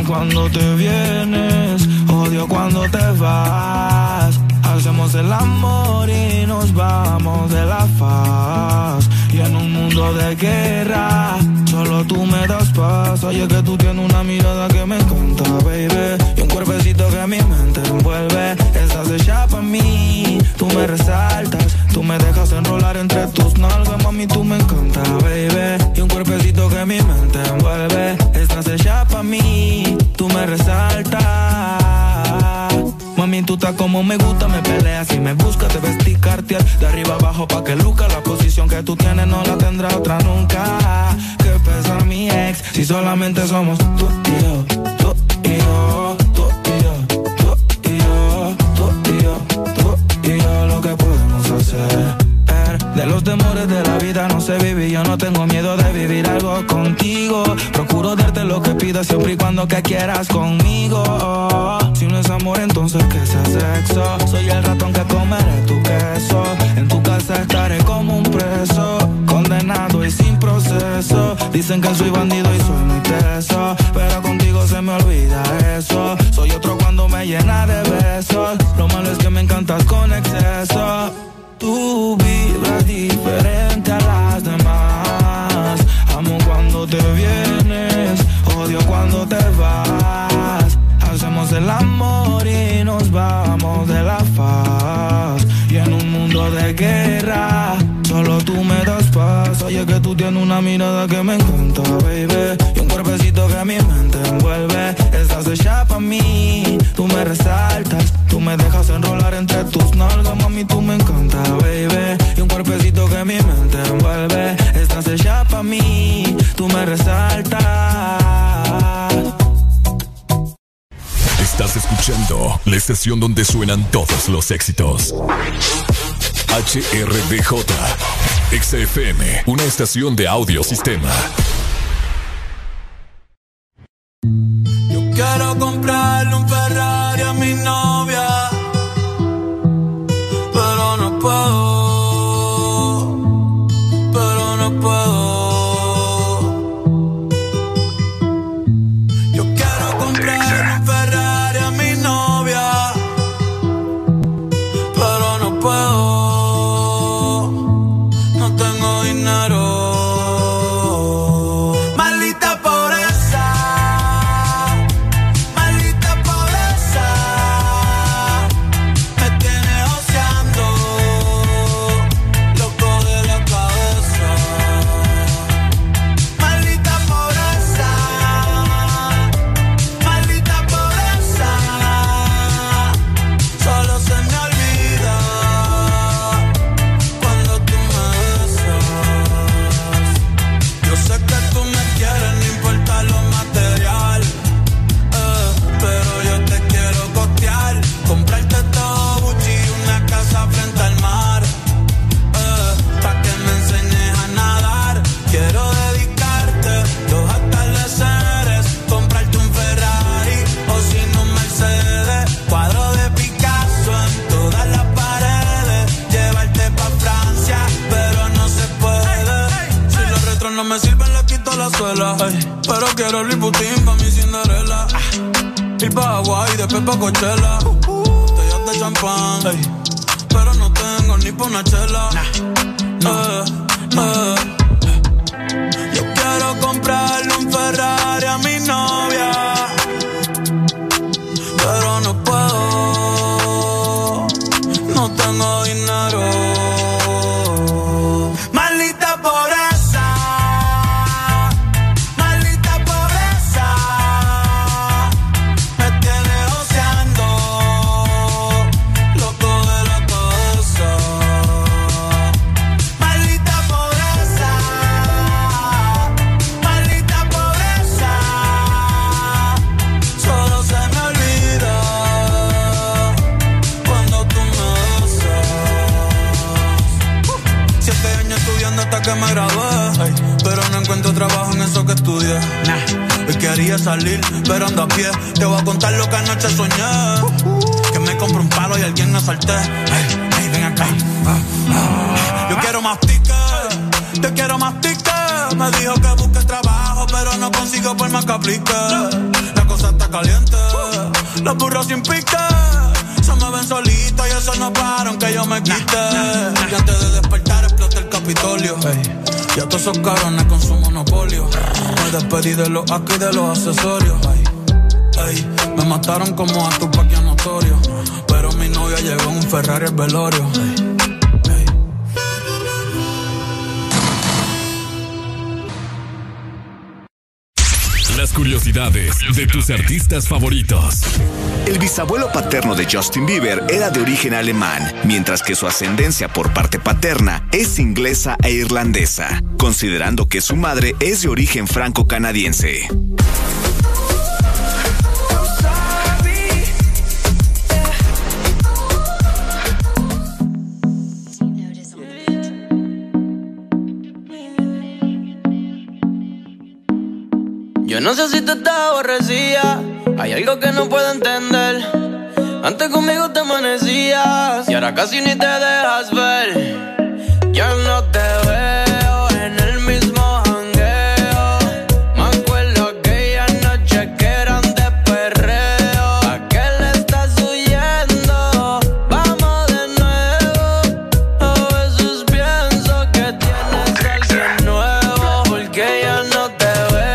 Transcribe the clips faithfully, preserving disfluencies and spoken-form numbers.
cuando te vienes, odio cuando te vas. Hacemos el amor y nos vamos de la faz. Y en un mundo de guerra, solo tú me das paz. Oye, que tú tienes una mirada que me encanta, baby, y un cuerpecito que mi mente envuelve. Estás hecha pa' mí, tú me resaltas. Tú me dejas enrolar entre tus nalgas, mami, tú me encanta, baby, y un cuerpecito que mi mente envuelve. Estás hecha pa' mí, tú me resaltas. Mami, tú estás como me gusta, me peleas y me buscas, te ves cartier de arriba abajo pa' que luzca. La posición que tú tienes no la tendrá otra nunca. ¿Qué pesa mi ex si solamente somos tú y yo? Tú y yo, tú y yo, tú y yo, tú y yo, tú y yo, lo que podemos hacer. De los temores de la vida no sé vivir, yo no tengo miedo de vivir algo contigo. Procuro darte lo que pidas siempre y cuando que quieras conmigo. Si no es amor, entonces que sea sexo. Soy el ratón que comeré tu queso. En tu casa estaré como un preso, condenado y sin proceso. Dicen que soy bandido y soy muy teso, pero contigo se me olvida eso. Soy otro cuando me llena de besos. Lo malo es que me encantas con exceso. Tú vibras diferente a las demás. Amo cuando te vienes, odio cuando te vas. Hacemos el amor y nos vamos de la faz. Y en un mundo de guerra, solo tú me das paz. Oye, que tú tienes una mirada que me encanta, baby, y un cuerpecito que mi mente envuelve. Estás hecha pa' mí, tú me resaltas. Tú me dejas enrolar entre tus nalgas, mami, tú me encanta, baby, y un cuerpecito que mi mente envuelve. Estás hecha pa' mí, tú me resaltas. Estás escuchando la estación donde suenan todos los éxitos. H R D J X F M, una estación de audio sistema. Yo quiero comprarle un Ferrari a mi novia, pero no puedo, pero no puedo. Yo quiero comprarle un Ferrari a mi novia, pero no puedo, no tengo dinero. Maldita pobreza, maldita pobreza, me tiene oceando, loco de la cabeza. Maldita pobreza, maldita pobreza, solo se me olvida cuando tú me besas. Yo sé que tú me quieres, no importa lo material, eh, pero yo te quiero costear, comprarte todo Gucci y una casa frente al mar, eh, pa' que me enseñes a nadar. Quiero dedicarte dos atardeceres, comprarte un Ferrari o si no un Mercedes, cuadro de Picasso en todas las paredes, llevarte pa' Francia, pero no se puede. Si los retros no me sirven, le quito la suela, ay, pero quiero Louis Vuitton pa' mi Cinderella. Ir pa' Hawaii, después pa' Coachella, botellas de champán, ay, pero no tengo ni pa' una chela. Eh, eh. Yo quiero comprarle un Ferrari a mi novia, pero no puedo, no tengo dinero. Maldita pobreza, maldita pobreza, me tiene oceando, loco de la cabeza. Maldita pobreza, maldita pobreza, solo se me olvida cuando tú me besas. Siete años estudiando hasta que me gradué, ay, pero no encuentro trabajo en eso que estudié. Hoy quería salir, pero ando a pie. Te voy a contar lo que anoche soñé, que me compré un palo y alguien me asalté. Ay, ay, ven acá. Yo quiero más tickets, yo quiero más tickets. Me dijo que busque trabajo, pero no consigo por más que aplique. La cosa está caliente. Los burros sin pique se me ven solitos y eso no pararon que yo me quite. Y antes de despertar explota el Capitolio. Hey. Y a todos esos cabrones con su monopolio me despedí de los aquí y de los accesorios. Hey. Hey. Me mataron como a Tupac y a Notorio, pero mi novia llegó en un Ferrari al velorio. Hey. Las curiosidades de tus artistas favoritos. El bisabuelo paterno de Justin Bieber era de origen alemán, mientras que su ascendencia por parte paterna es inglesa e irlandesa, considerando que su madre es de origen franco-canadiense. Yo no sé si tú estás aborrecida, hay algo que no puedo entender. Antes conmigo te amanecías y ahora casi ni te dejas ver. Ya no te veo en el mismo jangueo. Me acuerdo aquella noche que eran de perreo. ¿A qué le estás huyendo? Vamos de nuevo. A veces pienso que tienes a alguien nuevo, porque ya no te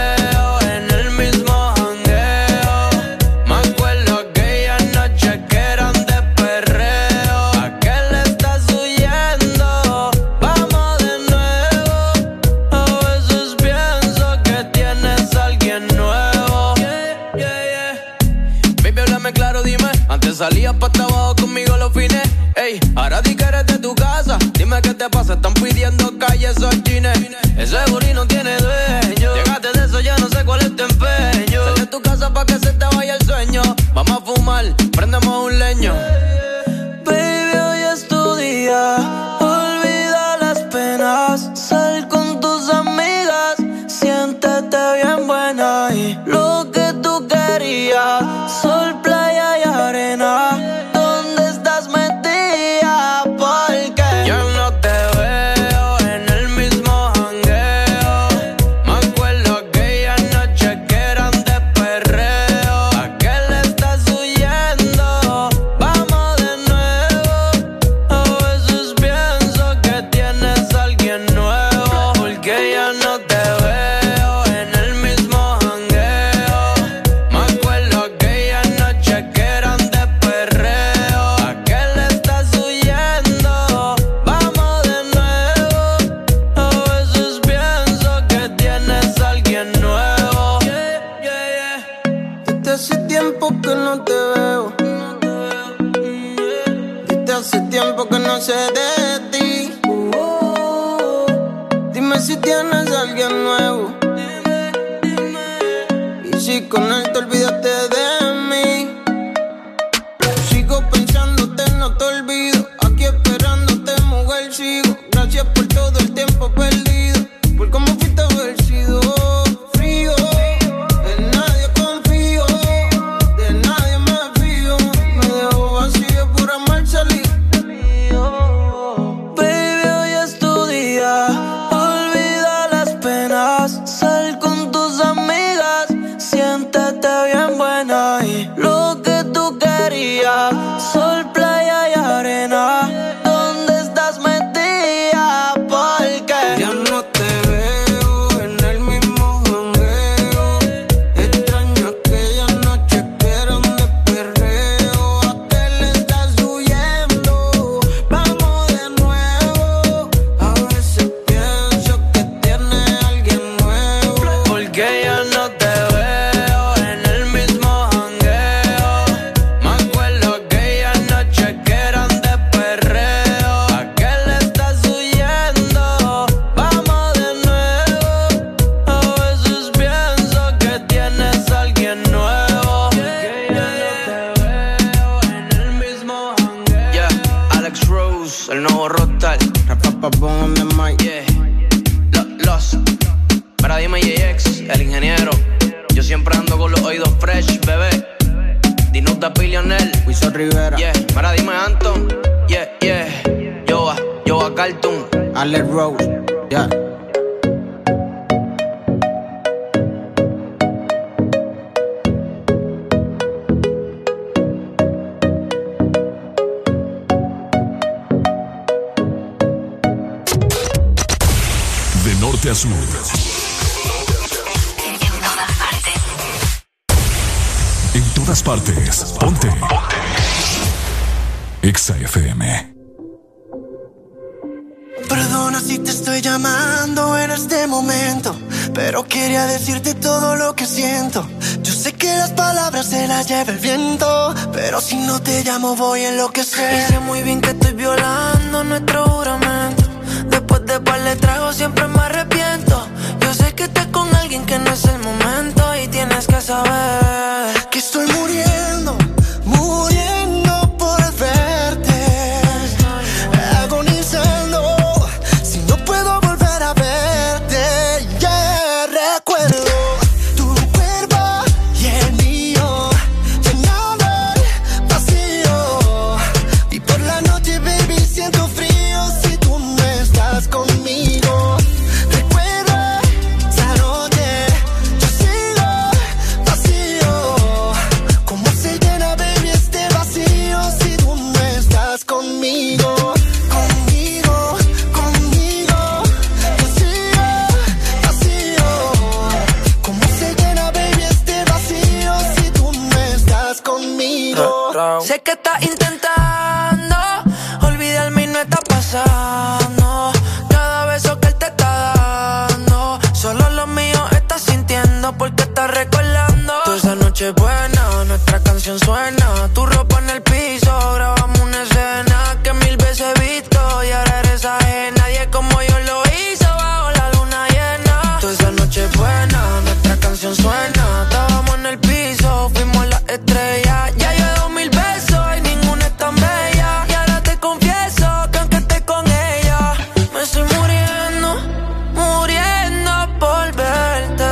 salías pa' trabajo conmigo los fines. Ey, ahora di que eres de tu casa. Dime qué te pasa, están pidiendo calles esos chines. Ese booty no tiene dueño. Llegaste de eso, ya no sé cuál es tu empeño. Sal de tu casa pa' que se te vaya el sueño. Vamos a fumar, prendemos un leño. Baby, hoy es tu día. Olvida las penas. Sal con tus amigas. Siéntete bien buena. Y lo que tú querías. Sol, playa y arena. ¿Dónde estás metida? Porque yo no te veo en el mismo jangueo. Me acuerdo aquella noche que eran de perreo. ¿A qué le estás huyendo? Vamos de nuevo. A veces pienso que tienes a alguien nuevo, porque ya no te veo en el mismo jangueo. Me acuerdo aquella noche que eran de perreo. ¿A qué le estás huyendo? Vamos de nuevo. A veces pienso que tienes a alguien nuevo. Yeah, yeah, yeah. Desde hace tiempo que no te veo. Desde hace tiempo que no sé de ti. Dime si tienes a alguien nuevo. Y si con él te olvidaste de mí. Sigo pensándote, no te olvido. Aquí esperándote, mujer, sigo. Gracias por todo el tiempo perdido, por cómo fuiste vencido. Frío, en nadie confío, de nadie me fío. Me dejo vacío por amar salir. Baby, hoy es tu día. Olvida las penas. Sal con tus amigas. Siéntete bien buena. Y lo que tú querías. Sol, playa y arena. ¿Dónde estás metida? Porque ya no te veo en el mismo jangueo. Extraño aquella noche que eran de perreo. ¿A qué le estás huyendo? Vamos de nuevo. A veces pienso que tienes a alguien nuevo, porque ya no te veo en el mismo jangueo. Me acuerdo aquella noche que eran de perreo. ¿A qué le estás huyendo? Vamos de nuevo. A veces pienso que tienes a alguien nuevo, porque ya no te veo en el mismo jangueo. Yeah, Alex Rose, el nuevo Rockstar. Rapapapón en mi mic. Yeah, Lo- los. Para dime J X, el ingeniero. Yo siempre ando con los oídos fresh, bebé. Dinuta Billionaire, Wiso Rivera. Yeah, para dime Anton. Yeah, yeah. Yo a, yo a Cartoon. Alex Rose. Yeah. norte a sur. En todas partes. Ponte. Ponte. Exa F M. Perdona si te estoy llamando en este momento, pero quería decirte todo lo que siento. Yo sé que las palabras se las lleva el viento, pero si no te llamo voy a enloquecer. Sé muy bien que estoy violando nuestro juramento. Después de par de tragos siempre me arrepiento. Yo sé que estás con alguien que no es el momento y tienes que saber que estoy muriendo, muriendo por verte, agonizando si no puedo volver a verte. Ya yeah, recuerdo tu cuerpo y el mío llenando el vacío, y por la noche baby siento frío si tú no estás conmigo. Recuerda esa noche, yo sigo vacío. ¿Cómo se llena baby este vacío si tú no estás conmigo? Conmigo, conmigo, yo sigo vacío. ¿Cómo se llena baby este vacío si tú no estás conmigo? Sé que estás intentando olvidarme y no está pasando. Cada beso que él te está dando, solo lo mío estás sintiendo porque estás recordando. Toda esa noche buena, nuestra canción suena. Tu ropa en el piso, grabamos una escena que mil veces he visto y ahora eres ajena. Nadie como yo lo hizo bajo la luna llena. Toda esa noche buena, nuestra canción suena. Estábamos en el piso, fuimos las estrellas. Ya yo he dado mil besos y ninguna es tan bella. Y ahora te confieso que aunque esté con ella, me estoy muriendo, muriendo por verte,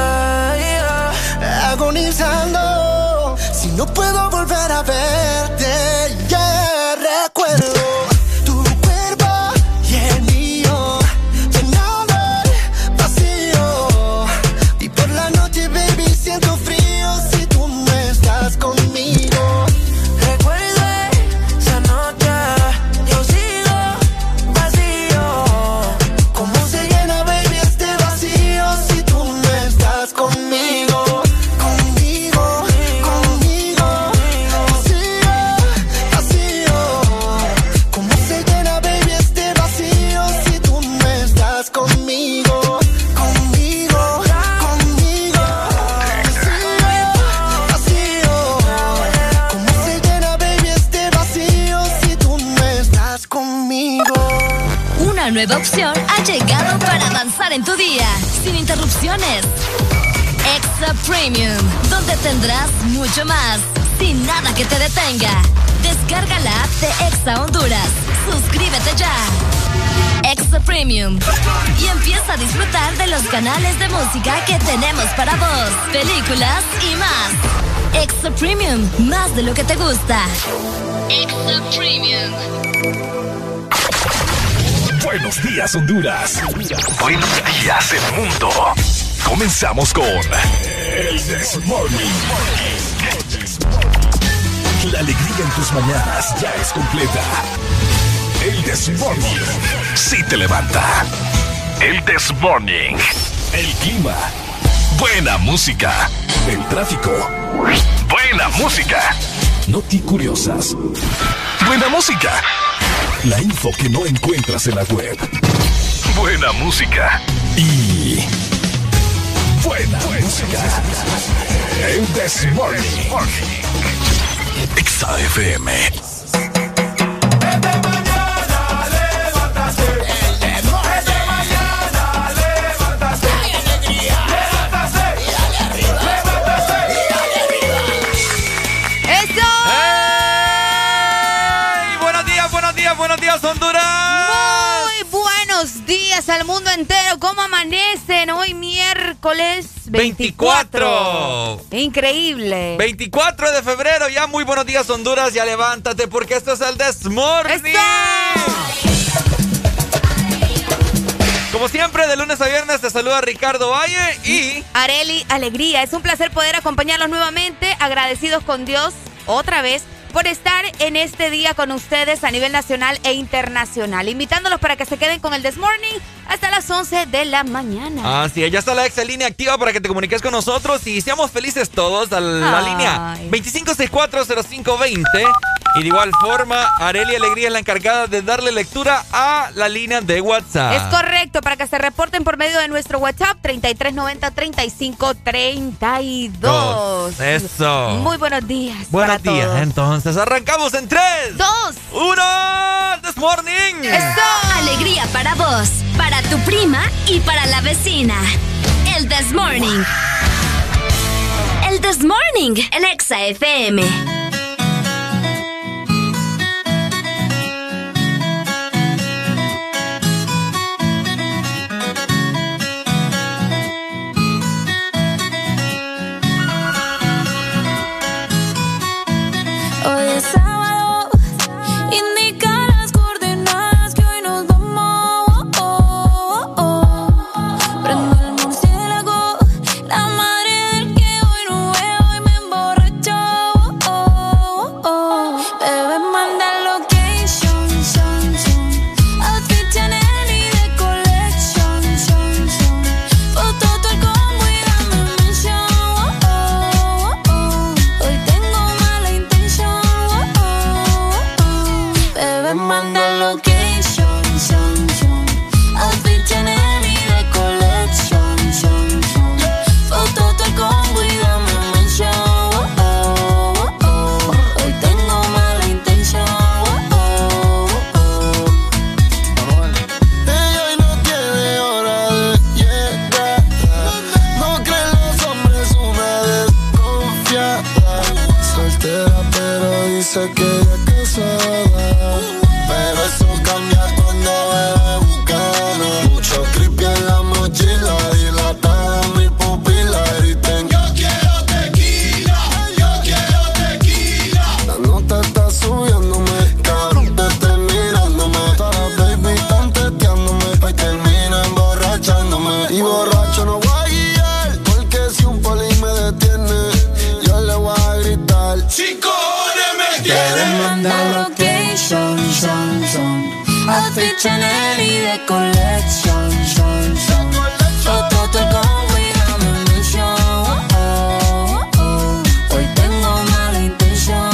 yeah. Agonizando si no puedo volver a verte. Ya yeah, recuerdo tu cuerpo y el mío llenando el vacío, y por la noche baby siento frío si tú no estás conmigo. Recuerde esa noche, yo sigo vacío. ¿Cómo se llena baby este vacío si tú no estás conmigo? Conmigo, conmigo, yo sigo vacío. ¿Cómo se llena baby este vacío si tú no estás conmigo? Conmigo, conmigo, yo sigo vacío. ¿Cómo se llena baby este vacío si tú no estás conmigo? Una nueva opción ha llegado para avanzar en tu día, sin interrupciones. Exa Premium, donde tendrás mucho más, sin nada que te detenga. Descarga la app de Exa Honduras. Suscríbete ya. Exa Premium. Y empieza a disfrutar de los canales de música que tenemos para vos, películas y más. Exa Premium, más de lo que te gusta. Exa Premium. Buenos días, Honduras. Buenos días, el mundo. Comenzamos con el This Morning. La alegría en tus mañanas ya es completa. El This Morning sí te levanta. El This Morning. El clima. Buena música. El tráfico. Buena música. Noti curiosas. Buena música. La info que no encuentras en la web. Buena música. Y buena, buena música. El This Morning. Exa F M. Buenos días, Honduras. Muy buenos días al mundo entero. ¿Cómo amanecen hoy miércoles veinticuatro? veinticuatro. Increíble. veinticuatro de febrero, ya muy buenos días, Honduras. Ya levántate porque esto es el This Morning. Como siempre, de lunes a viernes te saluda Ricardo Valle y Arely Alegría. Es un placer poder acompañarlos nuevamente, agradecidos con Dios otra vez por estar en este día con ustedes a nivel nacional e internacional. Invitándolos para que se queden con el This Morning hasta las once de la mañana. Así es, ya está la ex línea activa para que te comuniques con nosotros y seamos felices todos a la Ay. línea veinticinco sesenta y cuatro cero cinco veinte. Y de igual forma, Arely Alegría es la encargada de darle lectura a la línea de WhatsApp. Es correcto, para que se reporten por medio de nuestro WhatsApp treinta y tres noventa, treinta y cinco treinta y dos. Eso. Muy buenos días. Buenos para días, todos. entonces arrancamos en tres, dos, uno. This Morning. Eso. Alegría para vos, para tu prima y para la vecina. El This Morning. El This Morning, el Exa F M. Hoy es sábado, indica las coordenadas que hoy nos vamos. Oh, oh, oh. Prendo el murciélago, la madre del que hoy no veo y me emborracho. Oh, oh, oh. Bebé, manda location, son, son. Outfit Chanel y de collection, son, son. Foto todo el combo y dame mention. Oh, oh, oh. Hoy tengo mala intención. Bebé, manda location, son, son. Outfit Chanel y de collection, son, son. Foto todo el combo y dame mention. Hoy tengo mala intención. Ella hoy no tiene hora de llegar. No creen los hombres una desconfiada. Soltera pero dice que ella es casada. Pero eso cambia cuando bebe Bucana. Mucho creepy en la mochila, dilatada mi pupila. Griten, yo quiero tequila, yo quiero tequila. La nota está subiéndome, cabrón, te estoy mirándome. Todas las baby están teteándome, pa' y termina emborrachándome. Y borracho no voy a guiar, porque si un poli me detiene, yo le voy a gritar, sin cojones me tiene. Manda location, son, son. Outfit Chanel y de collection, son, son. Foto todo el combo y dame mention. Oh, oh, oh. Hoy tengo mala intención.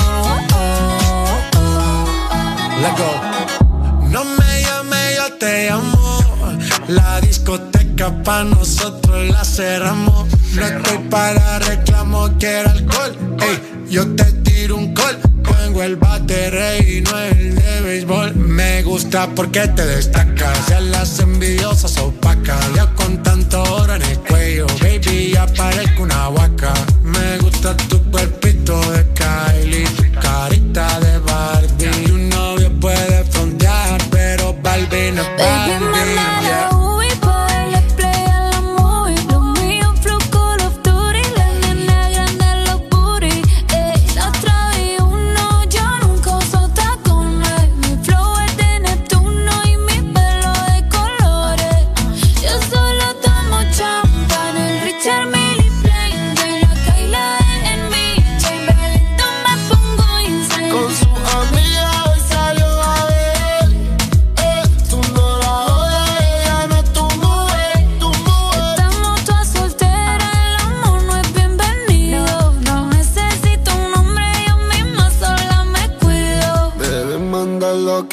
Oh, oh, oh. Let go. No me llame, yo te llamo. La discoteca pa' nosotros la cerramos. No estoy para reclamo, quiero alcohol. Ey, yo te tiro un call. Tengo el bate rey y no el de béisbol. Me gusta porque te destacas. Ya las envidiosas opacas. Yo con tanto oro en el cuello, baby, ya parezco una huaca. Me gusta tu cuerpito de Kylie, tu carita de Barbie. Tu novio puede frontear, pero Barbie no es Baby, Barbie. manda Yeah. la U V pa' la play a la movie. Lo mío flow Call of Duty. La nena grande los booty. Ey, la otra vi uno, yo nunca uso tacones. Mi flow es de Neptuno y mi pelo de colores. Yo solo tomo champán, el Richard Mille Plain. De la Kayla en mi Chamberlain, me pongo insane. Con su amiga hoy salió a beber. Eh, tú no la jodas, ella no es tu mujer, tu mujer. Estamos todas solteras, el amor no es bienvenido. No necesito un nombre, yo misma sola me cuido. Bebé, manda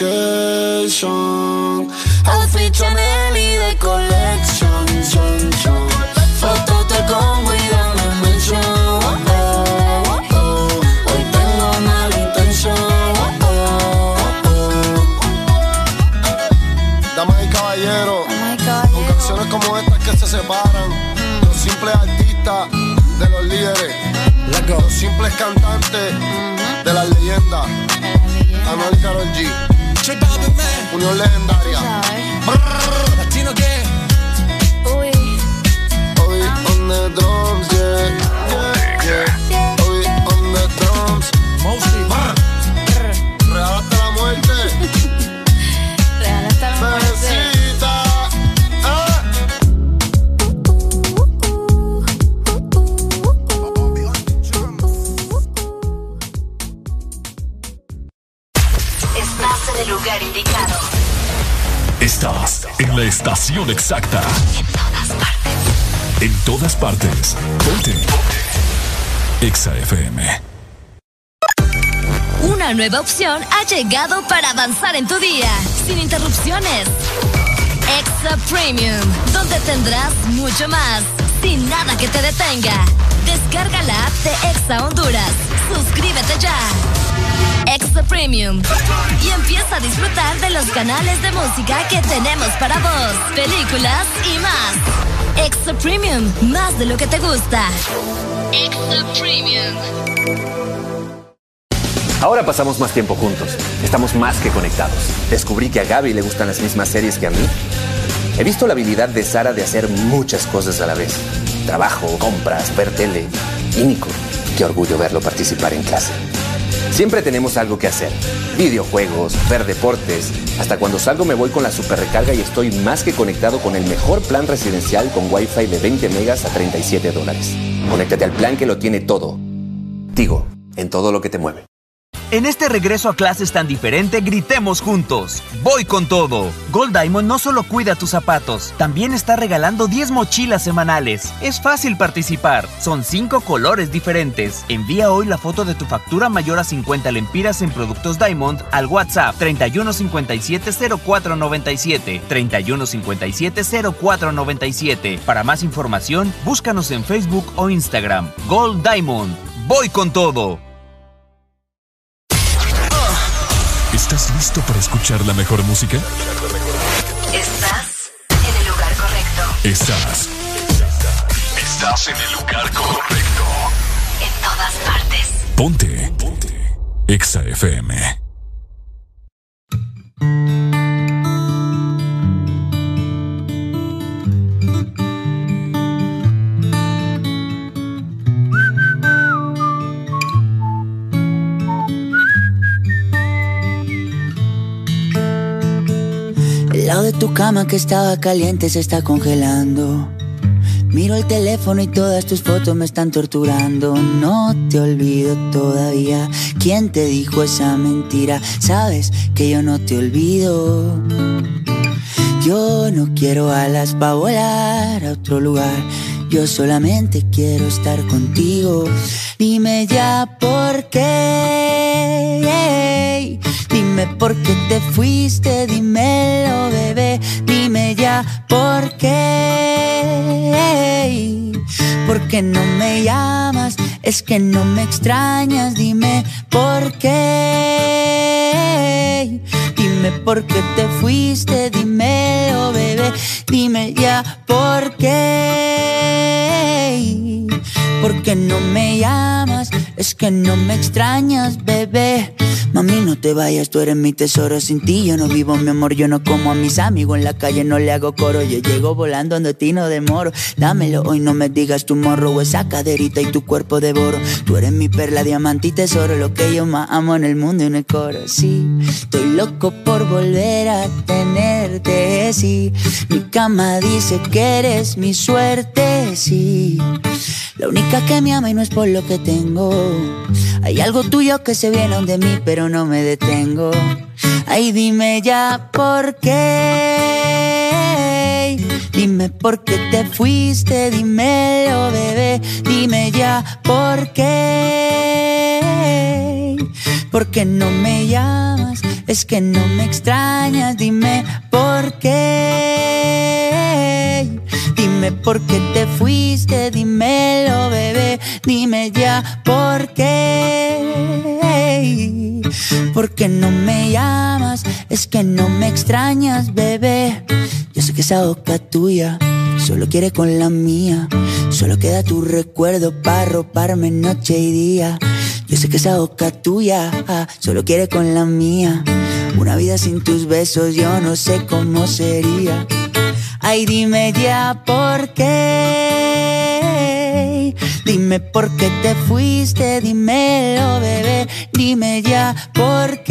location. Outfit Chanel y de collection, son, son. Foto todo el combo y dame mention. Oh, oh, oh. Hoy tengo mala intención. Oh, oh, oh. Damas y caballeros, Ay, con caballero. canciones como estas que se separan. Los simples artistas de los líderes. Let go. Los simples cantantes de las leyendas. Anuel y Karol G. J Balvin, man. Unión legendaria. ¿Sabes? Latino que Uy. Obi on the drums, yeah, yeah, yeah. Obi on the drums. mostly. Real hasta la muerte. Real hasta la muerte. Bebecita. Ah. en la estación exacta. En todas partes. En todas partes. Ponte. Exa F M. Una nueva opción ha llegado para avanzar en tu día, sin interrupciones. Exa Premium, donde tendrás mucho más, sin nada que te detenga. Descarga la app de Exa Honduras. Suscríbete ya. Exa Premium. Y empieza a disfrutar de los canales de música que tenemos para vos, películas y más. Exa Premium, más de lo que te gusta. Exa Premium. Ahora pasamos más tiempo juntos. Estamos más que conectados. Descubrí que a Gaby le gustan las mismas series que a mí. He visto la habilidad de Sara de hacer muchas cosas a la vez. Trabajo, compras, ver tele. Y Nico, qué orgullo verlo participar en clase. Siempre tenemos algo que hacer. Videojuegos, ver deportes. Hasta cuando salgo me voy con la super recarga y estoy más que conectado con el mejor plan residencial con Wi-Fi de veinte megas a treinta y siete dólares. Conéctate al plan que lo tiene todo. Tigo, en todo lo que te mueve. En este regreso a clases tan diferente, gritemos juntos. ¡Voy con todo! Gold Diamond no solo cuida tus zapatos, también está regalando diez mochilas semanales. Es fácil participar. Son cinco colores diferentes. Envía hoy la foto de tu factura mayor a cincuenta lempiras en productos Diamond al WhatsApp treinta y uno cincuenta y siete cero cuatro noventa y siete. treinta y uno cincuenta y siete cero cuatro noventa y siete. Para más información, búscanos en Facebook o Instagram. Gold Diamond. ¡Voy con todo! ¿Estás listo para escuchar la mejor música? Estás en el lugar correcto. Estás. Estás en el lugar correcto. En todas partes. Ponte. Ponte. Exa F M. El lado de tu cama que estaba caliente se está congelando. Miro el teléfono y todas tus fotos me están torturando. No te olvido todavía. ¿Quién te dijo esa mentira? Sabes que yo no te olvido. Yo no quiero alas para volar a otro lugar. Yo solamente quiero estar contigo. Dime ya por qué. Dime por qué te fuiste, dímelo, bebé. Dime ya por qué. ¿Por qué no me llamas? Es que no me extrañas. Dime por qué. Dime por qué te fuiste, dímelo, bebé. Dime ya por qué. ¿Por qué no me llamas? Es que no me extrañas, bebé. Mami, no te vayas, tú eres mi tesoro. Sin ti yo no vivo, mi amor. Yo no como a mis amigos en la calle, no le hago coro. Yo llego volando, ando ti no demoro. Dámelo hoy, no me digas tu morro. Esa caderita y tu cuerpo devoro. Tú eres mi perla, diamante y tesoro. Lo que yo más amo en el mundo y en el coro. Sí, estoy loco por volver a tenerte, sí. Mi cama dice que eres mi suerte, sí. La única que me ama y no es por lo que tengo. Hay algo tuyo que se viene de mí, pero no me detengo. Ay, dime ya por qué. Dime por qué te fuiste, dímelo, bebé. Dime ya por qué. ¿Por qué no me llamas? Es que no me extrañas. Dime por qué. Dime por qué te fuiste, dímelo, bebé. Dime ya por qué. ¿Por qué no me llamas? Es que no me extrañas, bebé. Yo sé que esa boca tuya solo quiere con la mía. Solo queda tu recuerdo para roparme noche y día. Yo sé que esa boca tuya ah, solo quiere con la mía. Una vida sin tus besos yo no sé cómo sería. Ay, dime ya por qué. Dime por qué te fuiste, dímelo, bebé. Dime ya por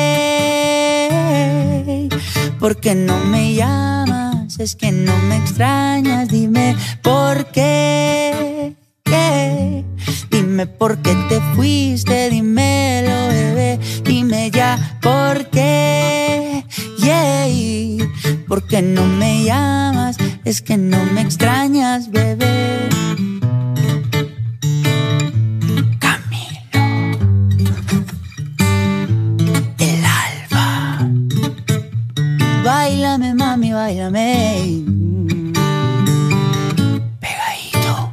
qué. ¿Por qué no me llamas? Es que no me extrañas. Dime por qué. ¿Qué? Dime por qué te fuiste, dímelo, bebé. Dime ya por qué. Yeah. ¿Por qué no me llamas? Es que no me extrañas, bebé. Camilo, el alba. Báilame, mami, báilame. Pegadito.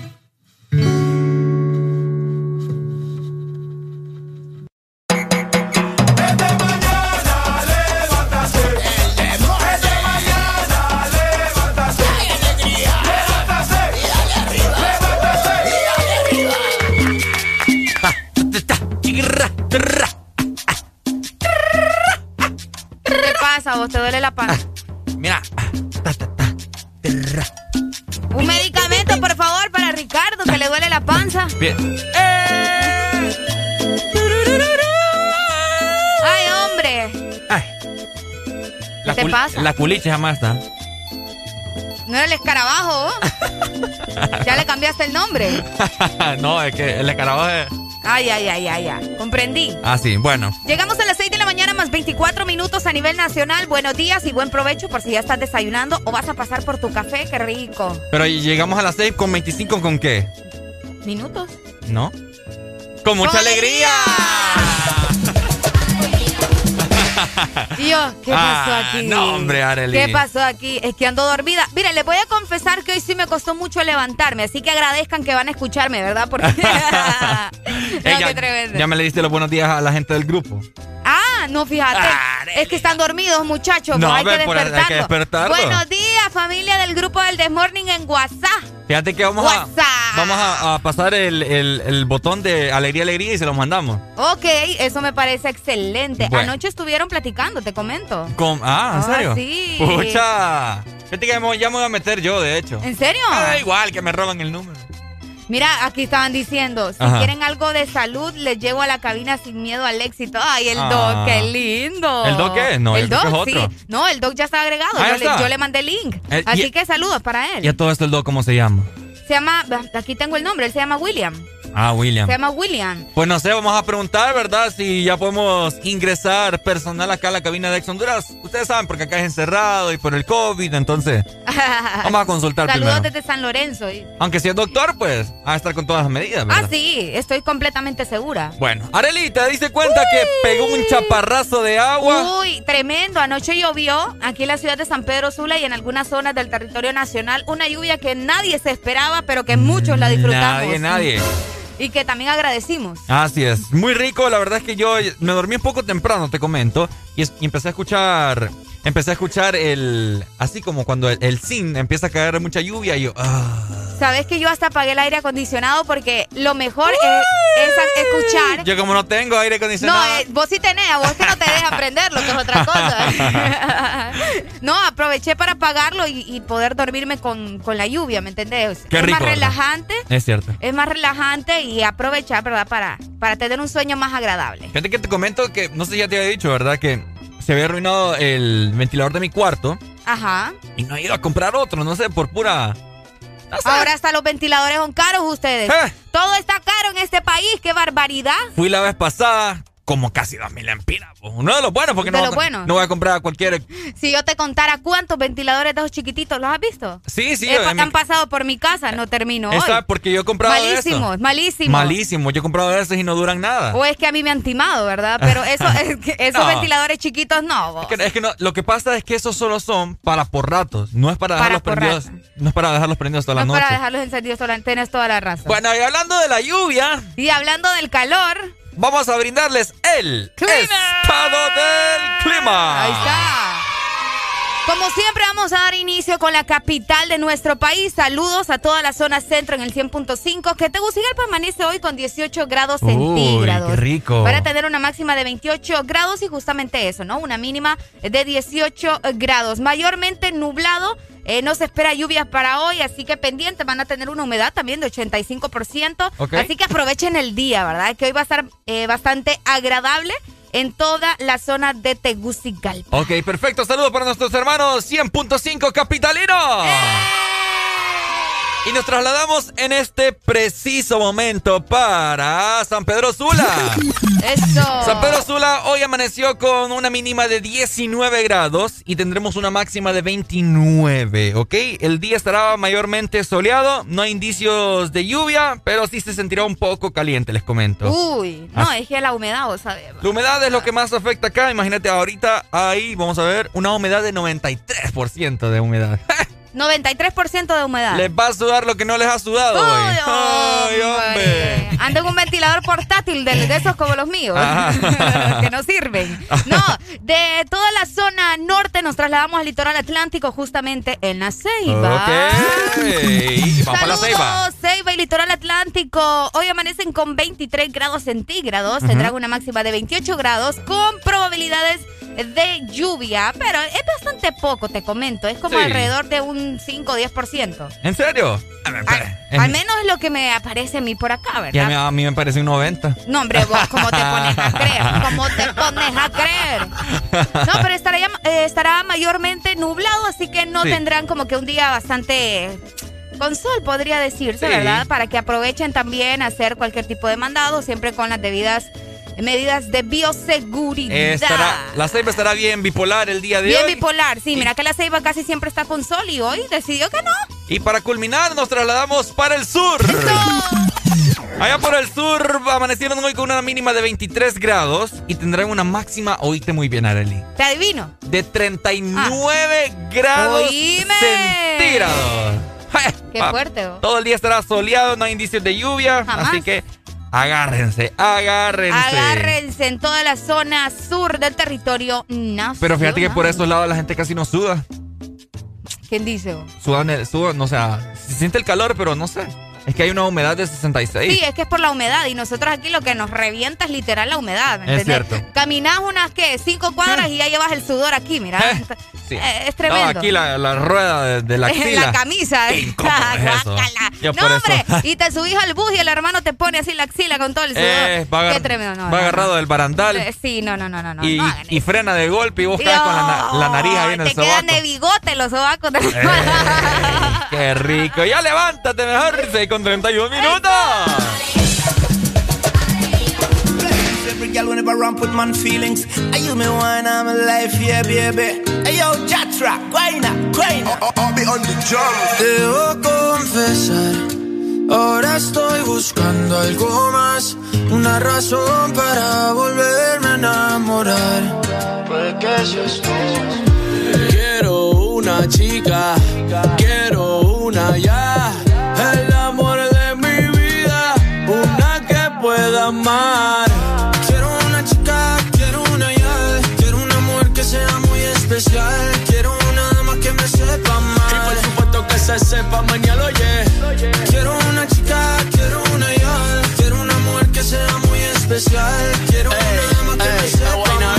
¿Vos te duele la panza? Mira. Un medicamento, por favor, para Ricardo, que le duele la panza. Bien. ¡Ay, hombre! Ay. ¿Qué te pasa? La culicha jamás está. ¿No era el escarabajo? ¿Ya le cambiaste el nombre? No, es que el escarabajo es... Ay, ay, ay, ay, ay. Comprendí. Ah, sí, bueno. Llegamos a las seis de la mañana más veinticuatro minutos a nivel nacional. Buenos días y buen provecho por si ya estás desayunando o vas a pasar por tu café. ¡Qué rico! Pero llegamos a las seis con veinticinco, ¿con qué? ¿Minutos? ¿No? ¡Con mucha ¡Con alegría! Y yo, ¿qué pasó Ah, aquí? no, hombre, Arely. ¿Qué pasó aquí? Es que ando dormida. Mira, les voy a confesar que hoy sí me costó mucho levantarme, así que agradezcan que van a escucharme, ¿verdad? Porque... no, Ey, ya, qué tremendo. ya me le diste los buenos días a la gente del grupo. Ah, no, fíjate. Es que están dormidos, muchachos. No, pues hay, ve, que por- hay despertarlos. que despertarlos. Buenos días, familia del grupo del Desmorning en WhatsApp. Fíjate que vamos a, vamos a, a pasar el, el, el botón de alegría, alegría y se los mandamos. Ok, eso me parece excelente. Bueno. Anoche estuvieron platicando, te comento. Con, ah, ¿en Ah, serio? sí. Pucha. Fíjate que me- ya me voy a meter yo, de hecho. ¿En serio? Ah, igual que me roban el número. Mira, aquí estaban diciendo, si Ajá. quieren algo de salud, les llevo a la cabina sin miedo al éxito. Ay, el Ah. Doc, qué lindo. ¿El Doc qué? No, el yo creo Doc, que es otro. sí. No, el Doc ya está agregado. Ah, yo, ya está. Le, yo le mandé el link. Eh, Así y- que saludos para él. ¿Y a todo esto el do cómo se llama? Se llama, aquí tengo el nombre, él se llama William. Ah, William. Se llama William. Pues no sé, vamos a preguntar, ¿verdad? Si ya podemos ingresar personal acá a la cabina de Ex Honduras. Ustedes saben, porque acá es encerrado y por el COVID, entonces vamos a consultar Saludos primero. desde San Lorenzo. ¿Y? Aunque si es doctor, pues va a estar con todas las medidas, ¿verdad? Ah, sí, estoy completamente segura. Bueno, Arely, ¿te diste cuenta que pegó un chaparrazo de agua? Uy, tremendo. Anoche llovió aquí en la ciudad de San Pedro Sula y en algunas zonas del territorio nacional. Una lluvia que nadie se esperaba, pero que muchos la disfrutamos. Nadie, nadie. Y que también agradecimos. Así es, muy rico. La verdad es que yo me dormí un poco temprano, te comento, y, es- y empecé a escuchar, empecé a escuchar el, así como cuando el, el zinc empieza a caer mucha lluvia y yo, ah. Sabes que yo hasta apagué el aire acondicionado porque lo mejor es, es a- escuchar. Yo como no tengo aire No, acondicionado. eh, vos sí tenés, a vos que no te dejan prenderlo, que es otra cosa. No, aproveché para apagarlo y, y poder dormirme con, con la lluvia, ¿me entendés? Qué es rico, más ¿verdad? relajante. Es cierto. Es más relajante y aprovechar, ¿verdad? Para, para tener un sueño más agradable. Fíjate que te comento que, no sé si ya te había dicho, ¿verdad? Que se había arruinado el ventilador de mi cuarto Ajá. y no he ido a comprar otro, no sé, por pura... no sé. Ahora hasta los ventiladores son caros ustedes. Eh. Todo está caro en este país, qué barbaridad. Fui la vez pasada como casi dos mil empiras. Uno de los buenos, porque De no, los buenos. no voy a comprar a cualquier... Si yo te contara cuántos ventiladores de esos chiquititos, ¿los has visto? Sí, sí. Eh, en mi- han pasado por mi casa, no termino Esa, hoy. porque yo he comprado de esos. Malísimos, malísimos. Malísimo. Yo he comprado de esos y no duran nada. O es que a mí me han timado, ¿verdad? Pero eso, es que esos No. ventiladores chiquitos no. vos. Es que, es que no, lo que pasa es que esos solo son para por ratos. No es para Para dejarlos por prendidos. No es para dejarlos prendidos toda No la es noche. para dejarlos encendidos, sola- tienes toda la razón. Bueno, y hablando de la lluvia, Y hablando del calor, vamos a brindarles el ¡Clima! estado del clima. ahí está. Como siempre vamos a dar inicio con la capital de nuestro país. Saludos a toda la zona centro en el cien punto cinco. Que Tegucigalpa amanece hoy con dieciocho grados Uy, centígrados. qué rico. Para tener una máxima de veintiocho grados y justamente eso, ¿no? Una mínima de dieciocho grados. Mayormente nublado. Eh, no se espera lluvias para hoy, así que pendientes, van a tener una humedad también de ochenta y cinco por ciento. Ok. Así que aprovechen el día, ¿verdad? Que hoy va a estar eh, bastante agradable en toda la zona de Tegucigalpa. Ok, perfecto. Saludos para nuestros hermanos cien punto cinco capitalinos. Y nos trasladamos en este preciso momento para San Pedro Sula. Eso. San Pedro Sula hoy amaneció con una mínima de diecinueve grados y tendremos una máxima de veintinueve, ¿ok? El día estará mayormente soleado, no hay indicios de lluvia, pero sí se sentirá un poco caliente, les comento. Uy, no, Así. es que la humedad, ¿o sabes? La humedad es lo que más afecta acá. Imagínate, ahorita ahí vamos a ver una humedad de noventa y tres por ciento de humedad. noventa y tres por ciento de humedad. Les va a sudar lo que no les ha sudado hoy. Uy, Ay, hombre. Anda en un ventilador portátil de, de esos como los míos, que no sirven. No, de toda la zona norte nos trasladamos al litoral atlántico, justamente en La Ceiba. Ok. Vamos para La Ceiba. Saludos, Ceiba y litoral atlántico. Hoy amanecen con veintitrés grados centígrados. Ujú. Tendrán una máxima de veintiocho grados con probabilidades de lluvia, pero es bastante poco, te comento. Es como Sí. alrededor de un cinco o diez por ciento. ¿En serio? A ver, espera. Al, al menos es lo que me aparece a mí por acá, Y a ¿verdad? mí, a mí me parece un noventa. No, hombre, vos, ¿cómo te pones a creer? ¿Cómo te pones a creer? No, pero estará, ya- eh, estará mayormente nublado, así que no Sí. tendrán como que un día bastante con sol, podría decirse, Sí. ¿verdad? Para que aprovechen también a hacer cualquier tipo de mandado, siempre con las debidas medidas de bioseguridad. Estará, la Ceiba estará bien bipolar el día de Bien hoy. bipolar, sí, mira que la Ceiba casi siempre está con sol y hoy decidió que no. Y para culminar nos trasladamos para el sur. Allá por el sur amanecieron hoy con una mínima de veintitrés grados y tendrán una máxima, oíste muy bien, Arely, ¿Te adivino? de treinta y nueve grados Oíme. centígrados. Qué Pa- fuerte, ¿o? Todo el día estará soleado, no hay indicios de lluvia, Jamás. así que agárrense, agárrense. Agárrense en toda la zona sur del territorio nacional. Pero fíjate que por esos lados la gente casi no suda. ¿Quién dice? vos? Sudan, el- sudan, o sea, se siente el calor, pero no sé. Es que hay una humedad de sesenta y seis. Sí, es que es por la humedad y nosotros aquí lo que nos revienta es literal la humedad, ¿me Es entendés? cierto. Caminás unas, ¿qué? Cinco cuadras y ya llevas el sudor aquí, mira. Sí. Eh, es tremendo. No, aquí la, la rueda de, de la axila. La camisa. Qué incómodo es eso. Guácala. Yo No, por eso. hombre, y te subís al bus y el hermano te pone así la axila con todo el sudor. Eh, va agar- Qué tremendo. No, va no, agarrado no. del barandal. Eh, Sí, no, no, no, no. no y, no hagan y frena de golpe y vos caes con la, na- la nariz ahí en el Te quedan sobaco. de bigote los sobacos. de- Eh, ¡Qué rico! ¡Ya levántate mejor! seis con treinta y uno minutos. Every girl whenever run put man feelings. I use me wine, I'm alive, yeah, baby. Hey yo, Jatra, guayna, guayna. I'll be on the job. Debo confesar, ahora estoy buscando algo más, una razón para volverme a enamorar. Puede que seas tú. Quiero una chica, quiero una ya, el amor de mi vida, una que pueda amar. Quiero una chica, quiero una ya, quiero una mujer que sea muy especial, quiero una dama que me sepa amar. Y por supuesto que se sepa mañana, oye. Quiero una chica, quiero una ya, quiero una mujer que sea muy especial, quiero una dama que me sepa amar.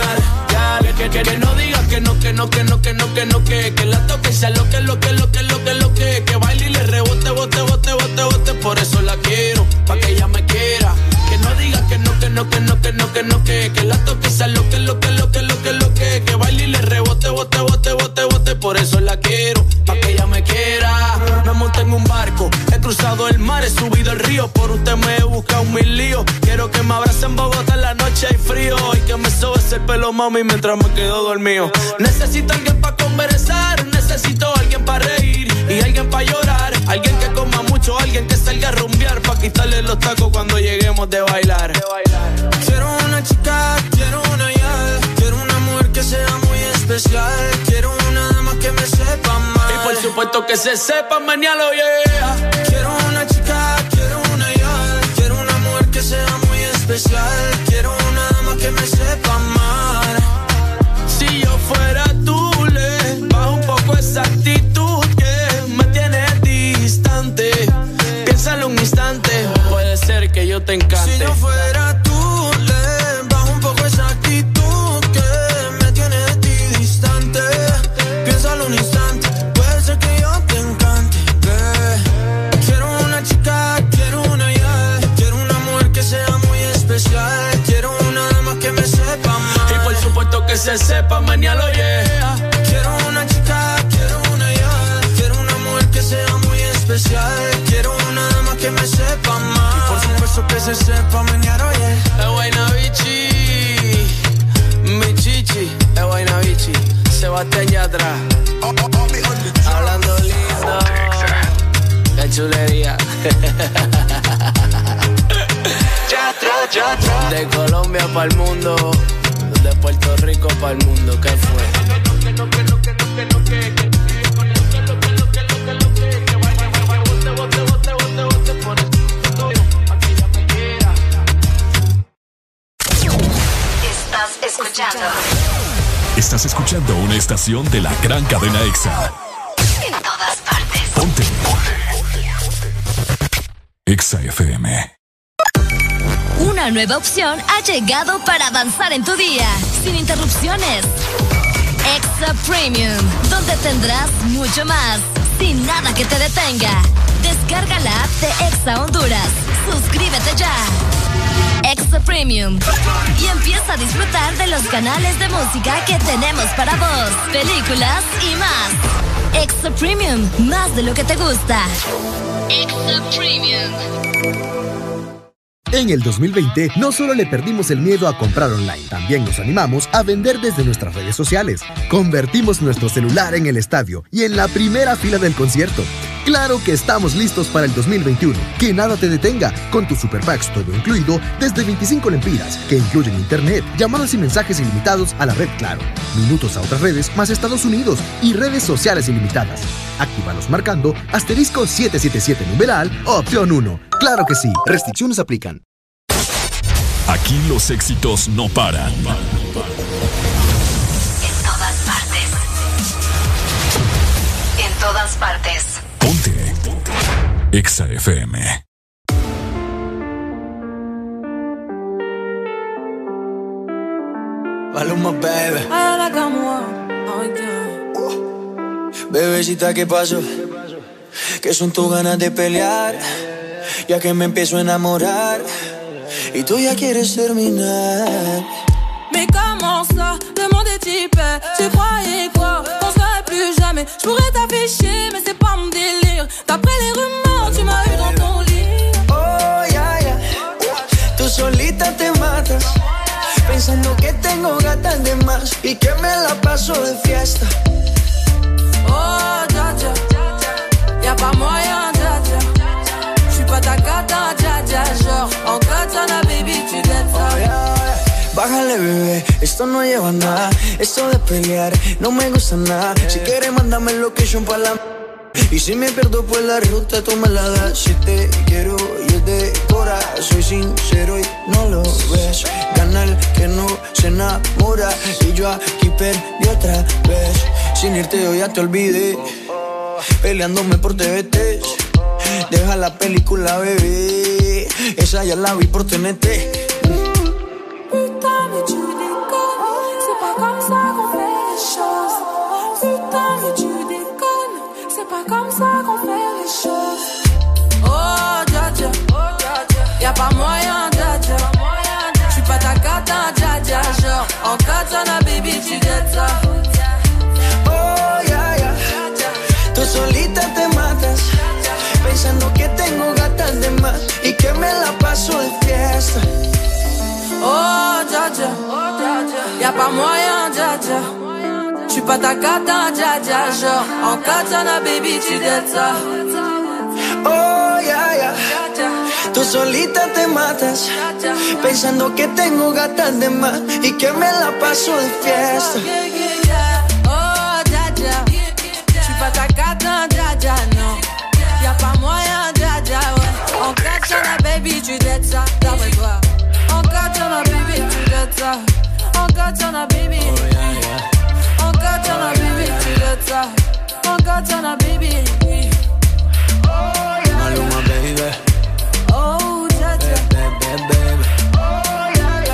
Que, que, que no diga que no, que no, que no, que no, que no, que que la toque sea lo que, lo que, lo que, lo que, lo que que baile y le rebote, bote, bote, bote, bote, por eso la quiero, pa' que ella me quiera. Que no diga que no, que no, que no, que no, que no, que que la toque sea lo que, lo que, lo que, lo que, lo que que baile y le rebote, bote, bote, bote, bote, por eso la quiero, pa' que ella me quiera. Me monté en un barco, he cruzado el mar, he subido el río, por usted me he buscado mil líos. Quiero que me abrace en Bogotá en la noche hay frío y que me sobes el pelo, mami, mientras me quedo dormido. Necesito alguien pa' conversar, necesito alguien pa' reír y alguien pa' llorar, alguien que coma mucho, alguien que salga a rumbear pa' quitarle los tacos cuando lleguemos de bailar. Quiero una chica, quiero una ya, quiero una mujer que sea muy especial, quiero una dama que me sepa amar. Y por supuesto que se sepa mañana, yeah. Quiero una chica, quiero una ya, quiero una mujer que sea muy especial, quiero una dama que me sepa amar. Si yo fuera tú, le bajo un poco esa actitud que me tiene distante. Piénsalo un instante, puede ser que yo te encante. Si yo fuera tú, le bajo un poco esa actitud que me tiene de ti distante. Piénsalo un instante, puede ser que yo te encante. eh. Quiero una chica, quiero una ya, quiero una mujer que sea muy especial, quiero una dama que me sepa amar. Y por supuesto que se sepa mañana, yeah. Quiero una chica, quiero una ya, quiero una mujer que sea muy especial, se sepa menear, oye. Es Guaynabichi, mi chichi, es Guaynabichi. Sebastián Yatra, oh, oh, oh, hablando lindo, qué chulería. Yatra, Yatra. De Colombia pa'l mundo, de Puerto Rico pa'l mundo, ¿qué fue? Estás escuchando. Estás escuchando una estación de la gran cadena EXA. En todas partes. Ponte. EXA F M. Una nueva opción ha llegado para avanzar en tu día, sin interrupciones. Extra Premium, donde tendrás mucho más, sin nada que te detenga. Descarga la app de Exa Honduras. Suscríbete ya. Extra Premium. Y empieza a disfrutar de los canales de música que tenemos para vos, películas y más. Extra Premium, más de lo que te gusta. Extra Premium. En el dos mil veinte, no solo le perdimos el miedo a comprar online, también nos animamos a vender desde nuestras redes sociales. Convertimos nuestro celular en el estadio y en la primera fila del concierto. ¡Claro que estamos listos para el dos mil veintiuno! Que nada te detenga, con tus Super Packs todo incluido desde veinticinco lempiras, que incluyen internet, llamadas y mensajes ilimitados a la red Claro, minutos a otras redes más Estados Unidos y redes sociales ilimitadas. Actívalos marcando asterisco siete siete siete numeral opción uno. ¡Claro que sí! Restricciones aplican. Aquí los éxitos no paran. En todas partes. En todas partes. Ponte. EXA F M. Maluma, baby. Bebecita, ¿qué pasó? ¿Qué son tus ganas de pelear? Ya que me empiezo a enamorar y tú ya quieres terminar. Mais comment ça, le monde est hyper. Tu croyais quoi, qu'on serait plus jamais. Je pourrais t'afficher, mais c'est pas mon délire. D'après les rumeurs, tu m'as eu dans ton lit. Oh, ya, ya. Tú solita te matas, pensando que tengo gatas de más y que me la paso de fiesta. Oh, dja dja, y'a pas moyen, dja dja. J'suis pas ta cata, dja dja. Genre, en katana, baby, tu dettes ça. Oh, yeah. Bájale, bebé, esto no lleva nada. Esto de pelear no me gusta nada. Si quieres, mándame location pa' la... Y si me pierdo por la ruta, tú me la das. Si te quiero y es de cora. Soy sincero y no lo ves. Gana el que no se enamora. Y yo aquí perdí otra vez. Sin irte yo ya te olvidé. Peleándome por T V T. Deja la película, bebé. Esa ya la vi por T N T. Putain, mais tu déconnes. C'est pas comme ça qu'on fait les choses. Putain, mais tu déconnes. C'est pas comme ça qu'on fait les choses. Oh, dja dja, y'a pas moyen, dja dja. J'suis pas ta cata, dja dja. Genre, en katana, baby, tu dettes ça. Oh, ya, ya. Tú solita te matas, pensando que tengo gatas de más y que me la paso de fiesta. Oh, dja dja, y'a pas moyen, dja dja. J'suis pas ta cata, dja dja. Genre, en katana, baby, tu dettes ça. Oh, ya, ya. Tú solita te matas, pensando que tengo gatas de más y que me la paso de fiesta. Oh, dja dja, j'suis pas ta cata, dja dja, non. Y'a pas moyen, dja dja, ouais. En katana, baby, tu dettes ça, d'après toi. En katana, baby, tu dettes ça. En katana, baby. En katana, baby, tu dettes ça. En katana, baby. Maluma, baby. Oh, dja dja. Baby, baby, baby. Oh, ya,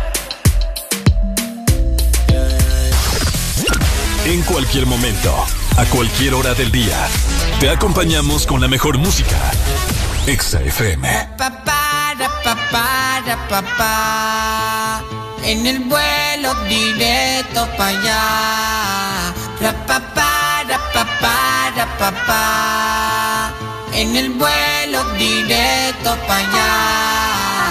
ya. En cualquier momento, a cualquier hora del día, te acompañamos con la mejor música. EXA F M. Papá, papá, papá. En el vuelo directo para allá. Papá, papá, papá. En el vuelo directo para allá.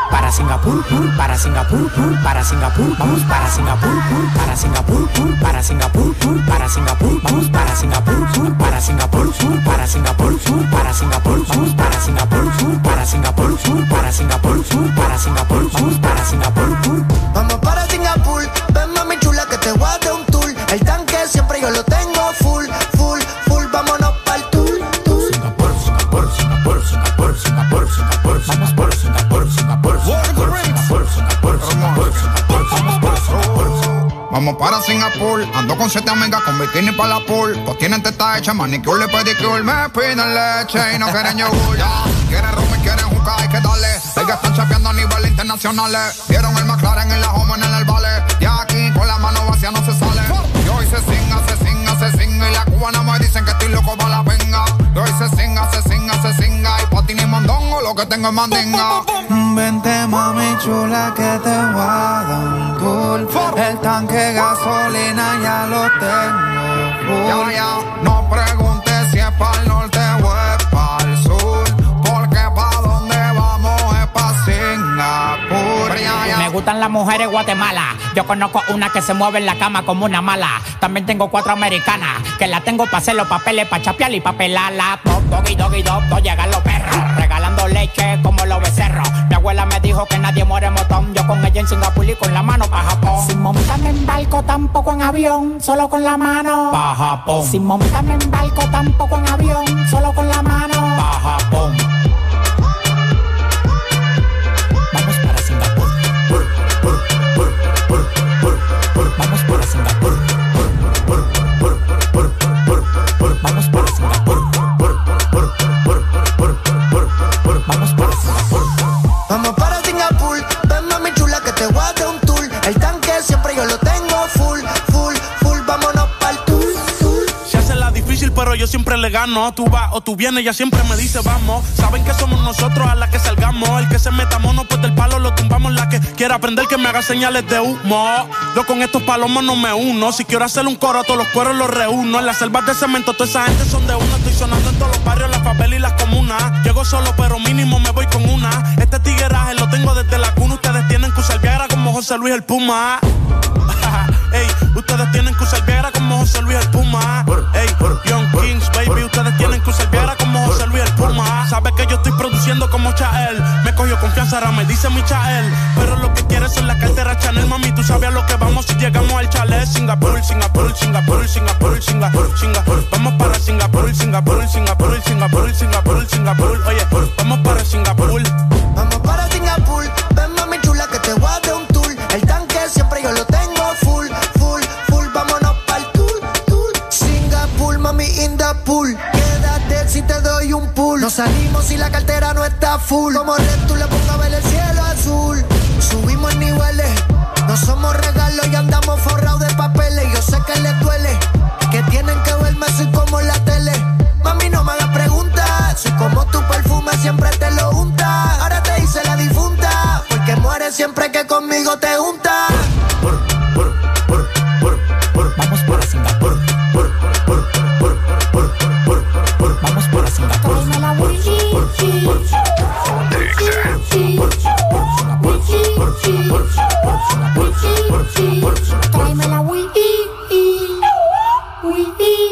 para Singapur, para Singapur, para Singapur, vamos para Singapur, para Singapur, para Singapur, para Singapur, vamos para Singapur, para Singapur, para Singapur, para Singapur, vamos para Singapur, para Singapur, para Singapur, para Singapur, vamos para Singapur. Vamos para Singapur, ven mami chula que te voy a dar un tour. El tanque siempre yo lo tengo full, full, full, vámonos para el tour, tour. Singapur, Singapur, Singapur, Singapur, Singapur, Singapur, vamos por Singapur, Singapur, Singapur, Singapur, Singapur, Singapur, Singapur, vamos por Singapur. Vamos para Singapur, ando con siete amigas con bikini para la pool. Pues tienen teta hecha, manicure y pedicure. Me piden leche y no quieren yogur. Ya, quieren rum y quieren juca, hay que darle. Sé que están chapeando a nivel internacional. Vieron el McLaren en la home en el vale. Y aquí con la mano vacía no se sale. Y hoy se singa, se singa, se singa. Y la cubana me dicen que estoy loco para la venga. Y hoy se singa, se singa, se singa. Y patín y mondongo lo que tengo es mandinga. Vente mami chula que te voy a dar un tour. El tanque gasolina ya lo tengo. Ya, ya, no preguntes si es para el norte o es para el sur. Porque pa' donde vamos es pa' Singapur. Ya, ya. Me gustan las mujeres Guatemala. Yo conozco una que se mueve en la cama como una mala. También tengo cuatro americanas que la tengo para hacer los papeles, para chapear y pa' pelarla. Dog, doggy, doggy, dog, dog, llegan los perros regalando leche como los becerros. Mi abuela me dijo que nadie muere motón. Yo con ella en Singapur y con la mano pa' Japón. Sin montarme en barco, tampoco en avión, solo con la mano pa' Japón. Sin montarme en barco, tampoco en avión, solo con la mano pa' Japón. Vamos para Singapur. Vamos para Singapur. Vamos para Singapur. Vamos para Singapur. Vamos para Singapur, ven mami chula que te voy a dar un tour. El tanque siempre yo lo tengo full, full, full, vámonos para el tour, tour. Se hace la difícil pero yo siempre le gano. Tú vas o tú vienes, ella siempre me dice vamos. Saben que somos nosotros a la que salgamos. El que se meta mono pues del palo lo tumbamos. La que quiera aprender que me haga señales de humo. Yo con estos palomos no me uno. Si quiero hacer un coro todos los cueros los reúno. En las selvas de cemento toda esa gente son de uno. Estoy sonando en todos los barrios, las favelas y las comunas. Llego solo pero mínimo me voy con una. Este tigueraje lo tengo desde la cuna. Ustedes tienen que usar Viagra como José Luis el Puma. Ey, ustedes tienen que usar Viagra como José Luis el Puma. Ey, Young Kings, baby, ustedes tienen que usar Viagra como José Luis el Puma. Sabes que yo estoy produciendo como Chael. Me cogió confianza, ahora me dice mi Chael. Pero lo que quieres es la cartera Chanel, mami. Tú sabes a lo que vamos si llegamos al chalet. Singapur, Singapur, Singapur, Singapur, Singapur, Singapur. Vamos para Singapur, Singapur, Singapur, Singapur, Singapur, Singapur. Oye, vamos para Singapur. Vamos para Singapur, ven mami chula que te voy a dar un tour. El tanque siempre yo lo tengo full, full, full, vámonos para el tour, tour. Singapur, mami in the pool. Quédate si te doy un pool. No salimos si la cartera no está full. Como Red tú le pongo a ver el cielo azul. Subimos niveles, no somos regalos y andamos forrados de papeles. Yo sé que les duele, que tienen que verme así como la tele. Mami no me hagas preguntas, soy como tu perfume siempre te lo unta. Ahora te hice la difunta, porque mueres siempre que conmigo te juntas. Vamos para Singapur. Vamos para Singapur. Tráeme la Wii. Wii.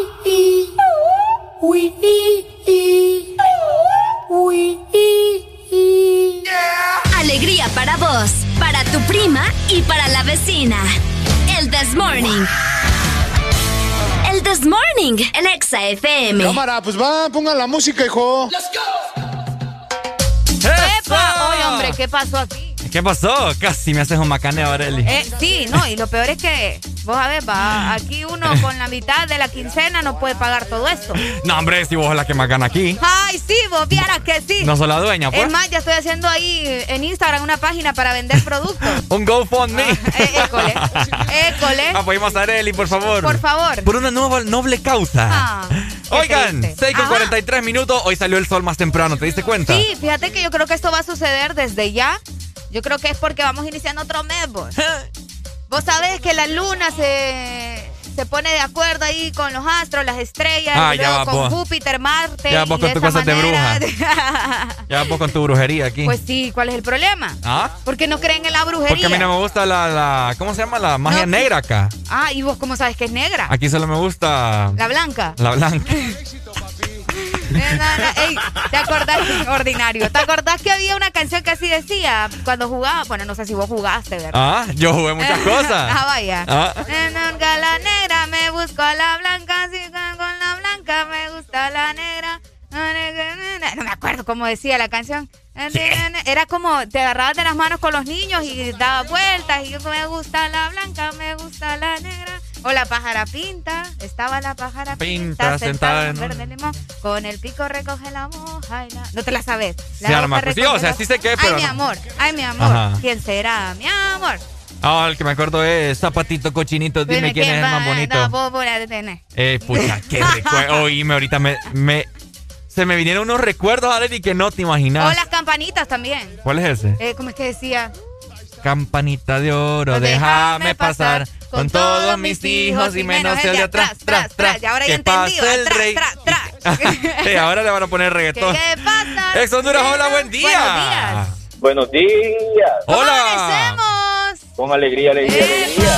Wii. Alegría para vos, para tu prima y para la vecina. El This Morning. El This Morning, el Exa F M. Cámara, pues va, pongan la música, hijo. ¡Let's go! ¡Epa! Oye, hombre, ¿qué pasó aquí? ¿Qué pasó? Casi me haces un macaneo, Arely. Eh, sí, no, y lo peor es que, vos a ver, va, aquí uno con la mitad de la quincena no puede pagar todo esto. No, hombre, si vos sos la que más gana aquí. Ay, sí, vos vieras que sí. No sos la dueña, pues. Es más, ya estoy haciendo ahí en Instagram una página para vender productos. Un GoFundMe. Ah, eh, école, école. Apoyemos a Arely, por favor. Por favor. Por una nueva, noble causa. Ah, Oigan, triste. seis con Ajá. cuarenta y tres minutos. Hoy salió el sol más temprano, ¿te diste cuenta? Sí, fíjate que yo creo que esto va a suceder desde ya. Yo creo que es porque vamos iniciando otro mes, vos. Vos sabés que la luna se, se pone de acuerdo ahí con los astros, las estrellas, Ah, y ya luego va, con vos. Júpiter, Marte. Ya vos y con de tus esa cosas de manera- Ya vos con tu brujería aquí. Pues sí, ¿cuál es el problema? ¿Ah? ¿Por qué no creen en la brujería? Porque a mí no me gusta la, la ¿cómo se llama? La magia No. negra acá. Ah, ¿y vos cómo sabes que es negra? Aquí solo me gusta La blanca. la blanca. Eh, no, no, ey, ¿te acordás? Ordinario. ¿Te acordás que había una canción que así decía cuando jugaba? Bueno, no sé si vos jugaste, ¿verdad? Ah, yo jugué muchas cosas. Ah, vaya. Ah. Eh, nunca la negra, me busco a la blanca, si con con la blanca me gusta la negra. No me acuerdo cómo decía la canción. Era como te agarrabas de las manos con los niños y dabas vueltas y yo me gusta la blanca, me gusta la negra. O la pájara pinta, estaba la pájara pinta, Pinta, sentada en en verde limón, con el pico recoge la moja y la... No te la sabes. La Sí, a lo boca mejor sí, recoge o sea, la- sí sé qué, pero Ay, mi no. amor, ay, mi amor. Ajá. ¿Quién será, mi amor? Ah, el que me acuerdo es Zapatito Cochinito, dime quién es el más bonito. No, vos, vos la detenés. Eh, pucha, qué recuerdo. Oíme, ahorita me, me... Se me vinieron unos recuerdos, Arely, que no te imaginas. O las campanitas también. ¿Cuál es ese? Eh, ¿Cómo es que decía? Campanita de oro, Pues déjame pasar con todos mis hijos y menos el de atrás, tras, tras. Y ahora ya Que entendido. pase el Atrás, rey. tras, tras. Sí, ahora le van a poner ¿Qué, reggaetón. ¿Qué pasa? Ex Honduras, hola, buen día. Buenos días. Buenos días. Hola. Con alegría, alegría, alegría.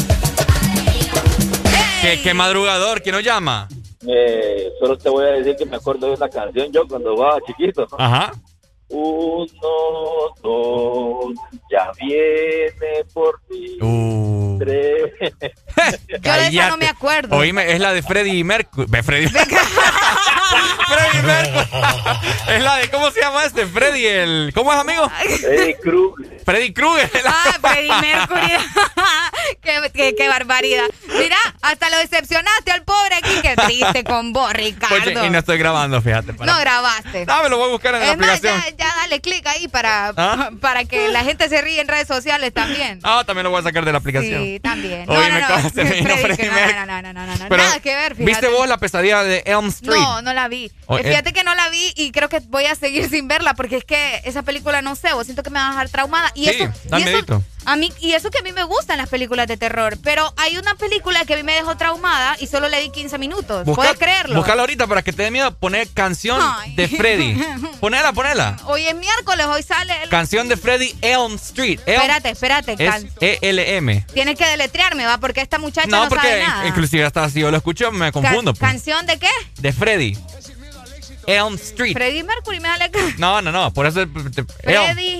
¿Qué, qué madrugador? ¿Quién nos llama? Eh, solo te voy a decir que me acuerdo de una canción yo cuando jugaba chiquito. Ajá. Uno, dos, ya viene por ti. Uh. Tres. Yo de esa no me acuerdo. Oíme, es la de Freddie Mercury. De Freddie. Freddie Mercury. Es la de, ¿cómo se llama este? Freddy, el. ¿Cómo es, amigo? Freddy Krueger. Freddy Krueger. Ah, Freddie Mercury. qué, qué, qué barbaridad. Mira, hasta lo decepcionaste al pobre aquí. Qué triste con vos, Ricardo. Oye, y no estoy grabando, fíjate. Para... No grabaste. No, me lo voy a buscar en la Es más, aplicación. ya, ya dale clic ahí para, ¿Ah? para que la gente se ríe en redes sociales también. Ah, también lo voy a sacar de la aplicación. Sí, también. No, Oye, no, me no. acabas de venir Freddy, Freddie que no, Mercury. no, no, no, no, no, no, Pero, nada que ver, fíjate. ¿viste vos la pesadilla de Elm Street? No, no la vi. O- Eh, Fíjate que no la vi y creo que voy a seguir sin verla porque es que esa película, no sé, vos siento que me va a dejar traumada. Y Sí, eso, da y eso- miedito. a mí, y eso que a mí me gustan las películas de terror, pero hay una película que a mí me dejó traumada y solo le di quince minutos. Busca- ¿Puedes creerlo? Búscala ahorita para que te dé miedo. Poner canción Ay. de Freddy. Ponela, ponela. Hoy es miércoles, hoy sale el... Canción de Freddy, Elm Street. Elm Espérate, espérate. can- es E L M. Tienes que deletrearme, ¿va? Porque esta muchacha no, No, porque sabe nada. inclusive hasta si yo lo escucho me Ca- confundo. pues. ¿Canción de qué? De Freddy. Elm Street. Freddie Mercury, me vale. No, no, no. Por eso. te- Elm. Freddy.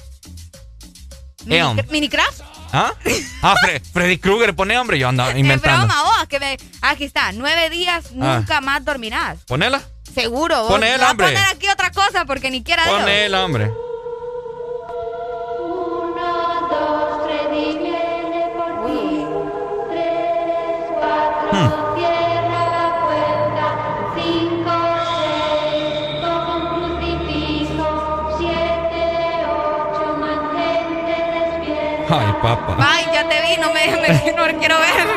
Elm. Mini- Minecraft. ¿Ah? Ah, Fre- Freddy Krueger, pone hombre. Yo ando Es inventando. broma, vos, que me... Aquí está, nueve días, Ah. nunca más dormirás. Ponela. Seguro, vos. Ponela, No voy a hombre. poner aquí otra cosa porque ni quiera Dios. Ponela, hombre. Hmm. Ay, papá. Ay, ya te vi, no me, me- no quiero ver.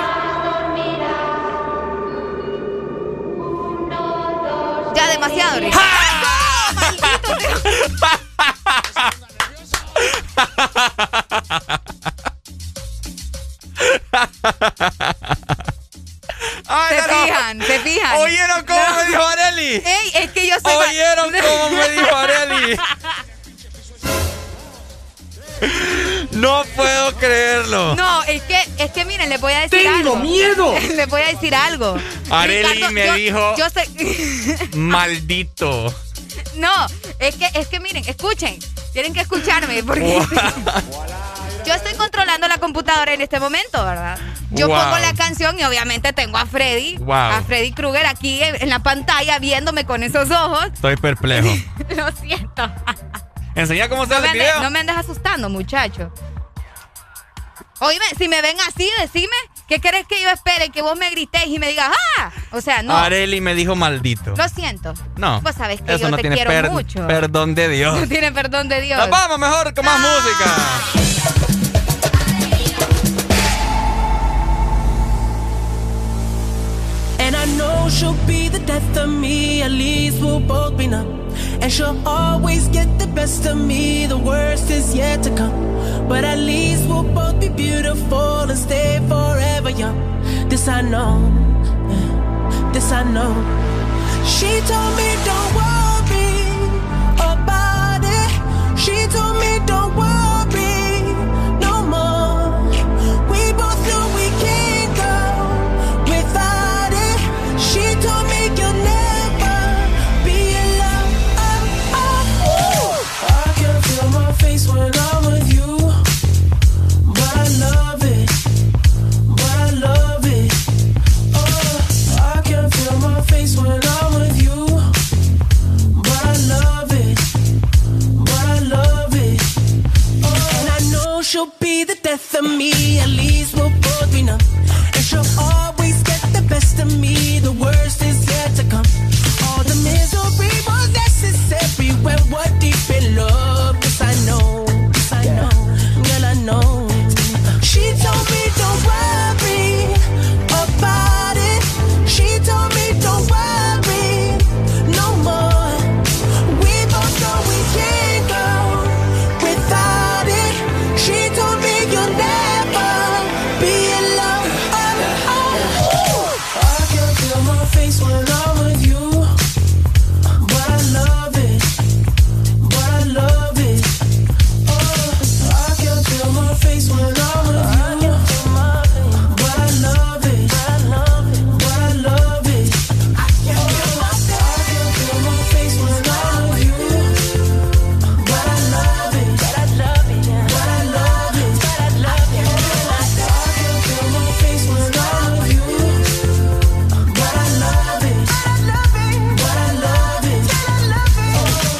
Ya demasiado, Rick. ¡Ah! ¡Maldito, tío! Ay, Se no, no. fijan, se fijan. ¿Oyeron cómo No. me dijo Arely? Ey, es que yo soy... ¿Oyeron cómo me dijo Arely? No puedo creerlo. No, es que, es que miren, les voy a decir ¡Tengo algo. miedo! Les voy a decir algo. Arely Ricardo, me yo- dijo- Yo sé... Maldito. No, es que, es que miren, escuchen. Tienen que escucharme porque yo estoy controlando la computadora en este momento, ¿verdad? Yo Wow. pongo la canción y obviamente tengo a Freddy, Wow. a Freddy Krueger aquí en, en la pantalla viéndome con esos ojos. Estoy perplejo. Lo siento. Enseña cómo No sale me, el andes, video. no me andes asustando, muchacho. Oíme, si me ven así, decime, ¿qué querés que yo espere? Que vos me gritéis y me digas, ¡ah! O sea, no. Arely me dijo maldito. Lo siento. No. Vos sabés que Eso yo no te tiene quiero per- mucho. perdón de Dios. No tiene perdón de Dios. Nos vamos mejor con más música. And I know she'll be the death of me, at least we'll both be numb. And she'll always get the best of me, the worst is yet to come. But at least we'll both be beautiful and stay forever young. This I know, this I know. She told me don't worry about it. She told me don't worry no more. We both know we can't go without it. She told me you'll never be alone. Oh, oh. I can feel my face when I'm with you, but I love it, but I love it. Oh, I can feel my face when I'm with you, but I love it, but I love it. Oh, and I know she'll be the death of me. At least we'll both be numb, and she'll always get the best of me. The worst is yet to come. All the misery was necessary when we're deep in love. 'Cause I know, 'cause I know, girl, I know. She told me don't worry about it. She told me don't worry no more. We both know we can't go without it. She told me you'll never be alone. Oh, oh, oh. I can feel my face when I'm with you, but I love it, but I love it. Oh, I can feel my face when I'm with you, but I love it, but I love it. I can feel my face when I'm with you, but I love it, but I love it, but I love it, but I love it. I can feel my face when I'm with you, but I love it, but I love it, but I love it, but I love it.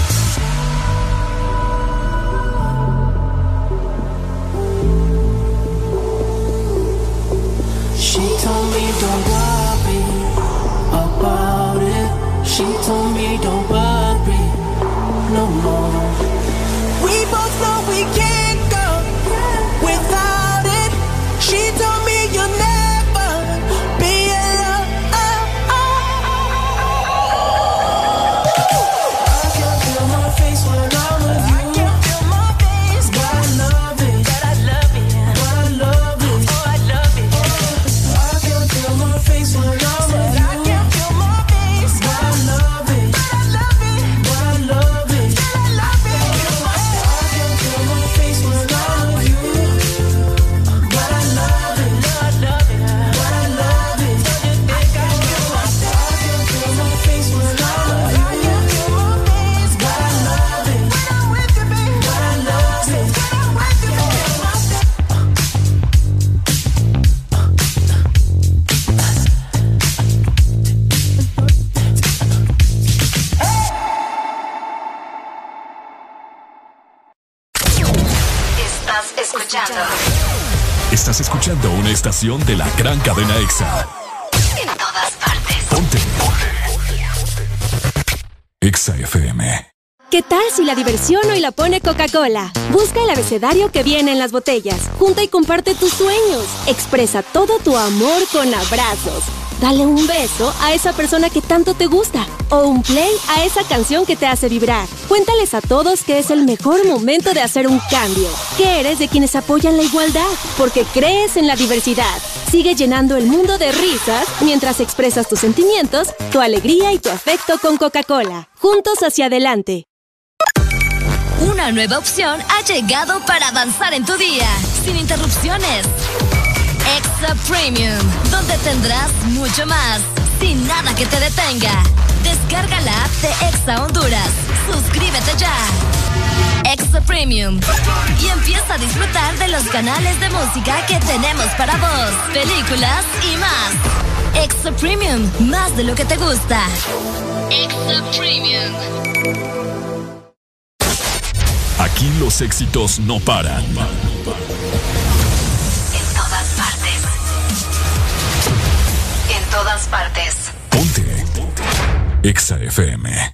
She told me don't worry about it. She told me don't worry no more. We both know we can't go without it. She told me you'll never be alone. I can feel my face when I'm with you. I can feel my face, but I love it, but I love it, but I love it. Oh, I love it. I can feel my face when I'm with you. I can feel my face, but I love it, but I love it, but I love it, but I love it. I can feel my face when I'm with you, but I love it, I love it, but I love it. Don't you think I feel my I can feel my face when I'm with you. I can feel my face, but I love it, when I'm with you, baby, but I love it, when I'm with you, baby. Estás escuchando Estás escuchando una estación de la gran cadena EXA. en todas partes. Ponte. EXA F M. ¿Qué tal si la diversión hoy la pone Coca-Cola? Busca el abecedario que viene en las botellas. Junta y comparte tus sueños. Expresa todo tu amor con abrazos. Dale un beso a esa persona que tanto te gusta. O un play a esa canción que te hace vibrar. Cuéntales a todos que es el mejor momento de hacer un cambio. Que eres de quienes apoyan la igualdad. Porque crees en la diversidad. Sigue llenando el mundo de risas mientras expresas tus sentimientos, tu alegría y tu afecto con Coca-Cola. Juntos hacia adelante. Una nueva opción ha llegado para avanzar en tu día, sin interrupciones. Extra Premium, donde tendrás mucho más, sin nada que te detenga. Descarga la app de Exa Honduras. Suscríbete ya. Extra Premium. Y empieza a disfrutar de los canales de música que tenemos para vos, películas y más. Extra Premium, más de lo que te gusta. Extra Premium. Aquí los éxitos no paran. En todas partes. En todas partes. Ponte. EXA F M.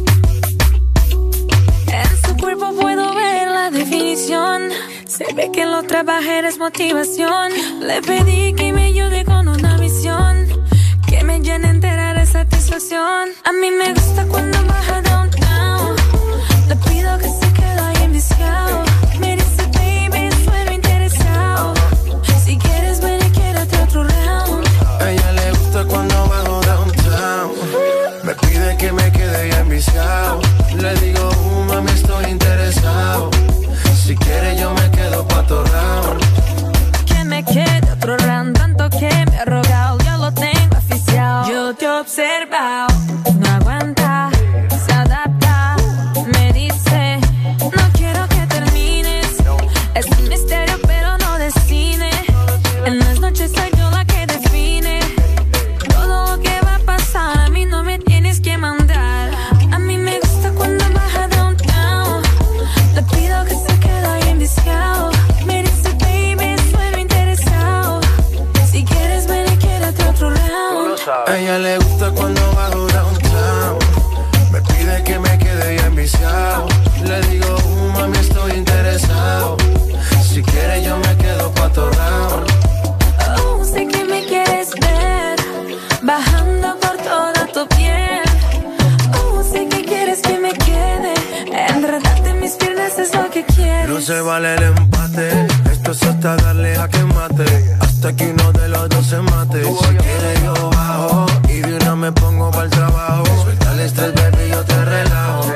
Se ve que lo trabajé es motivación. Le pedí que me ayude con una misión que me llene entera de satisfacción. A mí me gusta cuando baja downtown. Le pido que se quede ahí enviciado. Me dice baby, sueno interesado. Si quieres ven y quédate otro round. A ella le gusta cuando bajo downtown. Me pide que me quede ya enviciado. Le digo, uh, mami, estoy interesado. Si quiere yo me quedo pa' otro round. Que me quede otro round. Tanto que me ha rogado, ya lo tengo oficial. Yo te he observado, no aguanta, se adapta. Me dice, no quiero que termines. Es un misterio pero no de cine. En las noches soy yo la que define todo lo que va a pasar. A mí no me tienes que mandar. A mí me gusta cuando baja downtown. Le pido que se quede ahí enviciado. Me dice baby, sueno interesado. Si quieres ven y quédate otro round. A ella le gusta cuando bajo downtown. Me pide que me quede ya enviciado. Le digo, uh, mami, estoy interesado. Si quiere yo me quedo pa' otro round. Oh, sé que me quieres ver bajando por toda tu piel. Oh, sé que quieres que me quede enredarte en mis piernas, es lo que quieres. No se vale el empate. Esto es hasta darle a que mate. Hasta que uno de los dos se mate. Si quiere yo bajo y de una me pongo para el trabajo. Suelta el estrés, baby, yo te relajo.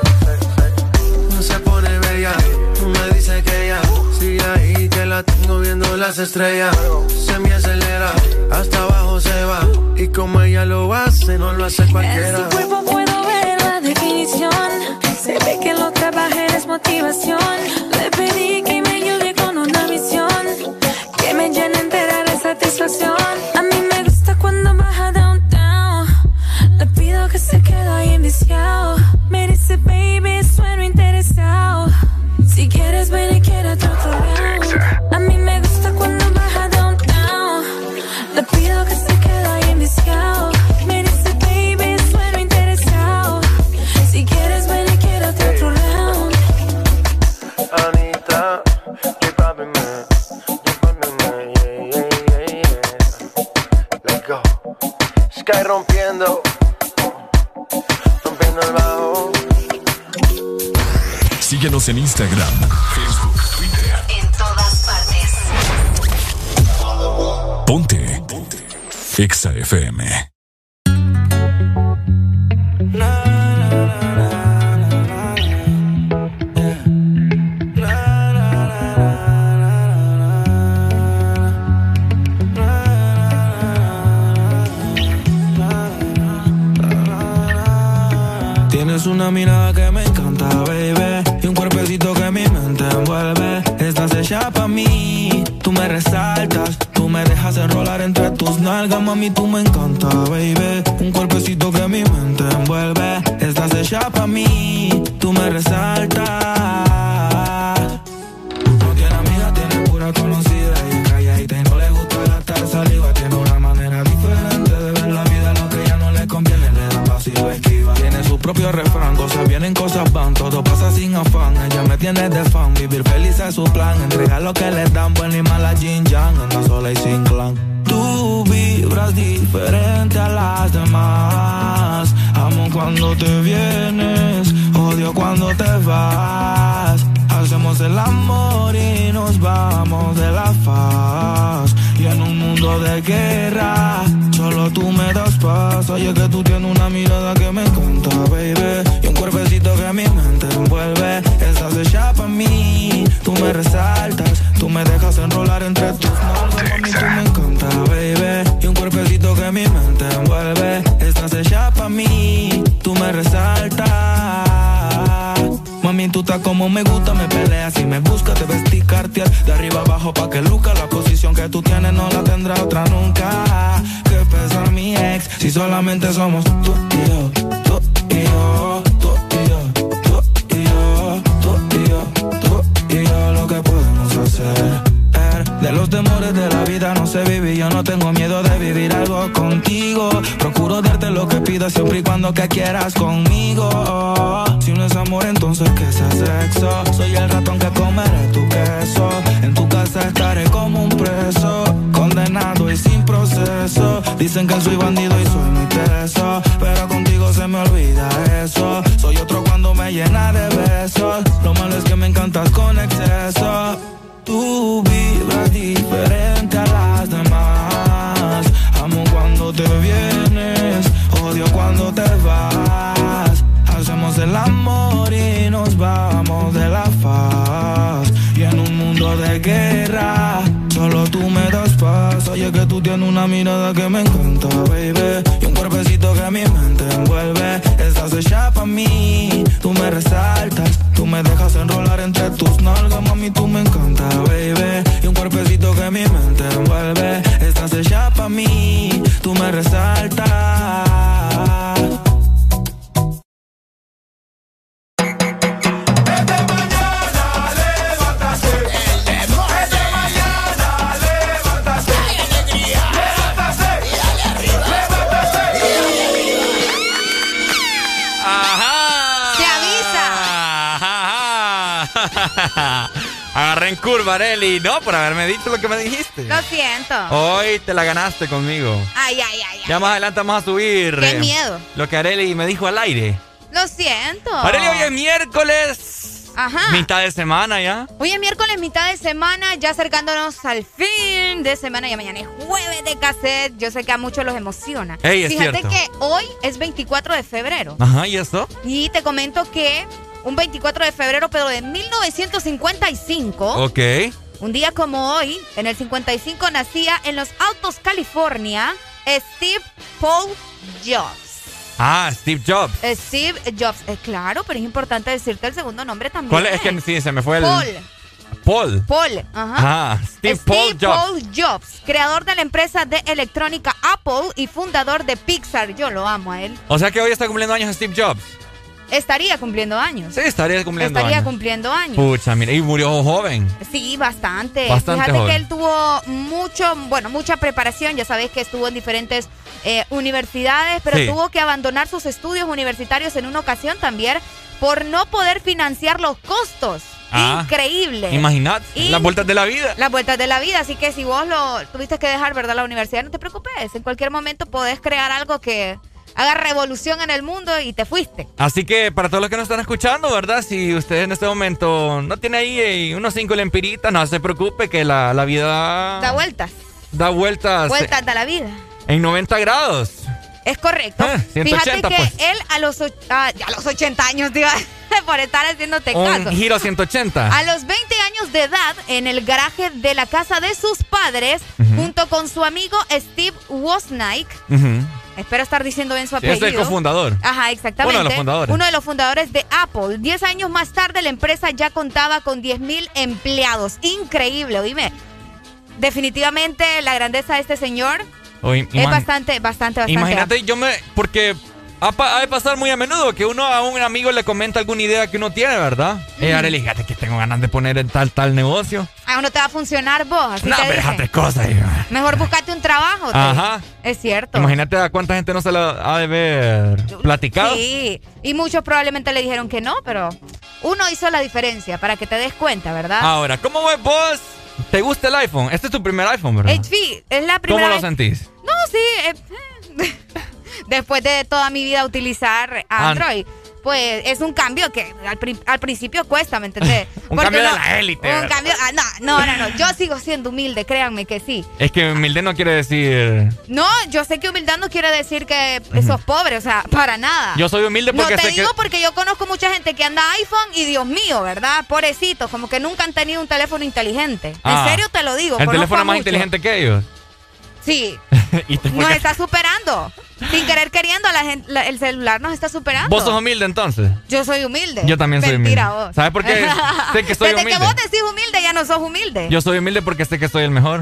No se pone bella, me dice que ya sigue ahí, que la tengo viendo las estrellas. Se me acelera, hasta abajo se va. Y como ella lo hace, no lo hace cualquiera. En su cuerpo puedo ver la definición. Se ve que lo trabajé es motivación. Le pedí que me ayude con una misión que me llene entera de satisfacción. A mí me gusta cuando baja downtown. Le pido que se quede ahí enviciado. Me dice baby, sueno interesado. Si quieres ven y quédate otro round. A mí me gusta cuando baja downtown. Le pido que se quede ahí enviciado. Me dice baby, sueno interesado. Si quieres ven y quédate otro round. Anita, J Balvin, man, J Balvin, man, yeah, yeah, yeah, yeah. Let's go. Sky rompiendo, rompiendo el bajo. Síguenos en Instagram, Facebook, Twitter. En todas partes. Ponte. Ponte. Exa F M. Tienes una mirada que me encanta, baby, y un cuerpecito que mi mente envuelve. Estás hecha pa' mí, tú me resaltas, tú me dejas enrolar entre tus nalgas, mami, tú me encanta, baby. Un cuerpecito que mi mente envuelve. Estás hecha pa' mí, tú me resaltas. No tiene amiga, tiene pura conocida y calladita y no le gusta gastar saliva. Tiene una manera diferente de ver la vida, lo que ella no le conviene le da paso y lo esquiva. Tiene su propio refrán, cosas vienen, cosas van, todo pasa sin afán. Ella me tiene de fan, vivir feliz es su plan. Entregar lo que le dan, buena y mala yin yang, anda sola y sin clan. Tú vibras diferente a las demás. Amo cuando te vienes, odio cuando te vas. Hacemos el amor y nos vamos de la faz. Y en un mundo de guerra, solo tú me das paz. Oye que tú tienes una mirada que me encanta, baby, y un cuerpecito que mi mente envuelve. Estás hecha pa' mí, tú me resaltas, tú me dejas enrolar entre tus manos. Mami, tú me encanta, baby, y un cuerpecito que mi mente envuelve. Estás hecha pa' mí, tú me resaltas. Mami, tú estás como me gusta, me peleas y me buscas, te vestí Cartier de arriba abajo pa' que luca. La posición que tú tienes no la tendrá otra nunca. Que pesa mi ex, si solamente somos tú y yo, tú y yo, tú y yo, tú y yo, tú y yo, tú y yo, lo que podemos hacer. De los temores de la vida no sé vivir, yo no tengo miedo de vivir algo contigo. Procuro darte lo que pidas siempre y cuando que quieras conmigo. Si no es amor, entonces que sea sexo. Soy el ratón que comeré tu queso. En tu casa casa estaré como un preso, condenado y sin proceso. Dicen que soy bandido y soy muy teso, pero contigo se me olvida eso. Soy otro cuando me llena de besos. Lo malo es que me encantas con exceso. Tú vibras diferente a las demás. Amo cuando te vienes, odio cuando te vas. Hacemos el amor y nos vamos de la faz. Y en un mundo de guerra, solo tú me das paz. Oye que tú tienes una mirada que me encanta, baby, y un cuerpecito que mi mente envuelve. Estás hecha pa' mí, tú me resaltas. Tú me dejas enrolar entre tus nalgas, mami, tú me encanta, baby, y un cuerpecito que mi mente envuelve. Estás hecha pa' mí, tú me resaltas. Agarré en curva, Arely. No, por haberme dicho lo que me dijiste. Lo siento. Hoy te la ganaste conmigo. Ay, ay, ay. Ya ay. más adelante vamos a subir. Qué eh, miedo. Lo que Arely me dijo al aire. Lo siento. Arely, hoy es miércoles. Ajá. Mitad de semana ya. Hoy es miércoles, mitad de semana, ya acercándonos al fin de semana. Ya mañana es jueves de cassette. Yo sé que a muchos los emociona. Ey, es Fíjate cierto. que hoy es veinticuatro de febrero. Ajá, ¿y eso? Y te comento que un veinticuatro de febrero, pero de mil novecientos cincuenta y cinco. Ok. Un día como hoy, en el cincuenta y cinco, nacía en Los Altos, California, Steve Paul Jobs. Ah, Steve Jobs. Steve Jobs. Eh, claro, pero es importante decirte el segundo nombre también. ¿Cuál es? Es que sí, se me fue el... Paul. Paul. Paul, ajá. Ah, Steve, Steve Paul Jobs. Paul Jobs, creador de la empresa de electrónica Apple y fundador de Pixar. Yo lo amo a él. O sea que hoy está cumpliendo años Steve Jobs. Estaría cumpliendo años. Sí, estaría cumpliendo Estaría años. cumpliendo años. Pucha, mira, y murió joven. Sí, bastante. Bastante Fíjate joven. que él tuvo mucho, bueno, mucha preparación. Ya sabéis que estuvo en diferentes eh, universidades, pero Sí. tuvo que abandonar sus estudios universitarios en una ocasión también por no poder financiar los costos. Ah, Increíble. Imagínate, Y- las vueltas de la vida. Las vueltas de la vida, así que si vos lo tuviste que dejar, ¿verdad? La universidad, no te preocupes. En cualquier momento podés crear algo que haga revolución en el mundo y te fuiste. Así que para todos los que nos están escuchando, ¿verdad? Si usted en este momento no tiene ahí eh, unos cinco lempiritas, no se preocupe que la, la vida Da vueltas. da vueltas Vueltas de la vida. en noventa grados. Es correcto. Ah, ciento Fíjate ochenta, que pues. él a los, och- ah, a los ochenta años, tío, por estar haciéndote caso. Un giro ciento ochenta. A los veinte años de edad, en el garaje de la casa de sus padres, Ujú. junto con su amigo Steve Wozniak, Ujú. espero estar diciendo bien su Sí, es apellido. el cofundador. Ajá, exactamente. Uno de los fundadores. Uno de los fundadores de Apple. Diez años más tarde, la empresa ya contaba con diez mil empleados. Increíble, oíme. Definitivamente, la grandeza de este señor O im- es imag- bastante, bastante, bastante. Imagínate, yo me... Porque ha, pa- ha de pasar muy a menudo que uno a un amigo le comenta alguna idea que uno tiene, ¿verdad? Eh, Arely, fíjate que tengo ganas de poner en tal, tal negocio. Ah, no te va a funcionar vos, así No, te pero dije. déjate cosas. hija. Mejor búscate un trabajo. te Ajá. digo. Es cierto. Imagínate a cuánta gente no se lo ha de ver platicado. Sí, y muchos probablemente le dijeron que no, pero uno hizo la diferencia para que te des cuenta, ¿verdad? Ahora, ¿cómo ves vos? ¿Te gusta el iPhone? Este es tu primer iPhone, ¿verdad? H P, es la primera ¿Cómo lo vez- sentís? No, sí. eh, Después de toda mi vida utilizar Android, pues es un cambio que al, pri- al principio cuesta, ¿me entendés? Un Porque cambio de uno- la élite, Un ¿verdad? cambio. ah, no, no, no, no. Yo sigo siendo humilde, créanme que sí. Es que humilde no quiere decir... No, yo sé que humildad no quiere decir que sos pobre, o sea, para nada. Yo soy humilde porque No te sé digo que... porque yo conozco mucha gente que anda iPhone y Dios mío, ¿verdad? Pobrecitos, como que nunca han tenido un teléfono inteligente. Ah, En serio te lo digo. El conozco teléfono a es más muchos. inteligente que ellos. Sí, Y te- nos porque- está superando. Sin querer queriendo, la gente, la- el celular nos está superando. ¿Vos sos humilde entonces? Yo soy humilde. Yo también soy Mentira, humilde. vos. ¿Sabes por qué? Sé que soy Desde humilde. que vos decís humilde, ya no sos humilde. Yo soy humilde porque sé que soy el mejor.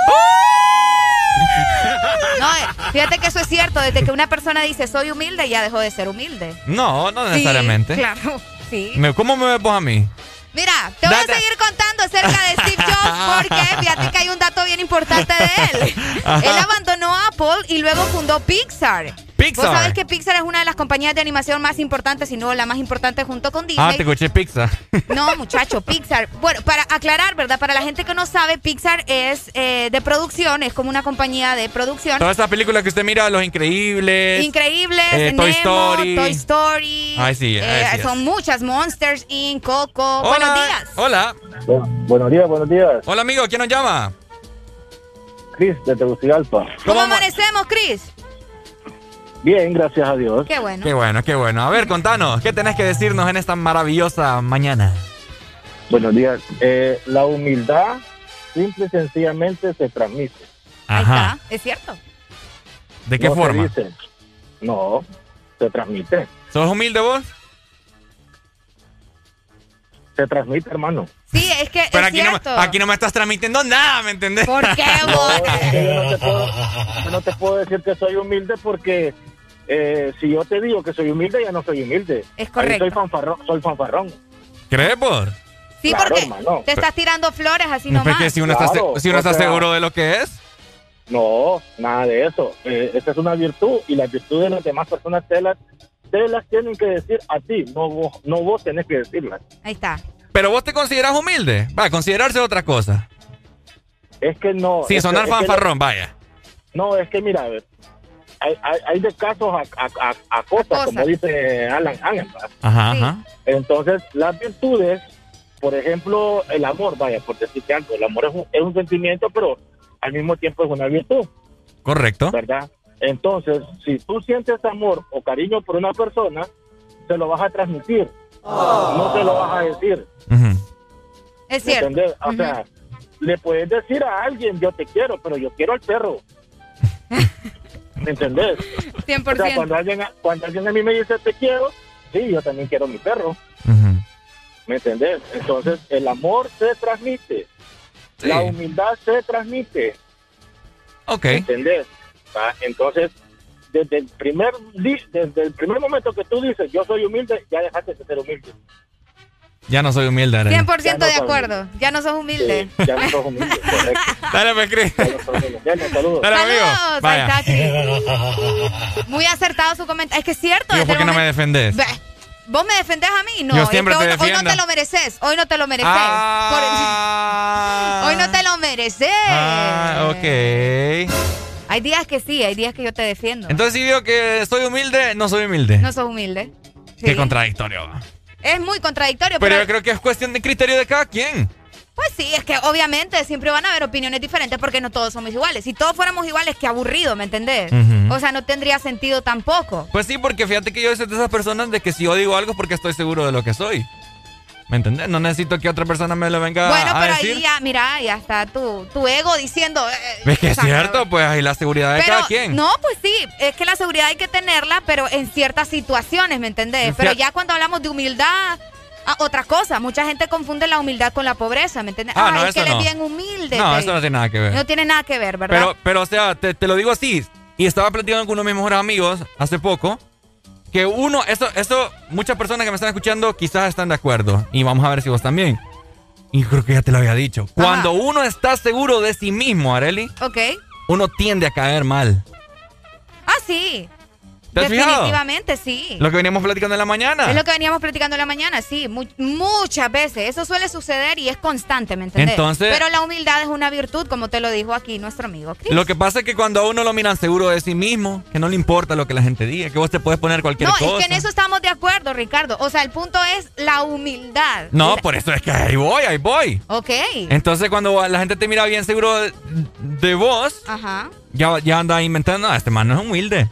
No, eh, fíjate que eso es cierto. Desde que una persona dice soy humilde, ya dejó de ser humilde. No, no Sí, necesariamente. claro, sí. Me- ¿Cómo me ves vos a mí? Mira, te voy Da- a da- seguir contando acerca de Steve Jobs porque fíjate que hay un dato bien importante de él. Ajá. Él abandonó Apple y luego fundó Pixar. Pixar. Vos sabés que Pixar es una de las compañías de animación más importantes, si no la más importante junto con Disney. Ah, te escuché Pixar. No, muchacho, Pixar. Bueno, para aclarar, ¿verdad? Para la gente que no sabe, Pixar es eh, de producción, es como una compañía de producción. Todas esas películas que usted mira, Los Increíbles. Increíbles, eh, Nemo, Toy Story. Toy Story. Ay, sí, eh, así es. son muchas, Monsters incorporated, Coco. Hola. Buenos días. Hola. Bu- buenos días, buenos días. Hola, amigo, ¿quién nos llama? Chris, de Tegucigalpa. ¿Cómo amanecemos, Chris? Bien, gracias a Dios. Qué bueno. Qué bueno, qué bueno. A ver, contanos, ¿qué tenés que decirnos en esta maravillosa mañana? Buenos días. Eh, la humildad simple y sencillamente se transmite. Ajá. Es cierto. ¿De qué No se forma? dice. No, se transmite. ¿Sos humilde vos? Se transmite, hermano. Sí, es que Pero es aquí no, cierto. me, aquí no me estás transmitiendo nada, ¿me entendés? ¿Por qué vos? Es que yo no te puedo, yo no te puedo decir que soy humilde porque eh, si yo te digo que soy humilde, ya no soy humilde. Es correcto. Ahí soy fanfarrón. Soy fanfarrón. ¿Crees por? Sí, Claro, porque hermano. te estás tirando flores así No, nomás. porque si uno, está, Claro, se- si uno o está sea- seguro de lo que es. No, nada de eso. Eh, esta es una virtud y las virtudes de las demás personas te las, te las tienen que decir a ti, no vos, no vos tenés que decirlas. Ahí está. Pero vos te considerás humilde. Va, considerarse otra cosa. Es que no. Sin es que- sonar es que fanfarrón, vaya. No, es que mira, a ver, hay, hay, hay de casos a, a, a, a cosas, cosas. como dice Alan Ángel. ¿verdad? Ajá, Sí. ajá. Entonces, las virtudes, por ejemplo, el amor, vaya, por decirte algo, el amor es un, es un sentimiento, pero al mismo tiempo es una virtud, Correcto. ¿verdad? Entonces, si tú sientes amor o cariño por una persona, se lo vas a transmitir, no se lo vas a decir. Ujú. Es ¿Me cierto. entendés? O Ujú. sea, le puedes decir a alguien, yo te quiero, pero yo quiero al perro. ¿Me entendés? cien por O sea, ciento. cuando alguien, cuando alguien a mí me dice te quiero, sí, yo también quiero a mi perro. Ujú. ¿Me entendés? Entonces, el amor se transmite. Sí. La humildad se transmite. Ok. ¿Me entendés? ¿Va? Entonces, desde el primer di- desde el primer momento que tú dices yo soy humilde, ya dejaste de ser humilde. Ya no soy humilde, Arely. cien por ciento Ya no de sos acuerdo. Ya no sos humilde. Sí, ya no sos humilde, correcto. Dale, me escribe. Ya no sos humilde. Dale, saludos. Dale, amigo. Saludos. Vaya. Ahí está, Chris. Muy acertado su comentario. Es que es cierto. Digo, desde ¿por qué el no me momento- defendés? Ve, ¿vos me defendés a mí? No. Yo es siempre que te hoy, hoy no defiendo. te lo mereces. Hoy no te lo mereces. Ah. Por- Hoy no te lo mereces. Ah, ok. Hay días que sí, hay días que yo te defiendo. Entonces, si digo que soy humilde, no soy humilde. No sos humilde. Qué Sí. contradictorio. va. Es muy contradictorio, Pero pero, yo creo que es cuestión de criterio de cada quien. pues sí, es que obviamente siempre van a haber opiniones diferentes porque no todos somos iguales. Si todos fuéramos iguales, qué aburrido, ¿me entendés? Ujú. O sea, no tendría sentido tampoco. Pues sí, porque fíjate que yo soy de esas personas de que si yo digo algo es porque estoy seguro de lo que soy. ¿Me entendés? No necesito que otra persona me lo venga Bueno, a pero decir. ahí ya, mira, ya está tu, tu ego diciendo... eh, Es que es exacto. cierto, pues ahí la seguridad de Pero, cada quien. no, pues sí, es que la seguridad hay que tenerla, pero en ciertas situaciones, ¿me entendés? Pero Cier- ya cuando hablamos de humildad, ah, otra cosa, mucha gente confunde la humildad con la pobreza, ¿me entendés? Ah, Ay, no, es que eso él no. es bien humilde. No, te- eso no tiene nada que ver. No tiene nada que ver, ¿verdad? Pero, pero, o sea, te, te lo digo así. Y estaba platicando con uno de mis mejores amigos hace poco. Que uno, eso, eso, muchas personas que me están escuchando quizás están de acuerdo. Y vamos a ver si vos también. Y creo que ya te lo había dicho. Cuando uno está seguro de sí mismo, Arely, Ok. uno tiende a caer mal. Ah, sí. ¿Te has fijado? Definitivamente, sí. Lo que veníamos platicando en la mañana. Es lo que veníamos platicando en la mañana, sí, mu- muchas veces. Eso suele suceder y es constante, ¿me entendés? Entonces- Pero la humildad es una virtud, como te lo dijo aquí nuestro amigo Chris. Lo que pasa es que cuando a uno lo miran seguro de sí mismo, que no le importa lo que la gente diga, que vos te puedes poner cualquier No, cosa. es que en eso estamos de acuerdo, Ricardo. O sea, el punto es la humildad. No, La- por eso es que ahí voy, ahí voy. Ok. Entonces cuando la gente te mira bien seguro de, de vos, Ajá. ya, ya anda inventando, no, este man no es humilde.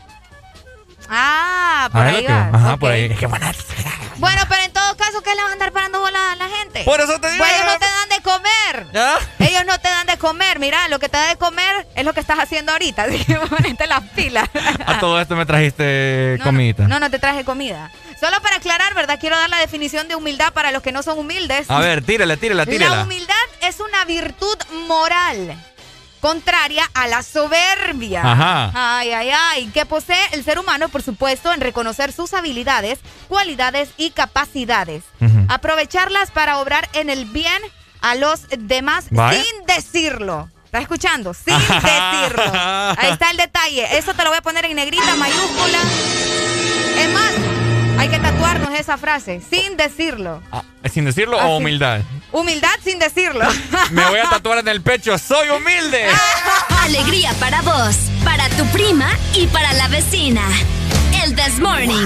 Ah, por Ah, es ahí lo que- va. Ajá, Ok. por ahí. Es que bueno, Bueno, pero en todo caso, ¿qué le van a andar parando bola a la gente? Por eso te digo, Pues ellos ya- no te dan de comer. ¿Ya? Ellos no te dan de comer. Mira, lo que te da de comer es lo que estás haciendo ahorita. Así que ponete las pilas. A todo esto me trajiste No, comidita. No, no te traje comida. Solo para aclarar, ¿verdad? Quiero dar la definición de humildad para los que no son humildes. A ver, tírala, tírala, La tírala. humildad es una virtud moral contraria a la soberbia. Ajá. Ay, ay, ay. Que posee el ser humano, por supuesto, en reconocer sus habilidades, cualidades y capacidades. Ujú. Aprovecharlas para obrar en el bien a los demás Vaya. sin decirlo. ¿Estás escuchando? Sin decirlo. Ahí está el detalle. Eso te lo voy a poner en negrita, mayúscula. Es más, hay que tatuarnos esa frase, sin decirlo. Ah, ¿sin decirlo Así. o humildad? Humildad sin decirlo. Me voy a tatuar en el pecho, soy humilde. Alegría para vos, para tu prima y para la vecina. El This Morning.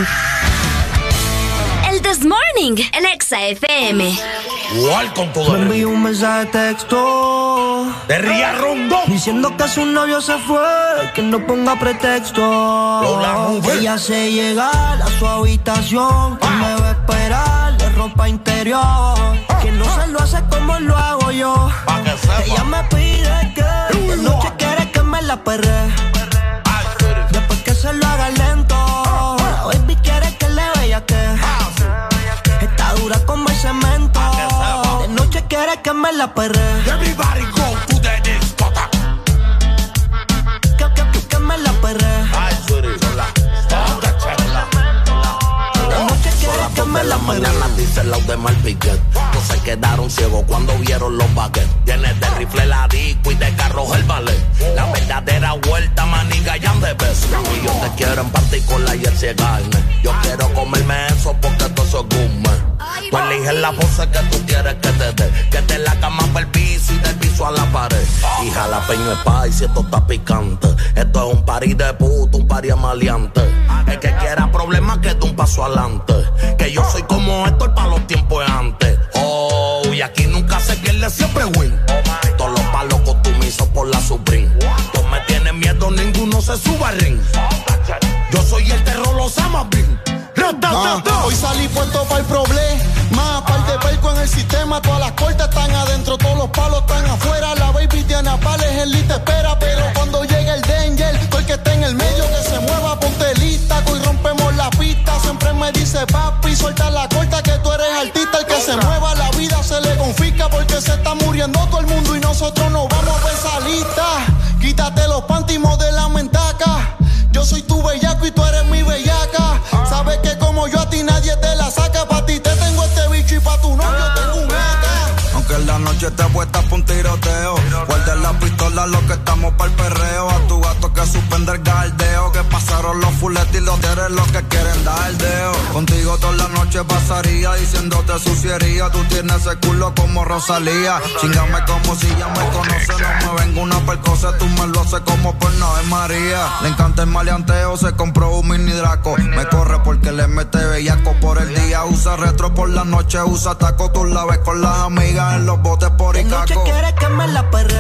El This Morning, el Exa F M. ¿Cuál con todo? Me envió un mensaje de texto de Ría Rondón diciendo que su novio se fue, que no ponga pretexto. Ella se llega a su habitación, que me va a esperar de ropa interior, que no se lo hace como lo hago yo. Ella me pide que de noche quiere que me la perre, después que se lo haga lento. La baby quiere que le vea que está dura como el cemento. De noche quiere que me la perre. Everybody go to the discotheque. Que, que, que, que me la perre. Ay, sweetie, sola. De noche quiere que me la perre. Mañana dice los de Malpiquet. No se quedaron ciegos cuando vieron los baguettes. Tienes de rifle la disco y de carros el ballet. La verdadera vuelta, maniga, y ande beso. Y yo te quiero en particular y el ciegarme. Yo quiero comerme eso porque todo eso es gourmet. Tú eliges la pose que tú quieres que te dé. Que te la cama para el piso y del piso a la pared. Y jalapeño es spicy, esto está picante. Esto es un party de puto, un party maleante. El que quiera problemas que dé un paso adelante. Que yo soy como Héctor para los tiempos de antes. Oh, y aquí nunca se pierde, siempre win. Todos los palos costumizo por la Supreme. Todos me tienen miedo, ninguno se suba al ring. Yo soy el terror, los Amabin. Ah, hoy salí puesto para el problema, par de perco en el sistema, todas las cortas están adentro, todos los palos están afuera, la baby tiene a pales, el lit te espera, pero cuando llegue el danger, todo el que esté en el medio que se mueva, ponte lista, hoy rompemos la pista, siempre me dice papi, suelta la corta que tú eres artista, el que se mueva la vida se le confisca porque se está muriendo todo el mundo y nosotros nos vamos a esa lista, quítate los pantimos de la mentaca. Yo soy tu bellaco y tú eres mi bellaca. Sabes que como yo a ti nadie te la saca. Pa' ti te tengo este bicho y pa' tu novio tengo un A K. Aunque en la noche te apuestas pa' un tiroteo, guarda la pistola lo que estamos pa'l perreo. A tu gato que suspende el galdeo, que pasaron los fuletes y los tienes los que quieren dar deo. Contigo toda la noche pasaría diciéndote suciería. Tú tienes ese culo como Rosalía. Chingame como si ya me conoces. No me vengo una percosa, tú me lo haces como por Ave María. Le encanta el maleanteo, se compró un mini Draco. Me corre porque le mete bellaco por el día. Usa retro por la noche, usa taco. Tú la ves con las amigas en los botes por Icaco. De noche quiere que me la perre,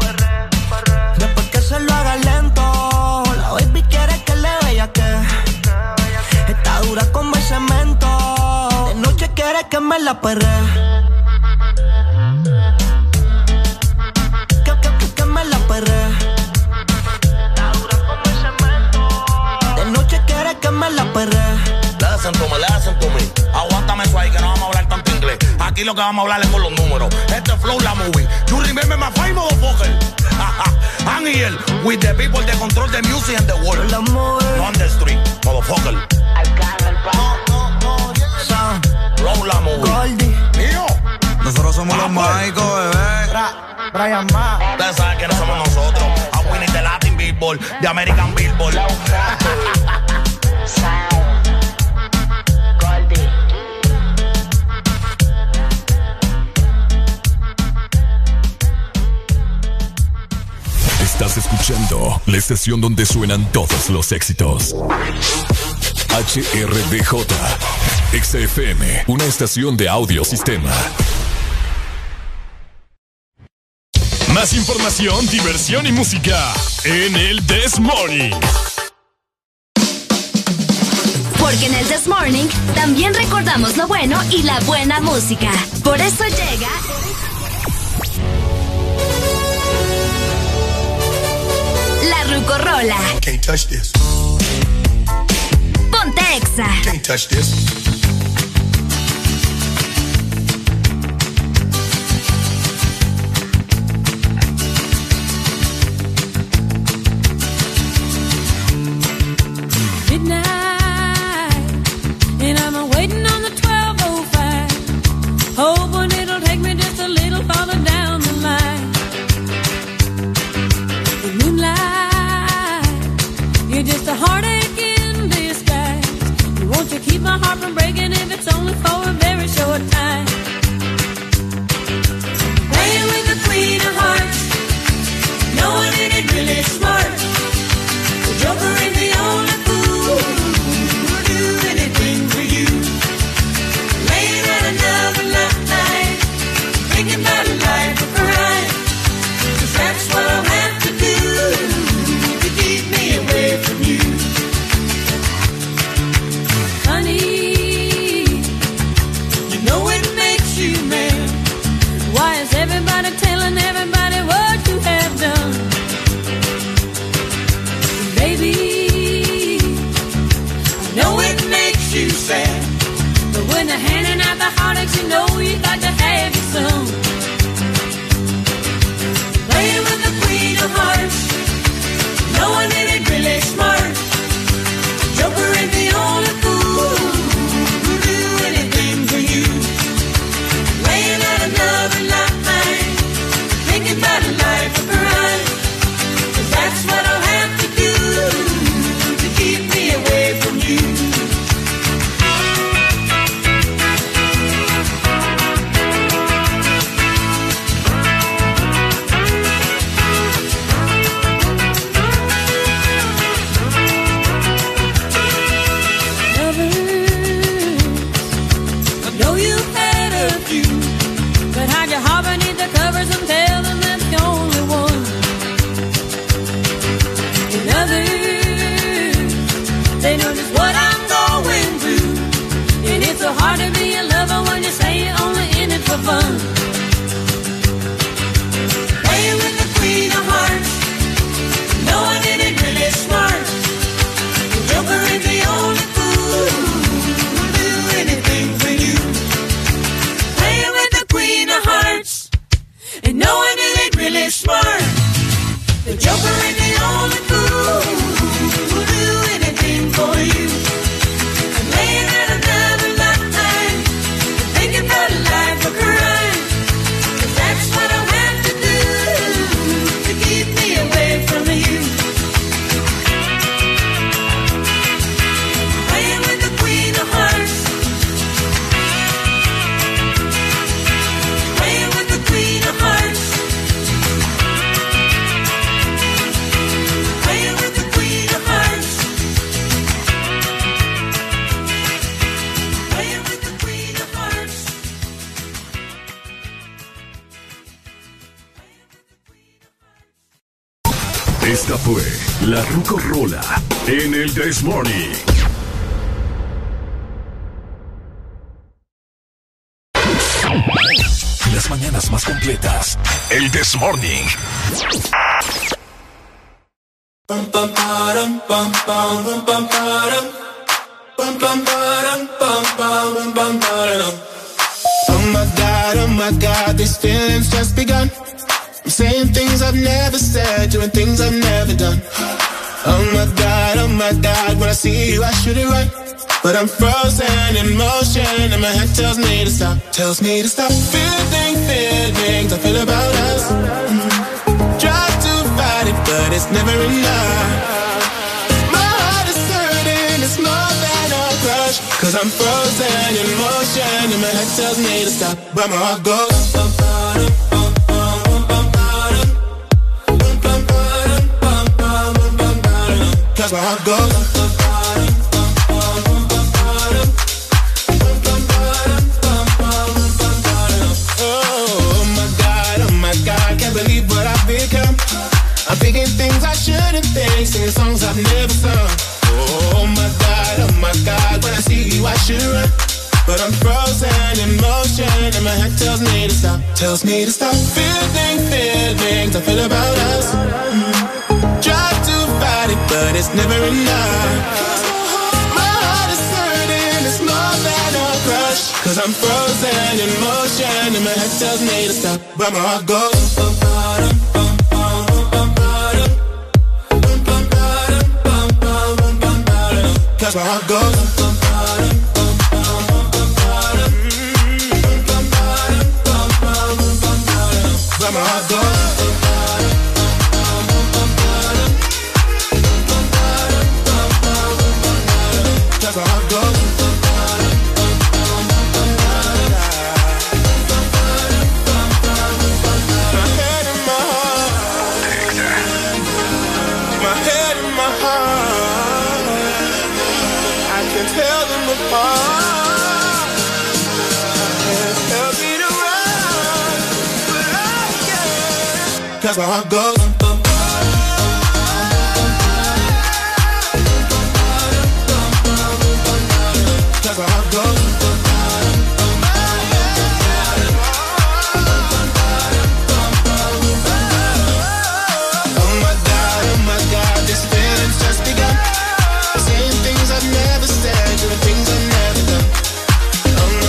después que se lo haga lento. La baby quiere que le vea que está dura como el cemento. De noche quiere que me la perre, que, que, que, que me la perre. Está dura como el cemento. De noche quiere que me la perre. Listen to me, listen to me. Aguántame eso ahí que no vamos a hablar tanto inglés. Aquí lo que vamos a hablar es con los números. Este flow la movie. You remember my fine motherfucker. I'm here with the people that control the music and the world. No on the street, motherfucker. No, no, no, yeah. Flow la movie. Mío. Nosotros somos los mágicos, bebé. Brian Ma. Ustedes saben quiénes somos nosotros. A Winnie de Latin Billboard, de American Billboard. Estás escuchando la estación donde suenan todos los éxitos. H R D J, Exa F M, una estación de audio sistema. Más información, diversión y música en el This Morning. Porque en el This Morning también recordamos lo bueno y la buena música. Por eso llega... La Rucorola. Can't touch this. Ponte Exa. Can't touch this. Midnight, and I'm waiting on the twelve oh five, hoping it'll take me just a little farther down the line. when they're handing out the heartaches, you know you got to have it soon. Playing with the queen of hearts, no one in it really smart. Joker ain't the only fool who'll do anything for you. Laying out another line, thinking about a life of crime. 'Cause that's what I'll have to do to keep me away from you. So hard to be a lover when you say you're only in it for fun. Playing with the queen of hearts, no one in it really smart. The Joker is the only fool who'll do anything for you. Playing with the queen of hearts, and no one in it really smart. The Joker is the only fool who'll do anything for you. I'm laying at another about a life of crime, 'cause that's what I'll have to do to keep me away from you. Playing with the queen of hearts, playing with the queen of hearts, playing with the queen of hearts, playing with the queen of hearts. Esta fue la Rucorola en el This Morning. Las mañanas más completas. El This Morning. Pam pam param pam pam pam pam param pam pam param pam pam pam param. Oh my God, oh my God, these feelings just begun. I'm saying things I've never said, doing things I've never done. Oh my God, oh my God, when I see you I should it right, but I'm frozen in motion and my head tells me to stop, tells me to stop. Feeling feelings I feel about us. Mm-hmm. Try to fight it, but it's never enough. My heart is hurting, it's more than a crush, 'cause I'm frozen in motion and my head tells me to stop, but my heart goes. That's where I go. Oh my God, oh my God, can't believe what I've become. I'm thinking things I shouldn't think, singing songs I've never sung. Oh my God, oh my God, when I see you I should run, but I'm frozen in motion and my head tells me to stop, tells me to stop. Feeling feelings I feel about us. Mm-hmm. Try to fight it, but it's never enough. My heart is hurting, it's more than a crush, 'cause I'm frozen in motion and my head tells me to stop, but my heart goes. Cause my heart goes. But my heart goes. Cause my heart goes. My head and my heart. My head and my heart. I can tell them apart. Can't tell me to run, but I can. Cause my heart goes. Cause my heart goes. Oh my God, oh my God, this feeling's just begun. Saying things I've never said, doing things I've never done. Oh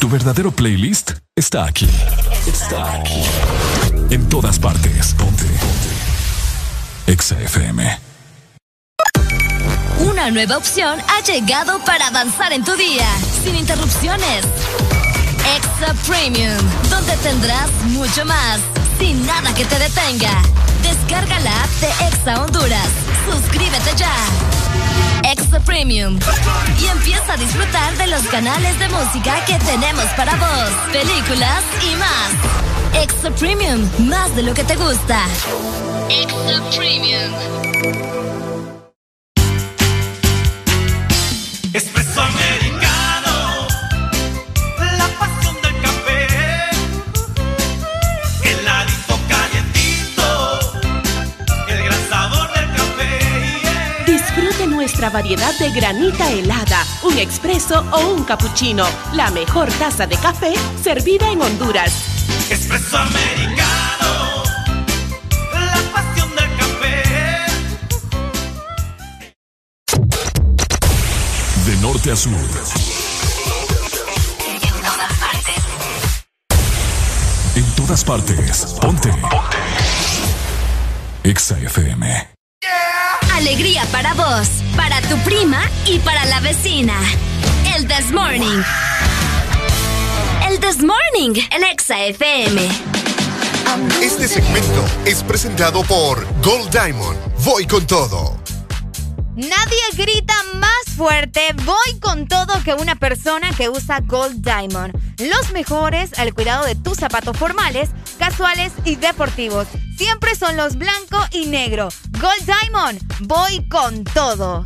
Tu verdadero playlist está aquí. Está aquí. En todas partes. Ponte. Ponte. Exa F M. Una nueva opción ha llegado para avanzar en tu día, sin interrupciones. Exa Premium, donde tendrás mucho más, sin nada que te detenga. Descarga la app de Exa Honduras. Suscríbete ya. Exa Premium. Y empieza a disfrutar de los canales de música que tenemos para vos, películas y más. Exa Premium, más de lo que te gusta. Exa Premium. Espresso americano, la pasión del café, heladito calientito, el gran sabor del café. Disfrute nuestra variedad de granita helada, un expreso o un cappuccino, la mejor taza de café servida en Honduras. Espresso americano, la pasión del café. De norte a sur. En todas partes. En todas partes. Ponte. Ponte. Exa F M. Alegría para vos, para tu prima y para la vecina. El This Morning. El This Morning en Exa F M. Este segmento es presentado por Gold Diamond. Voy con todo. Nadie grita más fuerte, voy con todo, que una persona que usa Gold Diamond. Los mejores al cuidado de tus zapatos formales, casuales y deportivos. Siempre son los blanco y negro. Gold Diamond, voy con todo.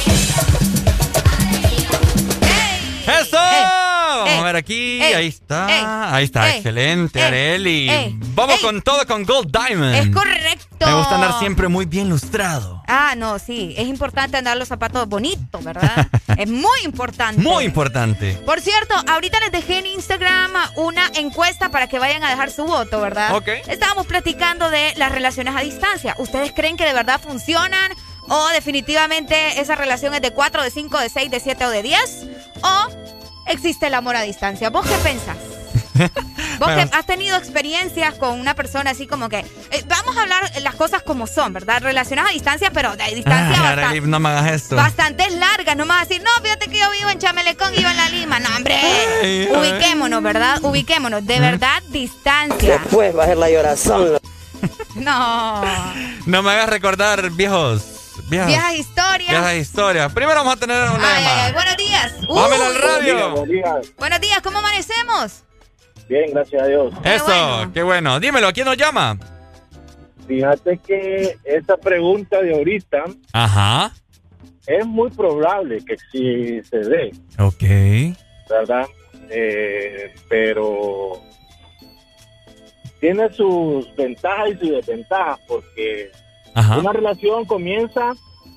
¡Eso! Ey, Vamos ey, a ver aquí. ey, ahí está. ey, ahí está. ey, Excelente, ey, Areli. ey, Vamos ey. con todo con Gold Diamond. Es correcto. Me gusta andar siempre muy bien lustrado. Ah, no, sí. Es importante andar los zapatos bonitos, ¿verdad? Es muy importante. Muy importante. Por cierto, ahorita les dejé en Instagram una encuesta para que vayan a dejar su voto, ¿verdad? Ok. Estábamos platicando de las relaciones a distancia. ¿Ustedes creen que de verdad funcionan? ¿O definitivamente esa relación es de cuatro, de cinco, de seis, de siete o de diez? ¿O existe el amor a distancia? ¿Vos qué pensás? Vos Bueno. que has tenido experiencias con una persona así como que... eh, vamos a hablar las cosas como son, ¿verdad? Relaciones a distancia, pero de distancia Ay, bastante, Arely, no me hagas esto. bastante largas. No me vas a decir, no, fíjate que yo vivo en Chamelecón y vivo en La Lima. No, hombre. Ay, ay. Ubiquémonos, ¿verdad? Ubiquémonos. De verdad, distancia. Después va a ser la llorazón. No. No me hagas recordar viejos. Viejas, Viejas historias. viejas historias. Primero vamos a tener una Ay, ay, llamada. ay, buenos días. Vámonos al Uy. radio. Buenos días. Buenos días, ¿cómo amanecemos? Bien, gracias a Dios. Eso, bueno. qué bueno. Dímelo, ¿quién nos llama? Fíjate que esta pregunta de ahorita Ajá. es muy probable que sí se dé, Ok. ¿verdad? Eh, pero tiene sus ventajas y sus desventajas porque Ajá. una relación comienza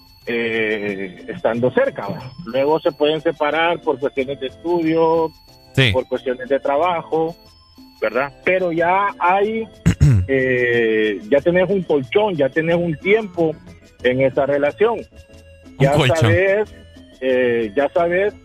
eh, estando cerca, ¿va? Luego se pueden separar por cuestiones de estudio, Sí. por cuestiones de trabajo, ¿verdad? Pero ya hay, eh, ya tenés un colchón, ya tenés un tiempo en esa relación. Ya colchón. sabes, eh, ya sabes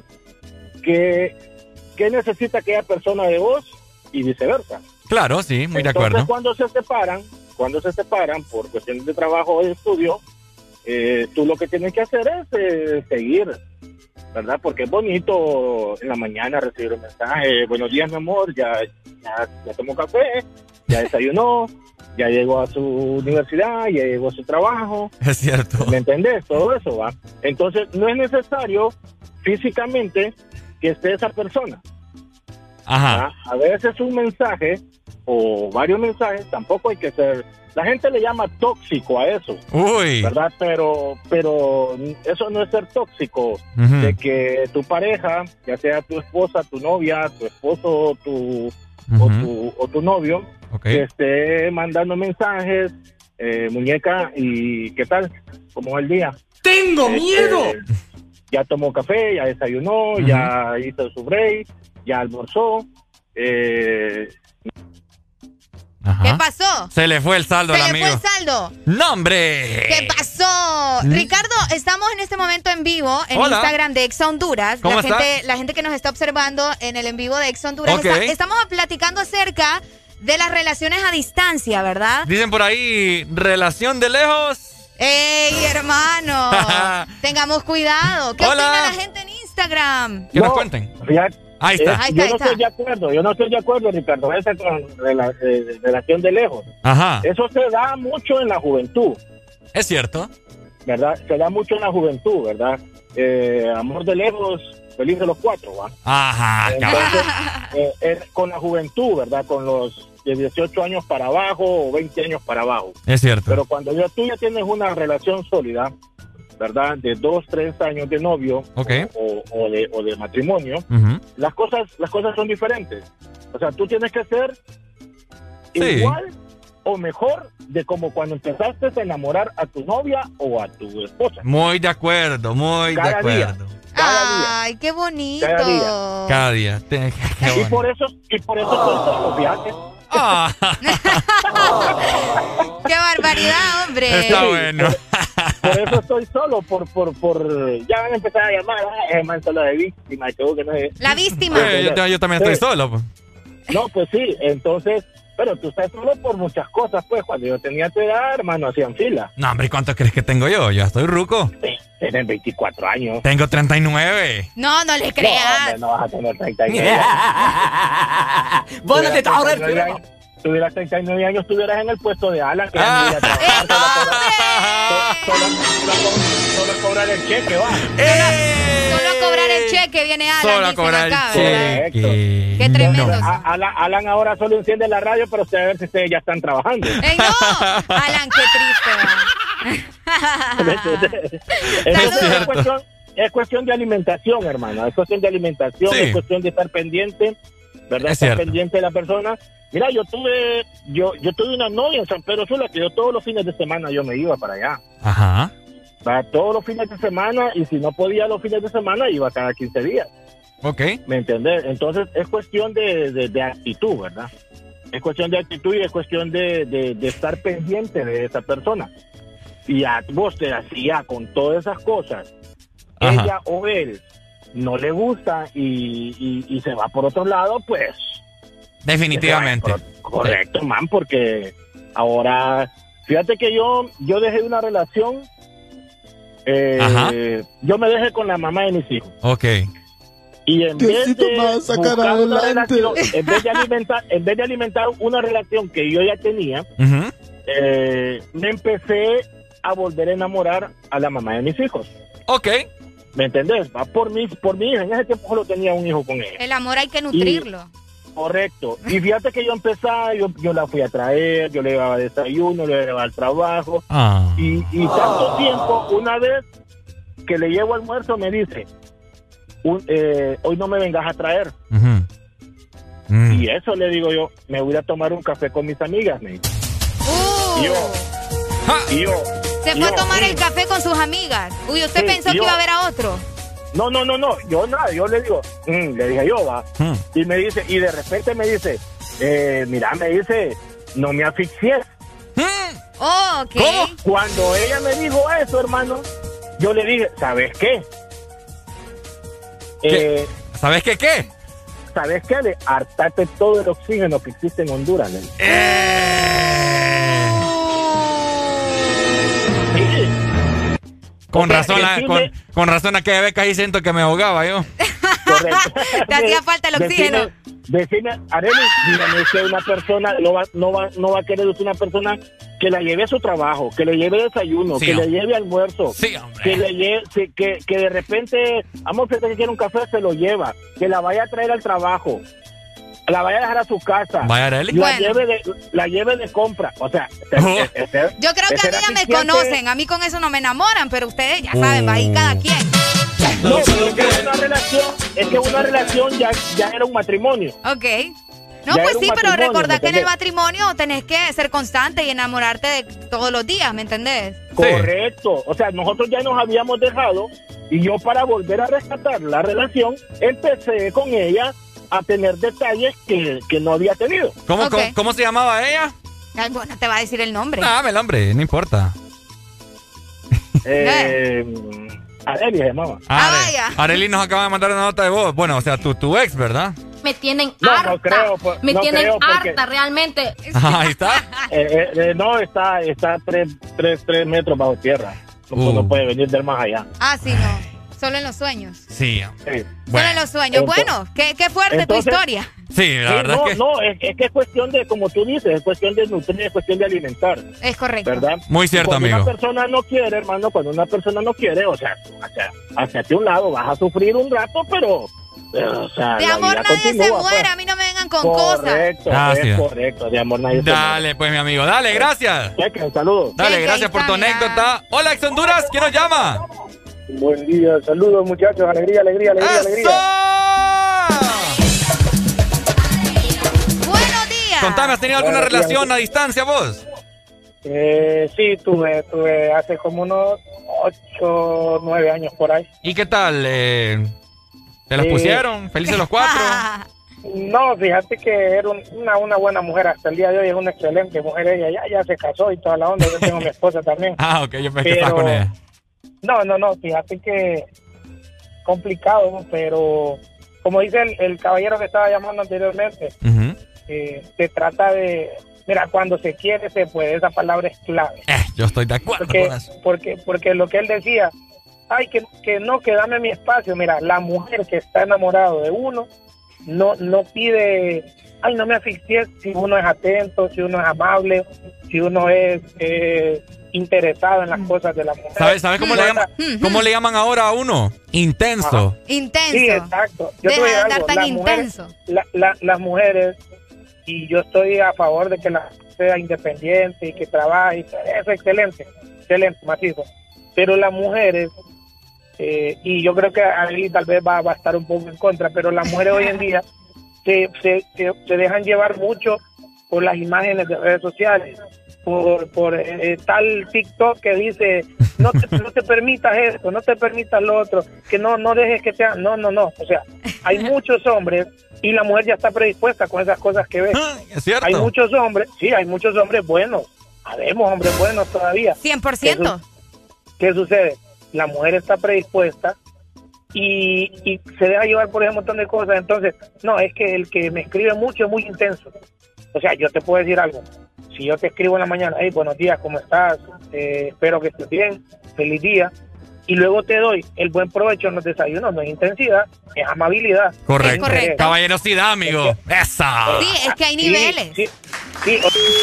que, qué necesita aquella persona de vos y viceversa. Claro, sí, muy de Entonces, acuerdo. cuando se separan, cuando se separan por cuestiones de trabajo o de estudio, eh, tú lo que tienes que hacer es eh, seguir, ¿verdad? Porque es bonito en la mañana recibir un mensaje, buenos días, mi amor, ya, ya, ya tomó café, ya desayunó, ya llegó a su universidad, ya llegó a su trabajo. Es cierto. ¿Me entendés? Todo eso, ¿va? Entonces, no es necesario físicamente que esté esa persona. Ajá. ¿va? A veces un mensaje o varios mensajes, tampoco hay que ser... La gente le llama tóxico a eso, Uy. ¿verdad? Pero, pero eso no es ser tóxico, Ujú. de que tu pareja, ya sea tu esposa, tu novia, tu esposo, tu, o, Ujú. tu o tu novio, Ok. que esté mandando mensajes, eh, muñeca, y ¿qué tal? ¿Cómo va el día? ¡Tengo Este, miedo! Ya tomó café, ya desayunó, Ujú. ya hizo su break, ya almorzó. Eh, ¿Qué pasó? Se le fue el saldo ¿Se al le amigo. fue el saldo? ¡No, hombre! ¿Qué pasó? ¿Mm? Ricardo, estamos en este momento en vivo en Hola. Instagram de Exa Honduras. ¿Cómo la está? gente, la gente que nos está observando en el en vivo de Exa Honduras. Ok. Está- estamos platicando acerca de las relaciones a distancia, ¿verdad? Dicen por ahí, relación de lejos. ¡Ey, hermano! Tengamos cuidado. ¿Qué Hola. opina la gente en Instagram? Que nos cuenten. Fíjate, Ahí está. eh, Ahí yo está, no ahí está. estoy de acuerdo, yo no estoy de acuerdo, Ricardo, esa con rela- eh, relación de lejos. Ajá. Eso se da mucho en la juventud, Es cierto. ¿verdad? Se da mucho en la juventud, ¿verdad? Eh, amor de lejos, feliz de los cuatro, ¿va? Ajá, cabal. Entonces, eh, eh, con la juventud, ¿verdad? Con los de dieciocho años para abajo o veinte años para abajo. Es cierto. Pero cuando ya tú ya tienes una relación sólida, ¿verdad? De dos, tres años de novio Ok. o, o de, o de matrimonio, Ujú. las cosas las cosas son diferentes. O sea, tú tienes que ser Sí. igual o mejor de como cuando empezaste a enamorar a tu novia o a tu esposa. Muy de acuerdo, muy de Cada día. acuerdo. Ay, qué bonito. Cada día. Cada día. Te- qué Y bueno. por eso y por eso estoy solo, fíjate. Ah, Qué barbaridad, hombre. está bueno. Por eso estoy solo, por por por ya van a empezar a llamar, ah, ese man solo de víctima, y todo que no es. La víctima. Eh, yo, yo también estoy Sí. solo. Pues. No, pues sí, entonces, pero tú estás solo por muchas cosas, pues. Cuando yo tenía tu edad, hermano, hacían fila. No, hombre, ¿cuánto crees que tengo yo? Ya estoy ruco. Sí, tienen veinticuatro años. Tengo treinta y nueve. No, no le No, creas. hombre, no vas a tener treinta y nueve. Vos no te estás Tuvieras treinta y nueve años, tuvieras treinta y nueve años, estuvieras en el puesto de Alan, que ya no iría a trabajar, solo a cobrar- solo- solo a co- solo a cobrar el cheque, va. Solo a cobrar el cheque viene Alan. Solo a dicen cobrar el acá, ¿verdad? cheque. Qué tremendo. No, a- Alan, Alan ahora solo enciende la radio, pero usted a ver si ustedes ya están trabajando. ¡Ey, no! Alan, qué triste, Entonces, Saludos. es, cuestión, es cuestión de alimentación, hermano. Es cuestión de alimentación, Sí. es cuestión de estar pendiente, ¿verdad? Es Estar cierto. pendiente de la persona. Mira, yo tuve yo yo tuve una novia en San Pedro Sula que yo todos los fines de semana yo me iba para allá. Ajá. Va todos los fines de semana, y si no podía los fines de semana, iba cada quince días. Ok. ¿Me entendés? Entonces es cuestión de, de, de actitud, ¿verdad? Es cuestión de actitud y es cuestión de, de, de estar pendiente de esa persona. Y a vos te hacía con todas esas cosas, Ajá. ella o él no le gusta y, y, y se va por otro lado, pues... Definitivamente. Correcto, man, porque ahora... Fíjate que yo, yo dejé una relación... eh, Ajá. yo me dejé con la mamá de mis hijos. Ok. Y en vez Diosito, de me va a sacar buscar una adelante. relación, en vez de alimentar, en vez de alimentar una relación que yo ya tenía, Ujú. eh, me empecé a volver a enamorar a la mamá de mis hijos. Ok. ¿Me entendés? Va por mi, por mi hija. En ese tiempo solo tenía un hijo con ella. El amor hay que nutrirlo. Correcto. Y fíjate que yo empezaba, yo, yo la fui a traer, yo le llevaba desayuno, le llevaba al trabajo. Ah. Y, y tanto tiempo, una vez que le llevo almuerzo, me dice, un- eh, hoy no me vengas a traer. Ujú. Mm. Y eso le digo yo, me voy a tomar un café con mis amigas, me dice. Uh, Y yo, y yo, se y fue a yo, tomar mm, el café con sus amigas. Uy, ¿usted Sí, pensó que yo- iba a ver a otro? No, no, no, no, yo nada, yo le digo, mm, le dije yo, va. Mm. Y me dice, y de repente me dice, eh, mira, me dice, no me asfixies. Oh, ok. ¿Cómo? Cuando ella me dijo eso, hermano, yo le dije, ¿sabes qué? ¿Qué? Eh, ¿Sabes qué qué? ¿Sabes qué? Le hartate todo el oxígeno que existe en Honduras, le dije. Sí. Con O sea, razón, la- decirle- con, con razón aquella vez que ahí siento que me ahogaba yo. Correcto. Te hacía falta el oxígeno. Decime, decime, Arely, dígame que una persona no va, no va, no va a querer usted una persona que la lleve a su trabajo, que le lleve desayuno, Sí, que hombre. le lleve almuerzo, Sí, hombre. que le lleve, sí, que, que de repente, vamos a que quiere un café, se lo lleva, que la vaya a traer al trabajo, la vaya a dejar a su casa, Vaya, Arely. la Bueno. lleve de, la lleve de compra, o sea, Oh. ese- ese- Yo creo que ese a mí era ya me asfixiante. conocen. A mí con eso no me enamoran, pero ustedes ya saben, va ahí cada quien. No, pero es que una relación, es que una relación ya, ya era un matrimonio. Ok. No, Ya pues era un sí, pero matrimonio, recordá ¿me que en el entendés? matrimonio tenés que ser constante y enamorarte de todos los días, ¿me entendés? Correcto. O sea, nosotros ya nos habíamos dejado y yo para volver a rescatar la relación empecé con ella a tener detalles que, que no había tenido. ¿Cómo, Ok. cómo, cómo se llamaba ella? Ay, bueno, te va a decir el nombre. Dame el nombre, no importa. Eh, Areli se llamaba. Ah, vaya. Areli nos acaba de mandar una nota de voz. Bueno, o sea, tu, tu ex, ¿verdad? Me tienen No, harta. no creo, pues, me no tienen creo porque- harta, realmente. Ahí está. Eh, eh, eh, no, está está tres, tres, tres metros bajo tierra. No, Uh. no puede venir del más allá. Ah, sí, no. Solo en los sueños. Sí. Sí. Solo en los sueños. Entonces- Bueno, qué, qué fuerte entonces- tu historia. Sí, la Sí, verdad no, es que... no, es, es que es cuestión de, como tú dices, es cuestión de nutrir, es cuestión de alimentar, Es correcto. ¿verdad? Muy cierto, cuando amigo. una persona no quiere, hermano, cuando una persona no quiere, o sea, hacia, hacia un lado vas a sufrir un rato, pero, eh, o sea, De la amor vida nadie se continúa, muere. pues. A mí no me vengan con cosas. Correcto, Gracias. es correcto, de amor nadie se Dale, pues, mi amigo. Dale, gracias. muere. Un saludo. Dale, Sí, gracias ahí por tu está, mira. anécdota. Hola, ex Honduras, ¿quién nos llama? Buen día, saludos muchachos, alegría, alegría, alegría, alegría. Buenos días. Contame, ¿has tenido alguna Buenos días. relación a distancia vos? Eh, sí, tuve, tuve hace como unos ocho, nueve años por ahí. ¿Y qué tal? Eh, ¿Te las Eh, pusieron? ¿Felices los cuatro? No, fíjate que era un- una, una buena mujer hasta el día de hoy, es una excelente mujer ella, ya, ya se casó y toda la onda, yo tengo mi esposa también. Ah, ok, yo pensé que estabas Pero- con ella. No, no, no, fíjate que complicado, pero como dice el, el caballero que estaba llamando anteriormente, Ujú. eh, se trata de, mira, cuando se quiere se puede, esa palabra es clave. Eh, yo estoy de acuerdo Porque, con eso. porque, porque lo que él decía, ay, que, que no, que dame mi espacio. Mira, la mujer que está enamorado de uno, no, no pide, ay, no me asfixies si uno es atento, si uno es amable, si uno es eh, interesado en las cosas de la mujer. ¿Sabes, ¿sabes cómo, le llaman, cómo le llaman ahora a uno? Intenso. Intenso. Sí, exacto. Yo te Deja voy de a andar algo, tan las mujeres, intenso. la- la- las mujeres, y yo estoy a favor de que la sea independiente y que trabaje, y eso es excelente, excelente, macizo. Pero las mujeres, eh, y yo creo que ahí tal vez va, va a estar un poco en contra, pero las mujeres hoy en día se, se, se, se dejan llevar mucho por las imágenes de redes sociales, por, por eh, tal TikTok que dice, no te, no te permitas esto, no te permitas lo otro, que no, no dejes que te hagan, no, no, no, o sea, hay muchos hombres y la mujer ya está predispuesta con esas cosas que ve. Es cierto. Hay muchos hombres, sí, hay muchos hombres buenos, habemos hombres buenos todavía. cien por ciento. ¿Qué, su- ¿Qué sucede? La mujer está predispuesta y, y se deja llevar por ese montón de cosas, entonces, no, es que el que me escribe mucho es muy intenso. O sea, yo te puedo decir algo. Si yo te escribo en la mañana, hey, buenos días, ¿cómo estás? Eh, espero que estés bien, feliz día. Y luego te doy el buen provecho en los desayunos, no es intensidad, es amabilidad. Correcto. Es interés. Caballerosidad, amigo. Esa. Sí, es que hay Sí, niveles. Sí, sí.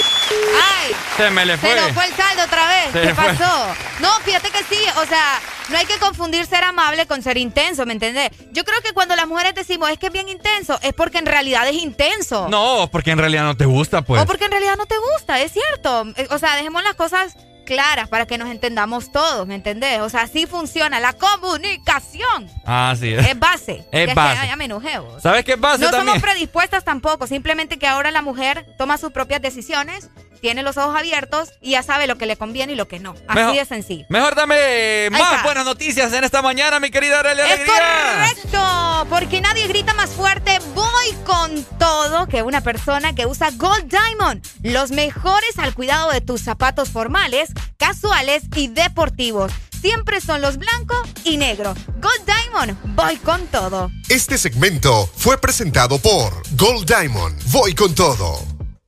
Ay, Se me le fue. se nos fue el saldo otra vez. Se ¿Qué le fue. pasó? No, fíjate que sí, o sea, no hay que confundir ser amable con ser intenso, ¿me entendés? Yo creo que cuando las mujeres decimos es que es bien intenso, es porque en realidad es intenso. No, porque en realidad no te gusta, pues. O porque en realidad no te gusta, es cierto. Eh, O sea, dejemos las cosas claras para que nos entendamos todos, ¿me entendés? O sea, así funciona la comunicación. Ah, sí. Es, Es base. Es Ya base. Que, ya me enojé, vos. ¿Sabes qué pasa No también? somos predispuestas tampoco, simplemente que ahora la mujer toma sus propias decisiones, tiene los ojos abiertos y ya sabe lo que le conviene y lo que no. Así Mejor- de sencillo. Mejor dame más está. buenas noticias en esta mañana, mi querida Aurelia Es Alegría. correcto, porque nadie grita más fuerte, voy con todo, que una persona que usa Gold Diamond, los mejores al cuidado de tus zapatos formales, casuales y deportivos. Siempre son los blanco y negro. Gold Diamond, voy con todo. Este segmento fue presentado por Gold Diamond. Voy con todo.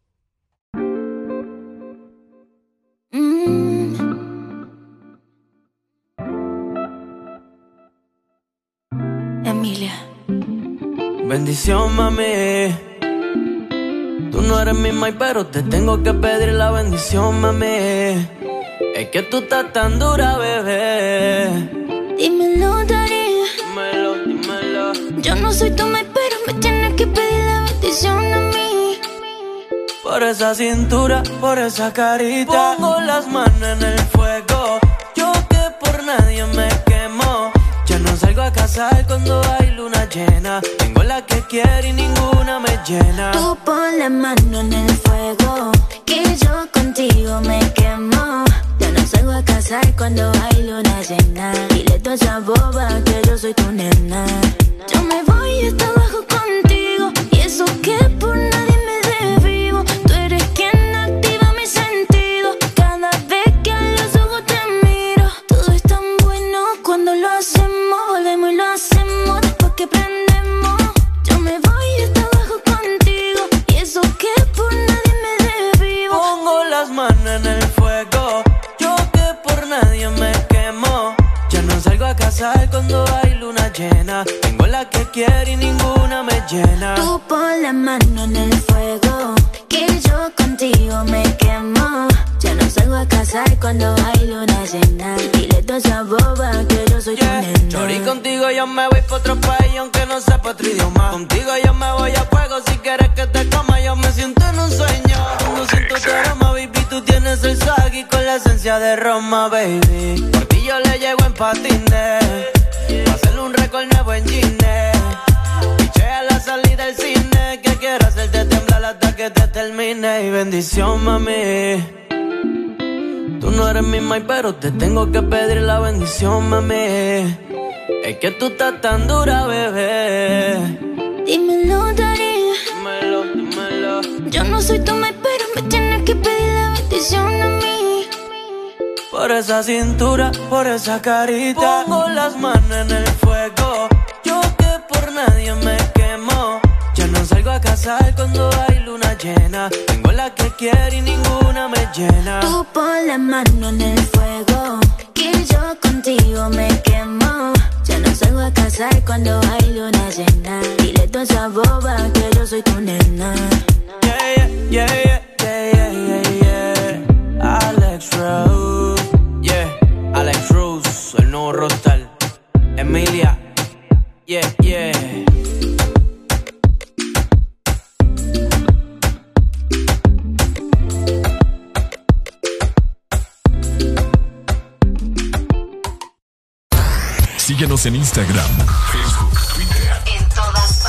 Emilia. Bendición, mami. Tú no eres mi mai, pero te tengo que pedir la bendición, mami. Es que tú estás tan dura, bebé. Dímelo, Dari. Dímelo, dímelo. Yo no soy tu mai, pero me tienes que pedir la bendición a mí. Por esa cintura, por esa carita, pongo las manos en el fuego. Yo que por nadie me quemo. Ya no salgo a cazar cuando hay luna llena. Tengo la que quiero y ninguna me llena. Tú pon la mano en el fuego, que yo contigo me quemo. Yo no salgo a casar cuando hay luna llena. Dile toda esa boba que yo soy tu nena. Yo me voy hasta abajo contigo, y eso que por nadie me desvivo. Tú eres quien activa casar cuando hay luna llena. Tengo la que quiero y ninguna me llena. Tú pon la mano en el fuego, que yo contigo me quemo. Ya no salgo a casar cuando hay luna llena. Dile toda esa boba que yo soy yeah. tu nena. Chori, contigo yo me voy pa' otro país aunque no sepa otro idioma. Contigo yo me voy a fuego si quieres que te coma. Yo me siento en un sueño cuando siento tu aroma, baby. Tú tienes el swag con la esencia de Roma, baby. Por ti yo le llego en patines, pa' hacerle un récord nuevo en Gine. Piché a la salida del cine, que quiero hacerte temblar hasta que te termine. Y bendición, mami. Tú no eres mi mai, pero te tengo que pedir la bendición, mami. Es que tú estás tan dura, bebé. Dímelo, Dari. Dímelo, dímelo. Yo no soy tu mai, pero me tienes que pedir la bendición a mí. Por esa cintura, por esa carita, pongo las manos en el fuego. Yo que por nadie me quemo. Ya no salgo a casar cuando hay luna llena. Tengo la que quiero y ninguna me llena. Tú pon la mano en el fuego, que yo contigo me quemo. Ya no salgo a casar cuando hay luna llena. Dile toda esa boba que yo soy tu nena. Yeah, yeah, yeah, yeah, yeah, yeah, yeah. Alex Rose, yeah, Alex Rose, el nuevo Rostal. Emilia, yeah, yeah. Síguenos en Instagram, Facebook, Twitter. En todas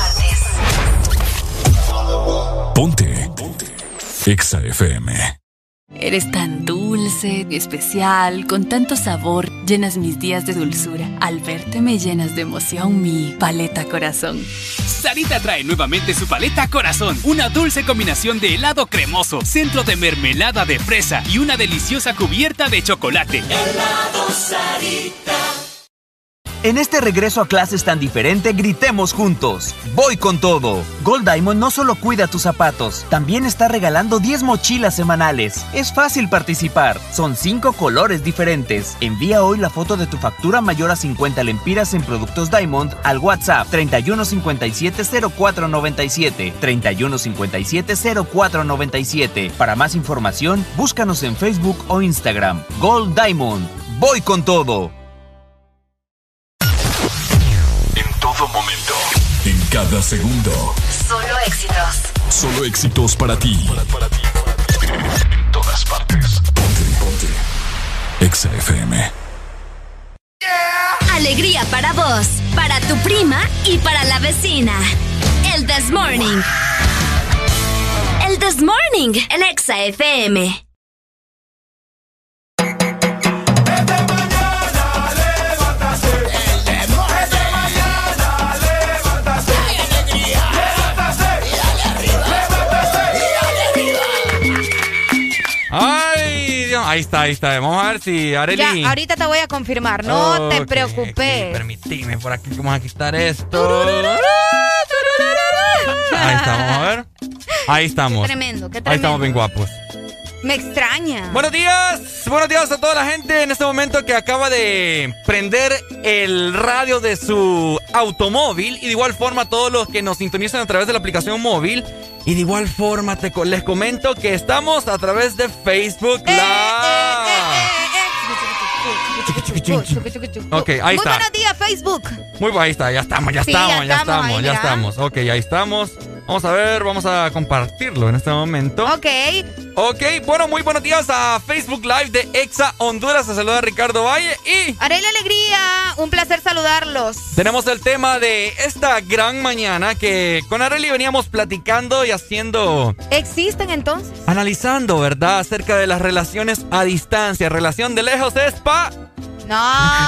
partes. Ponte. Ponte. Exa F M. Eres tan dulce, especial, con tanto sabor, llenas mis días de dulzura. Al verte me llenas de emoción mi paleta corazón. Sarita trae nuevamente su paleta corazón, una dulce combinación de helado cremoso, centro de mermelada de fresa y una deliciosa cubierta de chocolate. Helado Sarita. En este regreso a clases tan diferente, gritemos juntos. ¡Voy con todo! Gold Diamond no solo cuida tus zapatos, también está regalando diez mochilas semanales. Es fácil participar, son cinco colores diferentes. Envía hoy la foto de tu factura mayor a cincuenta lempiras en productos Diamond al WhatsApp treinta y uno cincuenta y siete cero cuatro noventa y siete, treinta y uno cincuenta y siete cero cuatro noventa y siete. Para más información, búscanos en Facebook o Instagram. Gold Diamond. ¡Voy con todo! Todo momento, en cada segundo. Solo éxitos. Solo éxitos para ti. Para, para ti, para ti. En todas partes. Ponte, ponte. Exa F M. Yeah. Alegría para vos, para tu prima y para la vecina. El This Morning. El This Morning en Exa F M. Ay, Dios. Ahí está, ahí está. Vamos a ver si Arely. Ya, ahorita te voy a confirmar. No okay, te preocupes. Okay, permitime, por aquí vamos a quitar esto. Ahí está, vamos a ver. Ahí estamos. Qué tremendo, qué tremendo. Ahí estamos bien guapos. Me extraña. Buenos días, buenos días a toda la gente en este momento que acaba de prender el radio de su automóvil y de igual forma a todos los que nos sintonizan a través de la aplicación móvil. Y de igual forma te, les comento que estamos a través de Facebook Live. Ok, ahí Muy está. buenos días, Facebook. Muy bueno, ahí está, ya estamos, ya Sí, estamos, ya ya estamos, estamos, ahí, ya mira. estamos. Ok, ahí estamos. Vamos a ver, vamos a compartirlo en este momento. Ok. Ok, bueno, muy buenos días a Facebook Live de Exa Honduras. Se saluda Ricardo Valle y... Arely Alegría, un placer saludarlos. Tenemos el tema de esta gran mañana que con Arely veníamos platicando y haciendo... ¿Existen entonces? Analizando, ¿verdad? Acerca de las relaciones a distancia. Relación de lejos es pa... No.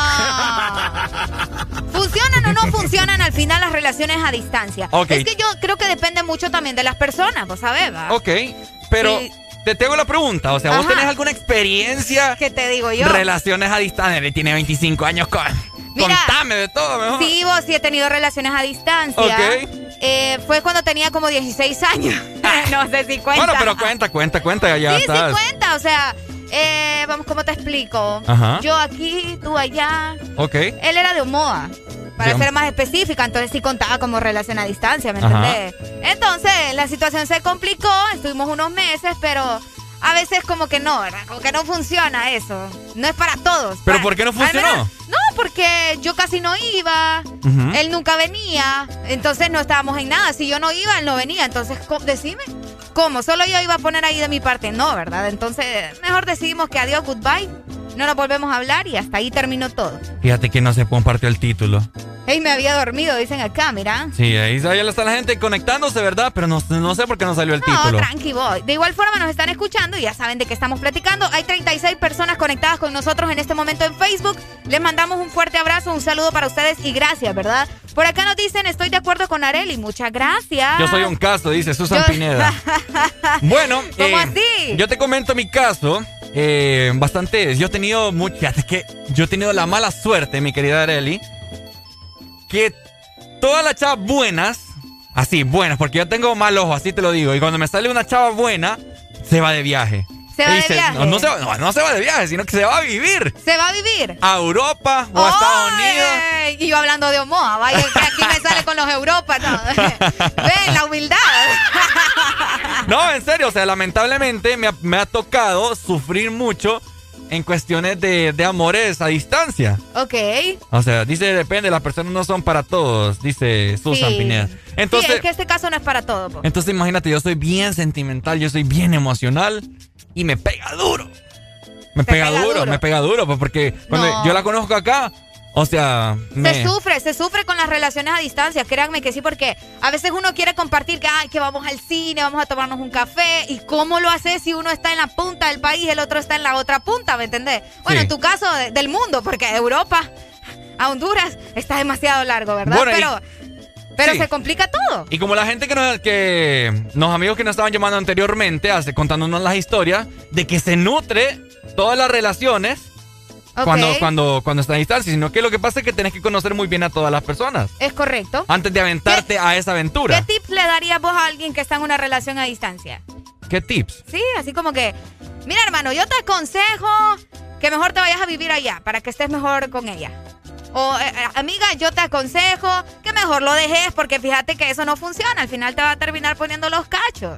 ¿Funcionan o no funcionan al final las relaciones a distancia? Okay. Es que yo creo que depende mucho también de las personas, vos sabés, ¿va? Ok, pero Sí. te tengo la pregunta. O sea, ¿vos Ajá. tenés alguna experiencia? ¿Qué te digo yo? Relaciones a distancia. Él tiene veinticinco años con... Mira, Contame de todo, mejor. Sí, vos sí he tenido relaciones a distancia. Ok. Eh, fue cuando tenía como dieciséis años. No sé si cuenta. Bueno, pero cuenta, cuenta, cuenta. Ya sí, estás. sí cuenta. O sea, Eh, vamos, ¿cómo te explico? Ajá. Yo aquí, tú allá. Ok. Él era de Omoa, para De ser más específica, entonces sí contaba como relación a distancia, ¿me Ajá. entendés? Entonces la situación se complicó, estuvimos unos meses, pero a veces como que no, ¿verdad? Como que no funciona eso. No es para todos. ¿Pero Para- por qué no al funcionó? menos- no, porque yo casi no iba, Ujú. él nunca venía, entonces no estábamos en nada. Si yo no iba, él no venía, entonces co- decime. ¿Cómo? Solo yo iba a poner ahí de mi parte. No, ¿verdad? Entonces, mejor decidimos que adiós, goodbye. No nos volvemos a hablar y hasta ahí terminó todo. Fíjate que no se compartió el título. Ey, me había dormido, dicen acá, mira. Sí, ahí ya está la gente conectándose, ¿verdad? Pero no, no sé por qué no salió el No, título. tranqui, voy. De igual forma nos están escuchando y ya saben de qué estamos platicando. Hay treinta y seis personas conectadas con nosotros en este momento en Facebook. Les mandamos un fuerte abrazo, un saludo para ustedes y gracias, ¿verdad? Por acá nos dicen, estoy de acuerdo con Arely. Muchas gracias. Yo soy un caso, dice Susan Yo- Pineda. Bueno, ¿Cómo eh, así? yo te comento mi caso. Eh, bastante, yo he tenido mucho, fíjate que yo he tenido la mala suerte, mi querida Arely, que todas las chavas buenas, así, buenas, porque yo tengo mal ojo, así te lo digo, y cuando me sale una chava buena, se va de viaje. Se va Y de viaje. No, no se va, no, no se va de viaje, sino que se va a vivir ¿Se va a vivir? a Europa o a Estados Unidos. Ey, y yo hablando de Omoa, vaya que aquí me sale con los Europa, no. Ven, la humildad. No, en serio, o sea, lamentablemente me ha, me ha tocado sufrir mucho en cuestiones de, de amores a distancia. Ok. O sea, dice, depende, las personas no son para todos, dice Susan Sí. Pineda. Entonces, sí, es que este caso no es para todo, po. entonces imagínate, yo soy bien sentimental, yo soy bien emocional y me pega duro. Me Te pega, pega duro, duro. me pega duro, pues porque cuando No. yo la conozco acá, o sea, me... Se sufre, se sufre con las relaciones a distancia, créanme que sí, porque a veces uno quiere compartir que, ay, que vamos al cine, vamos a tomarnos un café, y cómo lo haces si uno está en la punta del país, el otro está en la otra punta, ¿me entendés? Bueno, Sí. en tu caso, de- del mundo, porque Europa a Honduras está demasiado largo, ¿verdad? Bueno, y- pero pero sí. se complica todo. Y como la gente que nos, que los amigos que nos estaban llamando anteriormente, hace, contándonos las historias, de que se nutre todas las relaciones Ok. cuando, cuando, cuando está a distancia, sino que lo que pasa es que tenés que conocer muy bien a todas las personas Es correcto. antes de aventarte a esa ¿Qué aventura. tips le darías vos a alguien que está en una relación a distancia? ¿Qué tips? Sí, así como que, mira hermano, yo te aconsejo que mejor te vayas a vivir allá para que estés mejor con ella. O eh, eh, amiga, yo te aconsejo que mejor lo dejes porque fíjate que eso no funciona. Al final te va a terminar poniendo los cachos.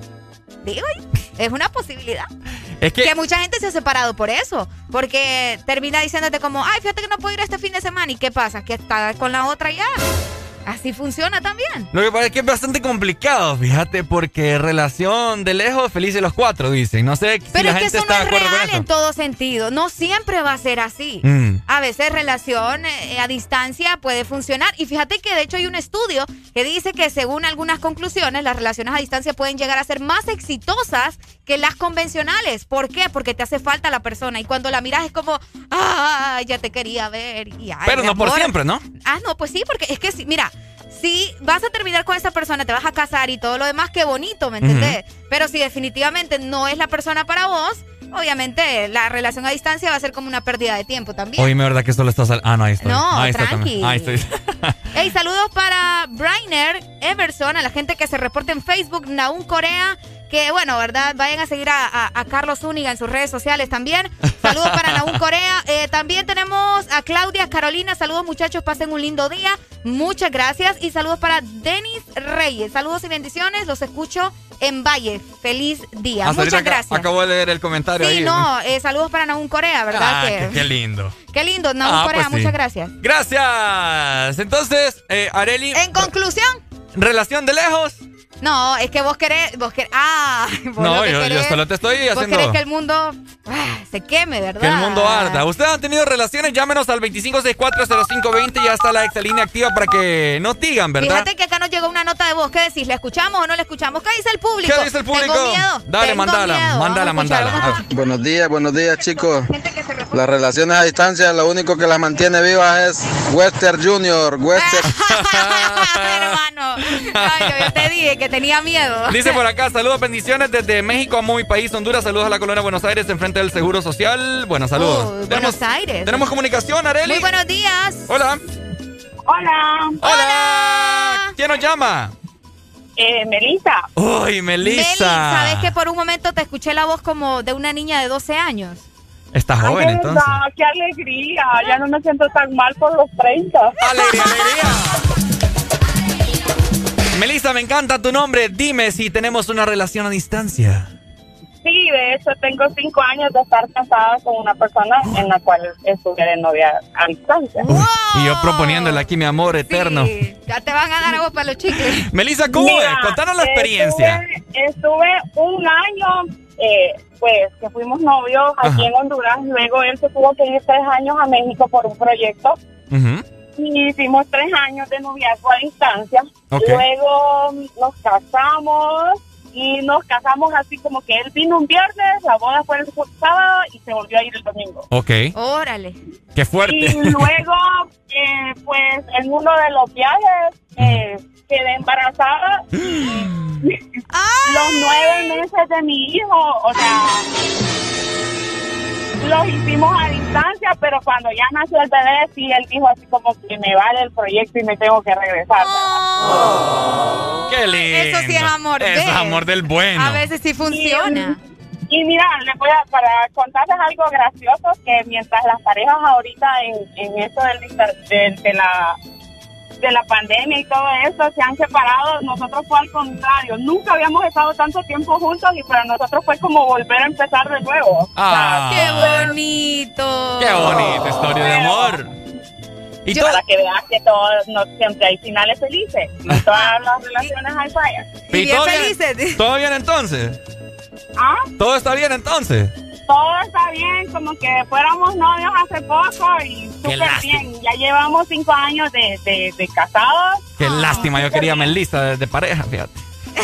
Digo, es una posibilidad. Es que, Que mucha gente se ha separado por eso. Porque termina diciéndote como, ay, fíjate que no puedo ir este fin de semana. ¿Y qué pasa? Que está con la otra ya. Así funciona también. lo que pasa es que es bastante complicado, fíjate, porque relación de lejos, felices los cuatro, dicen. No sé si Pero la es que gente eso está no de es acuerdo con real eso. en todo sentido. No siempre va a ser así. Mm. A veces relación eh, a distancia puede funcionar. Y fíjate que de hecho hay un estudio que dice que según algunas conclusiones, las relaciones a distancia pueden llegar a ser más exitosas que las convencionales. ¿Por qué? Porque te hace falta la persona. Y cuando la miras es como, ah, ya te quería ver. Y, ay, Pero mi no por amor. siempre, ¿no? Ah, no, pues sí, porque es que, sí, mira, si vas a terminar con esa persona, te vas a casar y todo lo demás, qué bonito, ¿me entendés? Pero si definitivamente no es la persona para vos, obviamente la relación a distancia va a ser como una pérdida de tiempo también. Oíme, ¿verdad que solo estás al... Ah, no, ahí estoy. No, ahí está tranqui. también. Ahí estoy. Hey, saludos para Brainer Everson, a la gente que se reporta en Facebook, Naum Corea, que bueno, ¿verdad? Vayan a seguir a, a- a Carlos Zúñiga en sus redes sociales también. Saludos para Naum Corea. Eh, también tenemos a Claudia Carolina. Saludos muchachos, pasen un lindo día. Muchas gracias. Y saludos para Denis Reyes. Saludos y bendiciones. Los escucho en Valle. Feliz día. Hasta Muchas ahorita aca- gracias. Acabo de leer el comentario Sí, ahí. no, eh, saludos para Naum Corea, ¿verdad? Ah, que, qué, qué lindo. qué lindo, Naum Ah, Corea, pues sí. muchas gracias. Gracias. Entonces, eh, Arely, En conclusión, relación de lejos. no, es que vos querés, vos querés, ah, vos lo No, que yo, yo querés, solo te estoy vos haciendo querés que el mundo ah, se queme, ¿verdad? que el mundo arda. ¿Ustedes han tenido relaciones? Llámenos al veinticinco sesenta y cuatro cero cinco veinte. Ya está la exalínea activa para que nos digan, ¿verdad? Fíjate que acá nos llegó una nota de voz. ¿Qué decís? ¿Le escuchamos o no le escuchamos? ¿Qué dice el público? ¿Qué dice el público? Tengo miedo. Dale, Tengo mandala, miedo. mandala, Vamos a escuchar, mandala. vamos a- Buenos días, buenos días chicos. Las relaciones a distancia, lo único que las mantiene vivas es Western Junior, Western. Hermano, ay, yo ya te dije que tenía miedo. Dice por acá, saludos, bendiciones desde México a mi país, Honduras. Saludos a la colonia Buenos Aires, enfrente del Seguro Social. Bueno, saludos. Oh, tenemos, Buenos Aires. Tenemos comunicación, Arely. Muy buenos días. Hola. Hola. Hola. ¿Quién nos llama? Eh, Melissa. Uy, Melissa. Meli, ¿sabes que por un momento te escuché la voz como de una niña de doce años? Está joven, Ay, entonces. verdad, qué alegría. Ya no me siento tan mal por los treinta. ¡Alegría, alegría! Melissa, me encanta tu nombre. Dime si tenemos una relación a distancia. Sí, de hecho tengo cinco años de estar casada con una persona en la cual estuve de novia a distancia. Uy, y yo proponiéndole aquí mi amor eterno. Sí, ya te van a dar agua para los chicles. Melissa, ¿cómo Mira, es? Contanos la experiencia. Estuve, estuve un año, eh, pues, que fuimos novios aquí Ajá. en Honduras. Luego él se tuvo que ir tres años a México por un proyecto. Uh-huh. Y hicimos tres años de noviazgo a distancia. Ok. Luego nos casamos. Y nos casamos así como que él vino un viernes, la boda fue el sábado y se volvió a ir el domingo. Ok. Órale. Qué fuerte. Y luego, eh, pues, en uno de los viajes, eh, quedé embarazada. Los nueve meses de mi hijo, o sea, los hicimos a distancia, pero cuando ya nació el bebé, sí, él dijo así como que me vale el proyecto y me tengo que regresar. Oh, ¡qué lindo! Eso sí es amor. Eso es ¿ves? amor del bueno. A veces sí funciona. Y, y mira, les voy a, para contarles algo gracioso, que mientras las parejas ahorita en, en esto del, inter- de, de la de la pandemia y todo eso se han separado, nosotros fue al contrario, nunca habíamos estado tanto tiempo juntos y para nosotros fue como volver a empezar de nuevo. Ah. O sea, ¡Qué bonito! ¡Qué bonita historia de amor! Y para que veas que todo, no siempre hay finales felices, y todas las relaciones hay fallas. ¿Y todo bien? ¿Todo bien entonces? ¿Ah? ¿Todo está bien entonces? Todo está bien, como que fuéramos novios hace poco y súper lástima. bien. Ya llevamos cinco años de, de, de casados. Qué lástima, yo quería a Melissa de, de pareja, fíjate.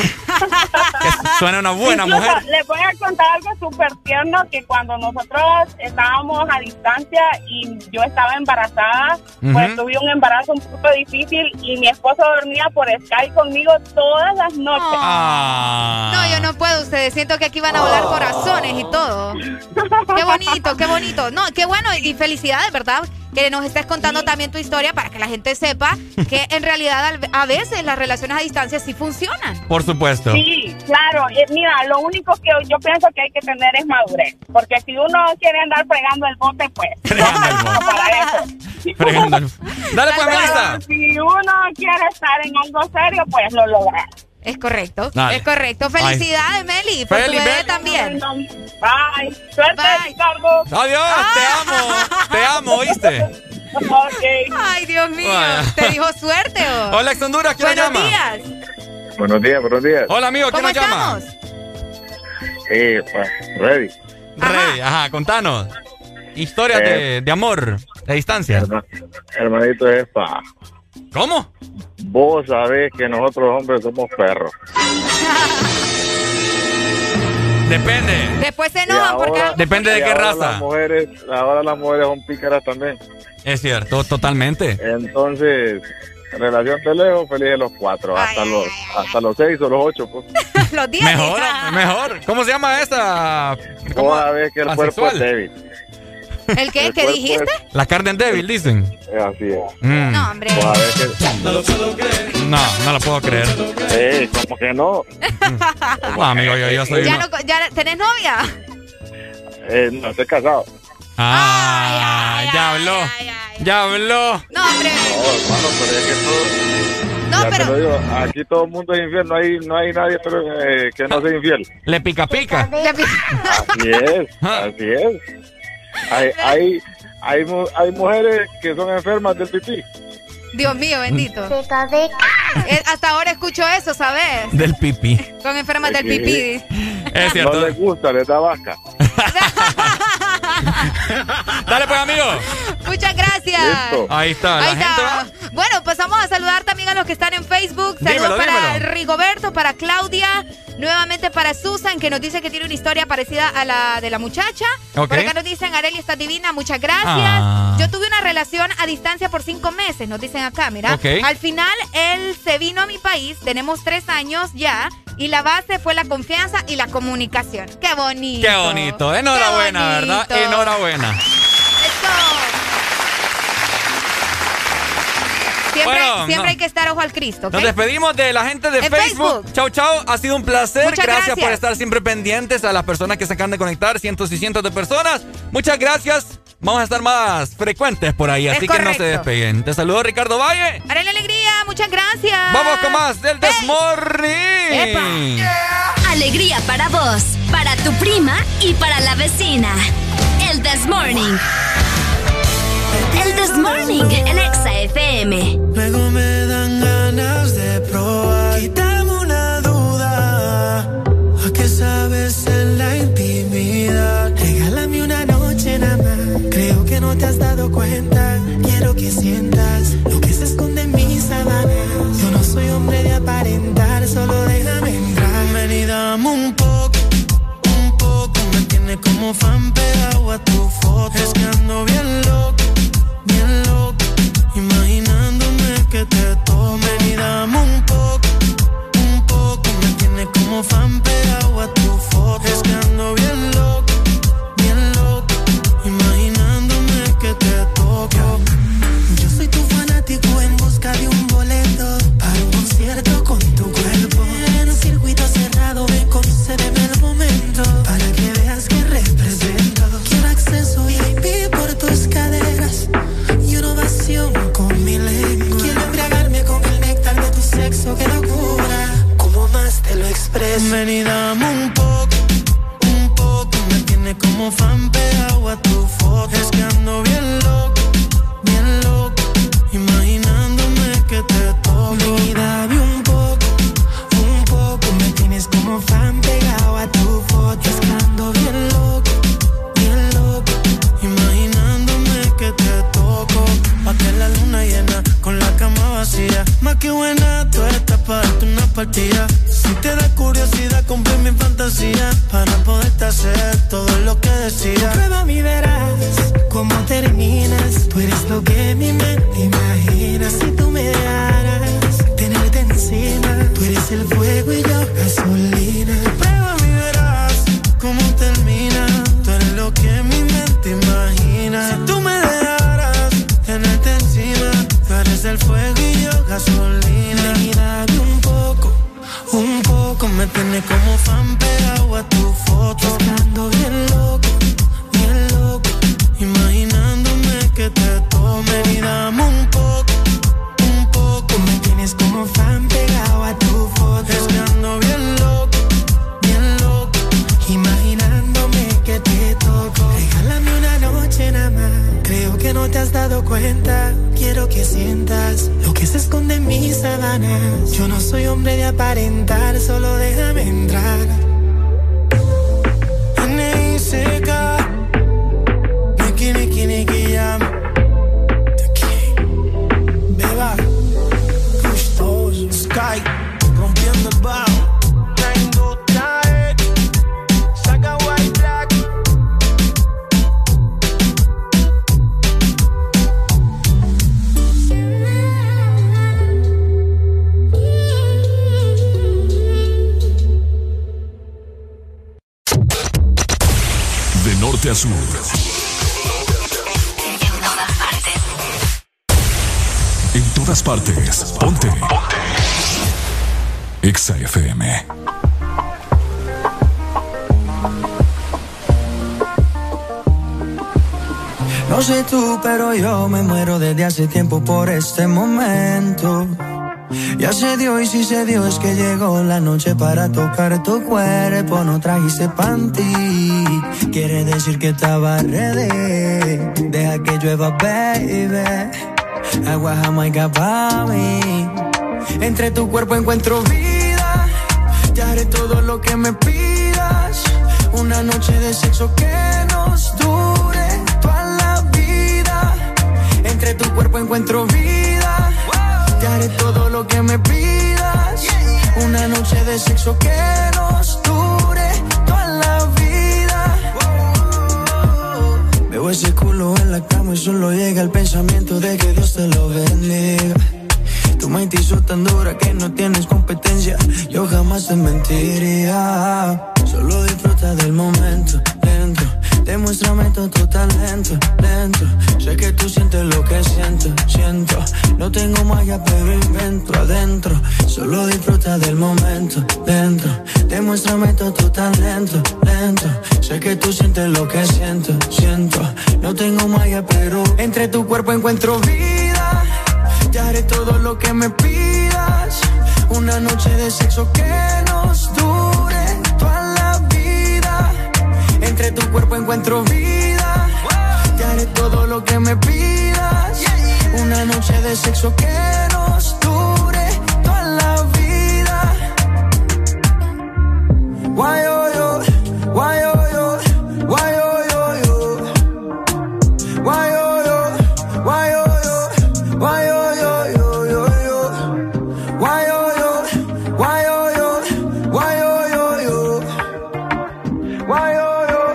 Que suena una buena Incluso, mujer. les voy a contar algo súper tierno, que cuando nosotros estábamos a distancia y yo estaba embarazada, Ujú. pues tuve un embarazo un poco difícil y mi esposo dormía por Skype conmigo todas las noches. Ah. No, yo no puedo, ustedes. Siento que aquí van a volar corazones y todo. Qué bonito, qué bonito. No, qué bueno y felicidades, ¿verdad? Que nos estés contando también tu historia para que la gente sepa que en realidad al- a veces las relaciones a distancia sí funcionan. Por supuesto. Sí, claro. Eh, mira, lo único que yo pienso que hay que tener es madurez. Porque si uno quiere andar fregando el bote, pues. no, para eso. Fregando el- Dale pues, Pero Melissa. si uno quiere estar en algo serio, pues lo logra. Es correcto, Dale. es correcto. Felicidades, Meli, por Feli, tu bebé Meli. también. Bye. Suerte, Ricardo. Adiós, te amo. Te amo, ¿oíste? Ok. Ay, Dios mío. Vaya. ¿Te dijo suerte o? Hola, ex Honduras, ¿quién nos Buenos llama? días. Buenos días, buenos días. Hola, amigo, ¿quién ¿Cómo nos llama? estamos? Eh, pues, ready. Rey, ajá, contanos. Historias de, de amor, de distancia. Herma- hermanito, es pa. ¿Cómo? Vos sabés que nosotros hombres somos perros. Depende. Después se Y enojan porque... ahora- Depende de y qué ahora raza. Las mujeres, ahora las mujeres son pícaras también. Es cierto, totalmente. Entonces, relación de lejos, felices los cuatro. Hasta los hasta los seis o los ocho, pues. Los días. Mejor, mejor. ¿Cómo se llama esa? ¿Cómo? Vos sabés que el cuerpo es Asexual. débil. ¿El qué? El ¿Qué cuerpo dijiste? La carne es débil, dicen. Es así es. Mm. No, hombre. Vos sabés que... No, no lo puedo creer. Eh, como que no. No, amigo, yo, yo soy ¿Ya, uno- no, ¿Ya tenés novia? Eh, no, estoy casado. Ah, ya habló. Ya habló. No, hombre. No, hermano, pero es que todo... No, ya pero- te lo digo, aquí todo el mundo es infiel, no hay, no hay nadie pero, eh, que no sea infiel. Le pica pica. Así es, así es. Hay, hay, hay, mu- hay mujeres que son enfermas del pipí. Dios mío, bendito. Eh, Hasta ahora escucho eso, ¿sabes? Del pipí. Son enfermas del Sí. pipí. Es cierto. No les gusta, les da vaca. Dale pues, amigo. Muchas gracias. Listo. Ahí está. La Ahí gente está. va. Bueno, pues vamos a saludar también a los que están en Facebook. Saludos Dímelo, para dímelo. Rigoberto, para Claudia, nuevamente para Susan, que nos dice que tiene una historia parecida a la de la muchacha. Ok. Por acá nos dicen, Arely está divina, muchas gracias. Ah. Yo tuve una relación a distancia por cinco meses, nos dicen acá, mira. Ok. Al final, él se vino a mi país, tenemos tres años ya, y la base fue la confianza y la comunicación. ¡Qué bonito! Qué bonito. Enhorabuena, Qué ¿verdad? bonito. Enhorabuena. Siempre, Bueno, siempre no. hay que estar ojo al Cristo, ¿ok? Nos despedimos de la gente de En Facebook. Facebook. Chau, chau. Ha sido un placer. Muchas gracias, gracias. por estar siempre pendientes a las personas que se acaban de conectar. Cientos y cientos de personas. Muchas gracias. Vamos a estar más frecuentes por ahí, Es así que no correcto. se despeguen. Te saludo, Ricardo Valle. Haré alegría, muchas gracias. Vamos con más del Desmorning. Alegría para vos, para tu prima y para la vecina. El This Morning. El This Morning, el Exa F M. Luego me dan ganas de probar. Quítame una duda. ¿A qué sabes en la intimidad? Regálame una noche nada más. Creo que no te has dado cuenta. Quiero que sientas lo que se esconde en mis sábanas. Yo no soy hombre de aparentar, solo déjame entrar. Ven y dame un poco, un poco. Me tiene como fan pegado a tu foto. Es que ando bien loco, bien loco. Imaginándome que te tomen y dame un poco, un poco. Me tiene como fan pegado a tu foto. Es que ando bien loco, bien loco. Imaginándome que te toco. Yo soy tu fanático en busca de un boleto para un concierto con tu cuerpo. En un circuito cerrado, ven, concédeme el momento para que veas que represento. Quiero acceso V I P por tus caderas y una ovación con mi lengua. Quiero embriagarme con el néctar de tu sexo, qué locura. ¿Cómo más te lo expreso? Ven y dame un poco, un poco. Me tiene como fan pegado a tu foto. Es que ando bien loco, bien loco. Imaginándome que te toco. Ven y dame un poco, un poco. Me tienes como fan pegado a tu foto. Es que ando bien loco, bien loco. Imaginándome que te toco. Pa' que la luna llena con la cama vacía. Más que buena, tú estás para darte una partida. Si te da curiosidad, cumple mi fantasía para poderte hacer todo lo que decía. Prueba mi verás cómo terminas. Tú eres lo que mi mente imagina. Si tú me dejaras tenerte encima, tú eres el fuego y yo gasolina. Prueba mi verás cómo termina. Tú eres lo que mi mente imagina. Si tú me dejaras tenerte encima, tú eres el fuego y yo gasolina. Ven y dame un poco, un poco. Me tiene como fan pegado a tu foto. Estando bien loco, bien loco. Imaginándome que te tome. Y dame un poco, un poco. Me tienes como fan pegado a tu foto. Estando bien loco, bien loco. Imaginándome que te toco. Regálame una noche nada más. Creo que no te has dado cuenta. Quiero que sientas lo que se esconde en mis sábanas. Yo no soy hombre de aparentar, solo déjame entrar. N I C K Niki, Niki, Niki, Jam The King Beba Gustoso Sky Rompiendo el bajo Tango Tae Saga White Black. De norte a sur. En todas partes. Ponte. Exa F M. No sé tú, pero yo me muero desde hace tiempo por este momento. Ya se dio y si se dio es que llegó la noche para tocar tu cuerpo. No trajiste panty, quiere decir que estaba ready. Deja que llueva, baby. Agua jamaica pa' mí. Entre tu cuerpo encuentro vida. Te haré todo lo que me pidas. Una noche de sexo que nos dure toda la vida. Entre tu cuerpo encuentro vida. Te haré todo lo que me pidas. Una noche de sexo que nos dure toda la vida. Veo ese culo en la cama y solo llega el pensamiento de que Dios te lo bendiga. Tu mente hizo tan dura que no tienes competencia. Yo jamás te mentiría. Solo disfruta del momento, lento. Demuéstrame todo tu talento, lento. Sé que tú sientes lo que siento, siento. No tengo magia pero invento adentro. Solo disfruta del momento, dentro. Demuéstrame todo tu talento, lento. Sé que tú sientes lo que siento, siento. No tengo magia pero entre tu cuerpo encuentro vida. Te haré todo lo que me pidas. Una noche de sexo que nos dure toda la vida. Entre tu cuerpo encuentro vida. Te haré todo lo que me pidas. Una noche de sexo que nos dure toda la vida. Why oh yo, why oh yo, why oh yo yo. Why oh yo, why oh yo, why oh yo yo yo yo. Why oh yo, why oh yo, why oh yo yo. Why oh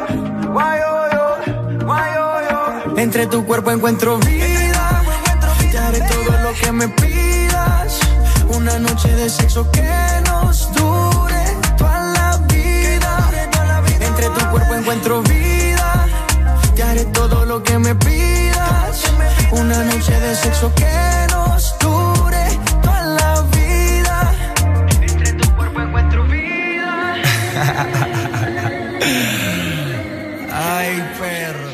entre tu cuerpo encuentro vida. Te haré todo lo que me pidas. Una noche de sexo que nos dure toda la vida. Entre tu cuerpo encuentro vida. Te haré todo lo que me pidas. Una noche de sexo que nos dure toda la vida. Entre tu cuerpo encuentro vida. Ay, perro.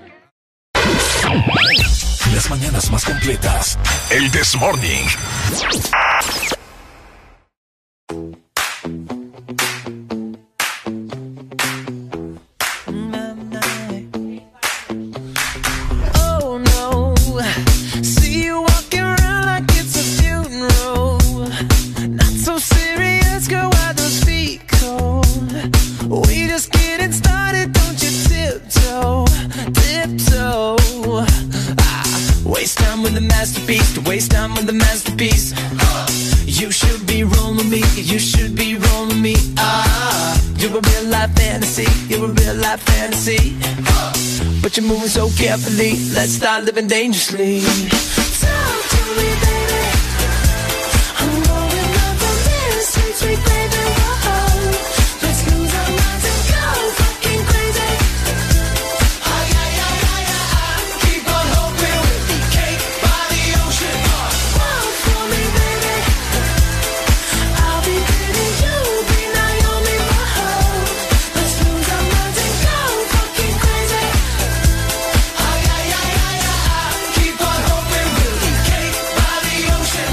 Las mañanas más completas. El This Morning. Oh no, see you walking around like it's a funeral. Not so serious, girl, why those feet cold? We just getting started, don't you tiptoe, tiptoe. Waste time with the masterpiece, to waste time with the masterpiece. Uh, you should be rolling me, you should be rolling me. Ah, you're a real life fantasy, you're a real life fantasy. Uh, but you're moving so carefully, let's start living dangerously. Talk to me, baby. I'm going up on this, sweet, sweet baby. Whoa, let's lose our minds and go fucking crazy. Ay, ay, ay, ay, ay, keep on hoping we'll be cake by the ocean. Walk for me, baby. I'll be pretty, you'll be Naomi. Whoa, let's lose our minds and go fucking crazy. Ay, ay, ay, ay, ay, keep on hoping we'll be cake by the ocean.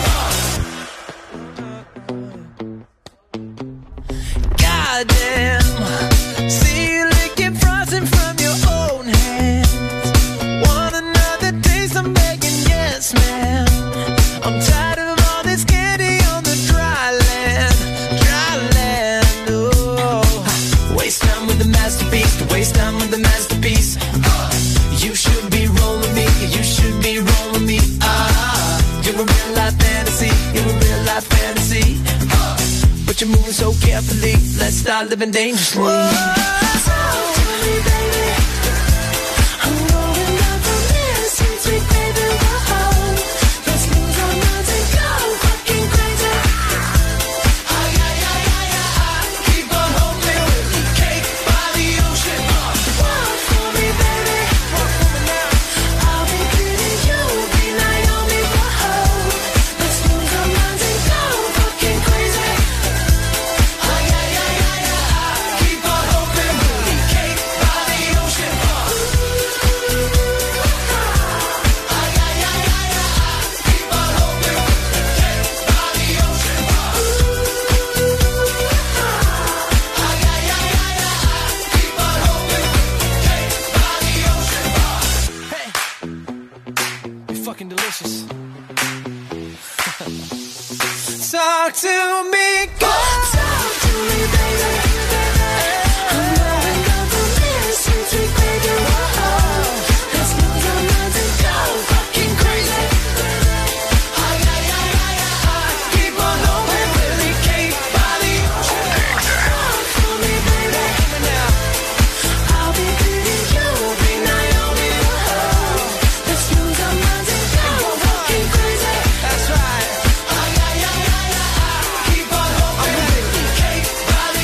Goddamn, see you licking frosting from your own hands. Want another taste? I'm begging, yes, man. I'm tired of all this candy on the dry land, dry land. Oh, waste time with the masterpiece, to waste time with the masterpiece. Uh, you should be rolling me, you should be rolling me. Ah, you're a real life fantasy, you're a real life fantasy. Uh, but you're moving so carefully, let's start living dangerously. Talk to me, baby. I'm going up on this, sweet, sweet baby. Whoa, let's lose our minds and go fucking crazy. Ay, ay, ay, ay, ay, keep on hoping we'll be cake by the ocean. Walk for me, baby. I'll be pretty, you'll be Naomi. Whoa, let's lose our minds and go fucking crazy. Ay, ay, ay, ay, ay, keep on hoping we'll be cake by the ocean. Ay, ay, ay, ay, ay, keep on hoping we'll be cake by the ocean. Ay, ay, ay, ay, ay, keep on hoping we'll be cake by the ocean. Hey, you're fucking delicious. Talk to me, go. Talk to me, baby. I'm going up on this, sweet, sweet baby. Whoa, let's lose our minds and go fucking crazy. Ay, ay, ay, ay, ay, keep on hoping we'll be cake by the ocean. Talk to me, baby. I'll be pretty, you'll be Naomi. Whoa, let's lose our minds and go fucking crazy. That's right. Ay, ay, ay, ay, ay, keep on hoping we'll be cake by the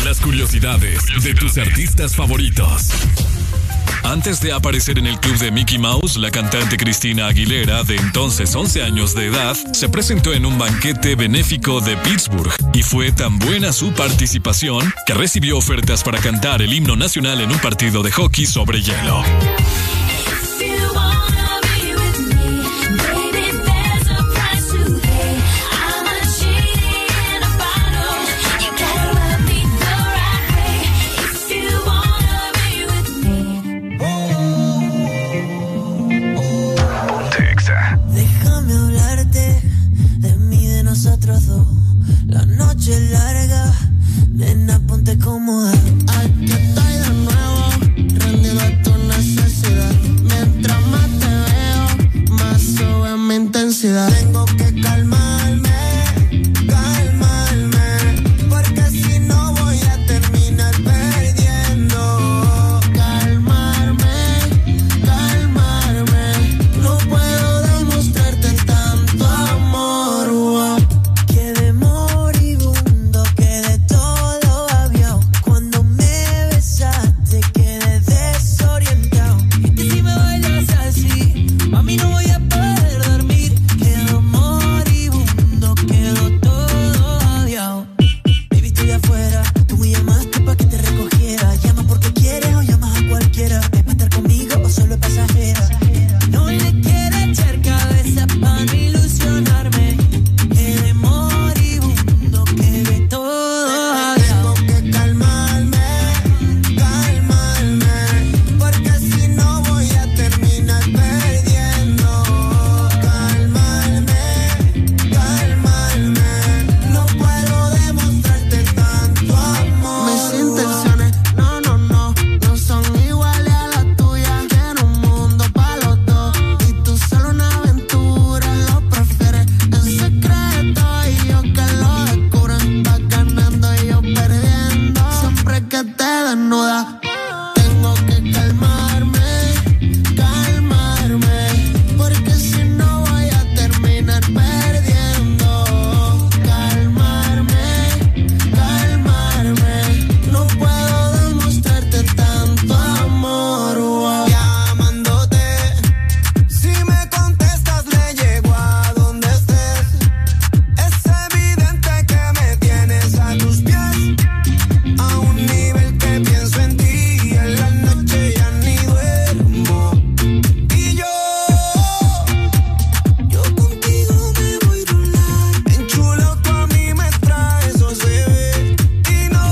las curiosidades de tus artistas favoritos. Antes de aparecer en el club de Mickey Mouse, la cantante Cristina Aguilera, de entonces once años de edad, se presentó en un banquete benéfico de Pittsburgh y fue tan buena su participación que recibió ofertas para cantar el himno nacional en un partido de hockey sobre hielo. Déjame hablarte de mí, de nosotros dos. La noche es larga, nena, ponte cómoda. Aquí estoy de nuevo, rendido a tu necesidad. Mientras más te veo, más sube mi intensidad. Tengo que calmarme, calmarme, porque si no voy a terminar perdiendo. Calmarme, calmarme, no puedo demostrarte tanto amor. Wow. Quedé moribundo, quedé todo aviado. Cuando me besaste quedé desorientado. Y que si me bailas así, mami, no voy a poder dormir. Quedo moribundo, quedo todo aviado. Baby, estoy afuera, tú me llamaste pa' que te recogiera. Llama porque quieres o llamas a cualquiera. ¿Es pa' estar conmigo o solo es pasajera? No le quiero echar cabeza pa' no ilusionarme. Quedé moribundo, quedé todo aviado. Tengo que calmarme, calmarme, porque si no voy a terminar perdiendo. Calmarme, calmarme, no puedo demostrarte tanto amor. Mis intenciones, no, no, no, no son iguales a las tuyas. Quiero un mundo pa' los dos y tú solo una aventura. Lo prefieres en secreto y yo que lo descubran. Vas ganando y yo perdiendo. Siempre que te desnudas tengo que calmarme, calmarme, porque si no voy a terminar perdiendo. Calmarme, calmarme, no puedo demostrarte tanto amor. Wow. Llamándote, si me contestas me llego a donde estés. Es evidente que me tienes a tus pies, a un nivel que pienso en ti. En la noche ya ni duermo. Y yo, yo contigo me voy a rolar. Enchulado tú a mí me traes, eso se ve. Y no,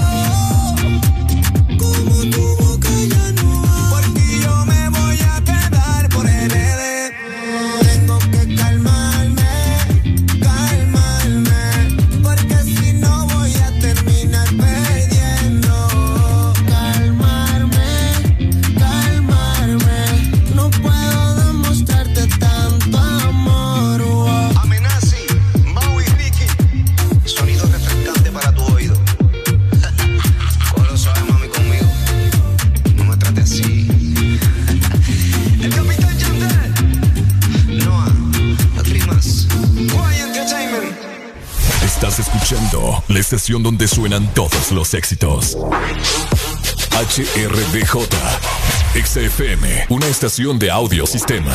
como tu boca ya no va, porque yo me voy a quedar por N D. Tengo que calmarme, calmarme, porque si no voy a terminar perdiendo. Calmarme, calmarme, no puedo demostrarte tanto amor. Wow. Amenazi, Mau y Ricky, sonido refrescante para tu oído. Cógelo suave, mami, conmigo. No me trates así. El Capitán Yandel, Noah, las primas, Guay Entertainment. Estás escuchando la estación donde suenan todos los éxitos. H R D J, X F M, una estación de audio sistema.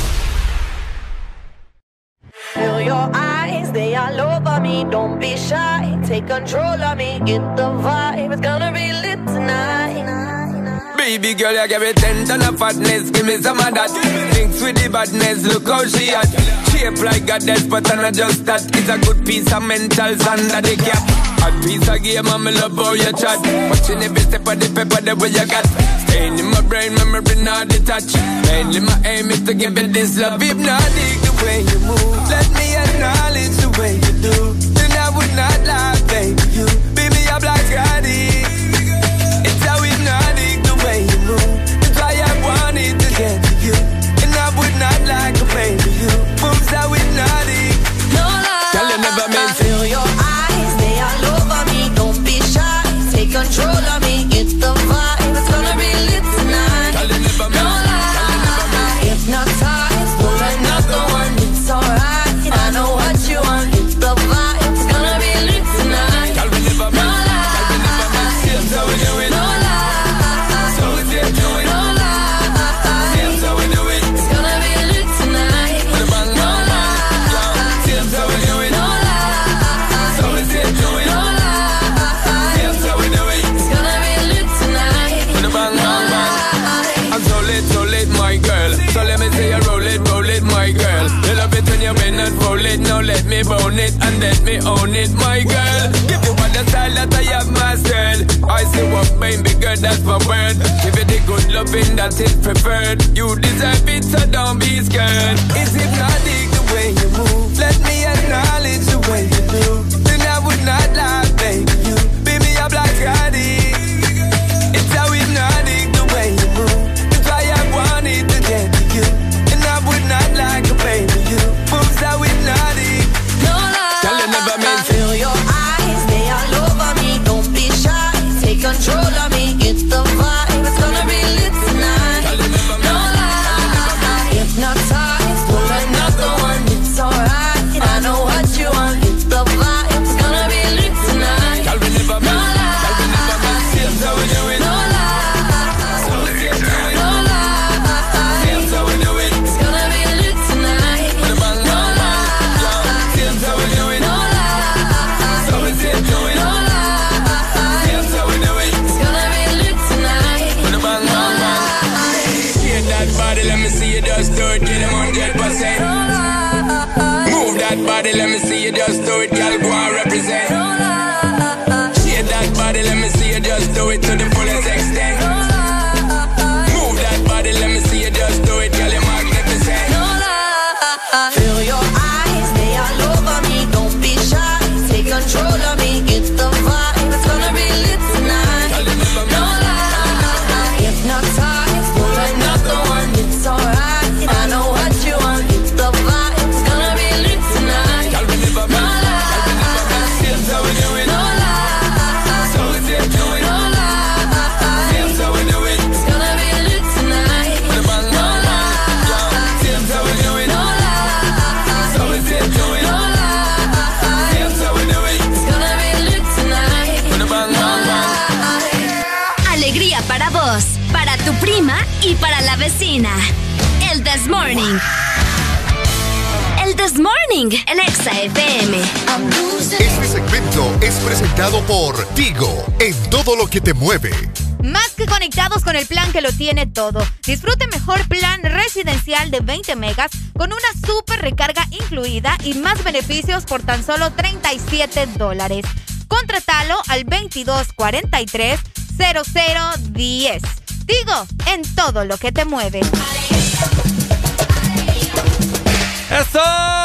Feel your eyes, they all over me. Don't be shy, take control of me. Get the vibe, it's gonna be lit tonight. Baby girl, you give me ten ton of fatness, give me some of that. Thinks with the badness, look how she at. Shape like goddess, but I'm not just that. It's a good piece of mentals under the cap. Hot piece of game, and me love how you chat. Watching every step of the paper, the way you got. Staying in my brain, memory not detached. Mainly my aim is to give it this love. Hypnotic the way you move, let me acknowledge the way you do. Then I would not lie, baby, you beat me up like Scotty. It's how hypnotic the way you move. That's why I wanted to get to you. And I would not like to play to you. Moves how hypnotic. No lie, Girl, you never meant to. feel your eyes, they all over me. Don't be shy, take control of me. It's the vibe, it's gonna be lit tonight. No lie, if not time, pull another one. It's alright, I know what you want. It's the vibe, it's gonna be lit tonight. me bone it and let me own it, my girl. Give you all the style that I have mastered. I say what baby girl, that's my word. Give you the good loving that is preferred. You deserve it, so don't be scared. Is hypnotic the way you move? Let me acknowledge the way you do. Then I would not lie, baby. You beat me up like Roddy. It's how hypnotic the way you move. That's why I wanted to get to you. And I would not like a baby. You moves how hypnotic. No lie. Tell you never meant Feel your eyes, they all over me. Don't be shy, take control of me. It's the vibe, it's gonna be lit tonight. No lie, hypnotized, pull another one. It's alright, I know what you want. It's the vibe, it's gonna be lit tonight. No lie, so we do it. no lie, So we do it. no lie. So we do it. It's gonna be lit tonight. No lie, So we do it. no lie. So we do it. No lie. So we do it. It's gonna be lit tonight. No lie. Shake that body, let me see you just do it. Get them one hundred percent. Move that body, let me see you just do it. Girl, go and represent. Shake that body, let me see you just do it to the fullest extent. Move that body, let me see you just do it. Girl, you're magnificent. Feel your eyes, they all over me. Don't be shy, take control of me. It's the vibe, it's gonna be lit tonight. No lie, hypnotized, pull another one. It's alright, I know what you want. It's the vibe, it's gonna be lit tonight. No lie, So we do it. no lie, So we do it. no lie. So we do it. It's gonna be lit tonight. No lie, So we do it. no lie. So we do it. No lie, So we do it. it's gonna be lit tonight. No lie. Alegría para vos, para tu prima y para la vecina. El This Morning. El This Morning, en Exa F M. Este segmento es presentado por Tigo, en todo lo que te mueve. Más que conectados con el plan que lo tiene todo. Disfrute mejor plan residencial de veinte megas con una super recarga incluida y más beneficios por tan solo treinta y siete dólares. Contratalo al veintidós cuarenta y tres cero cero diez. Tigo, en todo lo que te mueve. ¡Eso!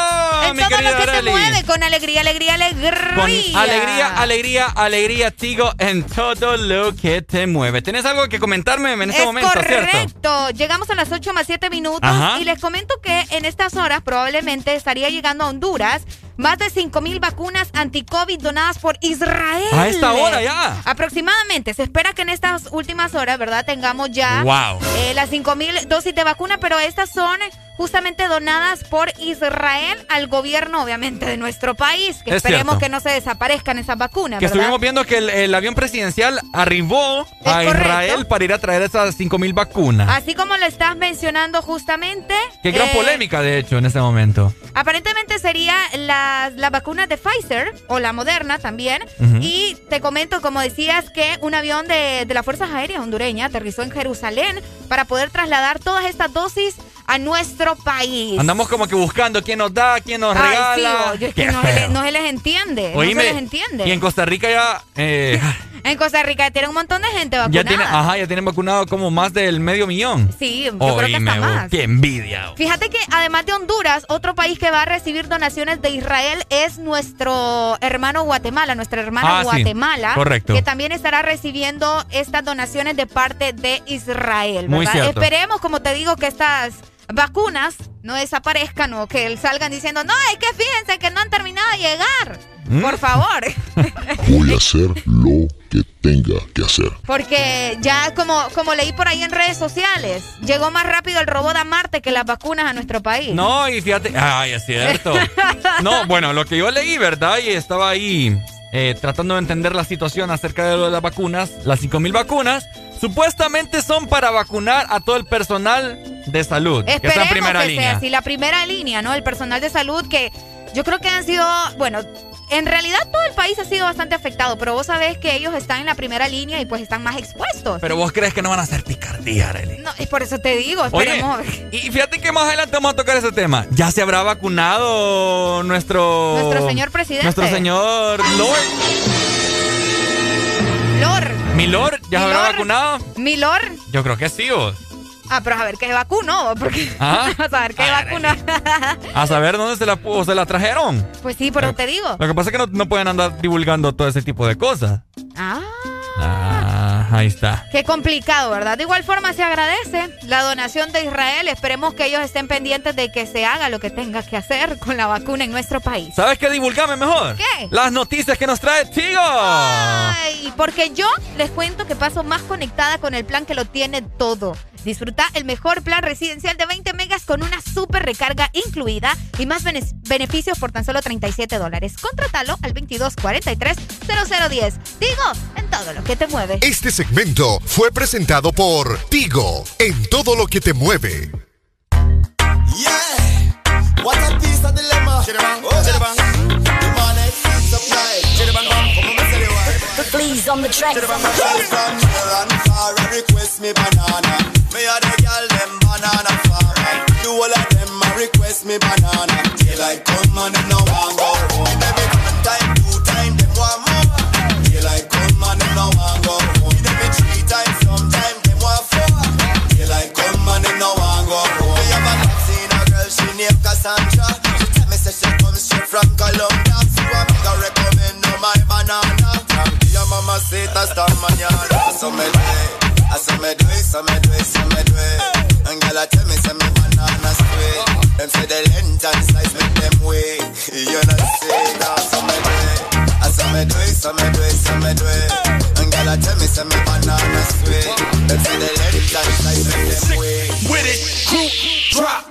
En Mi todo querida lo que Arely. te mueve, con alegría, alegría, alegría. Con alegría, alegría, alegría, Tigo, en todo lo que te mueve. ¿Tienes algo que comentarme en este Es momento, correcto. cierto? Llegamos a las ocho más siete minutos. Ajá. Y les comento que en estas horas probablemente estaría llegando a Honduras más de cinco mil vacunas anti-COVID donadas por Israel. A esta hora ya. Aproximadamente. Se espera que en estas últimas horas, ¿verdad? Tengamos ya Wow. eh, las cinco mil dosis de vacuna, pero estas son justamente donadas por Israel al gobierno, obviamente, de nuestro país. Que Es esperemos cierto. que no se desaparezcan esas vacunas, Que ¿verdad? estuvimos viendo que el, el avión presidencial arribó a correcto. Israel para ir a traer esas cinco mil vacunas. Así como lo estás mencionando justamente. Qué gran eh, polémica, de hecho, en este momento. Aparentemente sería las la vacunas de Pfizer o la Moderna también. Ujú. Y te comento, como decías, que un avión de, de las Fuerzas Aéreas hondureñas aterrizó en Jerusalén para poder trasladar todas estas dosis a nuestro país. Andamos como que buscando quién nos da, quién nos Ay, regala. sí, oye, es que Qué no se, feo. le- no se les entiende. Oíme, no se les entiende. Y en Costa Rica ya... eh, En Costa Rica tiene un montón de gente vacunada. ya tiene, ajá, ya tienen vacunado como más del medio millón. Sí, yo creo que Oíme, hasta vos, más. qué envidia. Fíjate que además de Honduras, otro país que va a recibir donaciones de Israel es nuestro hermano Guatemala, nuestra hermana Ah, sí, Guatemala, correcto. que también estará recibiendo estas donaciones de parte de Israel, ¿verdad? Muy cierto. Esperemos, como te digo, que estas vacunas no desaparezcan o que salgan diciendo, no, es que fíjense que no han terminado de llegar. ¿Mm? Por favor. Voy a hacer lo que tenga que hacer. Porque ya como, como leí por ahí en redes sociales, llegó más rápido el robot a Marte que las vacunas a nuestro país. No, y fíjate, ay, es cierto. No, bueno, lo que yo leí, ¿verdad? Y estaba ahí eh, tratando de entender la situación acerca de lo de las vacunas. Las cinco mil vacunas supuestamente son para vacunar a todo el personal de salud, que está en Esperemos primera que línea. sea así, la primera línea, ¿no? El personal de salud que yo creo que han sido, bueno, en realidad todo el país ha sido bastante afectado, pero vos sabés que ellos están en la primera línea y pues están más expuestos. Pero vos crees que no van a hacer picardía, Arely. No, y por eso te digo, esperemos. Oye, y fíjate que más adelante vamos a tocar ese tema. Ya se habrá vacunado nuestro... Nuestro señor presidente. Nuestro señor Lord. Lord. ¿Mi Lord? ¿Ya se habrá vacunado? ¿Mi Lord? Yo creo que sí, vos. Ah, pero a ver qué vacunó, porque ¿Ah? a saber qué vacunó. A saber dónde se la, o se la trajeron. Pues sí, pero te digo. Lo que pasa es que no, no pueden andar divulgando todo ese tipo de cosas. Ah. Ah, ahí está. Qué complicado, ¿verdad? De igual forma se agradece la donación de Israel. Esperemos que ellos estén pendientes de que se haga lo que tenga que hacer con la vacuna en nuestro país. ¿Sabes qué? Divulgame mejor. ¿Qué? Las noticias que nos trae Tigo. Ay, porque yo les cuento que paso más conectada con el plan que lo tiene todo. Disfruta el mejor plan residencial de veinte megas con una super recarga incluida y más bene- beneficios por tan solo treinta y siete dólares. Contrátalo al veintidós cuarenta y tres cero cero diez. Tigo, en todo lo que te mueve. Este segmento fue presentado por Tigo, en todo lo que te mueve. Yeah, what a piece of dilemma. Chiribang, oh, chiribang. The money is supply. Chiribang, como me salió. Please on the track. Chiribang, my girl from near and far, I request me banana. Me a the girl them banana farmer. The whole of them a request me banana. Daylight come and them no want go home. Me them one time, two time, them want more. Daylight come and them no want go home. Me them three times, sometime them want four. Daylight come and them no want go home. Me have a love seen a girl, she named Cassandra. She tell me say she comes straight from Colombia. So I make her recommend no my banana. From your mama say hasta mañana. So me do I saw me do it, saw me do it, saw me do it. And girl, I tell me, say me banana sweet. Them say the length and size make them weak. You know say, now saw me do it. I saw me do it, saw me do it, saw me do it. And girl, I tell me, say me banana sweet. Them say the length and size make them weak. With it, group drop.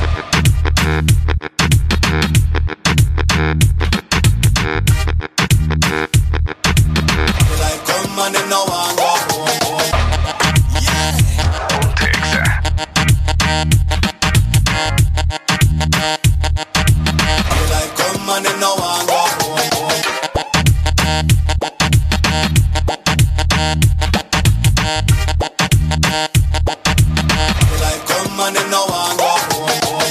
Like come on and no one go home. Like come on and no one go home. Like come on and no one go home.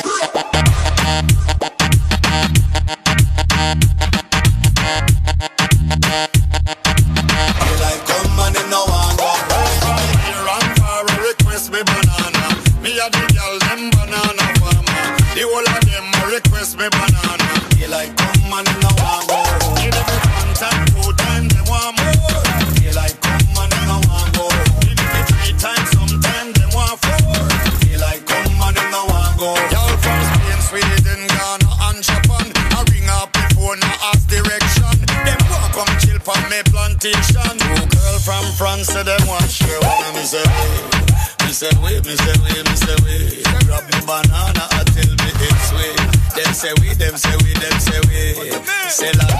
Like come on and no one go home. Run for a request me banana. Me a the girl them banana farmer. The whole of them a request me banana. They like come on and no one go home. Give them one time, two time, they want more. They like come on and no one go home. Give them three times, sometime they want four. They like come on and no one go home. Y'all from Spain, Sweden, Ghana and Japan. I ring up before no ask direction. Them walk come chill for me plantation. Two girl from France say them want share one and me say hey. Me say wait, me say wait, me say wait. Grab me banana and tell me it's sweet. Them say we, them say we, them say we. Say la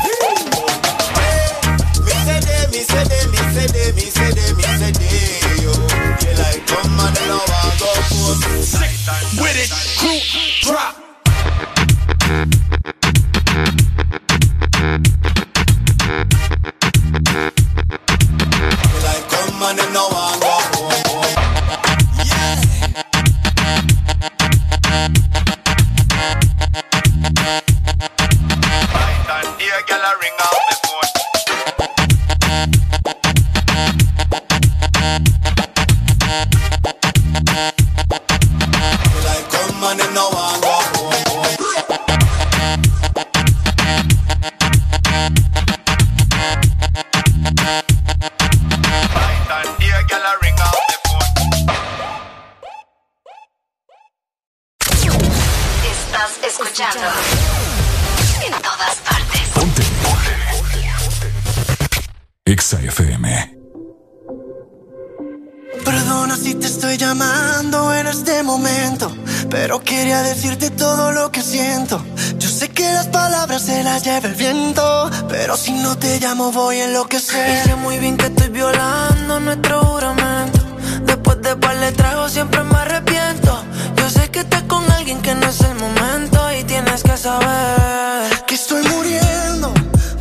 me say they, me say they, me say they, me say they, me say they. Yo, they like come and now I go for with it, group drop. they like come and now I go home. Yeah. Right and here, girl, I ring out my phone. They like come and now I go home. Right and here, girl, I ring out my phone. Estás escuchando en todas partes. Ponte. Exa F M. Perdona si te estoy llamando en este momento, pero quería decirte todo lo que siento. Yo sé que las palabras se las lleva el viento, pero si no te llamo voy a enloquecer. Y sé muy bien que estoy violando nuestro juramento. Después de par de tragos siempre me arrepiento. Yo sé que estás con alguien que no es el momento y tienes que saber que estoy muriendo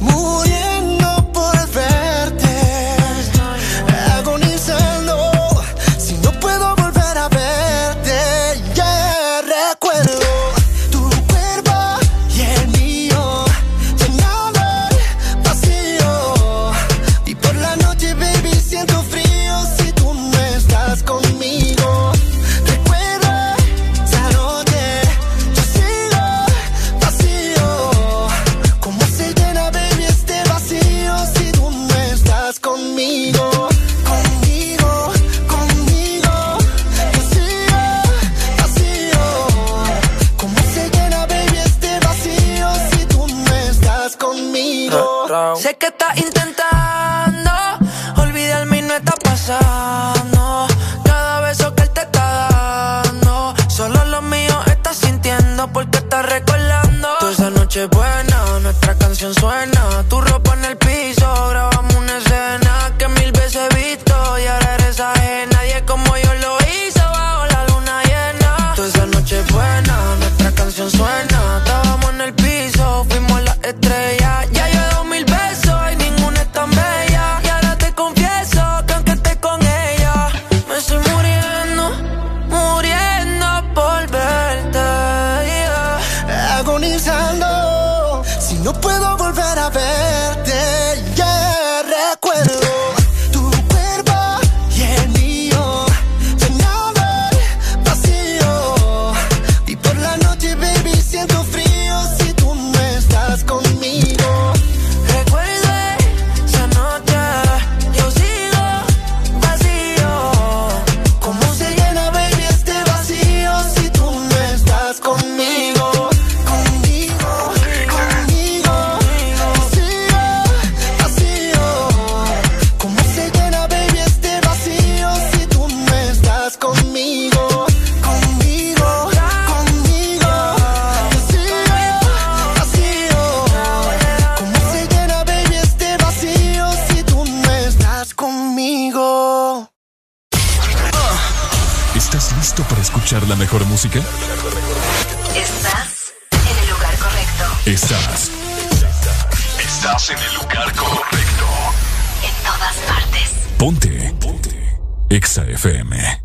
para verte. Yeah, recuerdo tu cuerpo y el mío, llenaba el vacío. Y por la noche, baby, siento frío si tú no estás conmigo. Recuerdo esa noche, yo sigo vacío. ¿Cómo se llena, baby, este vacío si tú no estás conmigo? Conmigo, conmigo, vacío, vacío. ¿Cómo se llena, baby, este vacío si tú no estás conmigo? Conmigo, conmigo, vacío, vacío. ¿Cómo se llena, baby, este vacío si tú no estás conmigo? ¿Estás listo para escuchar la mejor música? Estás en el lugar correcto. Estás. Estás en el lugar correcto. En todas partes. Ponte. Ponte. Exa F M.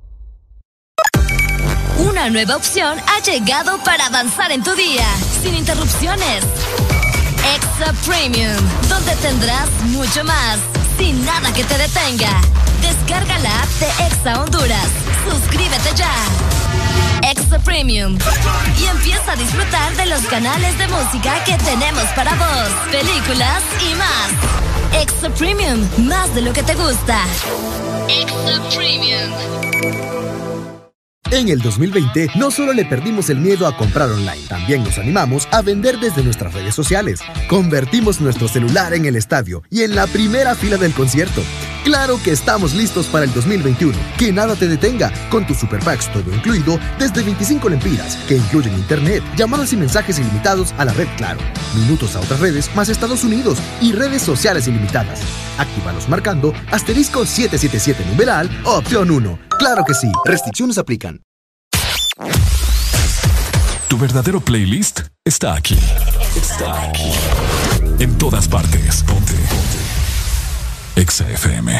Una nueva opción ha llegado para avanzar en tu día, sin interrupciones. Exa Premium, donde tendrás mucho más, sin nada que te detenga. Descarga la app de Exa Honduras. Suscríbete ya. Exa Premium. Y empieza a disfrutar de los canales de música que tenemos para vos, películas y más. Exa Premium, más de lo que te gusta. Exa Premium. En el dos mil veinte, no solo le perdimos el miedo a comprar online, también nos animamos a vender desde nuestras redes sociales. Convertimos nuestro celular en el estadio y en la primera fila del concierto. Claro que estamos listos para el dos mil veintiuno. Que nada te detenga con tus Super Packs todo incluido desde veinticinco lempiras, que incluyen internet, llamadas y mensajes ilimitados a la red Claro, minutos a otras redes más Estados Unidos y redes sociales ilimitadas. Actívalos marcando asterisco siete siete siete numeral opción uno. Claro que sí, restricciones aplican. Tu verdadero playlist está aquí. Está aquí. En todas partes. Ponte. Ponte. Exa F M.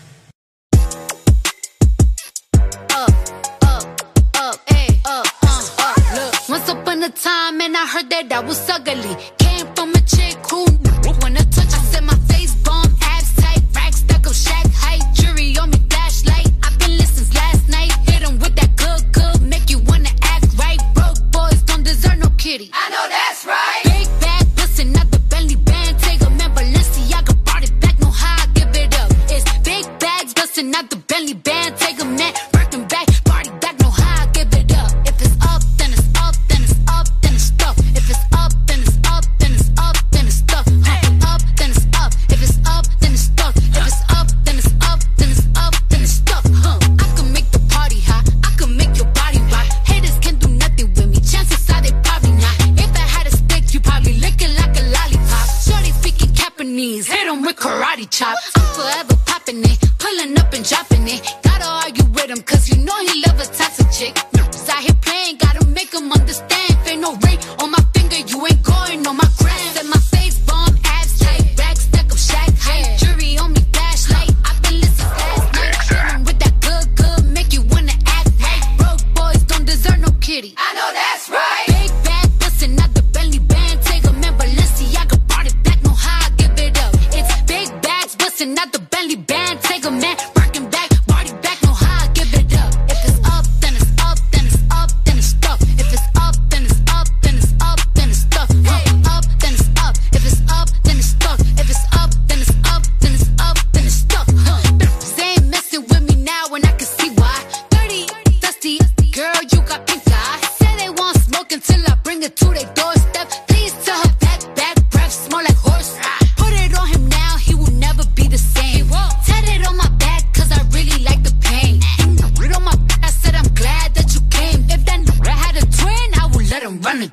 Once upon a time, and I heard that I was ugly. Came from a chick who wanna touch. I said my face bomb, abs tight, rack stuck up, shack height, jury on me, flashlight. I've been listening last night. Hit 'em with that good, good, make you wanna act right. Broke boys don't deserve no kitty. I know that's right. Big bag, bustin' out the belly band. Take a man, Balenciaga brought it back. No how I give it up. It's big bags, bustin' out the belly band. Take a man, working back, party back. No how I give it up. If it's up, then it's up, then it's up, then it's stuff. If it's up, then it's up, then it's up, then it's stuff. Huh. Up, then it's up. If it's up, then it's stuff. If it's up, then it's up, then it's up, then it's stuff. Huh. I can make the party hot. I can make your body rock. Haters can't do nothing with me. Chances are they probably not. If I had a stick, you probably lick it like a lollipop. Shorty speaking Japanese. Hit 'em with karate chop. I'm forever popping it. Pulling up and dropping it. Gotta argue with him, cause you know he love a toxic chick. He's out here playing, gotta make him understand. Ain't no ring on my finger, you ain't going on my gram. Said my face bomb, abs tight, rack stack up, shack height, jury on me, flashlight. I've been listening last night. Hit 'em with that good, good, make you wanna act right. Broke boys don't deserve no kitty. I know that's right. Big bag, bustin' out the belly band. Take a man, Balenciaga brought it back. No how I give it up. It's big bags, bustin' out the belly band. Take a man, working back, party back. No how I give it up. If it's up, then it's up, then it's up, then it's stuff. If it's up, then it's up, then it's up, then it's stuff. Huh. Up, then it's up. If it's up, then it's stuff. If it's up, then it's up, then it's up, then it's stuff. Huh. They ain't messing with me now, and I can see why. Dirty, dusty, girl, you got pink eye. Say they want smoke until I bring it to their doorstep. Please tell her back, back, breath smell like horse. Put it on him now, he will never be the same. Tat it on my back, cause I really like the pain. Right on my back, I said I'm glad that you came. If that I had a twin, I would let him run it.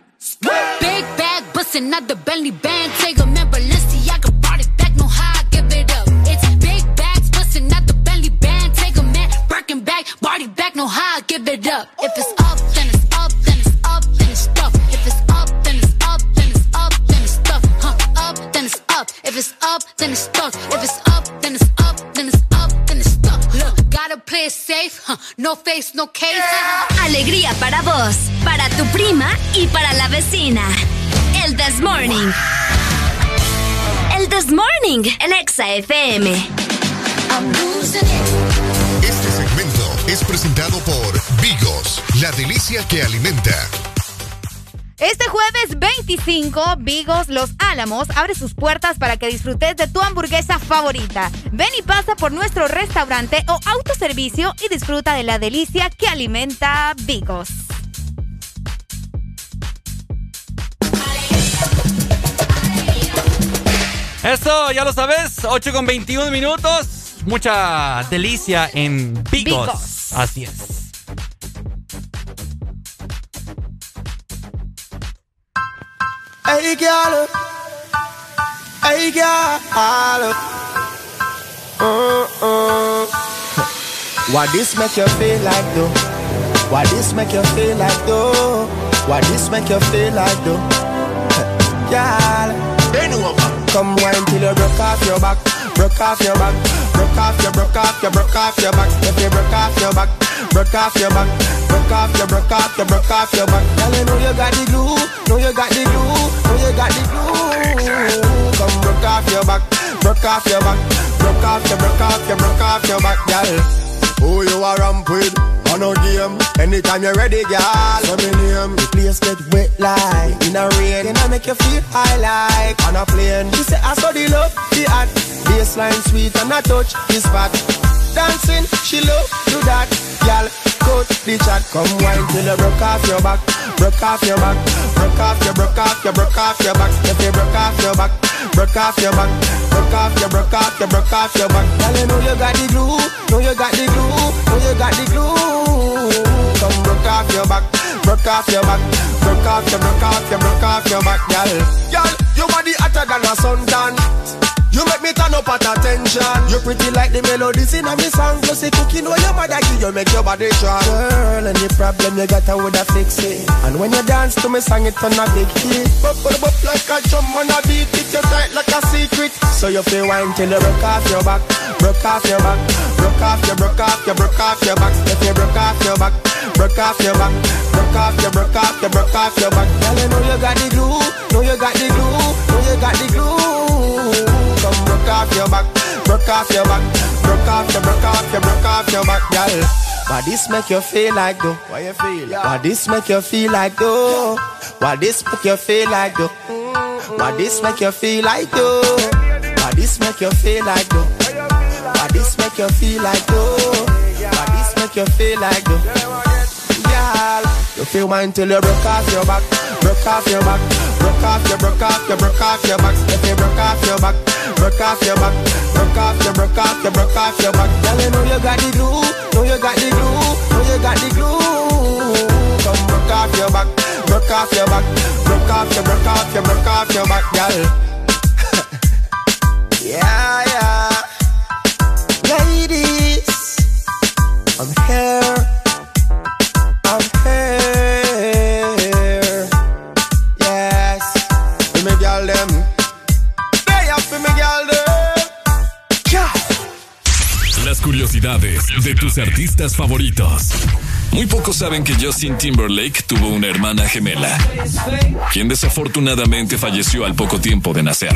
Big bag, bustin' out the belly band. Take a man, Balenciaga brought it back. No how I give it up. It's big bags, bustin' out the belly band. Take a man, Birkin back, party back. No how I give it up. If it's up, then it's up, then it's up, then it's stuff. If it's up, then it's up, then it's up, then it's stuff. Huh. Up, then it's up. If it's up, then it's stuck. If it's up, then it's up, then it's up, then it's stuck. Look, gotta play it safe. Huh. No face, no case. Alegría para vos, para tu prima y para la vecina. El This Morning. This Morning en Exa F M. Este segmento es presentado por Bigos, la delicia que alimenta. Este jueves veinticinco, Bigos Los Álamos abre sus puertas para que disfrutes de tu hamburguesa favorita. Ven y pasa por nuestro restaurante o autoservicio y disfruta de la delicia que alimenta Bigos. Eso, ya lo sabes, ocho con veintiún minutos. Mucha delicia en Bigos. Bigos. Así es. Hey girl, hey girl, uh, uh. What this make you feel like though? What this make you feel like though? What this make you feel like though? Girl, bend over, come wine till you broke off your back, broke off your back, broke off your, broke off your, broke off your back. If you broke off your back, broke off your back, broke off your, broke off your, broke off your back. Girl, you know you got the glue, know you got the glue, know you got the glue. Come broke off your back, broke off your back, broke off your, broke off your, broke off your back, girl. Who you are ramp with? On a game, anytime you're ready, girl. So me name, the place get wet like in a rain. Then I make you feel high like on a plane. She say I saw the love, the hot baseline sweet and I touch the spot. Dancing, she love do that, girl. Cut the chat, come wine till you broke off your back, broke off your back, broke off your, broke off your, broke off your back. If you broke off your back, broke off your back, broke off your, broke off your, broke off your back. Girl, you know you got the glue, know you got the glue, know you got the glue. Come broke off your back, broke off your back, broke off your, broke off your, broke off your back, girl. Girl, your body hotter than a suntan. You make me turn up at attention. You pretty like the melodies in a me song. Plus the cooking where your mother give you make your body strong. Girl, any problem you got I woulda fix it. And when you dance to me song it turn a big hit. Bop bop bop like a drum on a beat. It you tight like a secret. So you feel wine till you broke off your back, broke off your back, broke off your, broke off your, broke off your back. If you broke off your back, broke off your back, broke off your, broke off your, broke off your back. Girl, you know you got the glue, know you got the glue, know you got the glue. Come broke off your back, broke off your back, broke off your, broke off your, broke off your back, girl. Why this make you feel like though? Why you feel? Yeah. Why this make you feel like though? Why this make you feel like though? Why this make you feel like though? Why this make you feel like though? Why this make you feel like though? Why this make you feel like though? Girl, you feel mine till you broke off your back, broke off your back, broke off your, broke off your, broke off your back. If you broke off your back, broke off your back, broke off your, broke off your, broke off your back. Girl, you know you got the glue, know you got the glue, know you got the glue. Come broke off your back, broke off your back, broke off your, broke off your, broke off your back, girl. Yeah, yeah. Ladies, I'm here, I'm here. Yes, for me girl them, they up for me girl them. Yeah. Las curiosidades de tus artistas favoritos. Muy pocos saben que Justin Timberlake tuvo una hermana gemela, quien desafortunadamente falleció al poco tiempo de nacer.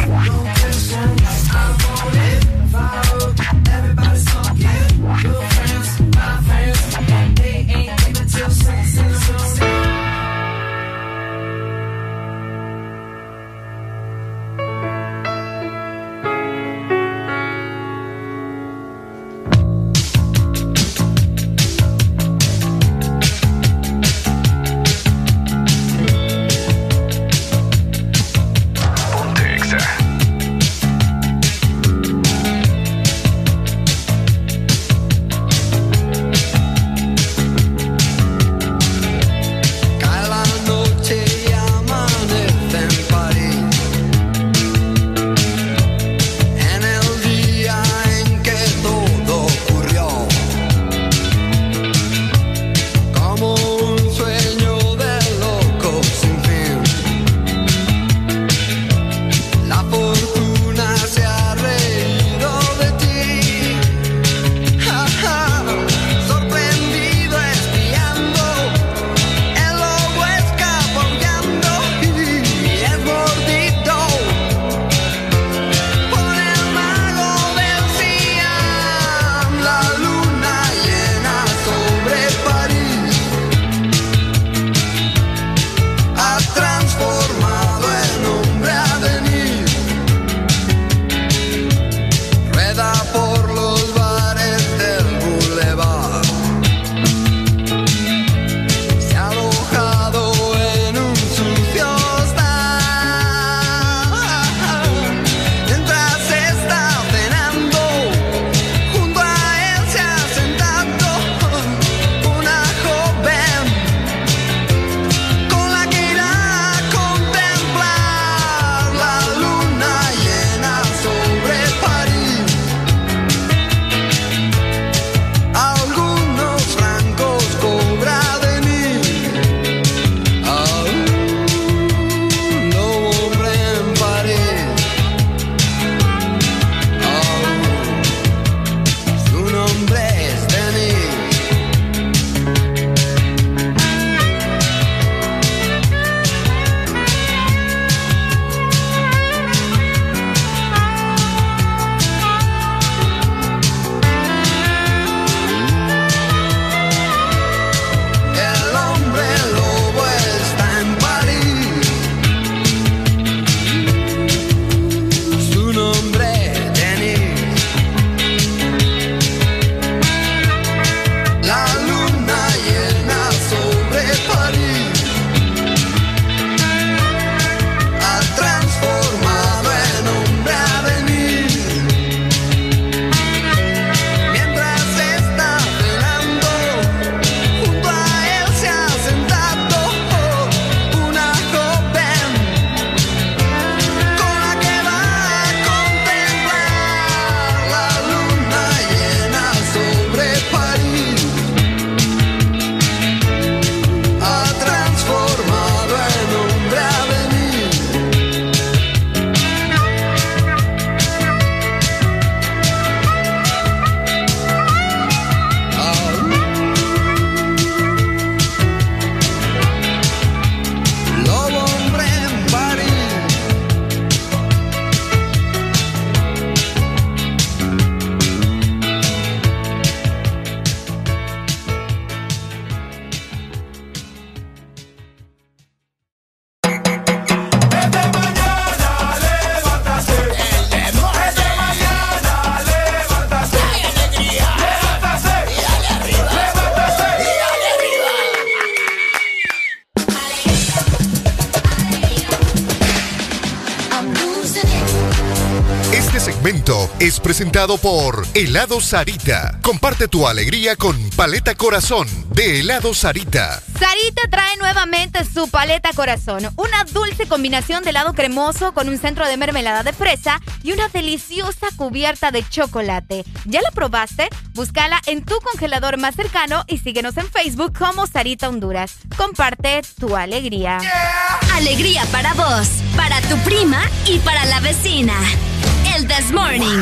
es presentado por Helado Sarita. Comparte tu alegría con Paleta Corazón de Helado Sarita. Sarita trae nuevamente su Paleta Corazón, una dulce combinación de helado cremoso con un centro de mermelada de fresa y una deliciosa cubierta de chocolate. ¿Ya la probaste? Búscala en tu congelador más cercano y síguenos en Facebook como Sarita Honduras. Comparte tu alegría. Yeah. Alegría para vos, para tu prima y para la vecina. El This Morning.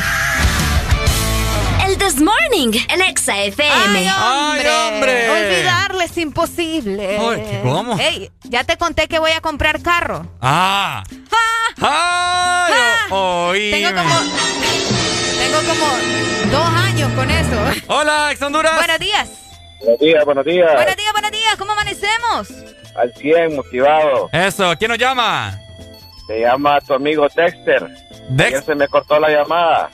El This Morning en Exa F M. ¡Ay, hombre! ¡Ay, hombre! Olvidarle es imposible. Ay, ¿cómo? Ey, ya te conté que voy a comprar carro. ¡Ah! ¡Ah! ¡Ay! Oíme. Tengo como... Tengo como dos años con eso. Hola, Ex Honduras. Buenos días. Buenos días, buenos días. Buenos días, buenos días. ¿Cómo amanecemos? Al cien, motivado. Eso, ¿quién nos llama? Se llama tu amigo Dexter. Dex. Ayer se me cortó la llamada.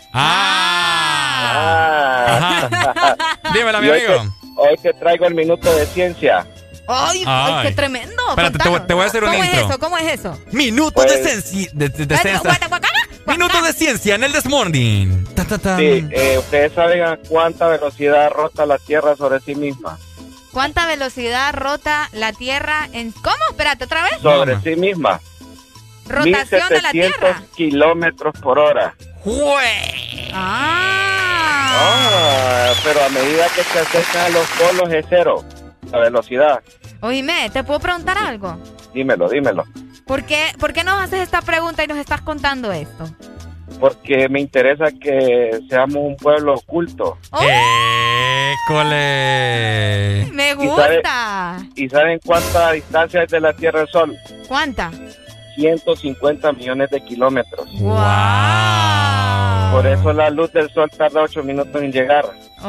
Ah. Ah. Dímelo, mi Y hoy amigo. te- Hoy te traigo el minuto de ciencia. ¡Ay, Ay. ay, qué tremendo! Espérate, te voy- te voy a hacer una ¿Cómo intro. es eso? ¿Cómo es eso? Minuto Pues- de, ciencia, de, de- de Eh, ciencia. guata, guata, Minuto de ciencia en el This Morning. Ta, ta, ta. Sí, eh, ustedes saben a cuánta velocidad rota la Tierra sobre sí misma. ¿Cuánta velocidad rota la Tierra en... ¿Cómo? Espérate, ¿otra vez? Sobre Mamá. sí misma. Rotación de la Tierra. kilómetros por hora. ¡Jue! Ah. Ah, pero a medida que se acercan a los polos es cero. La velocidad. Oíme, ¿te puedo preguntar algo? Dímelo, dímelo. ¿Por qué, ¿Por qué nos haces esta pregunta y nos estás contando esto? Porque me interesa que seamos un pueblo oculto. ¡Oh! ¡École! Me Y gusta. ¿Y saben cuánta distancia es de la Tierra al Sol? ¿Cuánta? ciento cincuenta millones de kilómetros. ¡Wow! Por eso la luz del Sol tarda ocho minutos en llegar.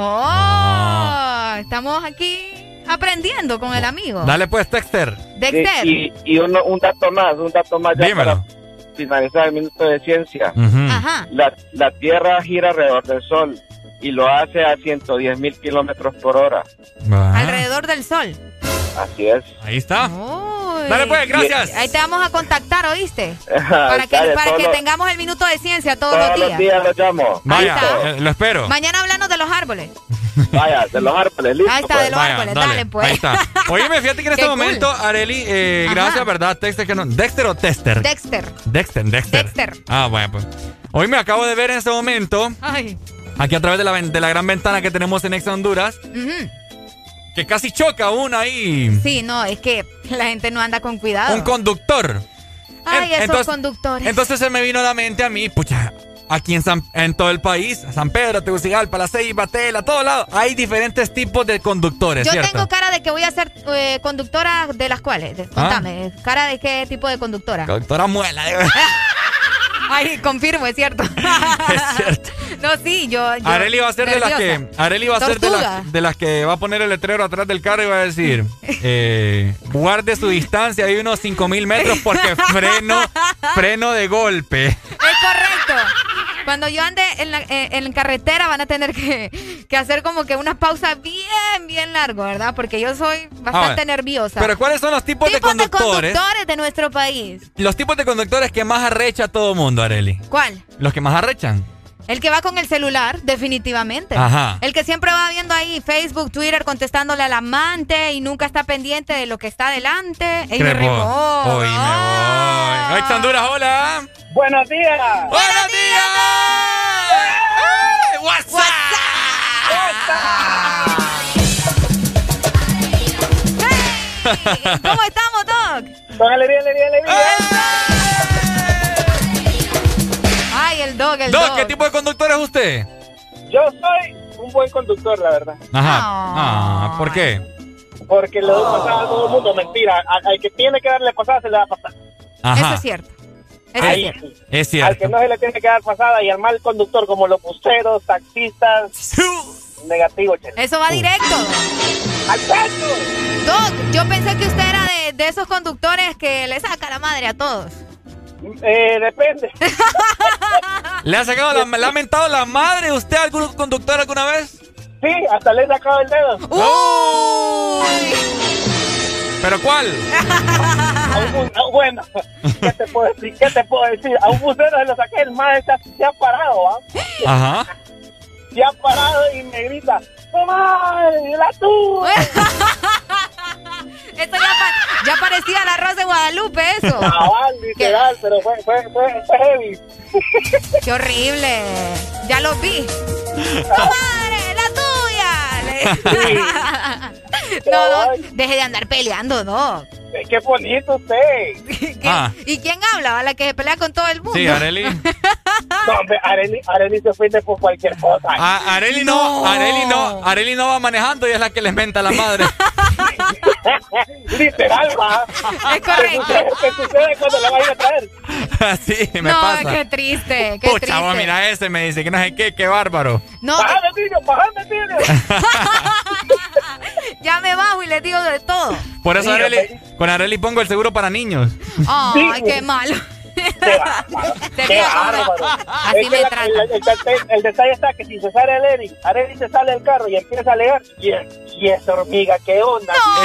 ¡Oh! Estamos aquí aprendiendo con el amigo. Dale pues, Dexter. Dexter. Y, y, y uno, un dato más, un dato más ya Dímelo. para finalizar el minuto de ciencia. Ujú. Ajá. La, la Tierra gira alrededor del Sol y lo hace a ciento diez mil kilómetros por hora. Va. Alrededor del sol. Así es. Ahí está. Uy. Dale pues, gracias. Ahí te vamos a contactar, ¿oíste? Para que, Dale, para todos que los- tengamos el minuto de ciencia todos, Todos los los días. días lo llamo. Vaya, está. eh, lo espero. Mañana hablamos de los árboles. Vaya, de los árboles, listo. Ahí está, pues. de los Vaya, árboles. Dale, pues. Ahí está. Oíme, fíjate que en Qué este cool. momento, Areli, eh, Ajá. gracias, ¿verdad? Dexter, que no. ¿Dexter o Tester? Dexter. Dexter, Dexter. Dexter. Ah, bueno, pues. Hoy me acabo de ver en este momento, Ay. aquí a través de la, ven- de la gran ventana que tenemos en Exa Honduras, Ujú. que casi choca una ahí. Sí, no, es que la gente no anda con cuidado. Un conductor. Ay, En- esos entonces- conductores. Entonces se me vino a la mente a mí, pucha, aquí en, San- en todo el país, San Pedro, Tegucigalpa, La Ceiba, Tela, todos lados, hay diferentes tipos de conductores, Yo ¿cierto? tengo cara de que voy a ser eh, conductora de las cuales. De- Contame, ¿cara de qué tipo de conductora? Conductora muela. Ay, confirmo, es cierto. Es cierto. No, sí, yo. yo Areli va a ser de las nerviosa. que Areli va a ser de Tortuga. las, de las que va a poner el letrero atrás del carro y va a decir eh, guarde su distancia hay unos cinco mil metros porque freno freno de golpe. Es correcto. Cuando yo ande en, la, eh, en carretera van a tener que, que hacer como que una pausa bien, bien largo, ¿verdad? Porque yo soy bastante Ah, nerviosa. Pero ¿cuáles son los tipos, Tipos de conductores? de conductores de nuestro país. Los tipos de conductores que más arrecha a todo mundo, Areli. ¿Cuál? Los que más arrechan. El que va con el celular, definitivamente. Ajá. El que siempre va viendo ahí Facebook, Twitter, contestándole al amante y nunca está pendiente de lo que está adelante. ¡Ey, me Crepo. rimó! Hoy me voy. Ex Honduras, hola. Buenos días. ¡Buenos días! ¡Ay, WhatsApp! Hey, ¿cómo estamos, Doc? Con alegría, alegría, alegría. Ay, el Doc, el Doc, Doc. ¿qué tipo de conductor es usted? Yo soy un buen conductor, la verdad. Ajá. Ah, ¿por qué? Porque le doy pasada a todo el mundo. Mentira. Al, al que tiene que darle pasada se le da pasada. Ajá. Eso es cierto. Eso Ahí es cierto. sí. Es Al cierto. que no se le tiene que dar pasada y al mal conductor como los buceros, taxistas, negativo, chele. Eso va directo. ¡Al pecho! Doc, yo pensé que usted era de, de esos conductores que le saca la madre a todos. Eh, depende. ¿Le ha sacado la, le ha mentado la madre usted a algún conductor alguna vez? Sí, hasta le he sacado el dedo. ¡Uy! ¿Pero cuál? A un, a, bueno, ¿qué te puedo decir? ¿Qué te puedo decir? A un bucero se lo saqué, el más se, se ha parado, ¿ah? Ajá. Se ha parado y me grita, ¡mamá, la tuya! Esto ya, pa ya parecía la Rosa de Guadalupe, eso. Cabal, literal, ¿qué? Pero fue, fue, fue, fue heavy. ¡Qué horrible! Ya lo vi. ¡Madre, la tuya! No, no, deje de andar peleando, no. ¡Qué bonito usted! Ah. ¿Y quién habla? ¿La que se pelea con todo el mundo? Sí, Arely. No, hombre, Arely, Arely se ofende por cualquier cosa. A Arely no, no, Arely no, Arely no va manejando y es la que les menta a la madre. Literal, va. Es correcto. ¿Qué sucede cuando le vayan a traer? Sí, me no, pasa. No, qué triste, qué Pucha, triste. vos, mira ese, me dice que no sé qué, qué bárbaro. No. ¡Bájame, niño, bájame, niño! Ya me bajo y les digo de todo. Por eso, Arely, con Arely pongo el seguro para niños. Ay, sí, qué malo. Qué bárbaro. Así es me el, tratan. El, el, el, el detalle está que si se sale Arely, Arely se sale del carro y empieza a leer, y, y esa hormiga, ¿qué onda? No.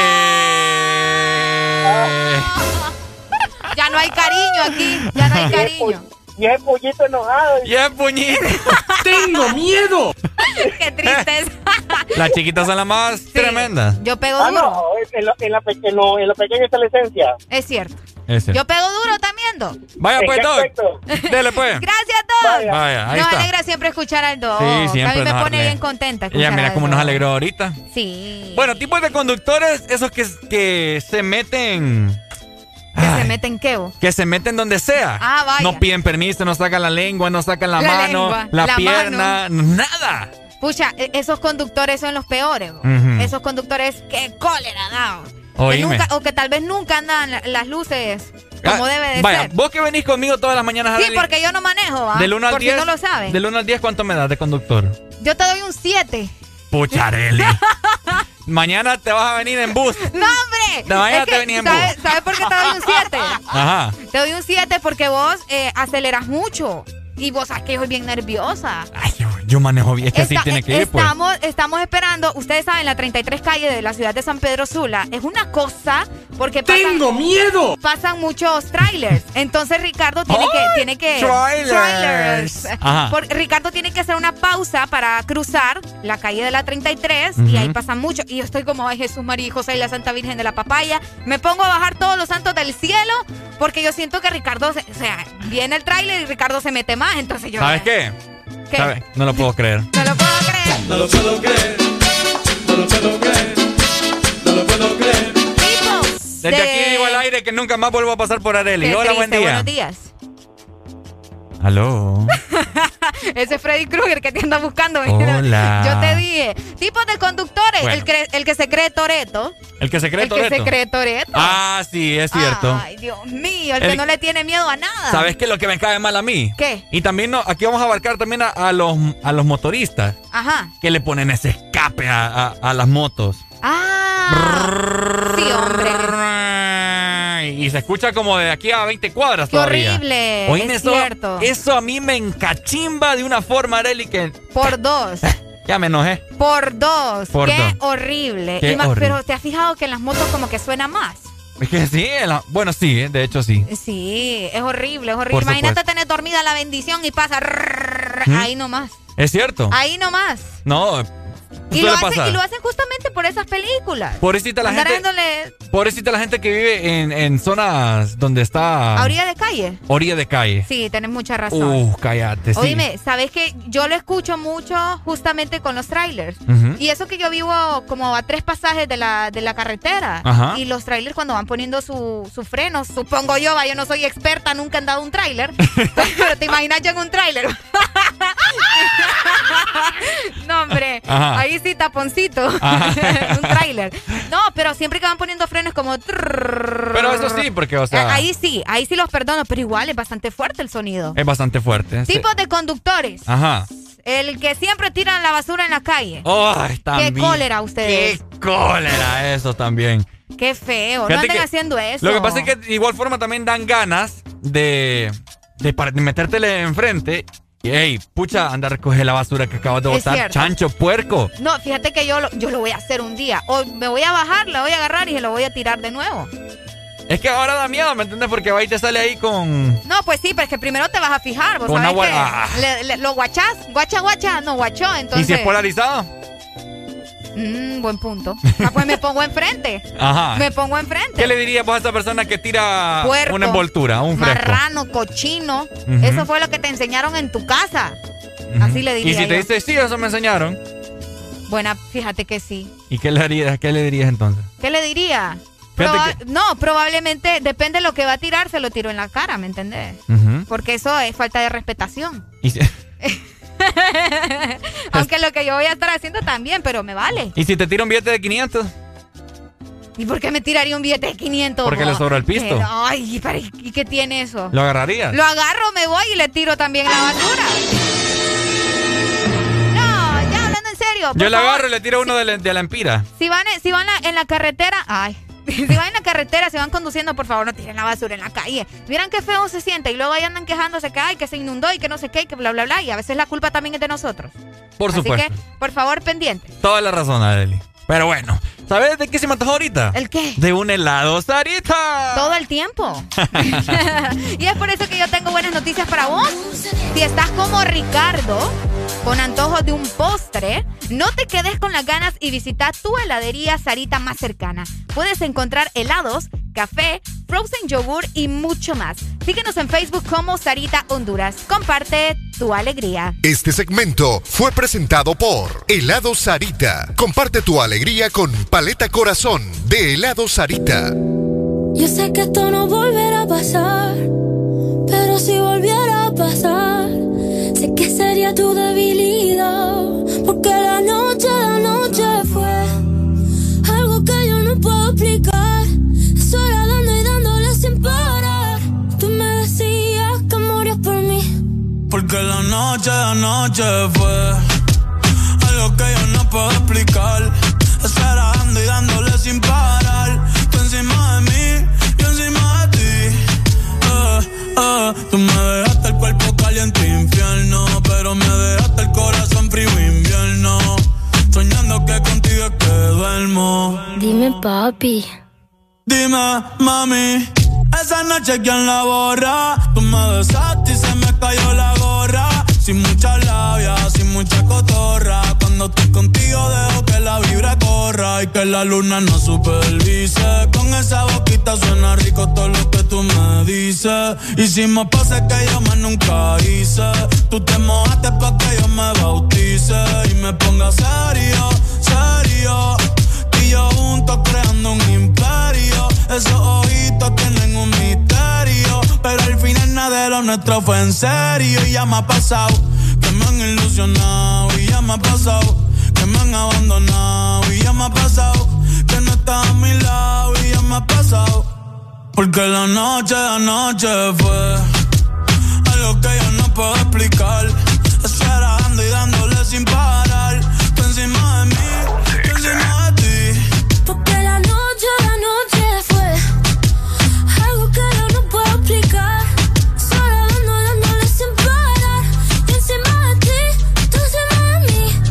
Eh... Ya no hay cariño aquí, ya no hay cariño. Y es pollito enojado. Y es puñito. ¡Tengo miedo! Qué tristeza. Las chiquitas son las más sí. tremendas. Yo pego ah, duro. No, en, lo, en, la, en, lo, en lo pequeño está la esencia. Es cierto. Es cierto. Yo pego duro también, Doc. Vaya pues, Doc. Dele pues. Gracias, Doc. Vaya, Vaya ahí nos está. alegra siempre escuchar al Doc. Sí, siempre. A mí me pone alegra. bien contenta. Ella mira cómo nos alegró ahorita. Sí. Bueno, tipos de conductores, esos que, que se meten... ¿Que Ay, se meten qué? Que se meten donde sea. Ah, vaya. No piden permiso, no sacan la lengua, no sacan la, la mano, lengua, la, la pierna, mano. nada. Pucha, esos conductores son los peores. Uh-huh. Esos conductores, qué cólera, da. Que nunca, o que tal vez nunca andan las luces como ah, debe de vaya, ser. Vos que venís conmigo todas las mañanas. Sí, Arely, porque yo no manejo, ¿ah? Del uno al diez. Si no lo saben. Del uno al diez, ¿cuánto me das de conductor? Yo te doy un siete. Pucha, Arely. Mañana te vas a venir en bus. ¡No, hombre! De mañana es que, te venís en ¿sabes, bus. ¿Sabes por qué te doy un siete? Ajá. Te doy un siete porque vos eh, aceleras mucho. Y vos sabes que yo soy bien nerviosa. Ay, yo, yo manejo bien. Es que Está, así tiene que ir, pues. Estamos, estamos esperando. Ustedes saben, la treinta y tres calle de la ciudad de San Pedro Sula es una cosa porque pasan, ¡tengo miedo! Pasan muchos trailers. Entonces Ricardo tiene que... Tiene que trailers. trailers. Ajá. Por, Ricardo tiene que hacer una pausa para cruzar la calle de la treinta y tres uh-huh. y ahí pasan muchos. Y yo estoy como, ay, Jesús, María y José y la Santa Virgen de la Papaya. Me pongo a bajar todos los santos del cielo porque yo siento que Ricardo... Se, o sea, viene el trailer y Ricardo se mete más. Entonces yo... ¿Sabes qué? ¿Qué? ¿Sabes? No lo puedo creer. No lo puedo creer. No lo puedo creer. No lo puedo creer. No lo puedo creer. Tipos Desde de... aquí digo al aire que nunca más vuelvo a pasar por Arely. Hola, triste, buen día. Buenos días. Aló. Ese es Freddy Krueger que te anda buscando. Hola. Yo te dije. Tipos de conductores. Bueno. El, que, el que se cree Toreto. El que se cree Toreto. El que se cree Toreto. Ah, sí, es cierto. Ay, Dios mío. El, el... que no le tiene miedo a nada. ¿Sabes qué es lo que me cae mal a mí? ¿Qué? Y también no, aquí vamos a abarcar también a, a, los, a los motoristas. Ajá. Que le ponen ese escape a, a, a las motos. Ah. Sí, hombre. Y se escucha como de aquí a veinte cuadras Qué todavía. horrible. Oíme, es eso, cierto. Eso a mí me encachimba de una forma, Arely, que... Por dos. Ya me enojé. Por dos. Por Qué dos. horrible. Qué y más, horrible. Pero ¿te has fijado que en las motos como que suena más? Es que sí, la, bueno, sí, de hecho sí. Sí, es horrible, es horrible. Por Imagínate supuesto. tener dormida la bendición y pasa rrr, ¿Mm? ahí nomás. Es cierto. Ahí nomás. No, y lo, hacen, y lo hacen justamente por esas películas. Pobrecita la Andar gente. dándole... Pobrecita la gente que vive en, en zonas donde está. ¿A orilla de calle? Orilla de calle. Sí, tenés mucha razón. Uh, cállate, sí. Oíme, ¿sabes qué? Yo lo escucho mucho justamente con los trailers. Uh-huh. Y eso que yo vivo como a tres pasajes de la, de la carretera. Ajá. Y los trailers cuando van poniendo su, su freno, supongo yo, va, yo no soy experta, nunca han dado un trailer. Pero te imaginas yo en un trailer. No, hombre. Ajá. Ahí sí, taponcito. Un trailer. No, pero siempre que van poniendo frenos como... Pero eso sí, porque, o sea... Ahí sí, ahí sí los perdono, pero igual es bastante fuerte el sonido. Es bastante fuerte. Tipos sí. de conductores. Ajá. El que siempre tiran la basura en la calle. Oh, también. Qué cólera ustedes. Qué cólera eso también. Qué feo. Fíjate no anden que haciendo eso. Lo que pasa es que de igual forma también dan ganas de, de, de metértele enfrente Ey, pucha, anda a recoger la basura que acabas de Es botar. cierto. Chancho, puerco. No, fíjate que yo lo, yo lo voy a hacer un día. O me voy a bajar, la voy a agarrar y se lo voy a tirar de nuevo. Es que ahora da miedo, ¿me entiendes? Porque va y te sale ahí con... No, pues sí, pero es que primero te vas a fijar. ¿Vos Con sabés agua- que ah. le- le- lo guachás? Guacha, guacha, no guachó, entonces... ¿Y si es polarizado? Mm, buen punto. Ah, pues me pongo enfrente. Ajá. Me pongo enfrente. ¿Qué le dirías vos a esa persona que tira Puerco, una envoltura, un fresco? marrano, cochino. Ujú. Eso fue lo que te enseñaron en tu casa. Ujú. Así le diría Y si te yo. dice, sí, eso me enseñaron. Buena, fíjate que sí. ¿Y qué le harías, qué le dirías entonces? ¿Qué le diría? Fíjate Proba- No, probablemente, depende de lo que va a tirar, se lo tiro en la cara, ¿me entendés? Ujú. Porque eso es falta de respetación. ¿Y si, Aunque lo que yo voy a estar haciendo también, pero me vale. y si te tira un billete de quinientos? ¿Y por qué me tiraría un billete de quinientos? Porque le sobra el pisto. Eh, Ay, ¿y para- ¿y qué tiene eso? ¿Lo agarrarías? Lo agarro, me voy y le tiro también la basura. No, ya hablando en serio. por Yo le favor, agarro y le tiro uno de la, de la empira. Si van, si van la- en la carretera, ay, si van en la carretera, si van conduciendo, por favor, no tiren la basura en la calle. Miran qué feo se siente y luego ahí andan quejándose que ay, que se inundó y que no sé qué, y que bla, bla, bla. Y a veces la culpa también es de nosotros. Por Así supuesto. que, por favor, pendiente. Toda la razón, Adeli. Pero bueno, ¿sabes de qué se me antojó ahorita? ¿El qué? De un helado Sarita. Todo el tiempo. Y es por eso que yo tengo buenas noticias para vos. Si estás como Ricardo, con antojo de un postre, no te quedes con las ganas y visita tu heladería Sarita más cercana. Puedes encontrar helados, café, frozen yogur y mucho más. Síguenos en Facebook como Sarita Honduras. Comparte tu alegría. Este segmento fue presentado por Helado Sarita. Comparte tu alegría con Paleta Corazón de Helado Sarita. Yo sé que esto no volverá a pasar, pero si volviera a pasar, sé que sería tu debilidad, porque la noche, la noche fue algo que yo no puedo explicar. Sola dando y dándole sin parar. Tú me decías que morías por mí, porque la noche, la noche fue algo que yo no puedo explicar. Estar dando y dándole sin parar. Tú encima de mí, yo encima de ti. Eh, eh, tú me dejaste el cuerpo caliente infierno, pero me dejaste el corazón frío invierno. Soñando que contigo es que duermo. dime papi. Dime, mami, esa noche quién la borra. Tú me besaste y se me cayó la gorra. Sin mucha labia, sin mucha cotorra. Cuando estoy contigo dejo que la vibra corra y que la luna no supervise. Con esa boquita suena rico todo lo que tú me dices. Hicimos poses que yo más nunca hice. Tú te mojaste pa' que yo me bautice y me ponga serio, serio. Y yo juntos creando un imperio. Esos ojitos tienen un misterio, pero al final nada de lo nuestro fue en serio. Y ya me ha pasado que me han ilusionado. Y ya me ha pasado que me han abandonado. Y ya me ha pasado que no estás a mi lado. Y ya me ha pasado porque la noche, la noche fue algo que yo no puedo explicar. Estar dando y dándole sin parar. Tú encima de mí, yo encima de ti. Porque la noche, la noche fue algo que yo no puedo explicar. Solo dando, dándole sin parar. Y encima de ti, tú encima de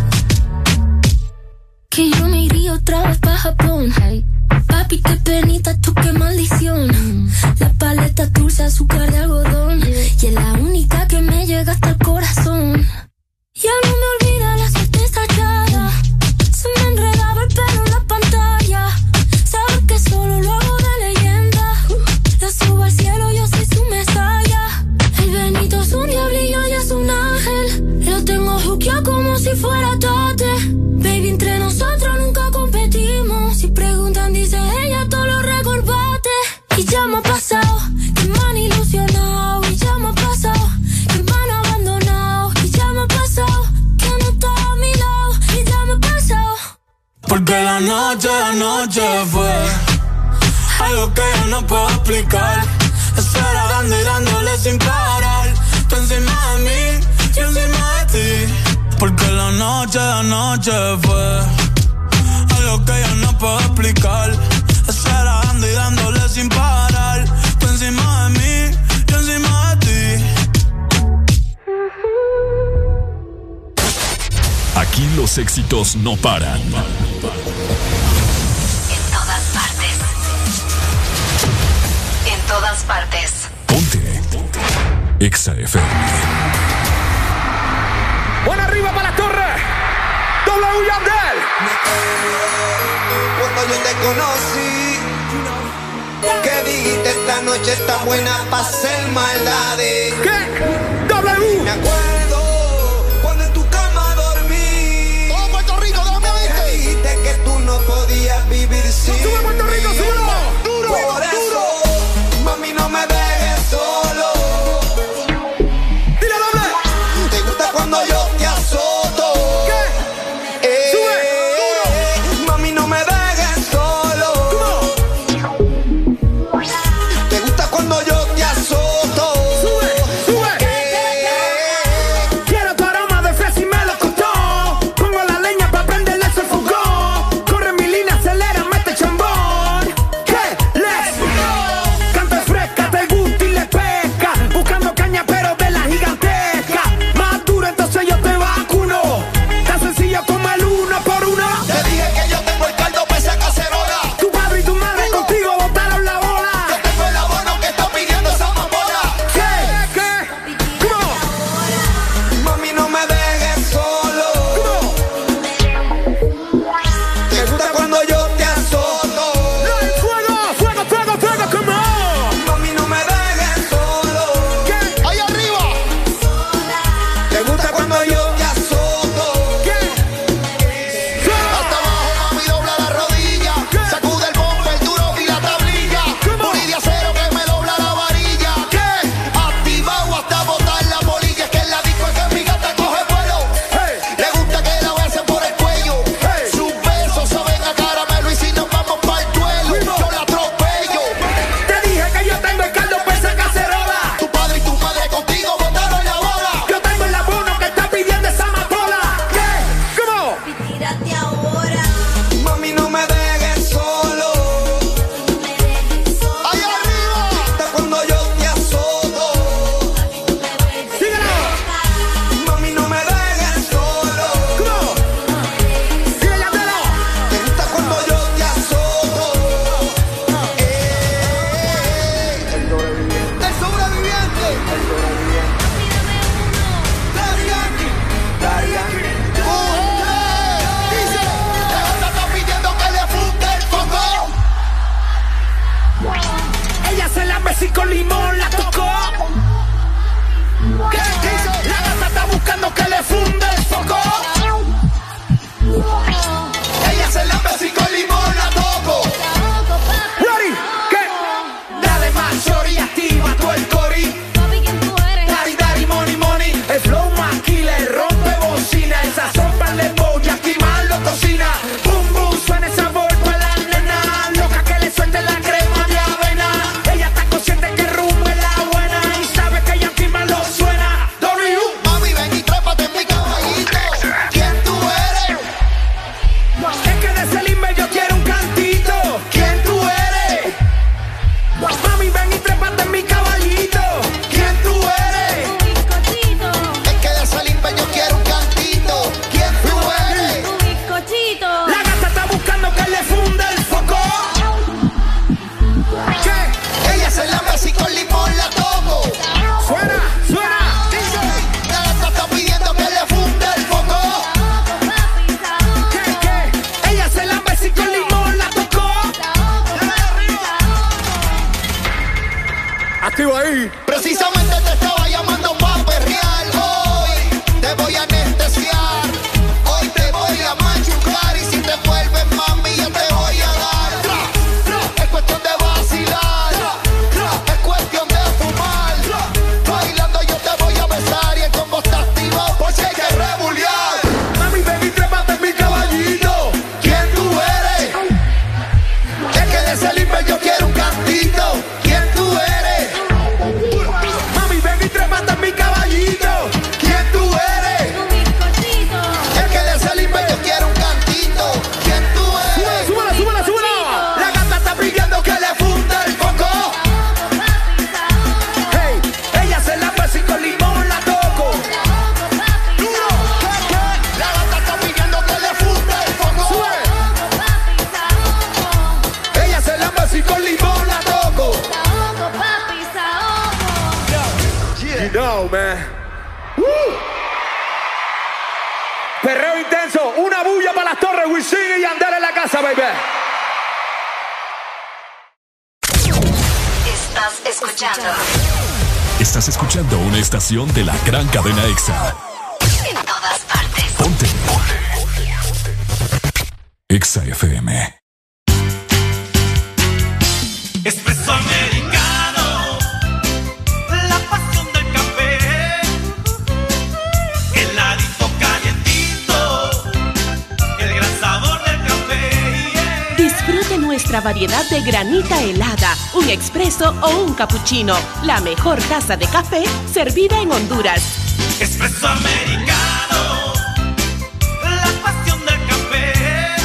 mí. Que yo me iría otra vez pa' Japón. Hey. Papi, qué penita, tú qué maldición. Mm. La paleta dulce, azúcar de algodón. Yeah. Y es la única que me llega hasta el corazón. Ya no me olvida la suerte estallada. Se me enredaba el pelo en la pantalla. Sabes que solo lo hago de leyenda. La subo al cielo, yo soy su mesaya. El Benito es un diablillo y es un ángel. Lo tengo juqueado como si fuera Tate. Baby, entre nosotros nunca competimos. Si preguntan, dice ella, todo lo recordate. Y ya me ha pasado que me han ilusionado. Y ya me ha pasado que me han abandonado. Y ya me ha pasado que no está a mi lado. Y ya me ha pasado porque la noche, la noche fue algo que yo no puedo explicar. Estar dando y dándole sin parar. Tú encima de mí, yo encima de ti. Porque la noche, la noche fue algo que yo no puedo explicar. Estar dando y dándole sin parar. Tú encima de mí, yo encima de ti. Los éxitos no paran. En todas partes. En todas partes. Ponte. Exa F M. Buena arriba para la torre. W Yandel. Cuando yo te conocí, que dijiste esta noche está buena para hacer maldades. ¿Qué? W. Me acuerdo cuando en tu cama dormí. Todo Puerto Rico, dame que dijiste que tú no podías vivir sin ¡Sube Puerto Rico, mí. súbelo! ¡Duro, Por duro! eso, mami, no me dejes solo. ¡Dile doble! ¿Te gusta cuando yo te azoto? ¿Qué? Eh, ¡Sube! Mami, no me dejes solo. ¿Cómo? ¿Te gusta cuando yo te azoto? ¡Sube! ¡Sube! Eh, Quiero tu aroma de fresa y me lo costó. Pongo la leña para prenderle ese fogón. Corre mi línea, acelera, mete chambón. ¿Qué? Let's go. Canta fresca, te gusta y le pesca. Buscando caña pero de la gigantesca. Más duro entonces yo te vacuno. Tan sencillo como el uno por uno. te dije que yo tengo el caldo para esa cacerola. Tu padre y tu madre contigo botaron la bola. Yo tengo el abono que está pidiendo esa amapola. ¿Qué? ¿Qué? ¿Cómo? Mami, no me dejes solo. ¿Cómo? ¿Te gusta cuando yo te azoto? ¡Fuego! ¡Fuego, fuego, fuego! ¡Come on! Mami, no me dejes solo. ¿Qué? ¡Ahí arriba! ¿Te gusta cuando yo te azoto? ¿Qué? Hasta abajo, mami, dobla la rodilla. Sacude el bumper duro y la tablilla. Booty de acero que me dobla la varilla. ¿Qué? Activado hasta botar la bolilla. Es que en la disco es que mi gata coge vuelo. Hey. Le gusta que la besen por el cuello. Hey. Sus besos saben a caramelo y si nos vamos para el duelo, yo la atropello. Te dije que yo tengo el caldo para esa cacerola. Tu padre y tu madre contigo botaron la bola. Yo tengo el abono que está pidiendo esa amapola. ¿Qué? ¿Cómo? Tírate ahora. Mami, no me dejes solo. Ahí arriba. Hasta cuando yo te azoto. Síguelo. Mami, no me dejes solo. ¿Cómo? Sigue Yandelo. Te gusta cuando yo te azoto. Eh. El sobreviviente. El sobreviviente. Daddy Yankee. Daddy Yankee. Dice, la gata está pidiendo que le funde el foco. Ella se la besí con limón, la tocó. ¿Qué? ¿Qué? La gata está buscando que le funde el foco. Ella se la besí con limón, la toco. Ready? ¿Qué? Dale más, shorty, activa tú el cori. Papi, ¿quién tú eres? Daddy, daddy, money, money. El flow más killer, rompe bocina. El sazón para el bow y activarlo cocina. Boom, boom, suena el sabor para la nena. Loca que le suelte la crema de avena. Ella está consciente que el rumbo es la buena. Y sabe que ella activa lo suena. W. Mami, ven y trépate en mi cama man. Woo. Perreo intenso, una bulla para las torres, Wisin y Yandel en la casa, baby. Estás escuchando. Estás escuchando una estación de la gran cadena EXA. En todas partes. Ponte. Ponte. EXA F M. Espresso americano, la pasión del café, heladito calientito, el gran sabor del café. Yeah. Disfrute nuestra variedad de granita helada, un expreso o un cappuccino. La mejor taza de café servida en Honduras. Espresso americano, la pasión del café.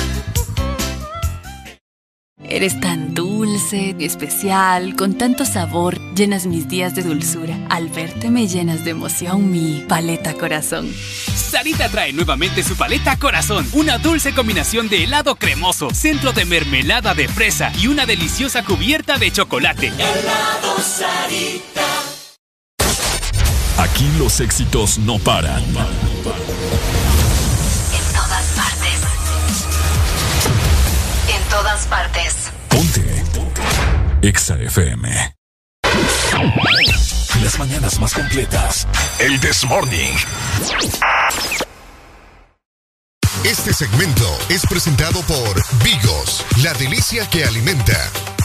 Eres tan dulce, especial, con tanto sabor, llenas mis días de dulzura. Al verte me llenas de emoción mi paleta corazón. Sarita trae nuevamente su paleta corazón, una dulce combinación de helado cremoso, centro de mermelada de fresa y una deliciosa cubierta de chocolate. Helado Sarita. Aquí los éxitos no paran. En todas partes. En todas partes. Ponte. EXA F M. Las mañanas más completas. El This Morning. Este segmento es presentado por Vigos, la delicia que alimenta.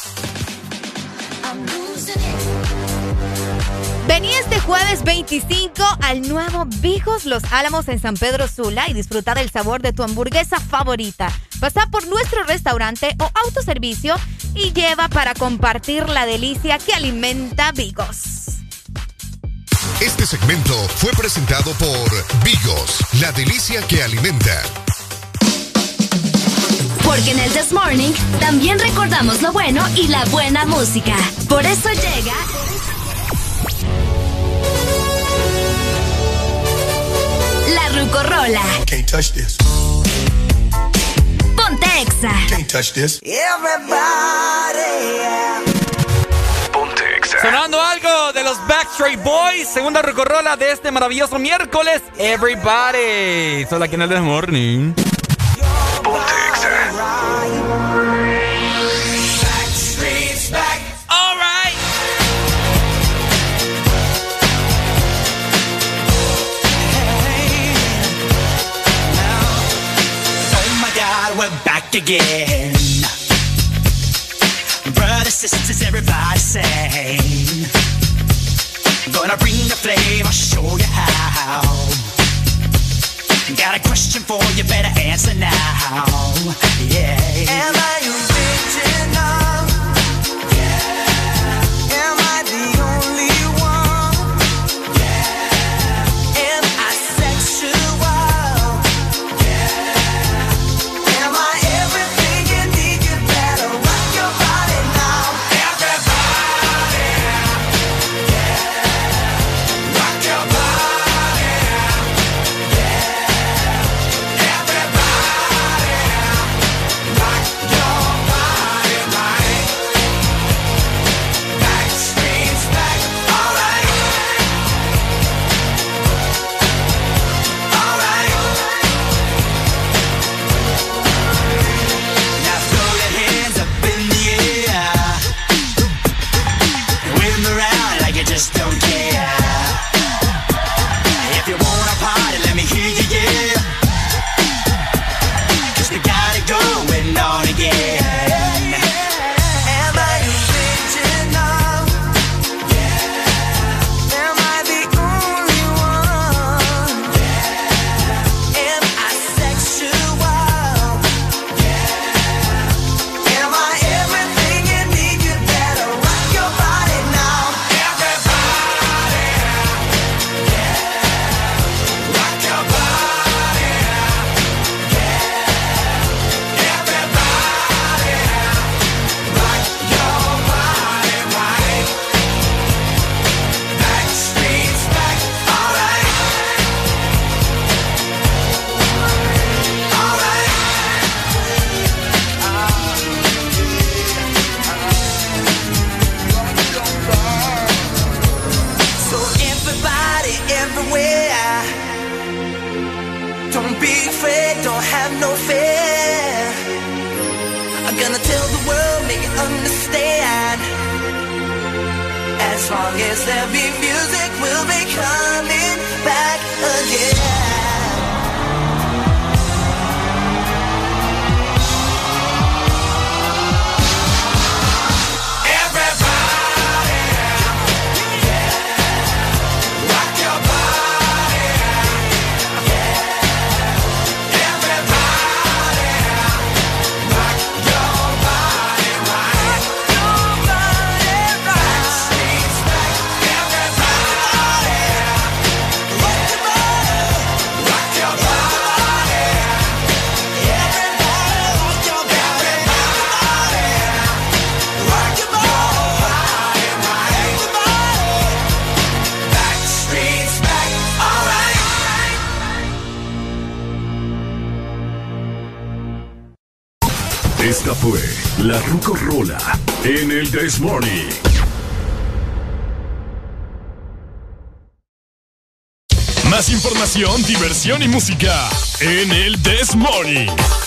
Vení este jueves veinticinco al nuevo Vigos Los Álamos en San Pedro Sula y disfruta del sabor de tu hamburguesa favorita. Pasa por nuestro restaurante o autoservicio y lleva para compartir la delicia que alimenta Vigos. Este segmento fue presentado por Vigos, la delicia que alimenta. Porque en el This Morning también recordamos lo bueno y la buena música. Por eso llega... La Rucorola. Can't touch this. Ponte Exa. Can't touch this. Everybody. Ponte Exa. Sonando algo de los Backstreet Boys. Segunda Rucorola de este maravilloso miércoles. Everybody. Solo aquí en el This Morning. Ponte Exa. Backstreet's back. All right. We're back again. Brothers, sisters, everybody sing. Gonna bring the flavor, show you how. Got a question for you, better answer now. Yeah. Am I original? Yeah. Am I the only one? Yeah. Am I sexual? long as there be music, we'll be coming back again. Esta fue la Rucorola en el This Morning. Más información, diversión y música en el This Morning.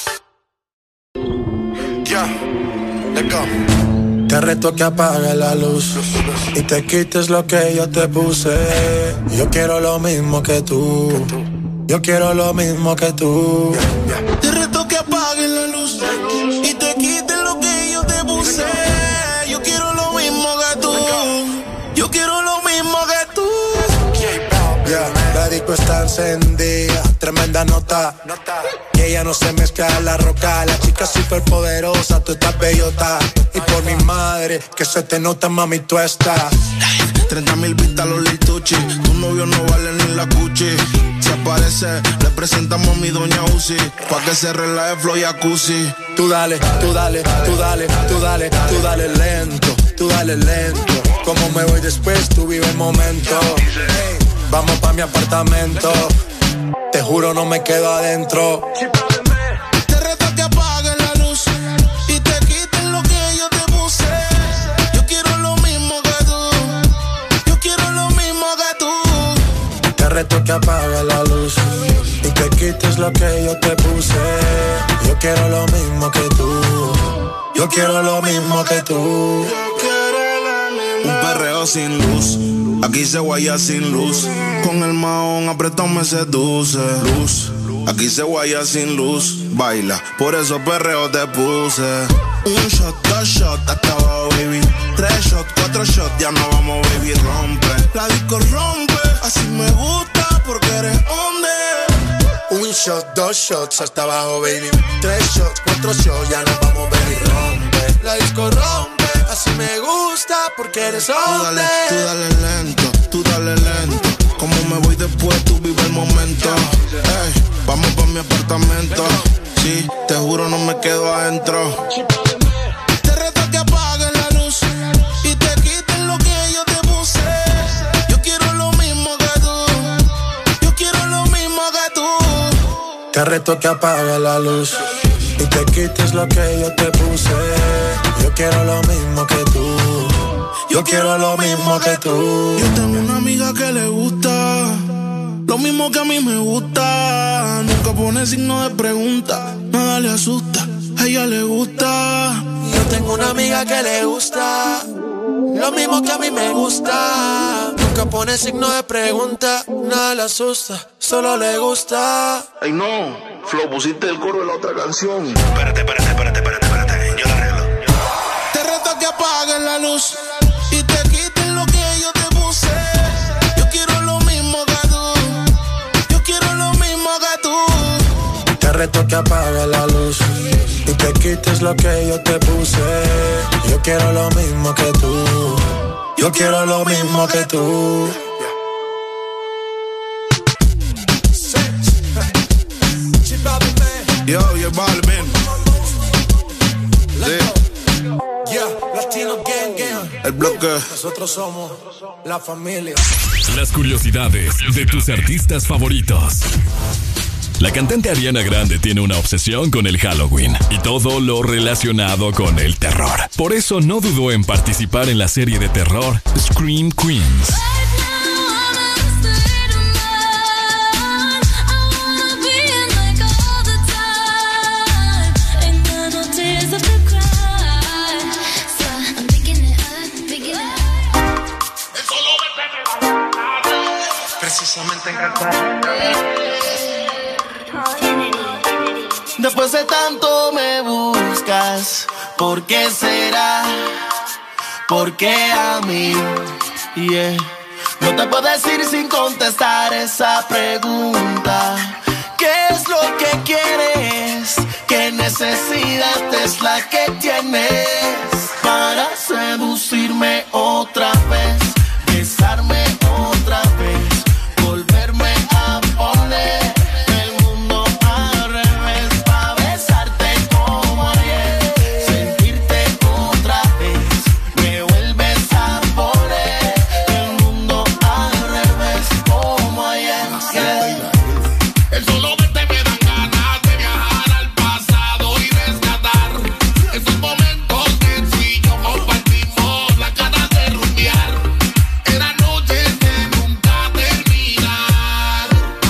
Ya, let's go. Te reto que apagues la luz y te quites lo que yo te puse. Yo quiero lo mismo que tú. Yo quiero lo mismo que tú. Te reto que apagues la luz y te quites lo que yo te puse. Yo quiero lo mismo que tú. Yo quiero lo mismo que tú. Yeah, la disco está encendida, tremenda nota. Y ella no se mezcla a la roca. La chica súper poderosa, tú estás bellota. Y por mi madre, que se te nota, mami, tú estás. Treinta mil vistas los lituchi. Tu novio no vale ni la cuchi. Si aparece, le presentamos a mi doña Uzi. Pa' que se relaje flow y jacuzzi. Tú dale, tú dale, tú dale, tú dale, tú dale lento, tú dale lento. Como me voy después, tú vive el momento. Hey, vamos pa' mi apartamento. Te juro no me quedo adentro. Te reto que apagues la luz y te quites lo que yo te puse. Yo quiero lo mismo que tú. Yo quiero lo mismo que tú. Te reto que apagues la luz y te quites lo que yo te puse. Yo quiero lo mismo que tú. Yo quiero lo mismo que tú. Un perreo sin luz, aquí se guaya sin luz. Con el mahón apretado me seduce. Luz, aquí se guaya sin luz. Baila, por eso perreo te puse. Un shot, dos shots, hasta abajo, baby. Tres shots, cuatro shots, ya no vamos, baby, rompe. La disco rompe, así me gusta porque eres hombre. Un shot, dos shots, hasta abajo, baby. Tres shots, cuatro shots, ya nos vamos, baby, rompe. La disco rompe, así me gusta porque eres hombre. Tú dale, tú dale lento, tú dale lento. Como me voy después, tú vive el momento. Ey, vamos pa' mi apartamento. Sí, te juro no me quedo adentro. Te reto que apagues la luz y te quites lo que yo te puse. Yo quiero lo mismo que tú. Yo quiero lo mismo que tú. Te reto que apagues la luz y te quites lo que yo te puse. Yo quiero lo mismo que tú. Yo quiero lo mismo que tú. Yo tengo una amiga que le gusta lo mismo que a mí me gusta. Nunca pone signo de pregunta, nada le asusta, a ella le gusta. Yo tengo una amiga que le gusta lo mismo que a mí me gusta. Nunca pone signo de pregunta, nada le asusta, solo le gusta. Ay no, Flo, pusiste el coro de la otra canción. Espérate, espérate, espérate, espérate, espérate, yo la arreglo. Te reto que apagues la luz y te quites lo que yo te puse. Yo quiero lo mismo que tú. Yo quiero lo mismo que tú. Te reto que apagues la luz y te quites lo que yo te puse. Yo quiero lo mismo que tú. Yo quiero lo mismo que tú. Yo, yo, Balvin. Sí. Yeah, Latino Gang Gang. El bloque. Nosotros somos la familia. Las curiosidades de tus artistas favoritos. La cantante Ariana Grande tiene una obsesión con el Halloween y todo lo relacionado con el terror. Por eso no dudó en participar en la serie de terror Scream Queens. Después de tanto me buscas, ¿por qué será? ¿Por qué a mí? Yeah. No te puedo decir sin contestar esa pregunta. ¿Qué es lo que quieres? ¿Qué necesidad es la que tienes para seducirme otra vez? Besarme otra vez, volverme a poner el mundo al revés, pa' besarte como ayer, sentirte otra vez, me vuelves a poner el mundo al revés como ayer. Yeah. El solo verte me dan ganas de viajar al pasado y rescatar esos momentos que tú y yo compartimos, las ganas de rumbear. Eran noches de nunca terminar.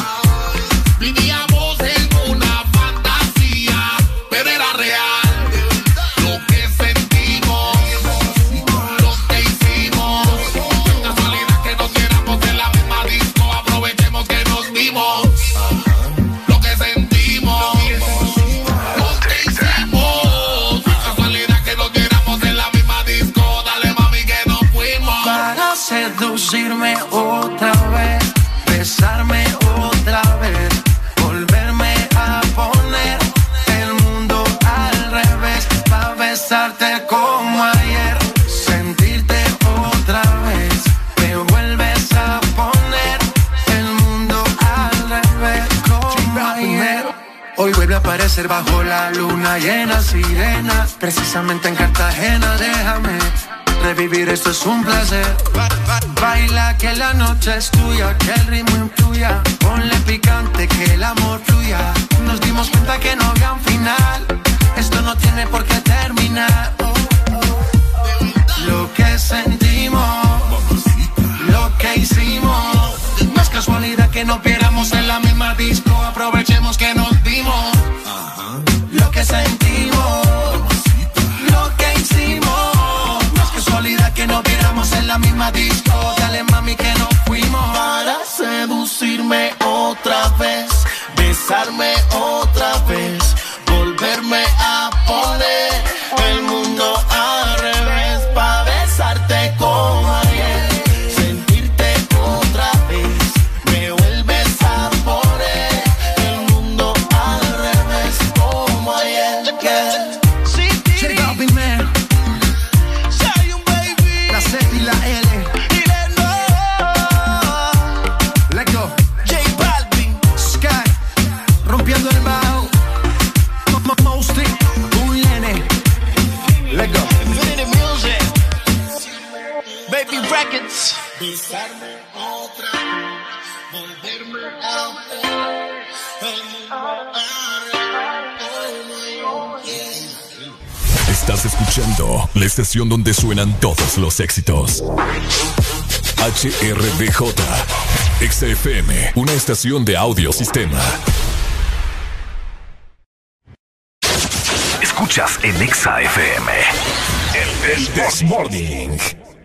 Vivíamos en una fantasía, pero era real. Lo que sentimos, lo que hicimos. Casualidad que nos viéramos en la misma disco, aprovechemos que nos vimos. Lo que sentimos, lo que hicimos. Casualidad que nos viéramos en la misma disco. Dale mami que nos fuimos. Para seducirme otra vez, besarme otra vez, volverme a poner el mundo al revés, pa' besarte como ayer, sentirte otra vez, me vuelves a poner el mundo al revés como ayer. Hoy vuelve a aparecer bajo la luna llena, sirena, precisamente en Cartagena. Déjame revivir, esto es un placer. Ba- ba- Baila que la noche es tuya, que el ritmo influya. Ponle picante, que el amor fluya. Nos dimos cuenta que no había un final. Esto no tiene por qué terminar. Oh, oh. Lo que sentimos, lo que hicimos. No es casualidad que nos viéramos en la misma disco. Aprovechemos que nos dimos. Lo que sentimos, lo que hicimos. No es casualidad que nos viéramos en la misma disco. Dale mami que nos fuimos. Para seducirme otra vez, besarme otra vez, volverme a poner el mundo al revés, pa' besarte como ayer, sentirte otra vez, me vuelves a poner el mundo al revés como ayer. Yeah. J Balvin, man. La Z y la L. Let go. J Balvin. Sky. Rompiendo el bajo. Mostly. Un nene. Let go. Infinity Music. Baby Records. Besarme otra vez. Volverme a poner el mundo al revés. Estás escuchando la estación donde suenan todos los éxitos. H R D J X F M, una estación de audio sistema. Escuchas en Exa F M el This Morning.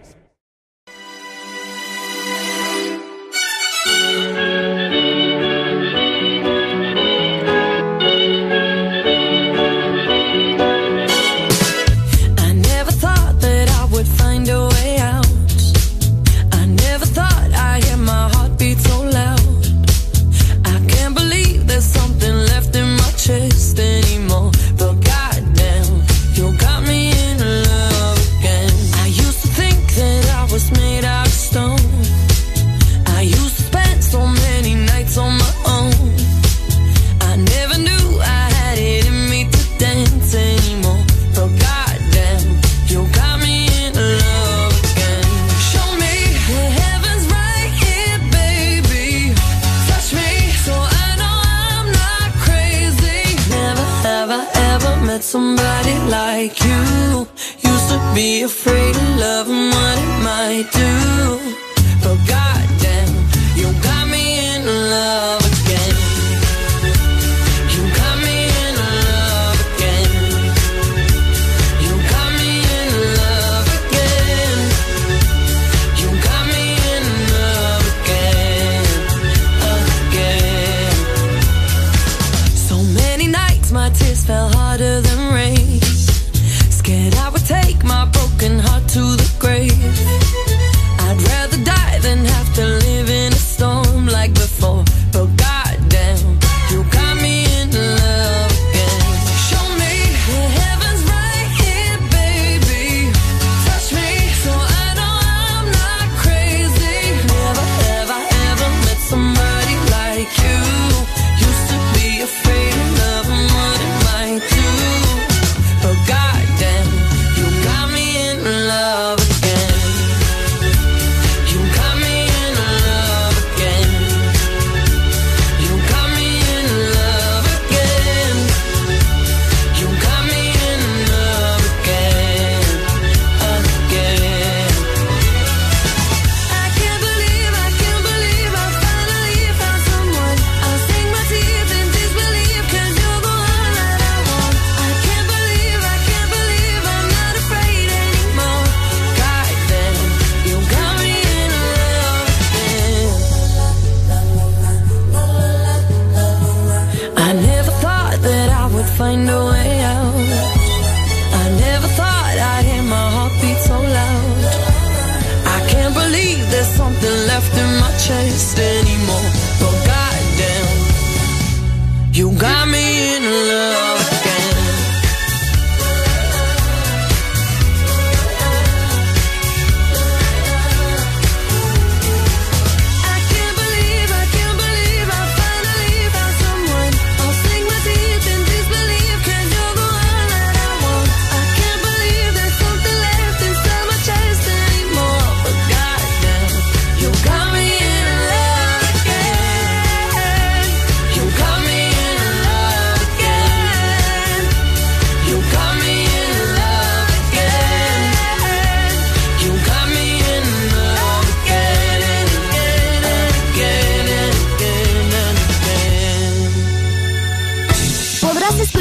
I never thought that I would find a way out. I never thought I'd hear my heartbeat so loud. I can't believe there's something left in my chest anymore. But goddamn, you got me in love again. I used to think that I was made out of stone. I used to spend so many nights on my own. I never knew I had it in me to dance anymore. But goddamn, you got me in love again. Show me the heavens right here, baby. Touch me so I know I'm not crazy. Never have I ever met somebody like you. Used to be afraid of love and what it might do. But goddamn, you got me in love again. You got me in love again. You got me in love again. You got me in love again, again. So many nights my tears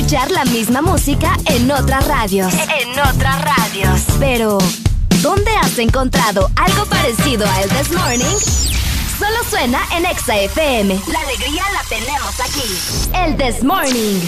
escuchar la misma música en otras radios. En otras radios. Pero, ¿dónde has encontrado algo parecido a El This Morning? Solo suena en Exa F M. La alegría la tenemos aquí. El This Morning.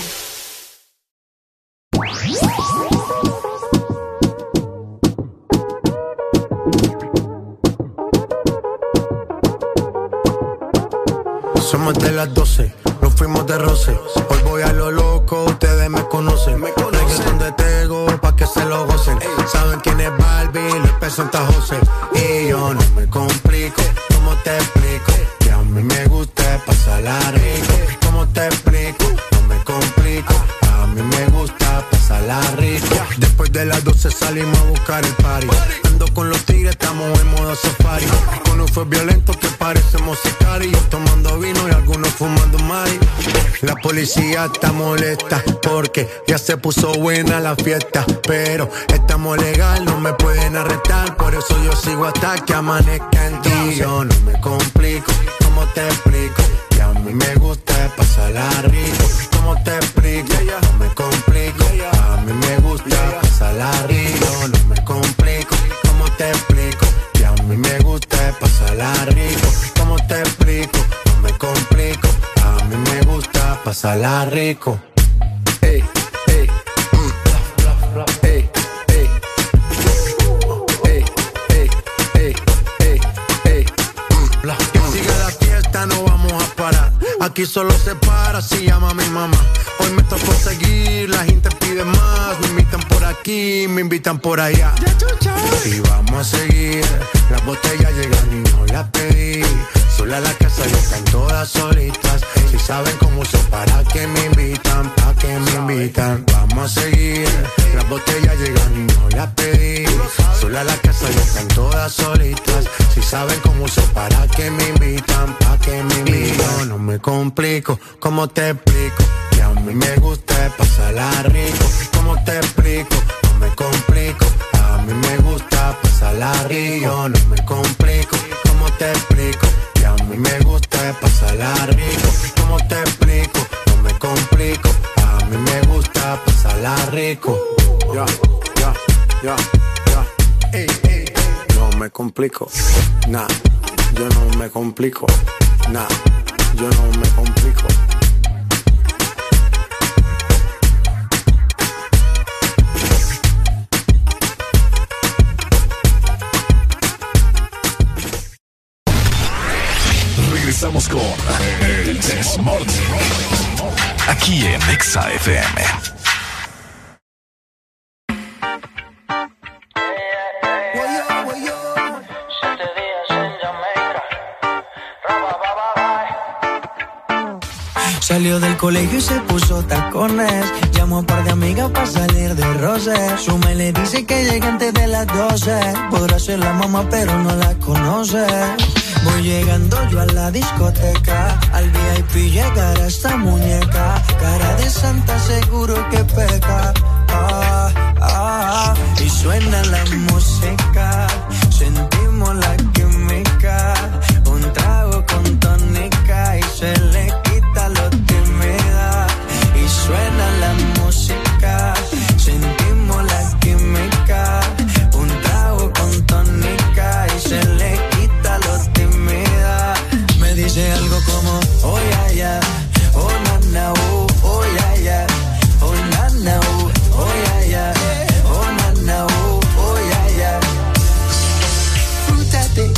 Somos de las doce, nos fuimos de roce. Hoy voy a lo loco, ustedes me conocen. Me conocen donde tengo, pa' que se lo gocen. Saben quién es Barbie, les peso en José. Y yo no me complico, ¿cómo te explico? Que a mí me gusta pasarla rico. ¿Cómo te explico? No me complico, a mí me gusta pasarla rico. Después de las doce salimos a buscar el party. Ando con los tigres, estamos en modo safari. Uno fue violento que parecemos sicarios, tomando vino y algunos fumando mari. La policía está molesta porque ya se puso buena la fiesta, pero estamos legal, no me pueden arrestar, por eso yo sigo hasta que amanezca en ti. Yo no me complico, ¿cómo te explico? Que a mí me gusta pasarla rico. ¿Cómo te explico? No me complico, a mí me gusta pasarla rico. No me complico, ¿cómo te explico? Que a mí me gusta pasarla rico. ¿Cómo te explico? No me complico, a mí me gusta pasarla rico. Ey, ey, mm. ey, ey, ey, ey, ey, ey, ey, mm. Que siga la fiesta, no vamos a parar. Aquí solo se para si llama mi mamá. Hoy me tocó seguir, la gente pide más. Me invitan por aquí, me invitan por allá. Y vamos a seguir, las botellas llegan y no las pedí. Sola la casa y están todas solitas. Si saben cómo uso, para que me invitan, pa' que me invitan. Vamos a seguir, las botellas llegan y no las pedí. Sola la casa y están todas solitas. Si saben cómo uso, para que me invitan, pa' que me invitan. No me complico, ¿cómo te explico? Que a mí me gusta pasarla rico. ¿Cómo te explico? No me complico, a mí me gusta pasarla rico. No me complico, ¿cómo te explico? Que a mí me gusta pasarla rico. ¿Cómo te explico? No me complico, a mí me gusta pasarla rico. Ya, ya, ya, ya. Ey, ey, no me complico, nah, yo no me complico, nah, yo no me complico. Regresamos con El This Morning, aquí en Exa F M. Salió del colegio y se puso tacones. Llamó a un par de amigas para salir de roce. Su me le dice que llegue antes de las doce. Podrá ser la mamá pero no la conoce. Voy llegando yo a la discoteca. Al V I P llegará esta muñeca. Cara de santa seguro que peca. Ah, ah, y suena la música. Sentimos la química. Un trago con tónica y se le quita lo tímida. Y suena la música. Sentimos la química. Un trago con tónica y se le quita lo tímida. Me dice algo como oh ya ya, oh na na oh, oh ya ya, oh na na oh, oh ya ya, oh na na oh, oh ya ya. Fruta de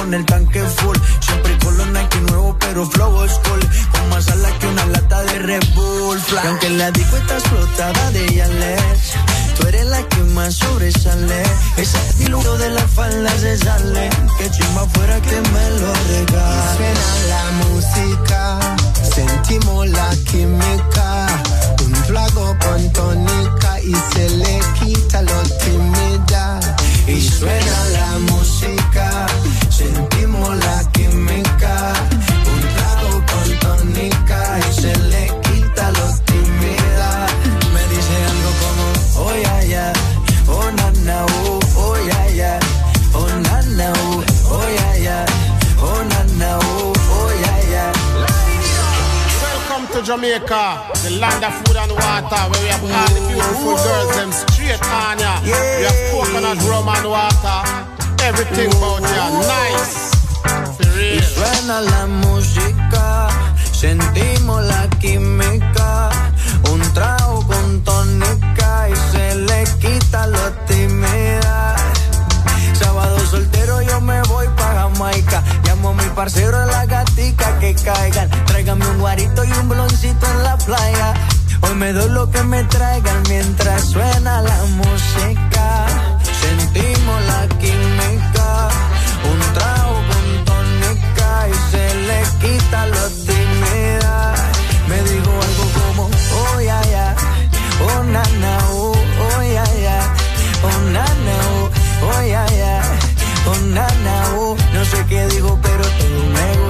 con el tanque full. Siempre con los Nike nuevos, pero flow es cool. Con más alas que una lata de Red Bull. Fly. Y aunque la disco está explotada de Yales, tú eres la que más sobresale. Ese estilo de la falda se sale. Que chimba fuera que me lo regale. Suena la música, sentimos la química. Un trago con tónica y se le quita lo tímida. Y suena la música, sentimos la química. Un trago con tónica y se le quita lo tímida. Me dice algo como, oh yeah yeah, oh na na, oh, oh yeah yeah, oh na na, oh, oh yeah yeah, oh na na, oh, oh yeah yeah. Welcome to Jamaica, the land of food and water, where we have all the beautiful girls, them straight on ya. We have coconut rum and water, everything about ya, nice, for real. Y suena la música, sentimos la química. Un trago con tónica y se le quita lo tímida. Sábado soltero yo me voy pa' Jamaica. Llamo a mi parcero de la gatica que caigan. Tráigame un guarito y un bloncito en la playa. Hoy me doy lo que me traigan mientras suena la música. Sentimos la química. Un trago con tónica y se le quita lo tímida. Me dijo algo como, oh yeah yeah, oh na na, oh, oh yeah yeah, oh na na, oh, oh yeah yeah, oh na na, oh. No sé qué dijo, pero todo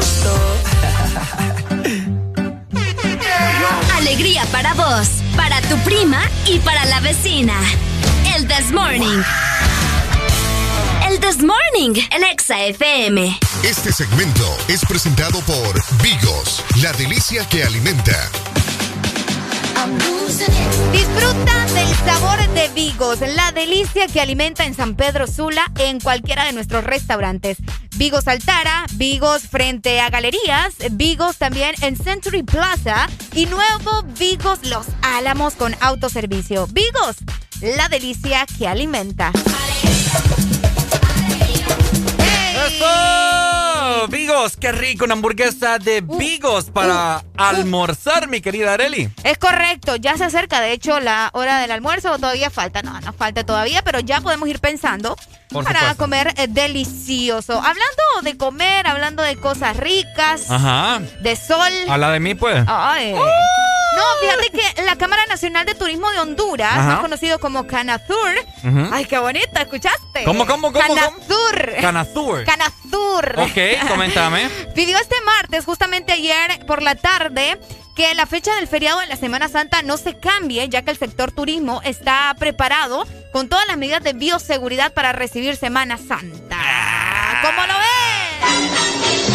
me gustó. Alegría para vos, para tu prima y para la vecina. El This Morning. El This Morning, el Exa F M. Este segmento es presentado por Vigos, la delicia que alimenta. Disfruta del sabor de Vigos, la delicia que alimenta en San Pedro Sula en cualquiera de nuestros restaurantes. Vigos Altara, Vigos frente a Galerías, Vigos también en Century Plaza y nuevo Vigos Los Álamos con autoservicio. Vigos, la delicia que alimenta. ¡Eso! Vigos, qué rico, una hamburguesa de Vigos para uh, uh, almorzar, mi querida Arely. Es correcto, ya se acerca, de hecho, la hora del almuerzo, o todavía falta, no, no falta todavía, pero ya podemos ir pensando Por para supuesto. comer eh, delicioso. Hablando de comer, hablando de cosas ricas, Ajá. de sol. Habla de mí, pues. Ay. ¡Oh! No, fíjate que la Cámara Nacional de Turismo de Honduras, Ajá. más conocido como Canazur, uh-huh. ay, qué bonito, ¿escuchaste? ¿Cómo, cómo, cómo? Canazur. Canazur. Canazur. Ok, coméntame. Pidió este martes, justamente ayer por la tarde, que la fecha del feriado de la Semana Santa no se cambie, ya que el sector turismo está preparado con todas las medidas de bioseguridad para recibir Semana Santa. ¿Cómo lo ves?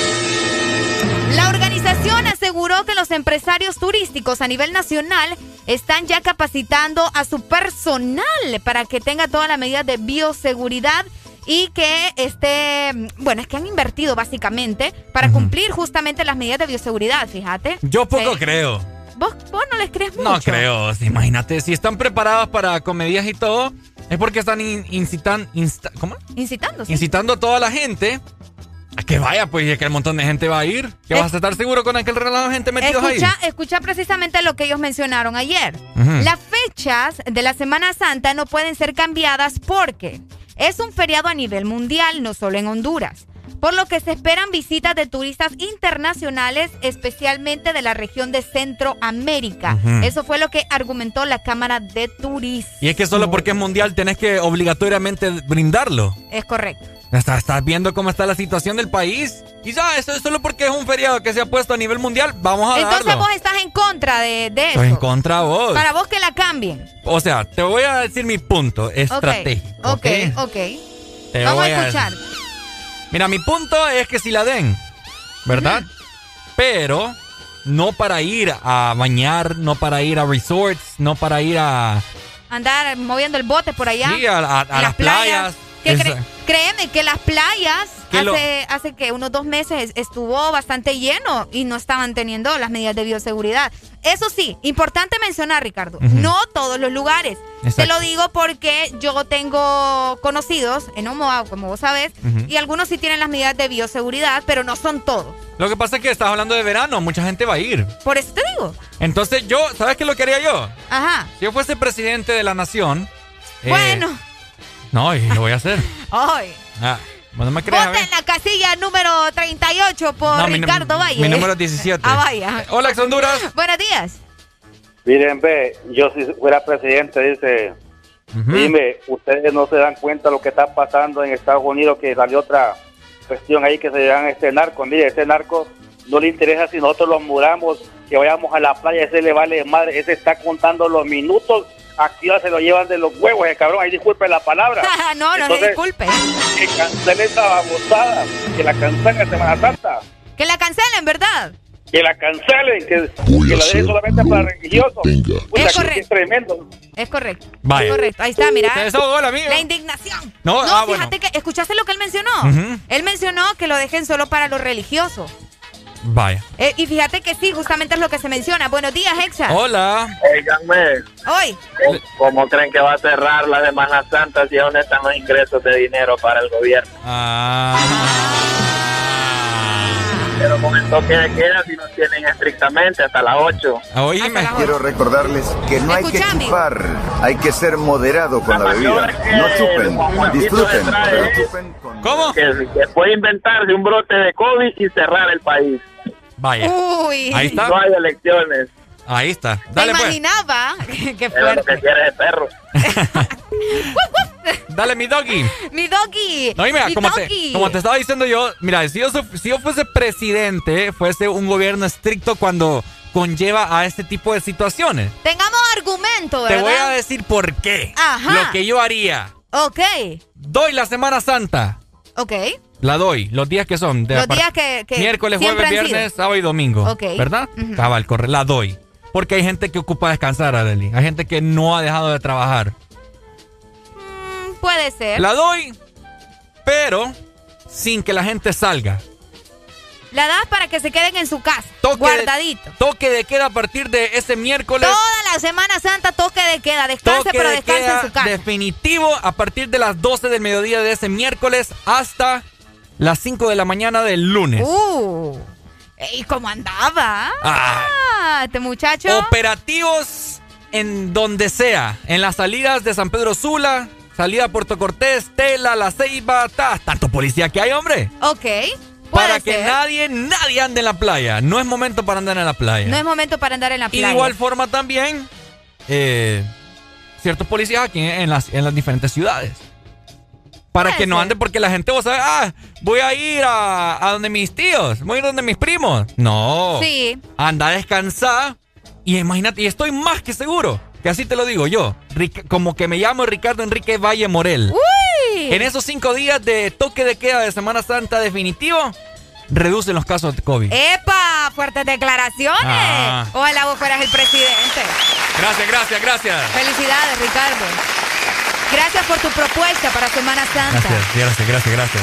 La organización aseguró que los empresarios turísticos a nivel nacional están ya capacitando a su personal para que tenga todas las medidas de bioseguridad y que esté, bueno, es que han invertido básicamente para uh-huh. cumplir justamente las medidas de bioseguridad, fíjate. Yo poco ¿Sí? creo. ¿Vos, ¿Vos no les crees mucho? No creo, imagínate, si están preparados para con medidas y todo, es porque están in, incitan, insta, ¿cómo? Incitando, sí. Incitando a toda la gente a que vaya, pues, y es que el montón de gente va a ir. Que es, vas a estar seguro con aquel relajo de gente metidos escucha, ahí. Escucha precisamente lo que ellos mencionaron ayer. Uh-huh. Las fechas de la Semana Santa no pueden ser cambiadas porque es un feriado a nivel mundial, no solo en Honduras. Por lo que se esperan visitas de turistas internacionales, especialmente de la región de Centroamérica. Uh-huh. Eso fue lo que argumentó la Cámara de Turismo. Y es que solo porque es mundial tenés que obligatoriamente brindarlo. Es correcto. Estás, estás viendo cómo está la situación del país. Y ya, eso es solo porque es un feriado que se ha puesto a nivel mundial, vamos a Entonces darlo. vos estás en contra de, de eso. Estoy en contra vos. Para vos que la cambien. O sea, te voy a decir mi punto estratégico. Ok, ok, ok. okay. Te Vamos voy a escuchar. A... Mira, mi punto es que si la den, ¿verdad? Uh-huh. Pero no para ir a bañar, no para ir a resorts, no para ir a... Andar moviendo el bote por allá. Sí, a, a, a las playas. playas. Que cre créeme que las playas Que lo- hace, hace que unos dos meses estuvo bastante lleno y no estaban teniendo las medidas de bioseguridad. Eso sí, importante mencionar, Ricardo, Ujú. no todos los lugares. Te Exacto. lo digo porque yo tengo conocidos en Omoa, como vos sabés, Ujú. y algunos sí tienen las medidas de bioseguridad, pero no son todos. Lo que pasa es que estás hablando de verano, mucha gente va a ir. Por eso te digo. Entonces yo, ¿sabes qué es lo que haría yo? Ajá. Si yo fuese presidente de la nación... eh, Bueno. No, y lo voy a hacer. Ay. Ah, no me creas. a Vota mí. en la casilla número treinta y ocho por No, mi nu- Ricardo Valle. Mi número es diecisiete. Ah, vaya. Hola, ex Honduras. Buenos días. Miren, ve, yo si fuera presidente, dice, dime, ustedes no se dan cuenta de lo que está pasando en Estados Unidos, que salió otra cuestión ahí que se llama este narco. Mire, ese narco no le interesa si nosotros los muramos, que vayamos a la playa, ese le vale madre, ese está contando los minutos, aquí ya se lo llevan de los huevos, el cabrón, ahí disculpe la palabra. no, no Entonces, se disculpe. Que cancele esa babosada, que la cancelen en Semana Santa. Que la cancelen, ¿verdad? Que la cancelen, que, que la dejen solamente para religiosos. Puta, Es que correcto. es tremendo. Es correcto. Vaya. Es correcto. Ahí está, mira. Se desahogó la amiga. La indignación. No, ah, fíjate bueno. que, ¿escuchaste lo que él mencionó? Ujú. Él mencionó que lo dejen solo para los religiosos. Vaya. Eh, y fíjate que sí, justamente es lo que se menciona. Buenos días, Hexa. Hola. Óiganme, Hoy. ¿cómo- ¿cómo creen que va a cerrar la Semana Santa si aún están los ingresos de dinero para el gobierno? Pero con el toque de queda si nos tienen estrictamente hasta las ocho. Oíme. Quiero recordarles que no hay que Escuchame. chupar, hay que ser moderado con la bebida. No chupen, disfruten, pero chupen con... ¿Cómo? Que, que puede inventarse un brote de COVID y cerrar el país. Vaya. Uy. Ahí está. No hay elecciones. Ahí está. ¿Te Dale pues. imaginaba? Qué Pero lo que fuerte. quiere es perro. Dale, mi doggy. Mi doggy. No, y mira, Mi como te, doggy. como te estaba diciendo yo, mira, si yo, su- si yo fuese presidente, fuese un gobierno estricto cuando conlleva a este tipo de situaciones. Tengamos argumento, Te ¿verdad? voy a decir por qué. Ajá. Lo que yo haría. Ok. Doy la Semana Santa. Ok. La doy, los días que son. de Los a par- días que, que Miércoles, siempre jueves, han viernes, sido. sábado y domingo. Ok. ¿Verdad? Ujú. Cabal, corre, la doy. Porque hay gente que ocupa descansar, Arely. Hay gente que no ha dejado de trabajar. Mm, Puede ser. La doy, pero sin que la gente salga. La das para que se queden en su casa. Toque guardadito. De, toque de queda a partir de ese miércoles. Toda la Semana Santa toque de queda. Descanse, Toque pero de descanse queda en su casa. definitivo a partir de las doce del mediodía de ese miércoles hasta las cinco de la mañana del lunes. Uh. ¿Y cómo andaba? Ah. Ah, este muchacho. Operativos en donde sea. En las salidas de San Pedro Sula, salida a Puerto Cortés, Tela, La Ceiba, ta, tanto policía que hay, hombre. Ok. Para puede que ser. nadie, nadie ande en la playa. No es momento para andar en la playa. No es momento para andar en la Y playa. de igual forma también, eh, ciertos policías aquí en las, en las diferentes ciudades. Para Puede que no ser. ande, porque la gente va a saber, ah, voy a ir a, a donde mis tíos, voy a ir donde mis primos. No. Sí. Anda a descansar. Y imagínate, y estoy más que seguro, que así te lo digo yo, Ric- como que me llamo Ricardo Enrique Valle Morel. Uy. En esos cinco días de toque de queda de Semana Santa definitivo, reducen los casos de COVID. ¡Epa! Fuertes declaraciones. Ah. Ojalá vos fueras el presidente. Gracias, gracias, gracias. Felicidades, Ricardo. Gracias por tu propuesta para Semana Santa. Gracias, gracias, gracias, gracias.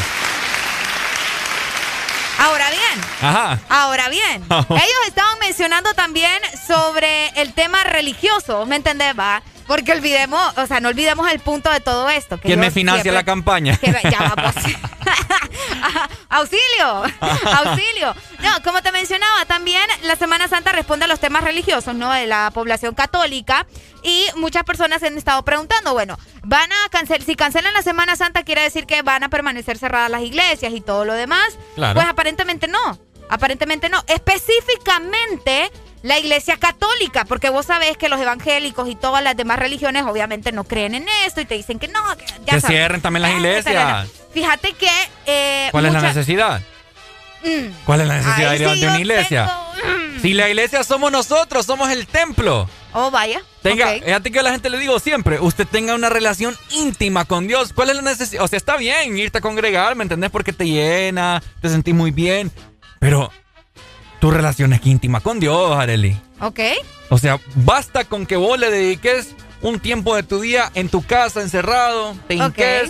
Ahora bien, Ajá. ahora bien, ellos estaban mencionando también sobre el tema religioso, ¿me entendés, va? Porque olvidemos, o sea, no olvidemos el punto de todo esto. Que ¿Quién yo me financia siempre- la campaña? que- ya vamos. ¡Auxilio! ¡Auxilio! No, como te mencionaba, también la Semana Santa responde a los temas religiosos, ¿no? De la población católica. Y muchas personas se han estado preguntando, bueno, van a cancelar, si cancelan la Semana Santa, quiere decir que van a permanecer cerradas las iglesias y todo lo demás. Claro. Pues aparentemente no. Aparentemente no. Específicamente la iglesia católica, porque vos sabés que los evangélicos y todas las demás religiones obviamente no creen en esto y te dicen que no, que ya Que sabes. cierren también las Eh, iglesias. Fíjate que... eh, ¿Cuál es la mucha- necesidad? Mm. ¿Cuál es la necesidad Ahí de ir sí de una yo iglesia? tengo- Si la iglesia somos nosotros, somos el templo. Oh, vaya. Tenga, Ok. fíjate que a la gente le digo siempre, usted tenga una relación íntima con Dios. ¿Cuál es la necesidad? O sea, está bien irte a congregar, ¿me entendés? Porque te llena, te sentís muy bien. Pero tu relación es íntima con Dios, Arely. Ok. O sea, basta con que vos le dediques un tiempo de tu día en tu casa, encerrado, te hinques,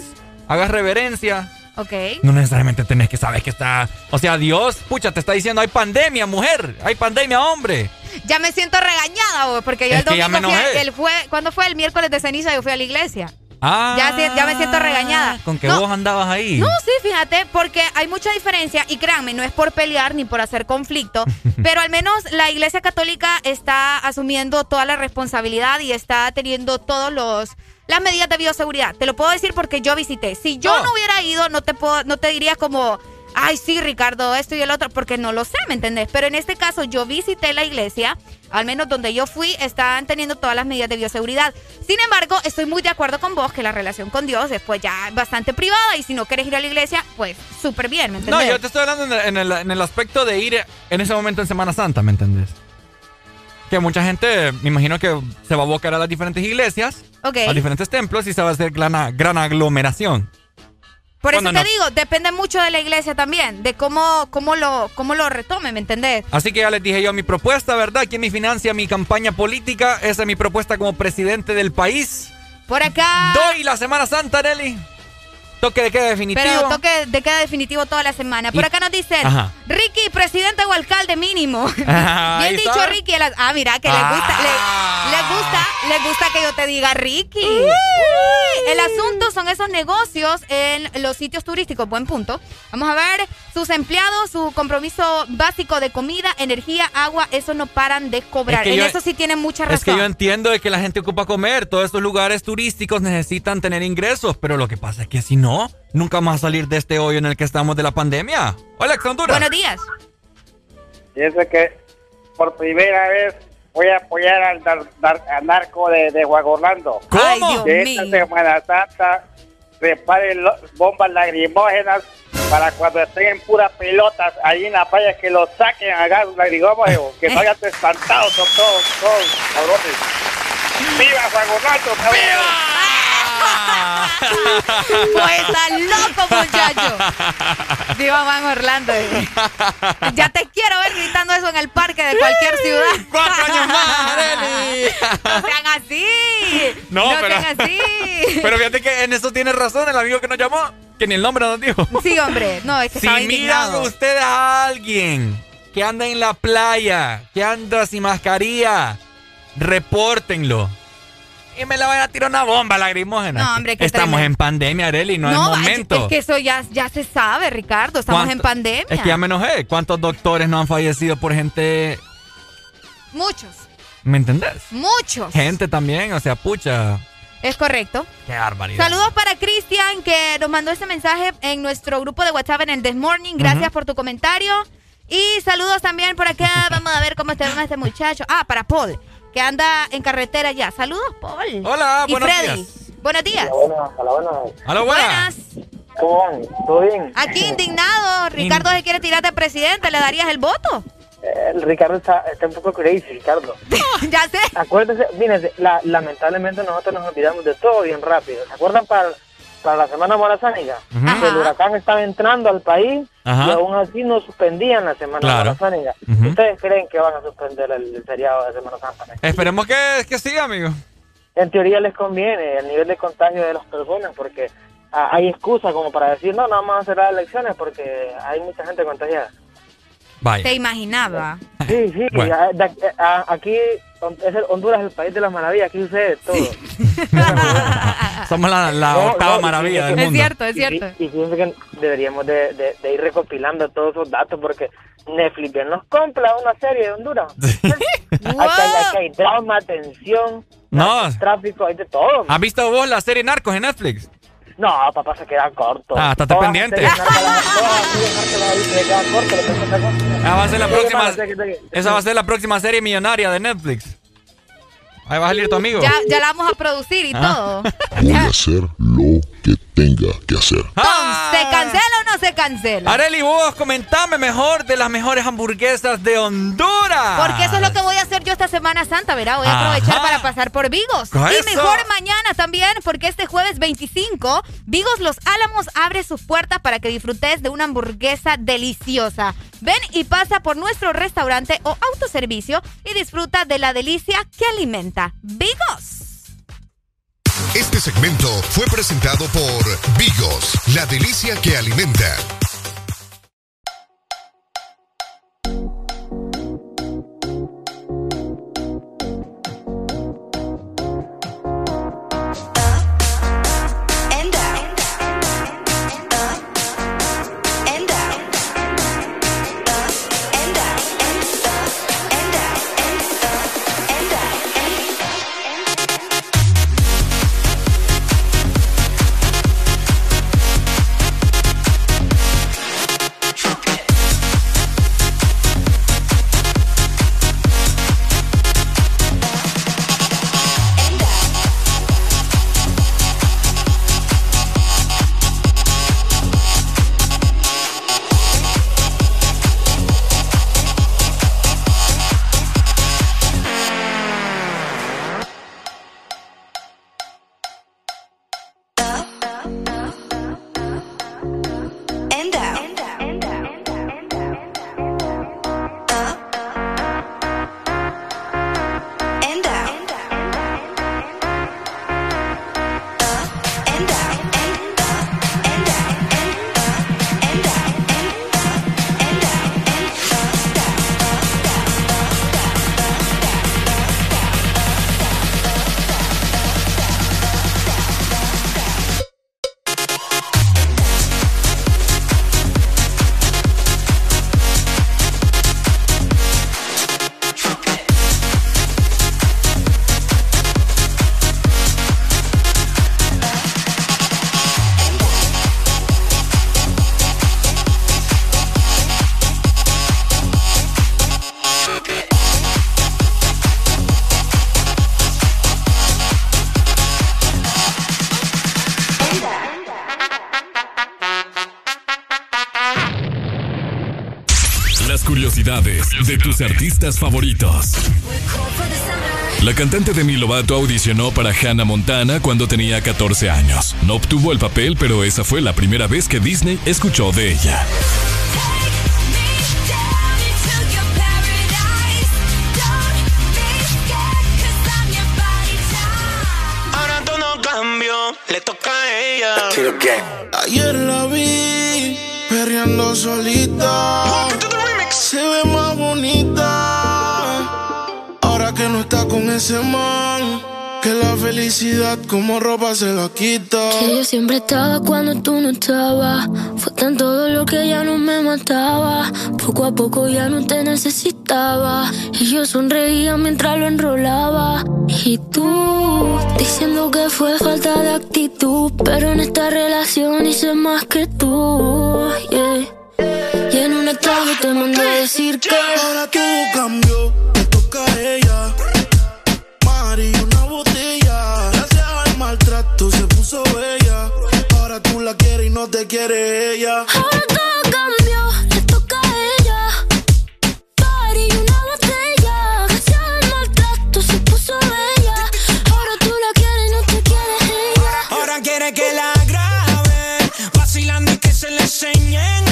hagas reverencia. Ok. No necesariamente tenés que saber que está... O sea, Dios, pucha, te está diciendo, hay pandemia, mujer. Hay pandemia, hombre. Ya me siento regañada, güey, porque yo Es el que ya domingo me fui a- enojé. el fue, ¿cuándo fue? El miércoles de ceniza yo fui a la iglesia. Ah. Ya, si- ya me siento regañada. Con que No. vos andabas ahí. No, sí, fíjate, porque hay mucha diferencia y créanme, no es por pelear ni por hacer conflicto, pero al menos la Iglesia Católica está asumiendo toda la responsabilidad y está teniendo todos los las medidas de bioseguridad. Te lo puedo decir porque yo visité. Si yo Oh. no hubiera ido, no te puedo, no te diría como, ay, sí, Ricardo, esto y el otro, porque no lo sé, ¿me entendés? Pero en este caso yo visité la iglesia, al menos donde yo fui, están teniendo todas las medidas de bioseguridad. Sin embargo, estoy muy de acuerdo con vos que la relación con Dios es pues ya bastante privada y si no quieres ir a la iglesia, pues súper bien, ¿me No, entendés? yo te estoy hablando en el, en, el, en el aspecto de ir en ese momento en Semana Santa, ¿me entendés? Que mucha gente, me imagino que se va a abocar a las diferentes iglesias, Ok. a diferentes templos y se va a hacer gran, gran aglomeración. Por eso Cuando te no- digo, depende mucho de la iglesia también, de cómo, cómo, lo, cómo lo retome, ¿me entendés? Así que ya les dije yo mi propuesta, ¿verdad? ¿Quién me financia mi campaña política? Esa es mi propuesta como presidente del país. Por acá... Doy la Semana Santa, Nelly. Toque de queda definitivo. Pero toque de queda definitivo toda la semana. Por Y- acá nos dicen, Ajá. Ricky, presidente o alcalde mínimo. Ah, Bien ahí dicho, está. Ricky. el- Ah, mira, que les gusta, le- les gusta, les gusta que yo te diga Ricky. Uy. El asunto son esos negocios en los sitios turísticos. Buen punto. Vamos a ver, sus empleados, su compromiso básico de comida, energía, agua, eso no paran de cobrar. Es que En yo- eso sí tienen mucha razón. Es que yo entiendo de que la gente ocupa comer. Todos estos lugares turísticos necesitan tener ingresos. Pero lo que pasa es que si no, nunca vamos a salir de este hoyo en el que estamos de la pandemia. Hola, Ex Honduras. Buenos días. Fíjense que por primera vez voy a apoyar al nar- nar- al narco de, de Juan Orlando. ¿Cómo? Ay, Dios que mío. esta Semana Santa preparen lo- bombas lagrimógenas para cuando estén en puras pelotas ahí en la playa que los saquen a gas lagrimógenos, que no hayan espantados son todos, todos cabrones. ¡Viva Juan Orlando! ¡Viva! Pues está loco, muchacho. Viva Juan Orlando. Ya te quiero ver gritando eso en el parque de cualquier ciudad. ¡Cuatro años más, Arely! No sean así. No, No, pero, sean así. pero fíjate que en eso tiene razón el amigo que nos llamó, que ni el nombre nos dijo. Sí, hombre. No, es que Si estaba miran indignado. ustedes a alguien que anda en la playa, que anda sin mascarilla, repórtenlo. Y me la van a tirar una bomba lagrimógena. No, hombre, qué Estamos tremendo. en pandemia, Arely, no, No, es momento. es que eso ya, ya se sabe, Ricardo. Estamos en ¿Cuánto- pandemia. Es que ya me enojé. ¿Cuántos doctores no han fallecido por gente? Muchos. ¿Me entendés? Muchos. Gente también, o sea, pucha. Es correcto. Qué barbaridad. Saludos para Cristian, que nos mandó este mensaje en nuestro grupo de WhatsApp en el This Morning. Gracias Ujú. por tu comentario. Y saludos también por acá. Vamos a ver cómo está este muchacho. Ah, para Paul, que anda en carretera ya. Saludos, Paul. Hola, y buenos Freddy. días. Buenos días. Hola, hola, buenas. Hola, buenas. ¿Cómo van? ¿Todo bien? Aquí indignado. Ricardo se quiere tirar de presidente. ¿Le darías el voto? El Ricardo está, está un poco crazy, Ricardo. Ya sé. Acuérdense, fíjense, la, lamentablemente nosotros nos olvidamos de todo bien rápido. ¿Se acuerdan para, para la semana morazánica? Ujú. Que el huracán estaba entrando al país Ajá. y aún así no suspendían la semana Claro. morazánica. Ujú. ¿Ustedes creen que van a suspender el, el feriado de Semana Santa? Esperemos que, que sí, amigo. En teoría les conviene el nivel de contagio de las personas porque ah, hay excusa como para decir, no, no vamos a hacer las elecciones porque hay mucha gente contagiada. Vaya. Te imaginaba. Sí, sí, Bueno. a- de- a- aquí es el, Honduras es el país de las maravillas, aquí sucede todo. Somos la, la No, octava no, maravilla y- del es mundo. cierto, es cierto. Y, y fíjense que deberíamos de, de- de ir recopilando todos esos datos porque Netflix bien nos compra una serie de Honduras. Aquí, hay, aquí hay drama, tensión, No. tráfico, hay de todo. ¿Has visto vos la serie Narcos en Netflix? No, papá, se queda corto. Ah, estate Todas las pendiente. series narcos, las- todas las series narcos las- se queda corto, le tengo otra cosa. Esa va a ser la Sí, próxima. hermano, sé que- sé que- Esa va a ser la próxima serie millonaria de Netflix. Ahí va a salir tu amigo. Ya, ya la vamos a producir y Ah. todo. Voy a hacer lo que tenga que hacer. ¿Se cancela o no se cancela? Arely, vos comentame mejor de las mejores hamburguesas de Honduras. Porque eso es lo que voy a hacer yo esta Semana Santa, ¿verdad? Voy a aprovechar Ajá. para pasar por Vigos. Con Y eso. mejor mañana también, porque este jueves veinticinco, Vigos Los Álamos abre sus puertas para que disfrutes de una hamburguesa deliciosa. Ven y pasa por nuestro restaurante o autoservicio y disfruta de la delicia que alimenta. ¡Vigos! Este segmento fue presentado por Vigos, la delicia que alimenta. De tus artistas favoritos. La cantante Demi Lovato audicionó para Hannah Montana cuando tenía catorce años. No obtuvo el papel, pero esa fue la primera vez que Disney escuchó de ella. Ahora todo cambió, le toca a ella. Ayer la vi perreando solita. Se ve más bonita ahora que no está con ese man, que la felicidad como ropa se la quita. Que yo siempre estaba cuando tú no estabas. Fue tanto dolor que ya no me mataba. Poco a poco ya no te necesitaba. Y yo sonreía mientras lo enrolaba. Y tú diciendo que fue falta de actitud, pero en esta relación hice más que tú, yeah. Y en un estado te mandé a decir que ahora todo cambió, le toca a ella. Mari, una botella. Gracias al maltrato se puso bella. Ahora tú la quieres y no te quiere ella. Ahora todo cambió, le toca a ella. Mari, una botella. Gracias al maltrato se puso bella. Ahora tú la quieres y no te quiere ella. Ahora quiere que la graben, vacilando y que se le enseñen.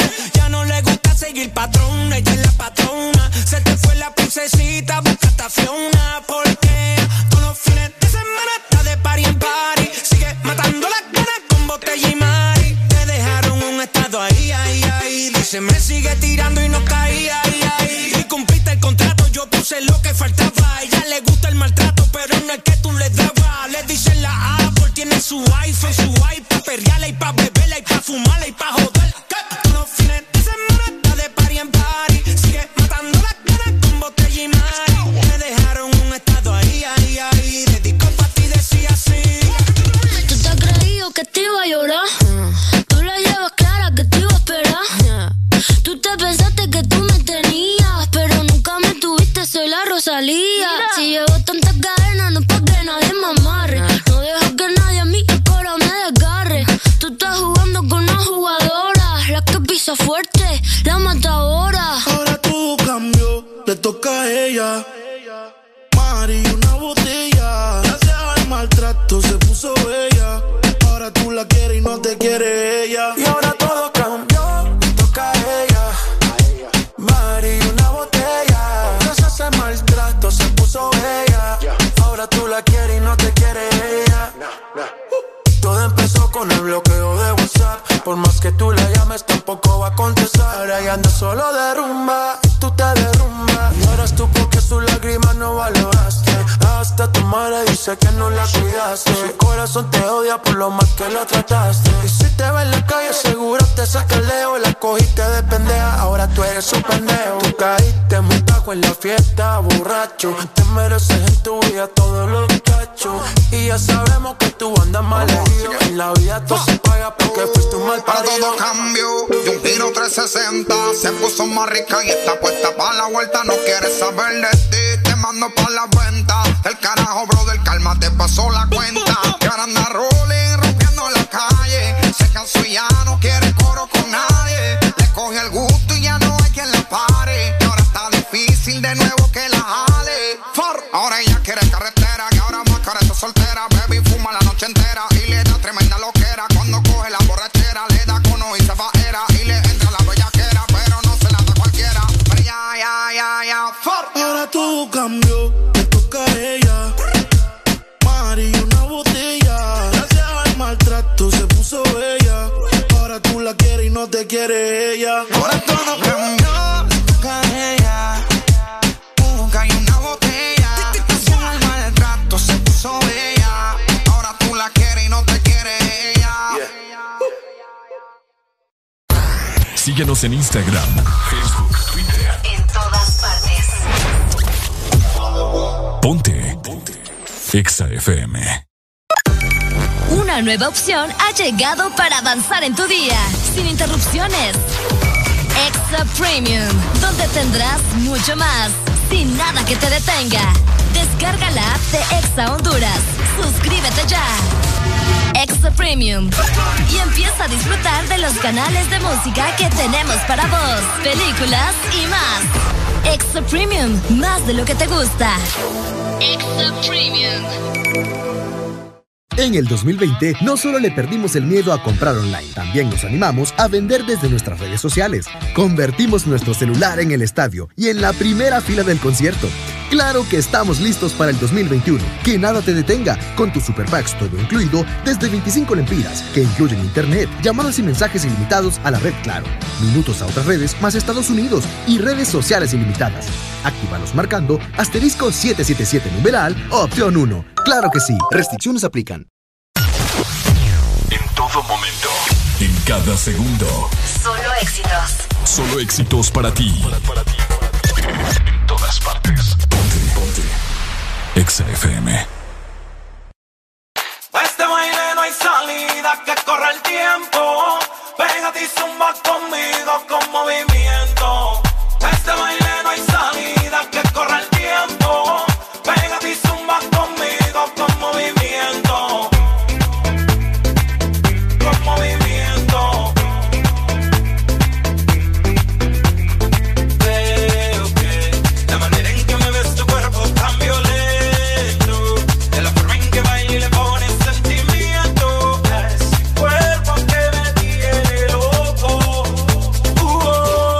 Seguir patrón, ella es la patrona. Se te fue la princesita, buscaste a Fiona. Porque todos los fines de semana está de party en party. Sigue matando las ganas con botella y mari. Te dejaron un estado ahí, ahí, ahí. Dice, me sigue tirando y no caía, ahí, ahí. Y cumpliste el contrato, yo puse lo que faltaba. A ella le gusta el maltrato, pero no es que tú le dabas. Le dicen la Apple, tiene su iPhone, su iPad, perreala y pa' beberla y pa' fumarla y pa' joder. Todos los fines de semana de party en party, sigue matando las ganas con botella y mari. Me dejaron un estado ahí, ahí, ahí. Dedicó pa' ti, decía así. Tú te has creído que te iba a llorar. Tú la llevas clara que te iba a esperar. Tú te pensaste que tú me tenías, pero nunca me tuviste, soy la Rosalía. Si llevo tantas cadenas, no es pa' que nadie me amarre. No dejo que nadie a mí el coro me desgarre. Tú estás jugando con una jugadora, la que pisa fuerte, la matadora. Ahora todo cambió, le toca a ella. Mari, una botella. Gracias al maltrato se puso bella. Ahora tú la quieres y no te quiere ella. Y ahora todo cambió, le toca a ella. Mari, una botella. Gracias al maltrato se puso bella. Ahora tú la quieres y no te quiere ella. tú la llames tampoco va a contestar. Ahora ella anda solo de rumba y tú te derrumbas. Lloras tú porque sus lágrimas no valoraste. Hasta tu madre dice que no la cuidaste. Su corazón te odia por lo mal que lo trataste. Y si te ve en la calle seguro te saca el leo. La cogiste de pendeja, ahora tú eres un pendejo. Tú caíste muy bajo en la fiesta, borracho. Te mereces en tu vida todos los cachos. Y ya sabemos que tú andas mal herido. En la vida todo se paga porque fuiste un mal Para parido. todo cambió, de un giro trescientos sesenta. Se puso más rica y está puesta para la vuelta. No quieres saber de ti, te mando pa' la venta. El carajo, brother, calma, te pasó la cuenta. Que ahora anda rolling, rompiendo la calle. Se cansó y ya no quiere coro con nadie. Le coge el gusto y ya no hay quien la pare. Que ahora está difícil de nuevo que la jale. For, ahora ella quiere carretera, que ahora más cara está soltera. Baby fuma la noche entera y le da tremenda loquera. Cuando coge la borrachera, le da cono y se va era. Y le entra la bellaquera, pero no se la da cualquiera. Pero ya, ya, ya, ya, for. Ahora todo cambió, me toca a ella. Mari, una botella. Gracias al maltrato se puso bella. Ahora tú la quieres y no te quiere ella. Ahora todo cambió, me toca a ella. Nunca hay una botella. Gracias al maltrato se puso bella. Ahora tú la quieres y no te quiere ella. Síguenos en Instagram, Facebook, Twitter. En todas partes. Ponte. Ponte. Exa F M. Una nueva opción ha llegado para avanzar en tu día, sin interrupciones. Exa Premium, donde tendrás mucho más, sin nada que te detenga. Descarga la app de Exa Honduras. Suscríbete ya. Exa Premium. Y empieza a disfrutar de los canales de música que tenemos para vos, películas y más. Exa Premium, más de lo que te gusta. Exa Premium. En el dos mil veinte, no solo le perdimos el miedo a comprar online, también nos animamos a vender desde nuestras redes sociales. Convertimos nuestro celular en el estadio y en la primera fila del concierto. Claro que estamos listos para el dos mil veintiuno. Que nada te detenga con tu Super Packs todo incluido desde veinticinco lempiras, que incluyen internet, llamadas y mensajes ilimitados a la red Claro, minutos a otras redes más Estados Unidos y redes sociales ilimitadas. Actívalos marcando asterisco siete siete siete numeral opción uno. Claro que sí, restricciones aplican. En todo momento, en cada segundo. Solo éxitos. Solo éxitos para ti. Para, ti, para ti. En todas partes. Ponte, ponte. Exa F M. Pa' este baile no hay salida, que corre el tiempo. Pégate y zumba conmigo con movimiento. Pa' este baile no hay salida, que corre el tiempo. Pégate y zumba conmigo con movimiento. Con movimiento. Veo que la manera en que me ves tu cuerpo tan violento, de la forma en que baila y le pones sentimiento, ese cuerpo que me tiene loco. Uh -oh.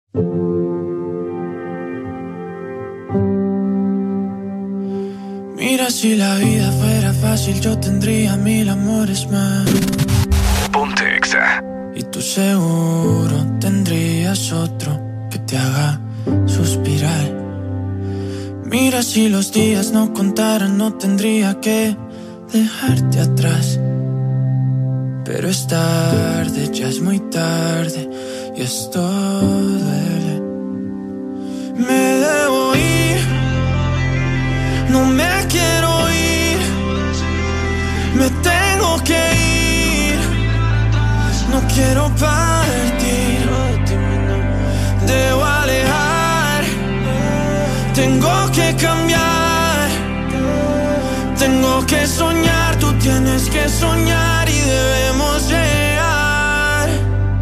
Mira, si la vida fuera fácil, yo tendría mil amores más. Ponte Exa. Y tú seguro tendrías otro que te haga suspirar. Mira, si los días no contaran, no tendría que dejarte atrás. Pero es tarde, ya es muy tarde, y esto duele. Me debo ir, no me quiero ir, me tengo que ir, no quiero partir, debo alejar, tengo que cambiar, tengo que soñar, tú tienes que soñar y debemos llegar.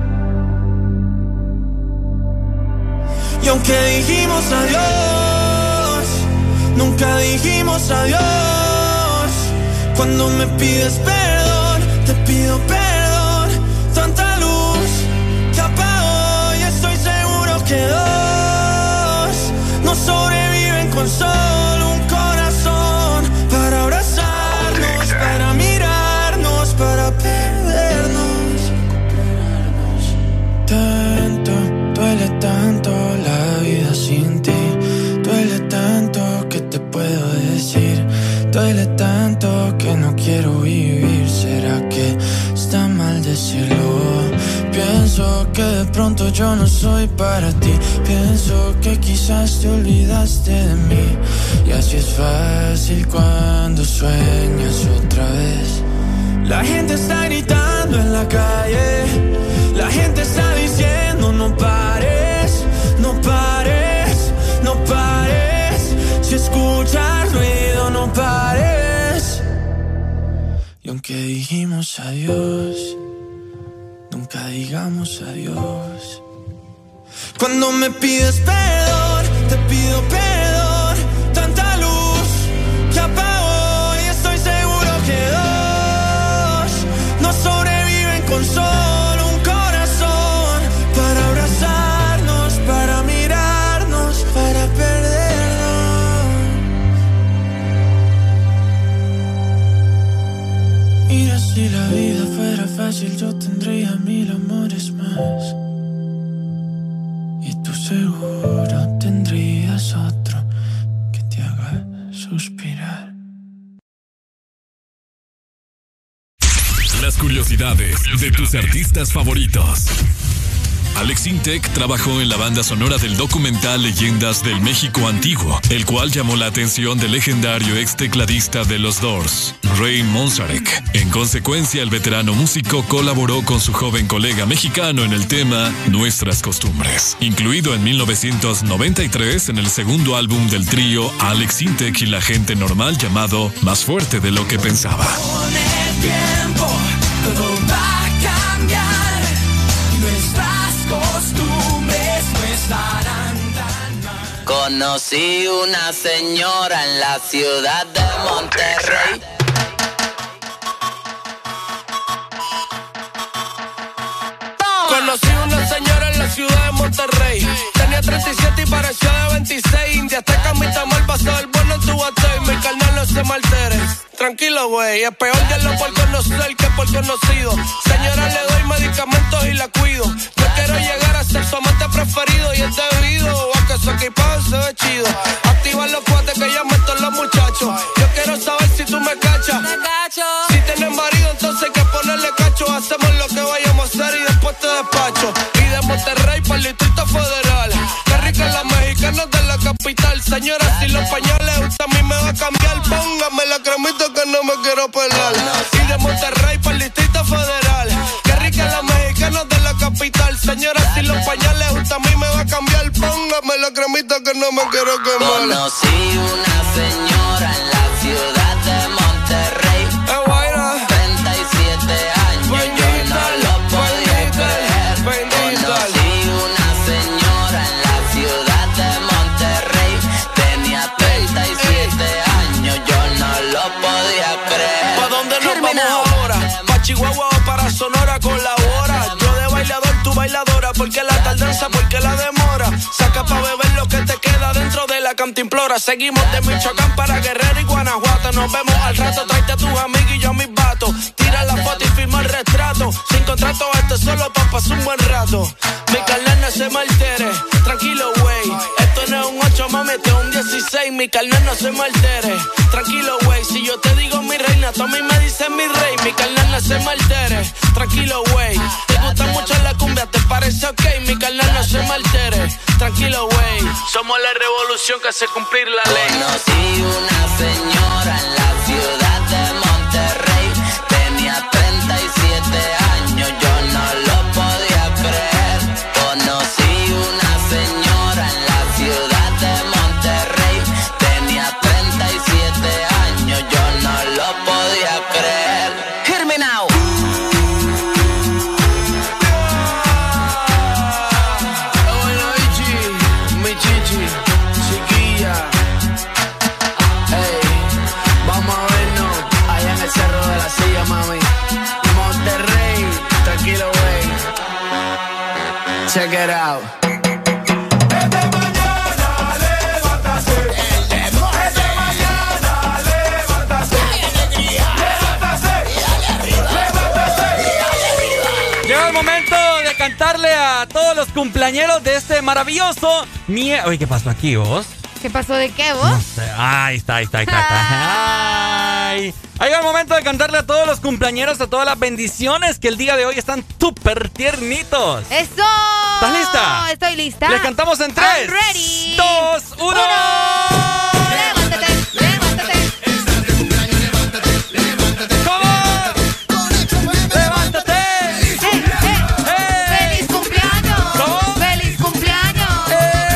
Y aunque dijimos adiós, nunca dijimos adiós. Cuando me pides perdón, te pido perdón. Tanta luz que apagó y estoy seguro que dos no sobreviven con solo un corazón. Para abrazarnos, para mirarnos, para perdernos. Tanto, duele tanto la vida sin ti. Duele tanto que te puedo decir. Duele tanto que no quiero vivir. ¿Será que está mal decirlo? Pienso que de pronto yo no soy para ti. Pienso que quizás te olvidaste de mí. Y así es fácil cuando sueñas otra vez. La gente está gritando en la calle. La gente está diciendo no pares, no pares, no pares. Si escuchas ruido no pares. Y aunque dijimos adiós, nunca digamos adiós. Cuando me pides perdón, te pido perdón. Tanta luz que apagó y estoy seguro que dos no sobreviven con solo un corazón. Para abrazarnos, para mirarnos, para perdernos. Mira, si la vida fuera fácil, yo tendría mil amores más. Y tú seguro tendrías otro que te haga suspirar. Las curiosidades de tus artistas favoritos. Alex Intec trabajó en la banda sonora del documental Leyendas del México Antiguo, el cual llamó la atención del legendario ex tecladista de los Doors, Ray Manzarek. En consecuencia, el veterano músico colaboró con su joven colega mexicano en el tema Nuestras Costumbres, incluido en mil novecientos noventa y tres en el segundo álbum del trío Alex Intec y la gente normal llamado Más Fuerte de lo que Pensaba. Con el tiempo todo va a cambiar, nuestras costumbres no estarán tan mal. Conocí una señora en la ciudad de Monterrey. Conocí una señora en la ciudad de Monterrey. Tenía treinta y siete y parecía de veintiséis. India hasta camita mal pasó el bueno en tu batey. Mi carnal no se maltere. Tranquilo, güey, es peor de lo por conocer que por conocido. Señora, le doy medicamentos y la cuido. Yo quiero llegar a ser su amante preferido y es debido a que su equipaje se ve chido. Activa los cuates que ya meto los muchachos. Yo quiero saber si tú me cachas. Si tienes marido, entonces hay que ponerle cacho. Hacemos lo que vayamos a hacer y después te despacho. Y de Monterrey para el Distrito Federal. Qué rica la mexicana de la capital. Señora, si los pañales usted a mí me va a cambiar, póngame la cremita que no me quiero pelar. Y de Monterrey para el Distrito Federal. Qué rica la mexicana de la capital. Señora, si los pañales usted a mí me va a cambiar, póngame la cremita que no me quiero quemar. Conocí una señora en la ciudad de Monterrey. treinta y siete años, yo no lo podía creer. Conocí una señora en la ciudad de Monterrey. Tenía treinta y siete años, yo no lo podía creer. ¿Pa' dónde nos vamos ahora? ¿Pa' Chihuahua o para Sonora? Colabora. Yo de bailador, tú bailadora. ¿Por qué la tardanza? ¿Por qué la demora? cantimplora. Seguimos de Michoacán para Guerrero y Guanajuato. Nos vemos al rato, tráete a tus amigos y yo a mis vatos. Tira la foto y firma el retrato. Sin contrato, esto solo pa' pasar un buen rato. Mi carnal no se me altere, tranquilo, güey. Esto no es un ocho, mami, esto es un dieciséis. Mi carnal no se me altere, tranquilo, güey. Si yo te digo mi reina, tú a mí me dices mi rey. Mi carnal no se me altere, tranquilo, güey. Te gusta mucho la cumbia, ¿te parece ok? Mi carnal no se me altere, tranquilo, güey. Somos la revolución que hace cumplir la ley. Conocí una señora en la ciudad de Monterrey. Tenía treinta y siete años, yo no lo podía creer. Conocí una señora en la ciudad de Monterrey. Tenía treinta y siete años, yo no lo podía creer. Hear me now. Check it out. Llega el momento de cantarle a todos los cumpleañeros de este maravilloso mie... Oye, ¿qué pasó aquí, vos? ¿Qué pasó de qué, vos? No sé. Ahí está, ahí está, ahí está. Ahí está. Ay. Llega el momento de cantarle a todos los cumpleañeros, a todas las bendiciones que el día de hoy están súper tiernitos. ¡Eso! ¿Estás lista? Estoy lista. Les cantamos en tres, I'm ready. dos, uno. uno. Levántate, levántate. ¿Cómo? Levántate. Eh, eh. Eh. ¡Feliz cumpleaños! ¿Cómo? ¡Feliz cumpleaños!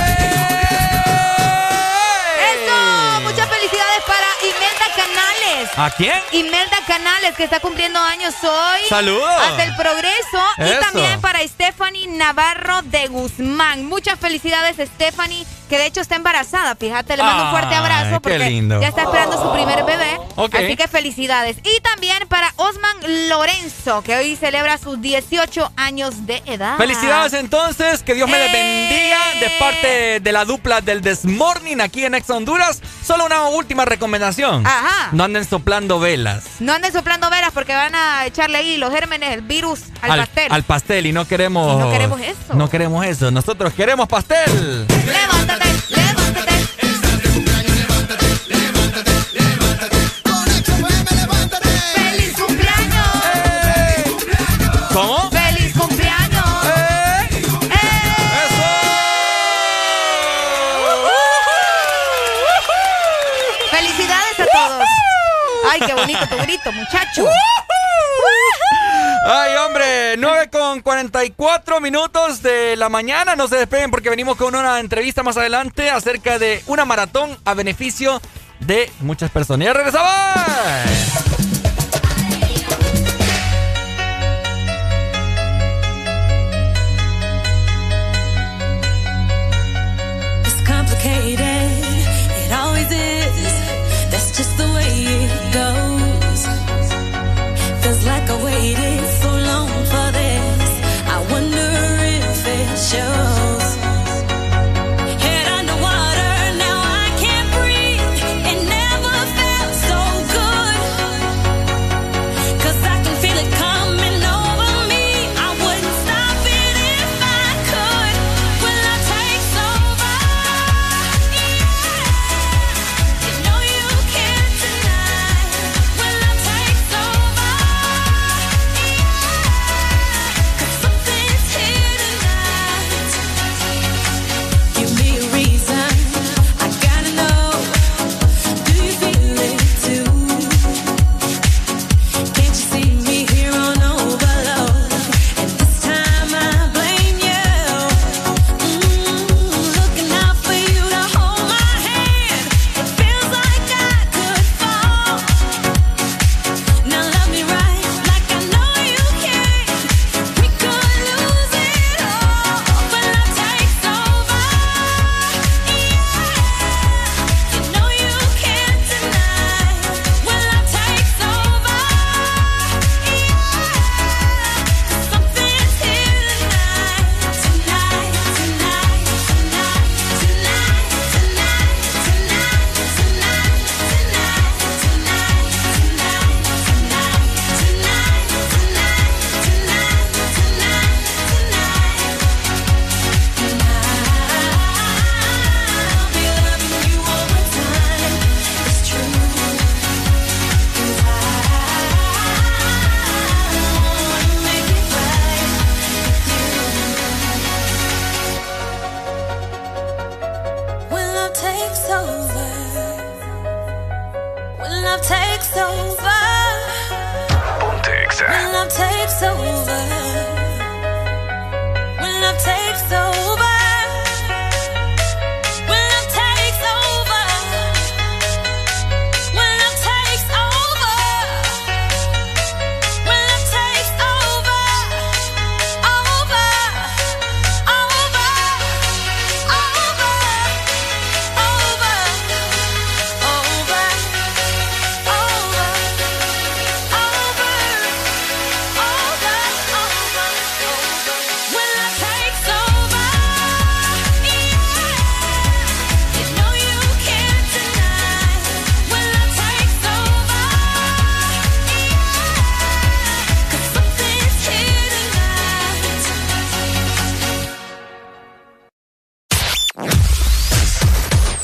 Eh. ¡Eso! Muchas felicidades para Imelda Canales. ¿A quién? Imelda Canales, que está cumpliendo años hoy. ¡Saludos! Hasta el progreso. Eso. Y también para Stephanie Navarro de Guzmán. Muchas felicidades, Stephanie, que de hecho está embarazada. Fíjate, le mando un fuerte abrazo Ay, porque qué lindo. ya está esperando su primer bebé. Ok. Así que felicidades. Y también para Osman Lorenzo, que hoy celebra sus dieciocho años de edad. Felicidades entonces, que Dios me les bendiga de parte de la dupla del This Morning aquí en Ex Honduras. Solo una última recomendación. Ajá. No anden soplando velas. No anden soplando velas porque van a echarle ahí los gérmenes, el virus al, pastel. Al pastel y no queremos... Y no queremos eso. No queremos eso. Nosotros queremos pastel. Levántate, levántate. ¡Feliz cumpleaños! ¡Eh! ¿Cómo? ¡Feliz cumpleaños! ¡Eh! ¡Eh! ¡Eso! ¡Felicidades a todos! ¡Ay, qué bonito tu grito, muchacho! Ay, hombre, nueve con cuarenta y cuatro minutos de la mañana. No se despeguen porque venimos con una entrevista más adelante acerca de una maratón a beneficio de muchas personas. ¡Ya regresamos! It's complicated, it always is. That's just the way it goes. Feels like I waited so long for this. I wonder if it shows. Head underwater, now I can't breathe. It never felt so good.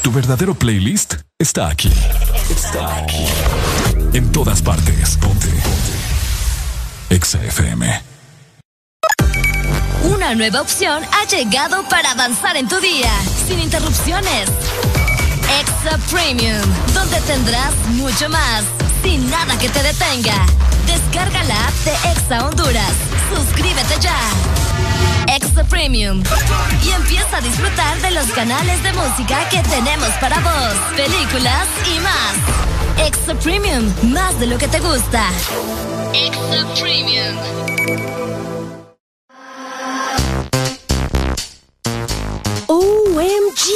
Tu verdadero playlist está aquí. Está aquí. En todas partes. Ponte. Ponte. Exa F M. Una nueva opción ha llegado para avanzar en tu día, sin interrupciones. Exa Premium, donde tendrás mucho más, sin nada que te detenga. Descarga la app de Exa Honduras. Suscríbete ya. Exa Premium. Y empieza a disfrutar de los canales de música que tenemos para vos, películas y más. Exa Premium, más de lo que te gusta. Exa Premium. O M G.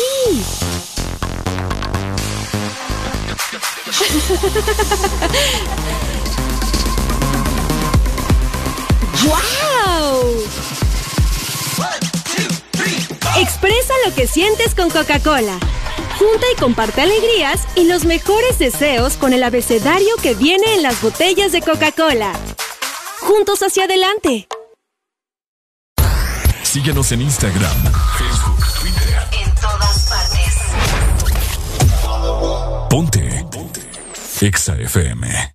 ¡Wow! Expresa lo que sientes con Coca-Cola. Junta y comparte alegrías y los mejores deseos con el abecedario que viene en las botellas de Coca-Cola. Juntos hacia adelante. Síguenos en Instagram, Facebook, Twitter. En todas partes. Ponte. Ponte. Exa F M.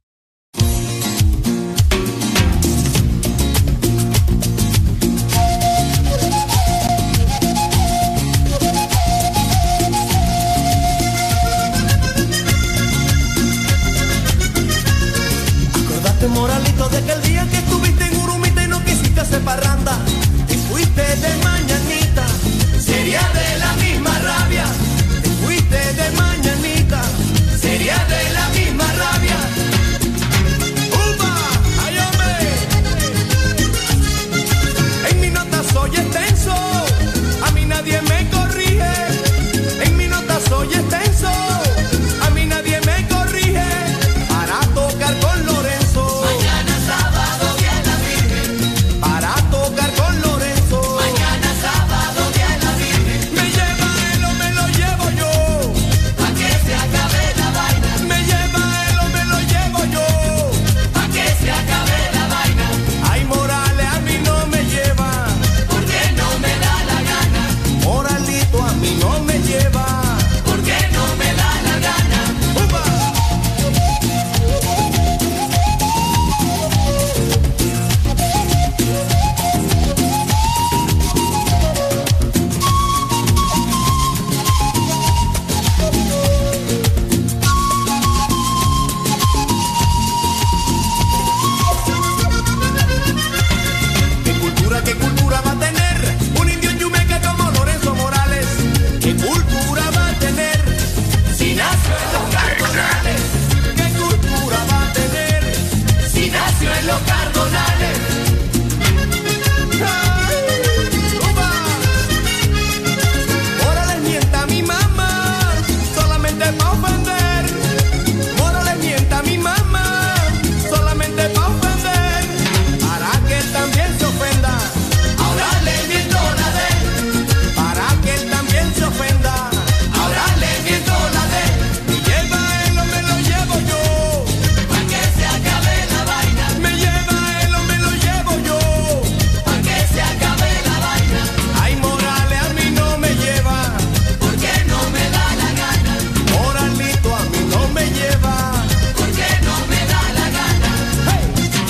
Acordate, moralito, de aquel día que estuviste en Urumita y no quisiste hacer parranda. Te fuiste de mañanita, sería de la misma rabia. Te fuiste de mañanita, sería de la misma rabia. ¡Upa! ¡Ay, hombre! En mi nota soy extenso, a mí nadie me corrige. En mi nota soy extenso, a mí nadie me corrige. Para tocar con Lorenzo, mañana sábado viene la Virgen. Para tocar con Lorenzo, mañana sábado viene la Virgen. Me lleva él o me lo llevo yo, pa' que se acabe la vaina. Me lleva él o me lo llevo yo, pa' que se acabe la vaina. Ay, Morales a mí no me lleva, porque no me da la gana. Moralito a mí no me lleva, porque no me da la gana. ¡Upa! ¿Qué cultura, qué cultura va a tener un indio en Yumeca como Lorenzo Morales? ¿Qué cultura va a tener si nació en los cardonales? ¿Qué cultura va a tener si nació en los cardonales? ¡Ay! ¡Upa! Morales mienta a mi mamá solamente pa' ofender. Morales mienta a mi mamá solamente pa' ofender. Para que él también se ofenda, ahora le miento la de él. Para que él también se ofenda, ahora le miento la de él. Me lleva él o me lo llevo yo, pa' que se acabe la vaina. Me lleva él o me lo llevo yo, pa' que se acabe la vaina. Ay, Morales a mí no me lleva, porque no me da la gana. Moralito a mí no me lleva, porque no me da la gana. ¡Hey!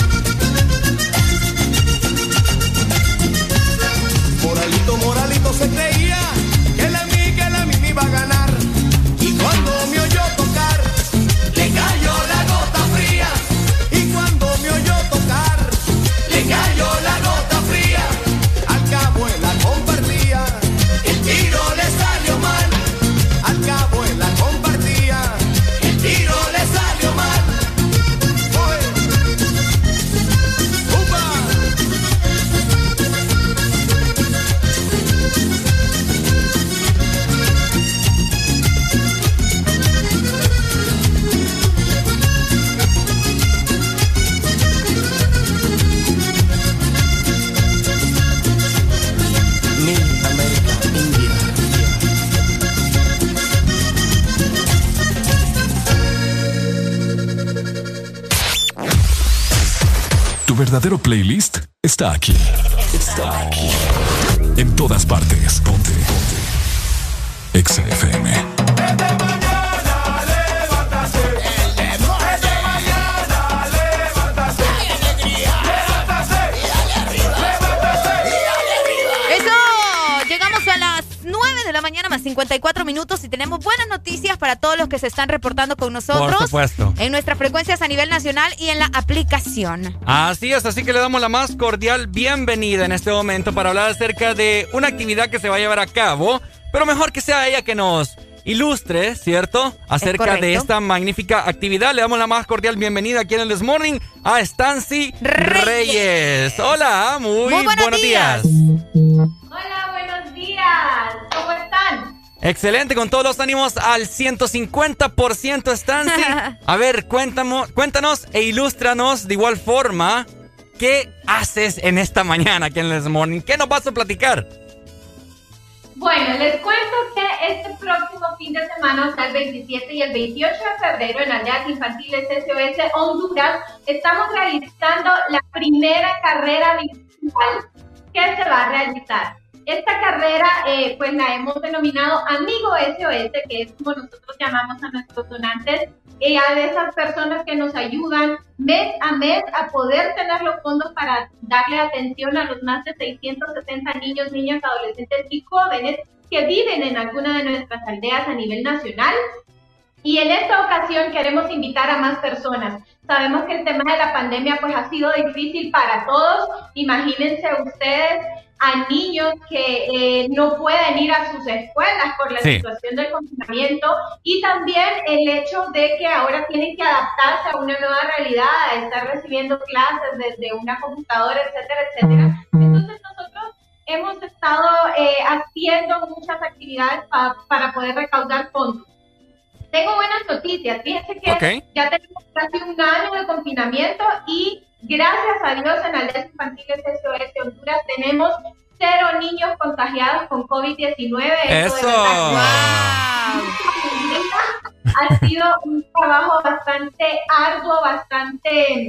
Moralito, Moralito se creía que la mí, que la mí me iba a ganar. Y cuando me oyó tocar, le cayó la gota fría. Y cuando me oyó tocar, le cayó la gota fría. Al cabo él la compartía, el tiro le salió mal. Al cabo él la compartía, el tiro le salió mal. Oye. ¡Upa! Mi América, India. Tu verdadero playlist está aquí. Está aquí. En todas partes. Ponte. Ponte. Exa F M. Llegamos a las nueve de la mañana más cincuenta y cuatro minutos y tenemos buenas noticias para todos los que se están reportando con nosotros. Por supuesto. En nuestras frecuencias a nivel nacional y en la aplicación. Así es, así que le damos la más cordial bienvenida en este momento para hablar acerca de una actividad que se va a llevar a cabo, pero mejor que sea ella que nos ilustre, ¿cierto? Acerca de esta magnífica actividad. Le damos la más cordial bienvenida aquí en el This Morning a Stancy Reyes. Reyes. Hola, muy, muy buenos, buenos días. días. Hola, buenos días. ¿Cómo están? Excelente, con todos los ánimos al ciento cincuenta por ciento, Stancy. A ver, cuéntanos, cuéntanos e ilústranos de igual forma qué haces en esta mañana aquí en el This Morning. ¿Qué nos vas a platicar? Bueno, les cuento que este próximo fin de semana, o sea, el veintisiete y el veintiocho de febrero, en Aldeas Infantiles S O S Honduras, estamos realizando la primera carrera virtual que se va a realizar. Esta carrera, eh, pues la hemos denominado Amigo S O S, que es como nosotros llamamos a nuestros donantes, y a esas personas que nos ayudan mes a mes a poder tener los fondos para darle atención a los más de seiscientos setenta niños, niñas, adolescentes y jóvenes que viven en alguna de nuestras aldeas a nivel nacional. Y en esta ocasión queremos invitar a más personas. Sabemos que el tema de la pandemia pues ha sido difícil para todos. Imagínense ustedes a niños que eh, no pueden ir a sus escuelas por la sí. situación del confinamiento, y también el hecho de que ahora tienen que adaptarse a una nueva realidad, a estar recibiendo clases desde una computadora, etcétera, etcétera. Entonces nosotros hemos estado eh, haciendo muchas actividades pa para poder recaudar fondos. Tengo buenas noticias. Fíjense que okay. ya tenemos casi un año de confinamiento y gracias a Dios en Aldeas Infantiles S O S Honduras tenemos cero niños contagiados con COVID diecinueve. Eso. Eso de verdad, wow. Ha sido un trabajo bastante arduo, bastante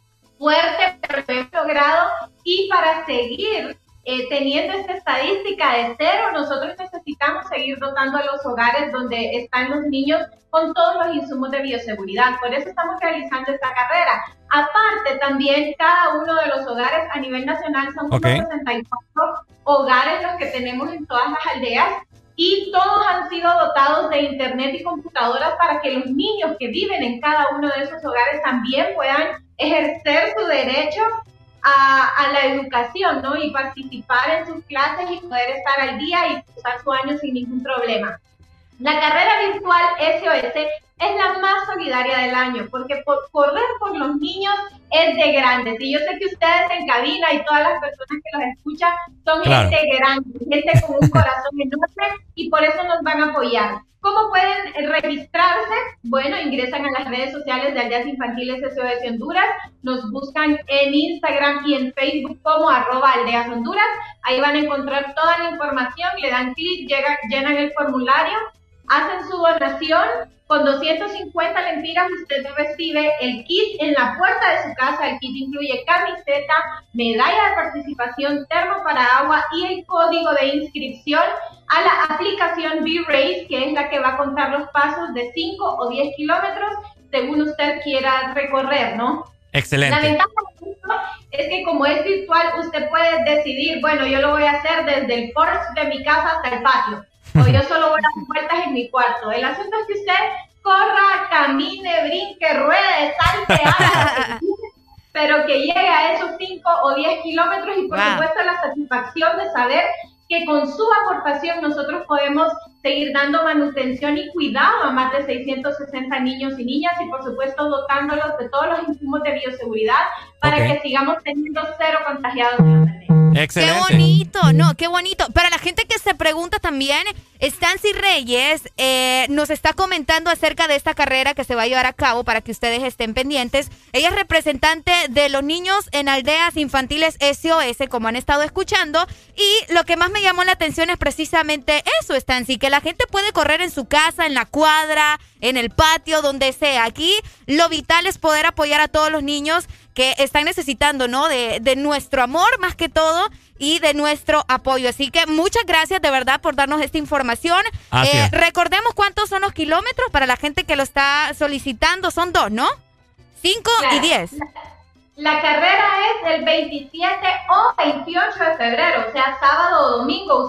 fuerte, pero lo hemos logrado. Y para seguir Eh, teniendo esta estadística de cero, nosotros necesitamos seguir dotando a los hogares donde están los niños con todos los insumos de bioseguridad. Por eso estamos realizando esta carrera. Aparte, también cada uno de los hogares a nivel nacional son okay. sesenta y cuatro hogares los que tenemos en todas las aldeas, y todos han sido dotados de internet y computadoras para que los niños que viven en cada uno de esos hogares también puedan ejercer su derecho A, a la educación, ¿no? Y participar en sus clases y poder estar al día y usar su año sin ningún problema. La carrera virtual S O S es la más solidaria del año, porque por, correr por los niños es de grandes. Y yo sé que ustedes en cabina y todas las personas que los escuchan son claro. gente grande, gente con un corazón enorme, y por eso nos van a apoyar. ¿Cómo pueden registrarse? Bueno, ingresan a las redes sociales de Aldeas Infantiles S O S Honduras, nos buscan en Instagram y en Facebook como arroba Aldeas Honduras. Ahí van a encontrar toda la información, le dan clic, llenan el formulario, hacen su donación. Con doscientos cincuenta lempiras usted recibe el kit en la puerta de su casa. El kit incluye camiseta, medalla de participación, termo para agua y el código de inscripción a la aplicación B-Race, que es la que va a contar los pasos de cinco o diez kilómetros según usted quiera recorrer, ¿no? Excelente. La ventaja de esto es que como es virtual, usted puede decidir, bueno, yo lo voy a hacer desde el porche de mi casa hasta el patio, o yo solo voy a dar vueltas en mi cuarto. El asunto es que usted corra, camine, brinque, ruede, salte, haga, pero que llegue a esos cinco o diez kilómetros, y por wow. supuesto la satisfacción de saber que con su aportación nosotros podemos seguir dando manutención y cuidado a más de seiscientos sesenta niños y niñas, y por supuesto dotándolos de todos los insumos de bioseguridad para okay. que sigamos teniendo cero contagiados en la pandemia. Excelente. Qué bonito, no, qué bonito. Para la gente que se pregunta también, Stancy Reyes eh, nos está comentando acerca de esta carrera que se va a llevar a cabo para que ustedes estén pendientes. Ella es representante de los niños en Aldeas Infantiles S O S, como han estado escuchando, y lo que más me llamó la atención es precisamente eso, Stancy, que la gente puede correr en su casa, en la cuadra, en el patio, donde sea. Aquí lo vital es poder apoyar a todos los niños que están necesitando, ¿no? De, de nuestro amor más que todo y de nuestro apoyo. Así que muchas gracias de verdad por darnos esta información. Eh, recordemos cuántos son los kilómetros para la gente que lo está solicitando. Son dos, ¿no? Cinco claro. y diez. La, la carrera es el veintisiete o veintiocho de febrero, o sea, sábado o domingo. Usted decide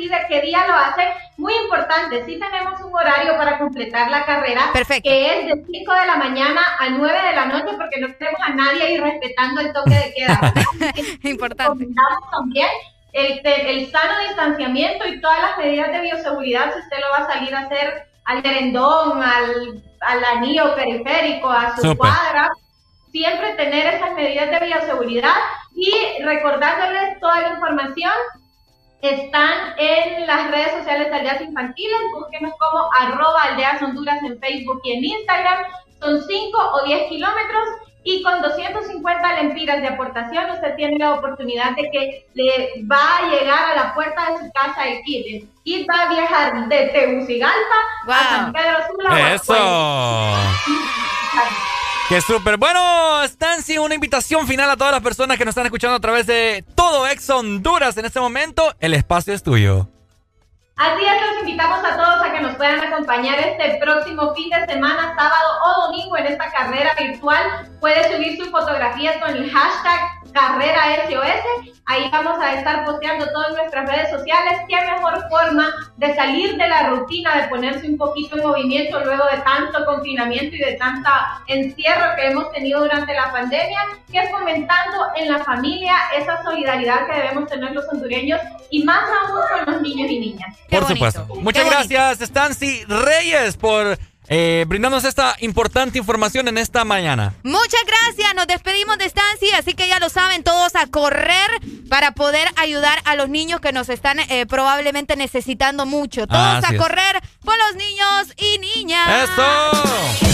decide qué día lo hace. Muy importante, sí tenemos un horario para completar la carrera. Perfecto. Que es de cinco de la mañana a nueve de la noche, porque no queremos a nadie ir respetando el toque de queda. Importante. También el, el sano distanciamiento y todas las medidas de bioseguridad, si usted lo va a salir a hacer al merendón, al, al anillo periférico, a su Super. cuadra, siempre tener esas medidas de bioseguridad y recordándoles toda la información. Están en las redes sociales de Aldeas Infantiles, búsquenos como arroba Aldeas Honduras en Facebook y en Instagram. Son cinco o diez kilómetros y con doscientos cincuenta lempiras de aportación usted tiene la oportunidad de que le va a llegar a la puerta de su casa el kit. El kit va a viajar de Tegucigalpa wow. a San Pedro Sula. ¡Eso! ¡Qué súper! Bueno, Stancy, una invitación final a todas las personas que nos están escuchando a través de todo Ex Honduras en este momento. El espacio es tuyo. Así es, los invitamos a todos a que nos puedan acompañar este próximo fin de semana, sábado o domingo, en esta carrera virtual. Puede subir sus fotografías con el hashtag Carrera S O S. Ahí vamos a estar posteando todas nuestras redes sociales. Qué mejor forma de salir de la rutina, de ponerse un poquito en movimiento luego de tanto confinamiento y de tanta encierro que hemos tenido durante la pandemia, que es fomentando en la familia esa solidaridad que debemos tener los hondureños y más aún con los niños y niñas. Por supuesto. Muchas gracias, Stancy Reyes, por eh, brindarnos esta importante información en esta mañana. Muchas gracias. Nos despedimos de Stancy, así que ya lo saben, todos a correr para poder ayudar a los niños que nos están eh, probablemente necesitando mucho. Todos ah, a correr por los niños y niñas. ¡Eso!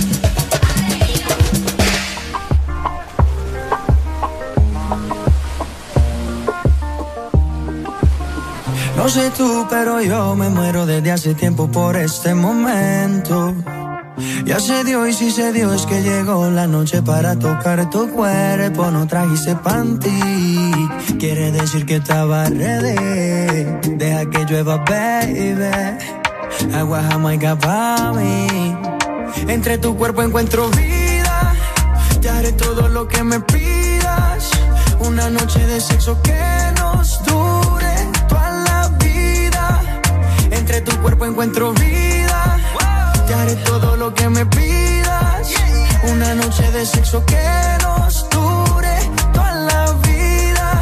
No sé tú, pero yo me muero desde hace tiempo por este momento. Ya se dio y si se dio es que llegó la noche para tocar tu cuerpo. No trajiste panty, quiere decir que estaba ready. Deja que llueva, baby, agua jamaica pa' mí. Entre tu cuerpo encuentro vida, te haré todo lo que me pidas. Una noche de sexo que nos dure toda la vida. Entre tu cuerpo encuentro vida, te haré todo lo que me pidas. Una noche de sexo que nos dure toda la vida.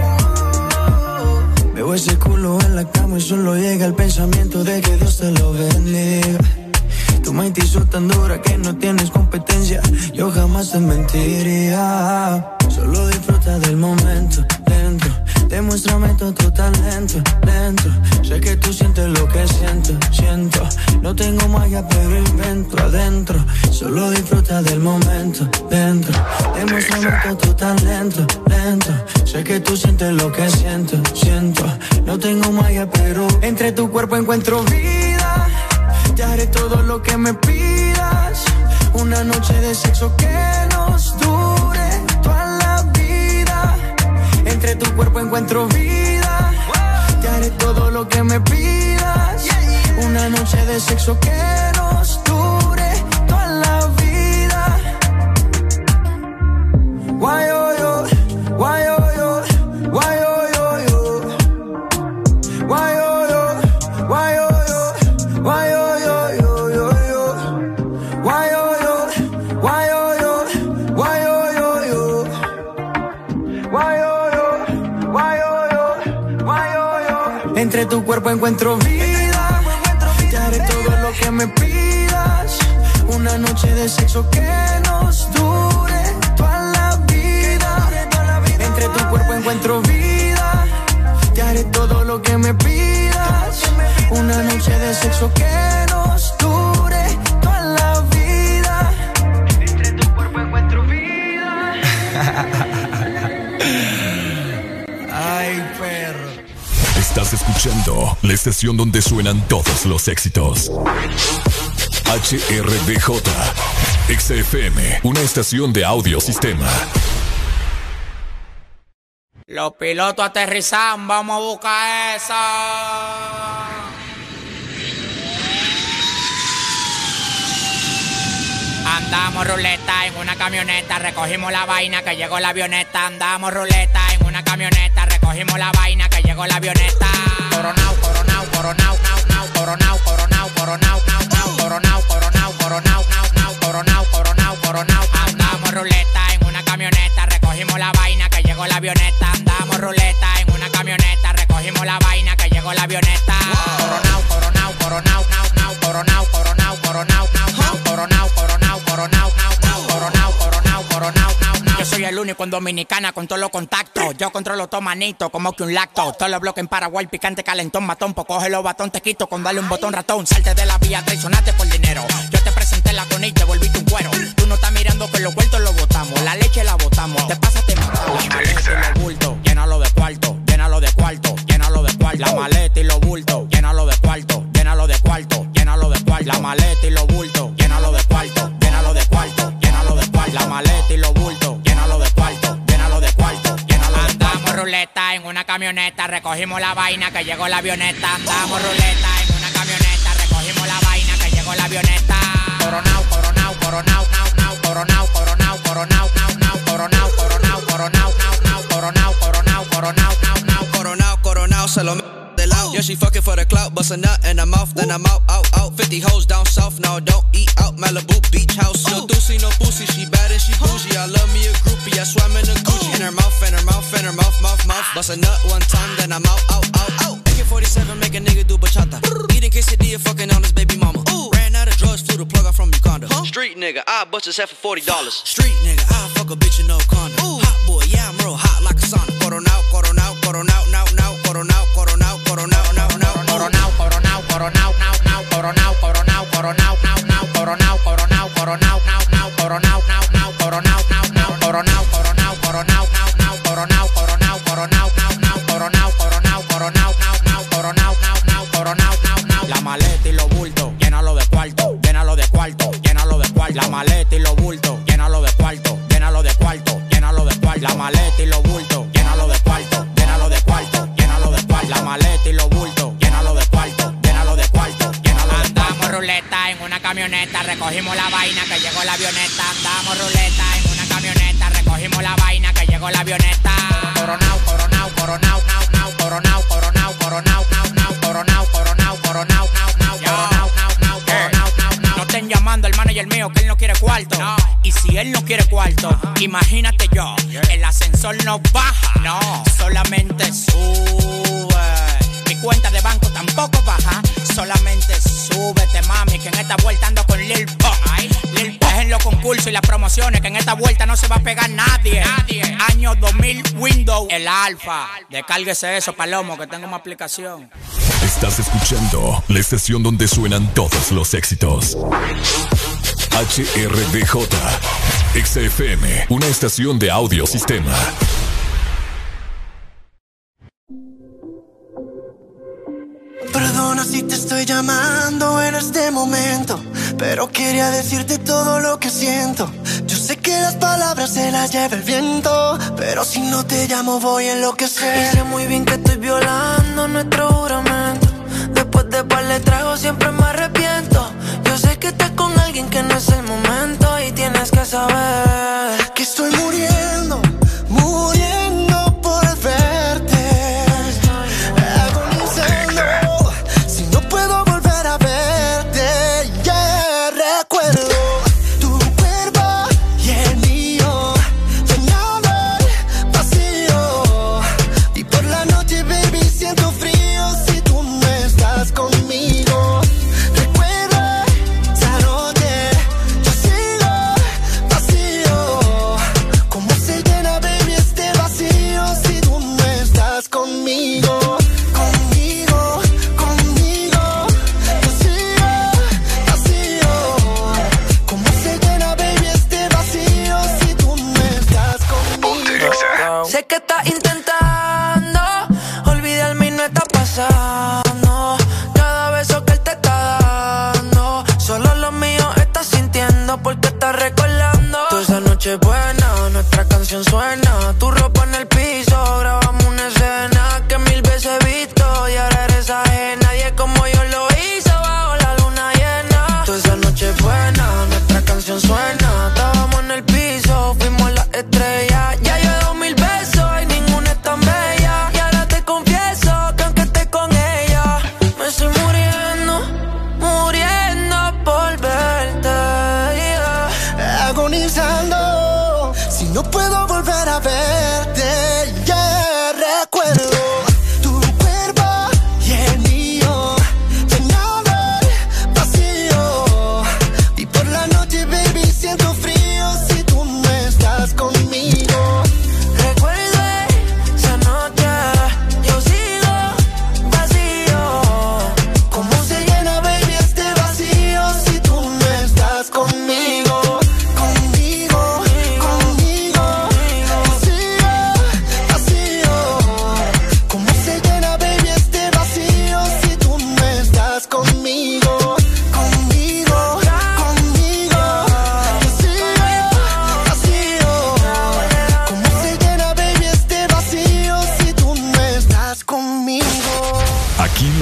Veo ese culo en la cama y solo llega el pensamiento de que Dios te lo bendiga. Tu mente hizo tan dura que no tienes competencia. Yo jamás te mentiría. Solo disfruta del momento, dentro. Demuéstrame todo tu talento, lento. Sé que tú sientes lo que siento, siento. No tengo magia pero invento adentro. Solo disfruta del momento, dentro. Demuéstrame todo tu talento, lento. Sé que tú sientes lo que siento, siento. No tengo magia pero entre tu cuerpo encuentro vida. Te haré todo lo que me pidas. Una noche de sexo que nos dure toda la vida. Entre tu cuerpo encuentro vida. Te haré todo lo que me pidas. Una noche de sexo que nos dure toda la vida. Guay, oh, yo, guay, oh, yo, guay, oh, yo, yo. Guay, oh, yo, guay, oh, yo, guay, oh. Entre tu cuerpo encuentro vida. Te haré todo lo que me pidas. Una noche de sexo que nos dure toda la vida. Entre tu cuerpo encuentro vida. Te haré todo lo que me pidas. Una noche de sexo que nos dure toda la vida. Entre tu cuerpo encuentro vida. Ay, perro. Estás escuchando la estación donde suenan todos los éxitos. H R D J X F M, una estación de audiosistema. Los pilotos aterrizan, vamos a buscar eso. Andamos ruleta en una camioneta, recogimos la vaina que llegó la avioneta. Andamos ruleta en una camioneta, recogimos la vaina que llegó la avioneta. Coronao vaina que llegó la avioneta. Coronao, coronao, coronao, nao, nao, coronao, coronao, coronao, nao, nao, coronao, coronao, coronao, nao, nao, coronao, coronao, coronao, nao, nao. Yo soy el único en Dominicana con todos los contactos. Yo controlo todo manito, como que un lacto. Todos los bloques en Paraguay, picante, calentón, matón. Pues coge los batón, te quito con darle un botón ratón. Salte de la vía, traicionaste por dinero. Yo te presenté la con y te volviste un cuero. Tú no estás mirando que los vueltos los botamos. La leche la botamos. Te pasaste más. La maleta y los bultos, llénalo de cuarto, llénalo de cuarto, llénalo de cuarto. La maleta y los bultos, llénalo de cuarto, llénalo de cuarto, llénalo de cuarto. La maleta y los bultos, llénalo de cuarto, llénalo de cuarto, llénalo de cuarto. La maleta y los bultos, llénalo de cuarto, llénalo de cuarto, llénalo de cuarto. Andamos ruleta en una camioneta, recogimos la vaina que llegó la avioneta. Andamos ruleta en una camioneta, recogimos la vaina que llegó la avioneta. Coronao, coronao, coronao, nao, nao, coronao, coronao, coronao, nao, nao, coronao, coronao, coronao, nao, nao, coronao, coronao, coronao, nao, nao, coronao, coronao, se lo de lado. Yeah, she fucking for the clout, bust a nut in her mouth, then I'm out, out, out. fifty hoes down south, now don't eat out. Malibu beach house, no doozy, no pussy, she bad and she bougie. I love me a groupie, I swam in a Gucci. In her mouth, in her mouth, in her mouth, mouth, mouth. Bust a nut one time, then I'm out, out, out, out. A K forty-seven, make a nigga do bachata. Eating quesadilla, fucking on his baby mama. Ooh. Ran out of drugs, flew the plug out from Uganda. Huh? Street nigga, I bust his head for forty dollars. Street nigga, I fuck a bitch in no condom. Ooh. Hot boy, yeah, I'm real hot like a sauna. Coronao, coronao, coronao, now, now, coronao, coronao, coronao, now, now. Coronao, coronao, coronao, now, now, coronao, coronao, coronao, now, now, coronao, coronao, coronao, now, now, coronao, now, now, coronao, now, now, coronao, coronao, coronao, now, now, coronao, coronao, coronao, now, now, coronao, coronao, coronao, now, now, coronao, now, now, coronao, now, now. La maleta y los bultos, llénalo de cuarto, llénalo de cuarto, llénalo de cuarto. La maleta y los bultos, llénalo de cuarto, llénalo de cuarto, llénalo de cuarto. La maleta y los bultos, llénalo de cuarto, llénalo de cuarto, llénalo de cuarto. La maleta y los bultos, llénalo de cuarto, llénalo de cuarto, llénalo de cuarto. Andamos ruleta en una camioneta, recogimos la vaina que llegó la avioneta. Andamos ruleta en una camioneta, recogimos la vaina que llegó la avioneta. Coronao, coronao, coronao, nao, nao, coronao, coronao, coronao, nao, nao, coronao, coronao, coronao, nao, nao, coronao, nao, nao, coronao, nao, nao. No estén llamando el manager mío que él no quiere cuarto. No. Y si él no quiere cuarto, uh-huh. Imagínate yo, el ascensor no baja, no, solamente sube. Mi cuenta de banco tampoco baja, solamente súbete, mami, que en esta vuelta ando con Lil Pump. Lil Pump en los concursos y las promociones, que en esta vuelta no se va a pegar nadie. Nadie. Año dos mil Windows, el Alfa. Descárguese eso, Palomo, que tengo una aplicación. Estás escuchando la estación donde suenan todos los éxitos. H R D J X F M, una estación de audiosistema. Perdona si te estoy llamando en este momento, pero quería decirte todo lo que siento. Yo sé que las palabras se las lleva el viento, pero si no te llamo voy a enloquecer. Y sé muy bien que estoy violando nuestro juramento. Después de par de tragos siempre me arrepiento. Yo sé que estás con alguien que no es el momento, y tienes que saber que estoy muriendo, muriendo por verte. Frío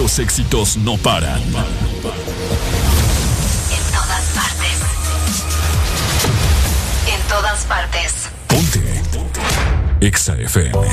los éxitos no paran. En todas partes. En todas partes. Ponte. Exa F M.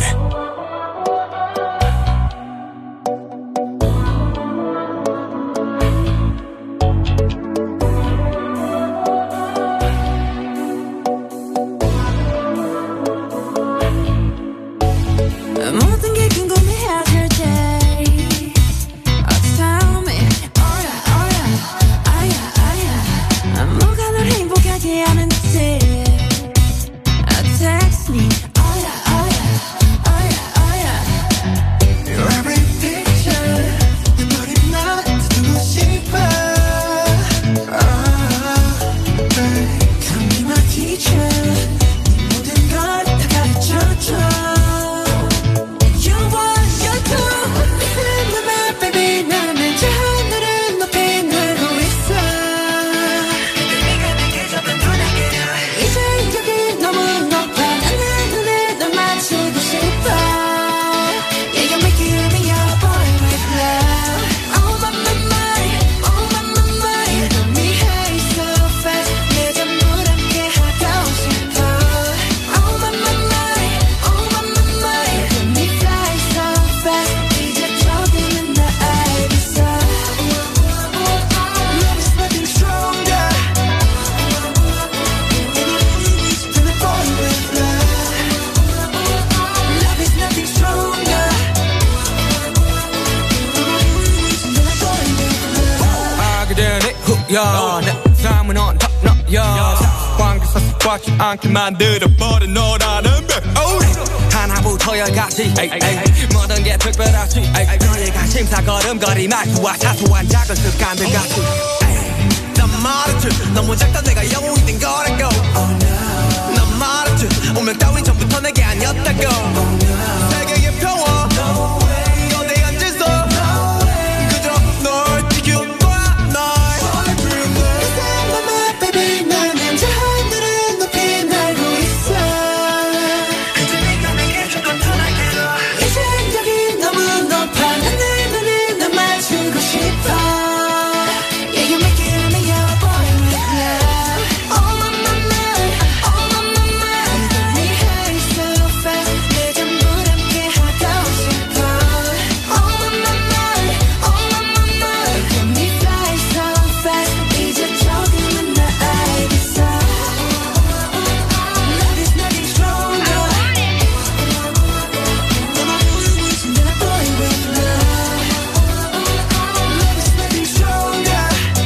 않게 만들어버린 너라는 배 하나부터 열까지 모든 게 특별하지 너희가 심사걸음거리 말투와 사소한 작은 습관들 같이 난 말했지 너무 작다 내가 영웅이 된 거라고 난 말했지 운명 따윈 전부터 내게 아니었다고 세계의 평화 어디 앉아서 그저 널 지킬 거야 날 baby 날 남자 하늘은 높이 날고 있어 그저니까 내게 조금 더 날게로 이 생각이 너무 높아 내 눈을 널 맞추고 싶어 Yeah, you make it on me, you're boy with love Oh my, my, my, oh my, my, my 네 high so fast 내 전부 함께 하고 싶어 Oh my, my, my, oh my, my, my Let me fly so fast 이제 조금은 나 알겠어 Love is nothing stronger than a boy with love Love is nothing stronger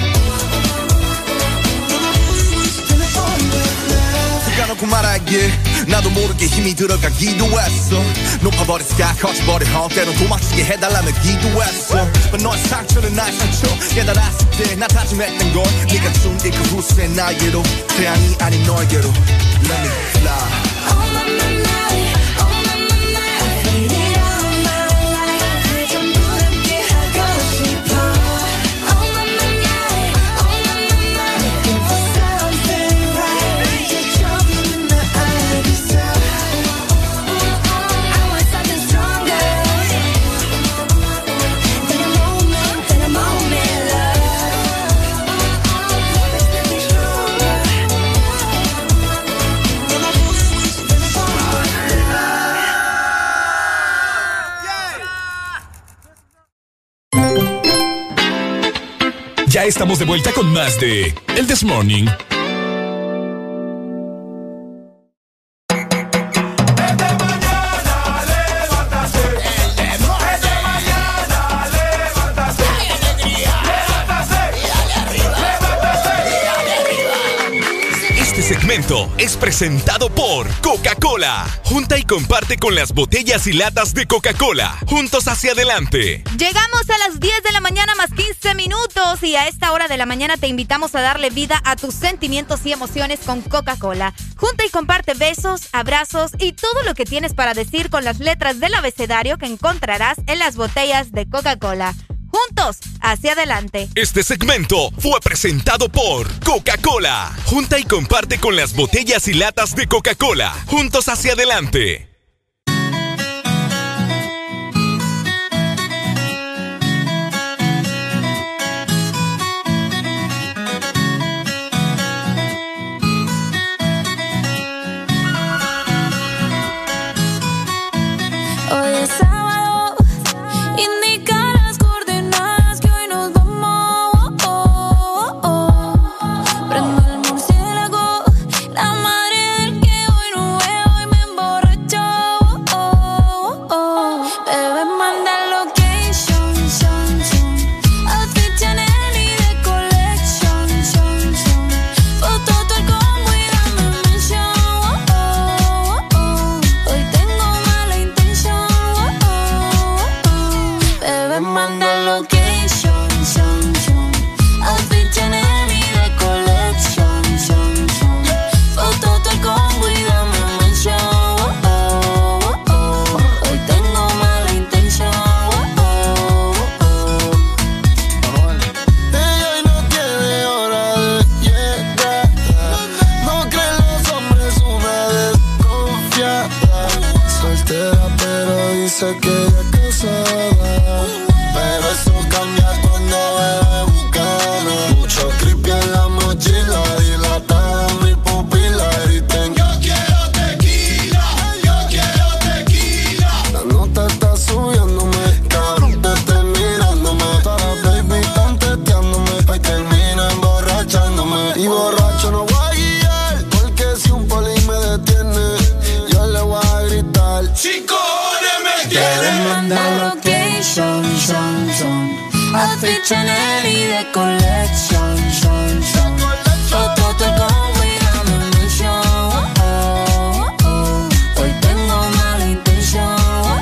숨겨놓고 말하길 나도 모르게 힘이 들어가기도 했어 높아버린 스카 커져버린 헛 때론 도망치게 해달라며 기도했어 But 너의 상처는 나의 상처 깨달았을 때 나 다짐했던 건 네가 준 이 그 후세 나에게로 태양이 아닌 너에게로 Let me fly Oh my, my, my, oh my, my, my I need it all my life 내 전부 함께 하고 싶어 Oh my, my, my, oh my, my, my Looking for something right 이제 조금은 나 알겠어 I want something stronger than a moment, than a moment, love Love is nothing stronger Ya estamos de vuelta con más de El This Morning. Este segmento es presentado por Coca-Cola. Junta y comparte con las botellas y latas de Coca-Cola. Juntos hacia adelante. Llegamos a las diez de la mañana más quince minutos y a esta hora de la mañana te invitamos a darle vida a tus sentimientos y emociones con Coca-Cola. Junta y comparte besos, abrazos y todo lo que tienes para decir con las letras del abecedario que encontrarás en las botellas de Coca-Cola. Juntos, hacia adelante. Este segmento fue presentado por Coca-Cola. Junta y comparte con las botellas y latas de Coca-Cola. Juntos hacia adelante. location, son, son. Outfit Chanel y de colección, son, son. Foto todo el combo y dame un mention. Oh, oh, oh. Hoy tengo mala intención. Oh, oh, oh. Ella hoy no tiene hora de llegar. No creen los hombres una desconfiada. Soltera pero dice que ella es casada. Pero eso cambia cuando bebe Bucana. Mucho creepy en la mochila, dilatada mi pupila. Griten, yo quiero tequila, yo quiero tequila. La nota está subiéndome, cabrón, te estoy mirándome. Todas las baby están teteándome, pa' y termino emborrachándome. Y borracho no voy a guiar, porque si un poli me detiene, yo le voy a gritar. Cinco horas me Quieren mandar location, son, son. Outfit Chanel y de colección, son, son. Foto te combo y dame un mention. Oh, oh, oh. Hoy tengo mala intención.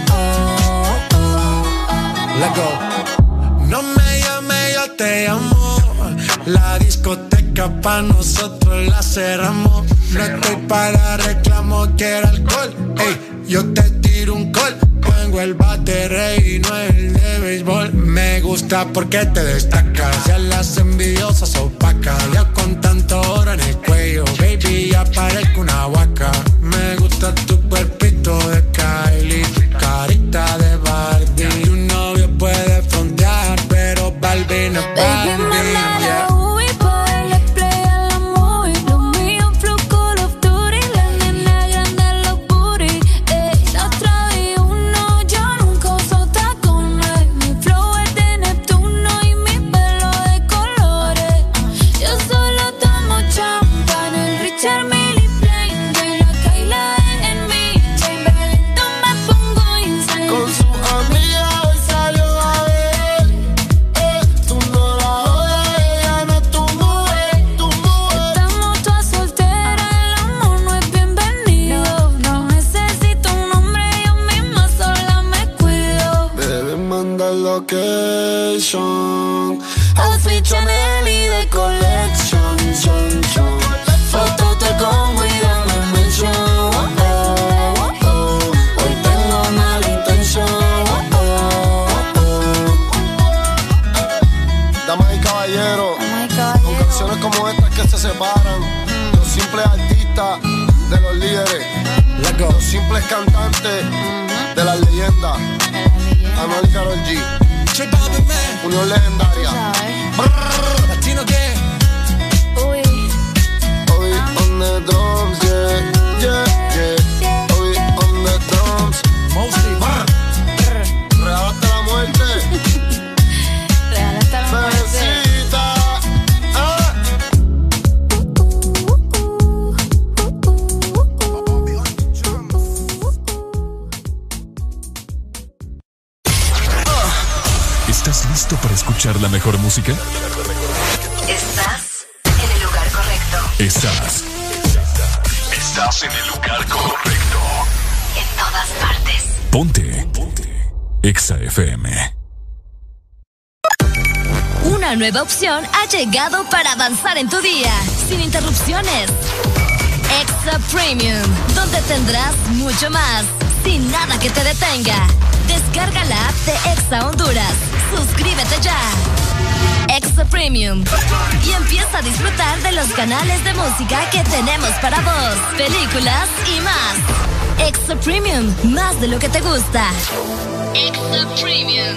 Oh, oh, oh. Let go. No me llame, yo te llamo. La discoteca pa' nosotros la cerramos. No estoy para reclamo, quiero alcohol. Ey, yo te tiro un call. Pongo el bate rey y no el de béisbol. Me gusta porque te destacas. Ya las envidiosas opacas. Ya con tanto oro en el cuello, baby, ya parezco una vaca. Me gusta tu cuerpito de Kylie, tu carita de Barbie. Tu novio puede frontear, pero Barbie no es Baby, Barbie. mandala uy, pa' darle play a la movie. Lo mío flow Call of Duty. La nena grande los booty. Ey, la trae uno, yo nunca uso tacones. Mi flow es de Neptuno y mi pelo de colores. Yo solo tomo champán, el Richard Mille Plain. De la Kayla en mi Chamberlain, no me pongo insane. con su amiga hoy salió a ver. Eh, tú no la jodas, ella no es tu mujer, tu mujer. Estamos todas solteras, el amor no es bienvenido. No necesito un hombre, yo misma sola me cuido. Debes mandar location. Outfit Chanel y de colección, son, son. Foto te combo y dame un mention. Oh, oh, oh. Hoy tengo mala intención. Oh, oh, oh. Damas y caballeros, con canciones como estas que se separan. Los simples artistas de los líderes. Los simples cantantes de las leyendas. Anuel y Karol G. Unión legendaria. Latino que Uy, Obi on the drums, yeah, yeah, yeah. Obi on the drums. Mostly. Real hasta la muerte. real hasta la muerte. Bebecita. Ah. ¿Estás listo para escuchar la mejor música? Estás en el lugar correcto. Estás. Estás en el lugar correcto. En todas partes. Ponte. Ponte. Exa F M. Una nueva opción ha llegado para avanzar en tu día, sin interrupciones. Exa Premium, donde tendrás mucho más, sin nada que te detenga. Descarga la app de Exa Honduras. Suscríbete ya. Exa Premium. Y empieza a disfrutar de los canales de música que tenemos para vos, películas y más. Exa Premium, más de lo que te gusta. Exa Premium.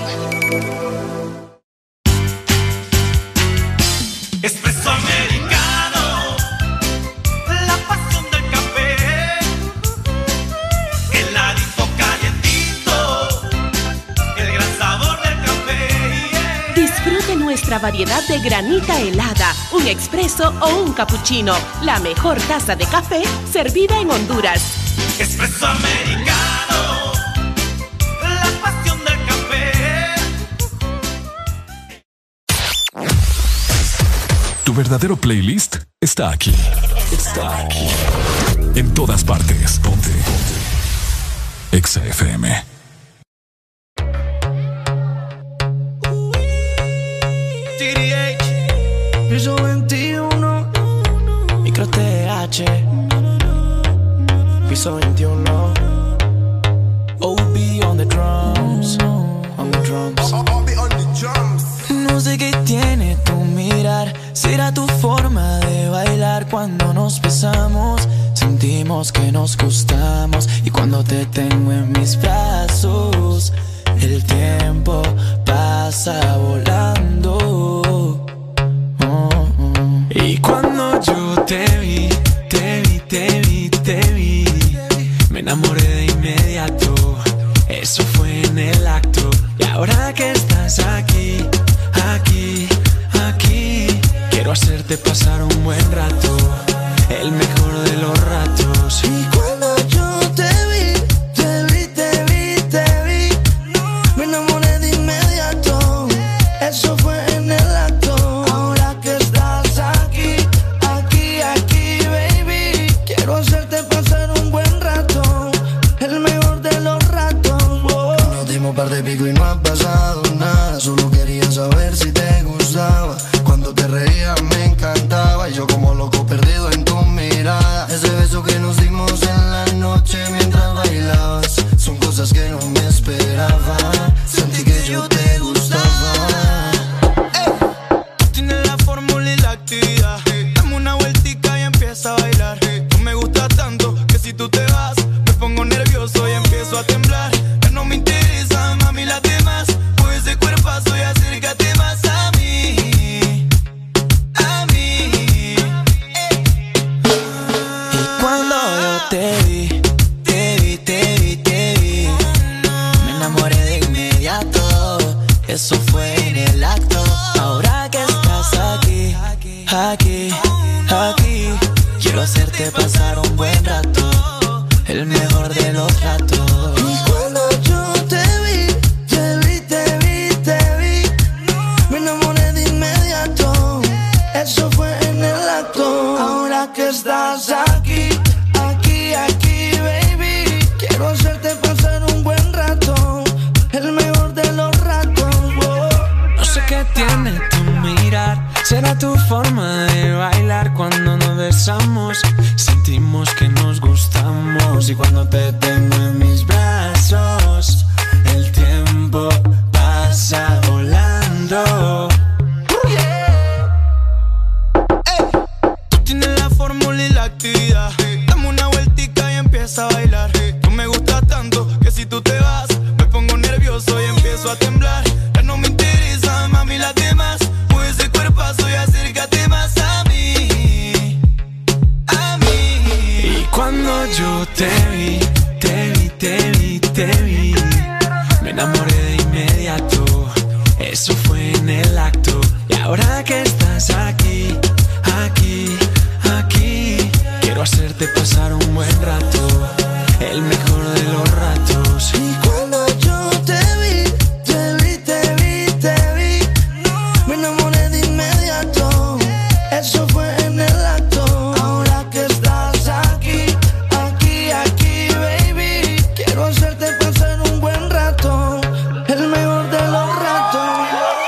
Espresso americano, la pasión del café, el ladito calientito, el gran sabor del café. Yeah. Disfrute nuestra variedad de granita helada, un expreso o un cappuccino. La mejor taza de café servida en Honduras. Espresso americano, la pasión del café. Tu verdadero playlist está aquí. Está aquí. En todas partes. Ponte. Ponte. Exa F M. noche. Piso veintiuno. O B on the drums. On the drums. O B on the drums. No sé qué tiene tu mirar. Será tu forma de bailar cuando nos besamos. Sentimos que nos gustamos. Y cuando te tengo en mis brazos, el tiempo pasa volando. Oh, oh. Y cuando yo te vi, te vi, te vi, te vi, me enamoré de inmediato. Eso fue en el acto. Y ahora que estás aquí, aquí, aquí, quiero hacerte pasar un buen rato, el mejor de los ratos. Y cuando yo te vi, te vi, te vi, te vi, me enamoré de inmediato. Eso fue en el acto. Ahora que estás aquí, aquí, aquí, baby, quiero hacerte pasar un buen rato, el mejor de los ratos. Oh. Nos dimos par de pico y no ha pasado nada. Solo quería saber si te gustaba. Cuando te reías me encantaba. Y yo como loco perdido en tu mirada. Ese beso que nos dimos en la noche mientras bailabas, son cosas que no me esperaba. Sentí que yo te gustaba. Tú tienes la fórmula y la actividad. Dame una vueltica y empieza a bailar. Tú me gustas tanto que si tú te vas me pongo nervioso y empiezo a temblar. Ya no me interesa, mami, las demás. Pues ese cuerpazo y acércate más a mí, a mí. Y cuando yo te vi, te vi, te vi, te vi, me enamoré de inmediato. Eso fue en el acto. Ahora que estás aquí, aquí, aquí, quiero hacerte pasar un buen rato, el mejor de los ratos. Y cuando yo te vi, te vi, te vi, te vi, me enamoré de inmediato. Eso fue en el acto. Ahora que estás aquí, aquí, aquí, baby, quiero hacerte pasar un buen rato, el mejor de los ratos. Oh. No sé qué tiene tu mirar. Será tu forma de bailar cuando nos besamos. Sentimos que nos gustamos. Y cuando te tengo en mis brazos, el tiempo pasa volando. Tú tienes la fórmula y la actividad. Dame una vueltica y empieza a bailar. Tú me gustas tanto que si tú te vas me pongo nervioso y empiezo a temblar. Ya no me interesa, mami, las demás. Mueve ese cuerpazo y acércate más a mí, a mí. Y cuando yo te vi, te vi, te vi, te vi, me enamoré de inmediato. Eso fue en el acto. Y ahora que estás aquí, aquí, aquí, quiero hacerte pasar un buen rato, el mejor de los ratos. Y cuando yo te vi, te vi, te vi, te vi, me enamoré de inmediato. Eso fue en el acto. Ahora que estás aquí, aquí, aquí, baby, quiero hacerte pasar un buen rato, el mejor de los ratos.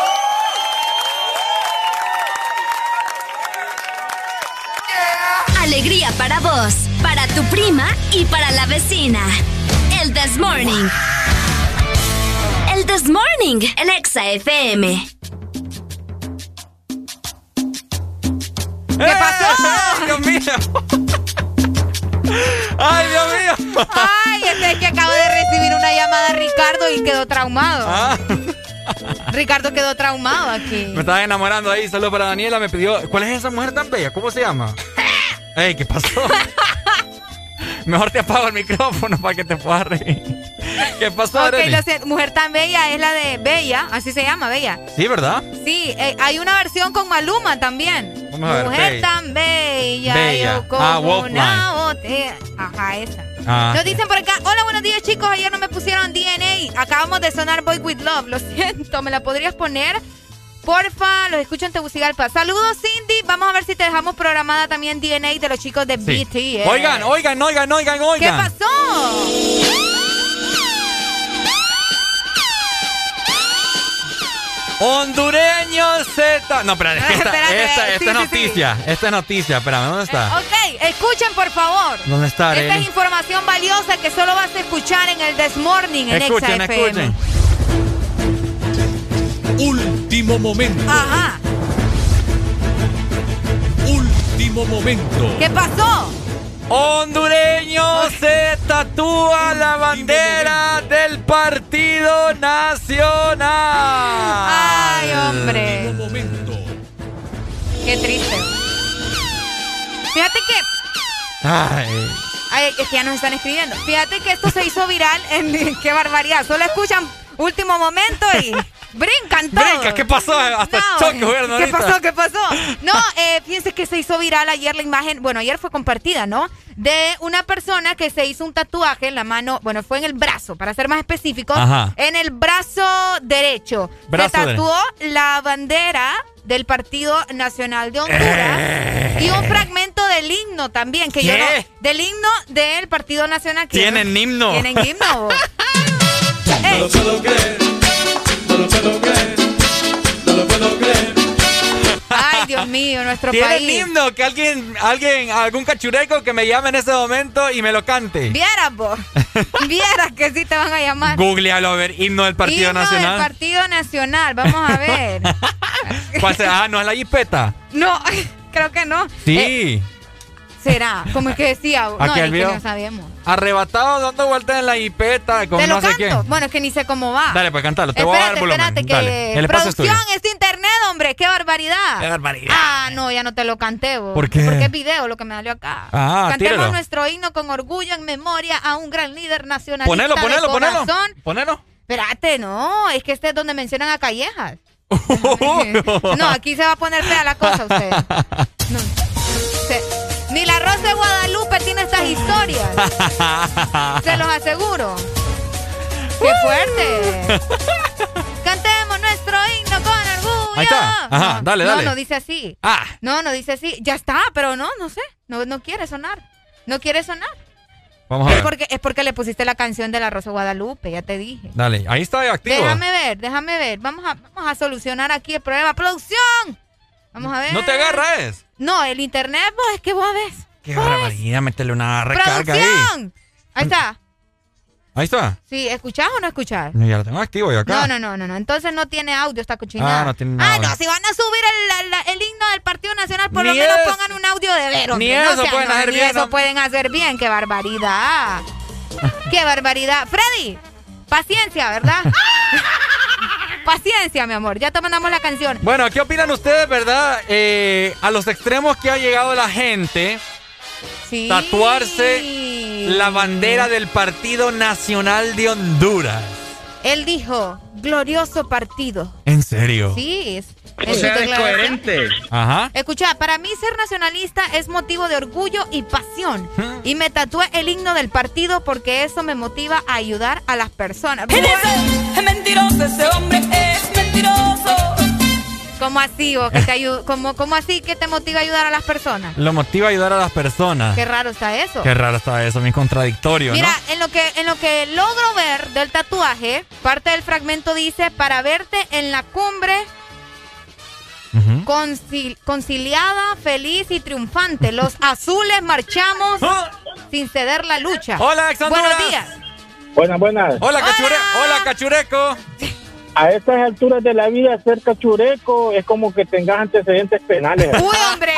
Alegría para vos, para tu prima y para la vecina. El This Morning. El This Morning, el Exa F M. ¿Qué pasó? ¡Ay, Dios mío! ¡Ay, Dios mío! Ay, este es que acabo de recibir una llamada de Ricardo y quedó traumado. Ah. Ricardo quedó traumado aquí. Me estaba enamorando ahí. Saludos para Daniela. Me pidió. ¿Cuál es esa mujer tan bella? ¿Cómo se llama? Ey, ¿qué pasó? Mejor te apago el micrófono para que te puedas reír. ¿Qué pasó, Ok, Arely? lo siento. Mujer tan bella es la de Bella, así se llama, Bella. Sí, ¿verdad? Sí, eh, hay una versión con Maluma también. Vamos a ver, Mujer Bella. tan bella, Bella. yo como Ah, Wolfline. una botella. Ajá, esa. Ah. Nos dicen por acá, hola, buenos días, chicos. Ayer no me pusieron D N A. Acabamos de sonar Boy With Love. Lo siento, ¿me la podrías poner? Porfa, los escucho en Tegucigalpa. Saludos, Cindy. Vamos a ver si te dejamos programada también D N A de los chicos de Sí. B T S. Oigan, oigan, oigan, oigan, oigan. ¿Qué pasó? Hondureño Z. No, espera, es que esta, Espérate, esta, esta sí, es sí, noticia. Esta es noticia. Espérame, ¿dónde está? Ok, escuchen por favor. ¿Dónde está, Esta Arely? es información valiosa que solo vas a escuchar en el This Morning en Escuchen, Exa F M. escuchen. Último momento. Ajá. Último momento. ¿Qué pasó? Hondureño se tatúa la bandera del Partido Nacional. Ay, hombre. Qué triste. Fíjate que... Ay. Ay, es que ya nos están escribiendo. Fíjate que esto se hizo viral en... ¡Qué barbaridad! Solo escuchan último momento y... Brincan todos. Brinca, ¿qué pasó? Hasta No, choque, hubieron ¿Qué ahorita. pasó? ¿Qué pasó? No, eh, fíjense que se hizo viral ayer la imagen, bueno, ayer fue compartida, ¿no? De una persona que se hizo un tatuaje en la mano, bueno, fue en el brazo, para ser más específicos, Ajá. en el brazo derecho. Brazo se tatuó la bandera del Partido Nacional de Honduras Eh. y un fragmento del himno también, que yo ¿Qué? no, del himno del Partido Nacional. Que Tienen yo no- himno. Tienen himno. No lo puedo creer, no lo puedo creer, no lo puedo creer. Ay, Dios mío, nuestro Tienen país. himno, que alguien, alguien, algún cachureco que me llame en ese momento y me lo cante. Vieras vos. Vieras que sí te van a llamar. Googlealo, a ver, himno del Partido Himno Nacional. del Partido Nacional, vamos a ver. ¿Cuál será? Ah, no es la jipeta. No, creo que no. Sí. Eh, ¿Será? Como es que decía. No, Aquí es el que video. no sabemos. Arrebatado dando vueltas en la jipeta con Te lo no sé canto. quién. Bueno, es que ni sé cómo va. Dale, pues cántalo. Te voy a dar Espérate, volumen. espérate, que Dale. El espacio es tuyo. producción es internet, hombre. ¡Qué barbaridad! ¡Qué barbaridad! Ah, no, ya no te lo canté, vos. ¿Por qué? Porque es video lo que me salió acá. Ah, Cantemos tíralo. nuestro himno con orgullo en memoria a un gran líder nacionalista Ponelo, de ponelo, ponelo. corazón. Ponelo. Espérate, no, es que este es donde mencionan a Callejas. No, aquí se va a poner fea la cosa usted. No. Se- ni la Rosa de Guadalupe tiene estas historias. Se los aseguro. ¡Qué fuerte! Cantemos nuestro himno con orgullo. Ahí está. Ajá, No, dale, no, dale. No, dice así. Ah. No, no dice así. Ya está, pero no, no sé. No, no quiere sonar. No quiere sonar. Vamos a Es ver. porque, es porque le pusiste la canción de la Rosa de Guadalupe, ya te dije. Dale, ahí está activo. Déjame ver, déjame ver. Vamos a, vamos a solucionar aquí el problema. ¡Producción! Vamos a ver. ¿No te agarra es? No, el internet, vos, es que vos ves. Qué barbaridad, métele una recarga ahí. ¡Producción! Ahí está. Ahí está. Sí, ¿escuchás o no escuchás? No, ya lo tengo activo yo acá. No, no, no, no, no. Entonces no tiene audio esta cochinada. Ah, no tiene nada. Ah, no, si van a subir el, el- el himno del Partido Nacional, por Ni lo menos es- pongan un audio de ver, hombre. ni No eso sean- pueden no, hacer ni bien, eso ¿no? pueden hacer bien. ¡Qué barbaridad! ¡Qué barbaridad! Freddy, paciencia, ¿verdad? Paciencia, mi amor. Ya te mandamos la canción. Bueno, ¿qué opinan ustedes, verdad? Eh, a los extremos que ha llegado la gente. Sí. Tatuarse la bandera del Partido Nacional de Honduras. Él dijo, glorioso partido. ¿En serio? Sí, es. O es sea, su es declaración. coherente. Ajá. Escucha, para mí ser nacionalista es motivo de orgullo y pasión. Y me tatué el himno del partido porque eso me motiva a ayudar a las personas. Él es, es mentiroso, ese hombre es mentiroso. ¿Cómo así, vos, que te ayu- ¿Cómo, ¿Cómo así que te motiva a ayudar a las personas? Lo motiva a ayudar a las personas. Qué raro está eso. Qué raro está eso, muy contradictorio, Mira, ¿no? en lo que en lo que logro ver del tatuaje, parte del fragmento dice, para verte en la cumbre concil- conciliada, feliz y triunfante. Los azules marchamos sin ceder la lucha. Hola, Ex Buenos Honduras. días. Buenas, buenas. Hola, cachure Hola, cachureco. A estas alturas de la vida, ser cachureco es como que tengas antecedentes penales. ¡Uy, hombre!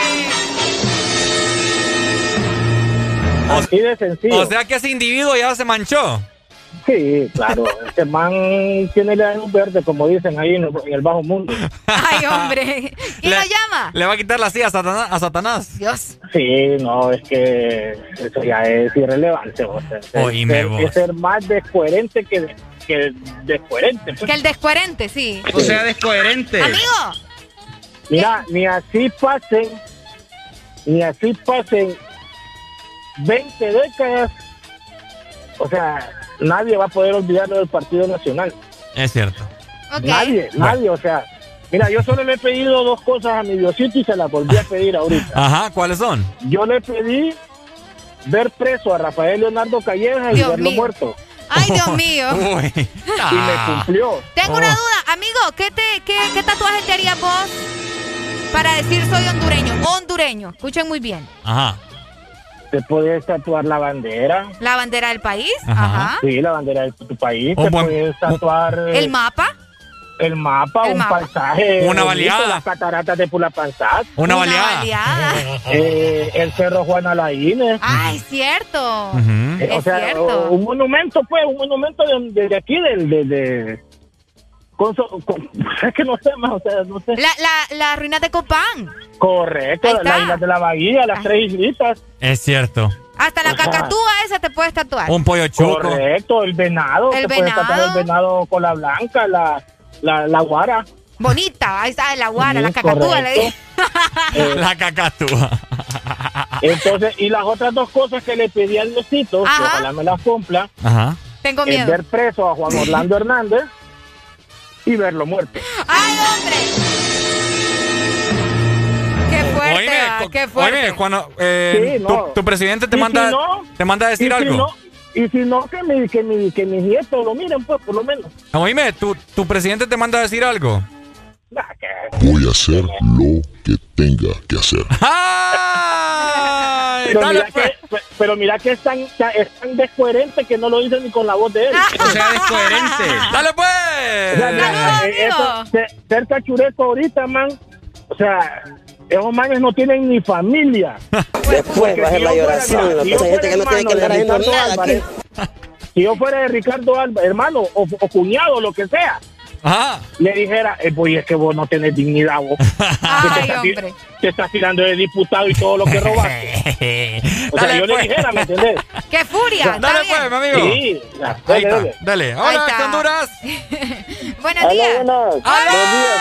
Así de sencillo. O sea que ese individuo ya se manchó. Sí, claro. Este man tiene la luz verde, como dicen ahí en el, en el bajo mundo. Ay, hombre. ¿Quién lo llama? Le va a quitar la silla a Satanás. A Satanás. Dios. Sí, no, es que eso ya es irrelevante. O sea, es, Oíme ser, vos. es ser más descoherente que, que descoherente. pues. Que el descoherente, sí. O sea, descoherente. Amigo. Mira, ni así pasen, ni así pasen veinte décadas, o sea, nadie va a poder olvidarlo del Partido Nacional. Es cierto. Nadie, Bueno. nadie, o sea, mira, yo solo le he pedido dos cosas a mi Diosito y se las volví a pedir ahorita. Ajá, ¿cuáles son? Yo le pedí ver preso a Rafael Leonardo Callejas y Dios verlo mío. muerto. Ay, Dios mío. Uy. Y me cumplió. Tengo una duda, amigo, ¿qué, te, qué, ¿qué tatuaje te harías vos para decir soy hondureño? Hondureño, escuchen muy bien. Ajá. Te puedes tatuar la bandera. ¿La bandera del país? Ajá. Ajá. Sí, la bandera de tu país. Un Te buen- puedes tatuar... eh, ¿El mapa? El mapa, El un mapa. paisaje. Una bonito, baleada. Las cataratas de Pulapanzat. Una baleada. Eh, el Cerro Juan Alaínez. Ay, cierto. Ujú. Eh, o Es sea, cierto. un monumento, pues, un monumento de, de, de aquí, del... De, de, con, so- con- es que no sé más, o sea, no sé. La, la, las ruinas de Copán. Correcto, Ahí las está. islas de la Bahía, las tres islitas. Es cierto. Hasta la O sea, cacatúa esa te puedes tatuar. Un pollo chuco. Correcto, el venado. El te puedes venado. tatuar el venado con la blanca, la, la, la guara. Bonita, ahí está la guara, Sí, la cacatúa. Le correcto. dije. Eh, La cacatúa. Entonces, y las otras dos cosas que le pedí al Diosito, que Ajá. ojalá me las cumpla, Ajá. Tengo es miedo. ver preso a Juan Orlando Hernández y verlo muerto. ¡Ay, hombre! ¡Qué fuerte! Oíme, va, co- ¡Qué fuerte! oíme, Juan, eh, Sí, no. tu, tu presidente te Y manda, si no, te manda a decir y algo. Si no, y si no, que, mi, que, mi, que mis nietos lo miren, pues, por lo menos. Oíme, tu, tu presidente te manda a decir algo. Voy a hacer lo que tenga que hacer. ¡Ay! Pero Dale, mira, pues. que, pero mira que es tan, es tan descoherente que no lo dice ni con la voz de él. O sea, descoherente. ¡Dale, pues! O sea, mira, Saludos, eh, eso, amigo. ser- ser cachureco ahorita, man, o sea, esos manes no tienen ni familia. Después baje la lloración. si Hay yo gente que no fuera tiene que andar hermano haciendo de nada Ricardo aquí. Álvarez, si yo fuera de Ricardo Álvarez, hermano, o, o cuñado, lo que sea, Ajá. le dijera, eh, pues es que vos no tenés dignidad, vos. Ay, te, estás, hombre. te estás tirando de diputado y todo lo que robaste. O sea, Dale, yo pues. le dijera, ¿me entendés? ¡Qué furia! ¿Está Dale, bien? pues, mi amigo. Sí, ya, Ahí dale, está. dale. Dale. Ahí Hola, está. Honduras. Buenos Hola, días. buenas. ¡Hola!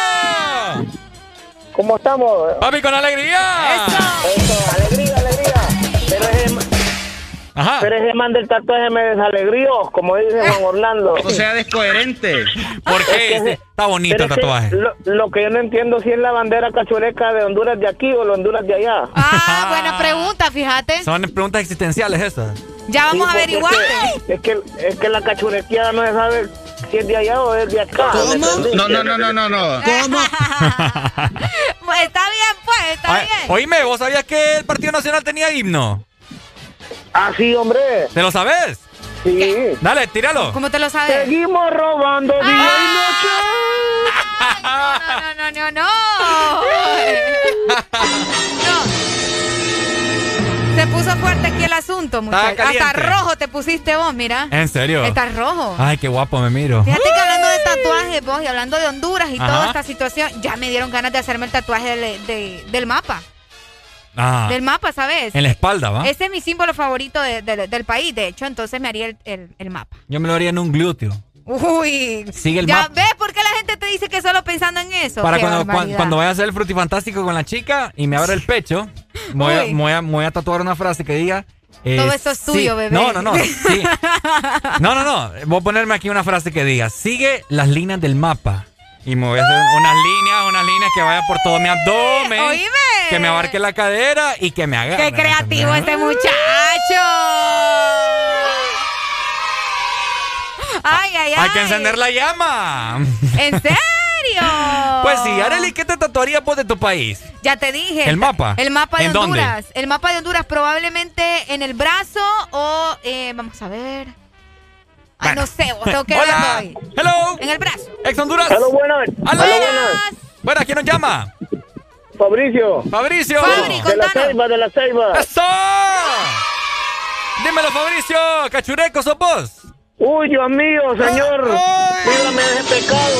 ¿Cómo estamos? Papi, con alegría. Eso, alegría, alegría. Pero ese, Ajá. pero ese man del tatuaje me desalegrió, como dice Juan Orlando. O sea, descoherente. ¿Por qué? Es que- Está bonito Pero el es que tatuaje. Lo, lo que yo no entiendo si es la bandera cachureca de Honduras de aquí o la Honduras de allá. Ah, buena pregunta, fíjate. Son preguntas existenciales esas. Ya vamos a Sí, porque averiguarte. Es que, es que, es que la cachurequía no se sabe si es de allá o es de acá. ¿me entendés? No, no, no, no, no, no. ¿Cómo? Pues está bien, pues, está Ay, bien. oíme, ¿vos sabías que el Partido Nacional tenía himno? Ah, sí, hombre. ¿Te lo sabes? Sí. Dale, tíralo. ¿Cómo te lo sabes? Seguimos robando día y noche. No, no, no, no, no. No. Se puso fuerte aquí el asunto, muchachos. caliente. Hasta rojo te pusiste vos, mira. ¿En serio? Estás rojo. Ay, qué guapo me miro. Fíjate que hablando de tatuajes, vos, y hablando de Honduras y Ajá. toda esta situación, ya me dieron ganas de hacerme el tatuaje del, de- del mapa. Ah, Del mapa, ¿sabes? en la espalda, ¿va? Ese es mi símbolo favorito de- de- del país, de hecho, entonces me haría el, el- el mapa. Yo me lo haría en un glúteo. Uy. Sigue el ¿Ya mapa. ves por qué la gente te dice que solo pensando en eso? Para Qué cuando, cuan- barbaridad. cuando vaya a hacer el frutifantástico con la chica y me abra el pecho, me voy, a, Uy. me voy a- me voy a tatuar una frase que diga... eh, Todo esto es sí- tuyo, bebé. No, no, no. sí. No, no, no. Voy a ponerme aquí una frase que diga, sigue las líneas del mapa. Y me voy a hacer unas líneas, unas líneas que vayan por todo mi abdomen. Oíme. Que me abarque la cadera y que me haga... ¡Qué creativo este muchacho! ¡Ay, ay, ay! Hay que encender la llama. ¿En serio? Pues sí, Arely, ¿qué te tatuarías vos de tu país? Ya te dije. ¿El mapa? El mapa de ¿En dónde? Honduras. El mapa de Honduras probablemente en el brazo o... eh, vamos a ver... Ay, Bueno. no sé, vos, tengo que Hola. verlo hoy. Hello. En el brazo. Ex Honduras. Aló, buenas. Aló. Aló, buenas. Bueno, ¿quién nos llama? Fabricio. Fabricio. Fabri, De la contanos. Ceiba, de la Ceiba. ¡Eso! Dímelo, Fabricio. ¿Cachureco sos vos? Uy, Dios mío, señor. Ay. Líbrame de ese pecado.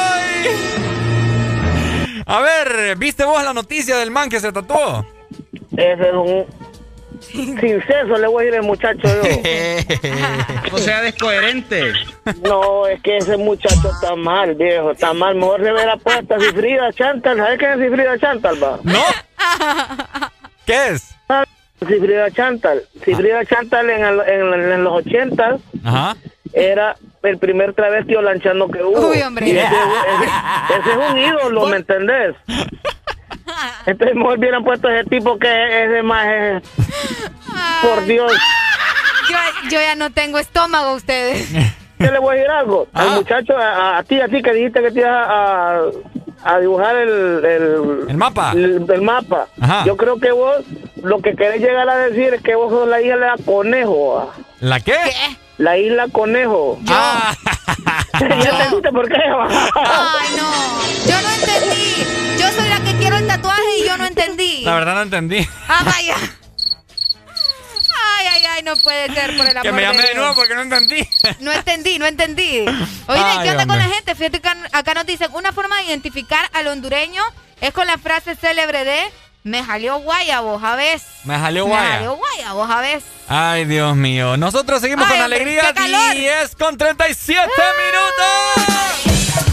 Ay. A ver, ¿viste vos la noticia del man que se tatuó? Ese es un... Sin seso le voy a decir al muchacho yo. O sea, descoherente. No, es que ese muchacho está mal, viejo. Está mal. Mejor se ve la puesta Cifrida Chantal. ¿Sabes qué es Cifrida Chantal, va? ¿No? ¿Qué es? Cifrida Chantal. Cifrida Chantal en, el- en, en los ochentas Ajá. era el primer travesti lanchando que hubo. Uy, hombre. Y ese, ese- ese es un ídolo, ¿me entendés? Entonces mejor hubieran puesto ese tipo que ese más es... Por Dios. yo, yo ya no tengo estómago, ustedes. Yo le voy a decir algo. Ah. Al muchacho, a, a ti, a ti que dijiste que te ibas a, a dibujar el... El, el mapa. El, el mapa. Ajá. Yo creo que vos lo que querés llegar a decir es que vos sos la hija de la Conejo. ¿La qué? ¿Qué? La isla Conejo. Ah. ¿Ya entendiste por qué? Ay, no. Yo no entendí. Yo soy la que quiero el tatuaje y yo no entendí. La verdad no entendí. Ah, vaya. Ay, ay, ay, no puede ser, por el amor Que me llame de de nuevo Dios. porque no entendí. No entendí, no entendí. Oye, Ay, ¿qué onda con hombre. la gente? Fíjate que acá nos dicen, una forma de identificar al hondureño es con la frase célebre de me jalió guaya, vos a ves. Me jalió Me guaya. jalió guaya, vos a ves. Ay, Dios mío. Nosotros seguimos Ay, con hombre, alegría. qué calor. diez con treinta y siete minutos.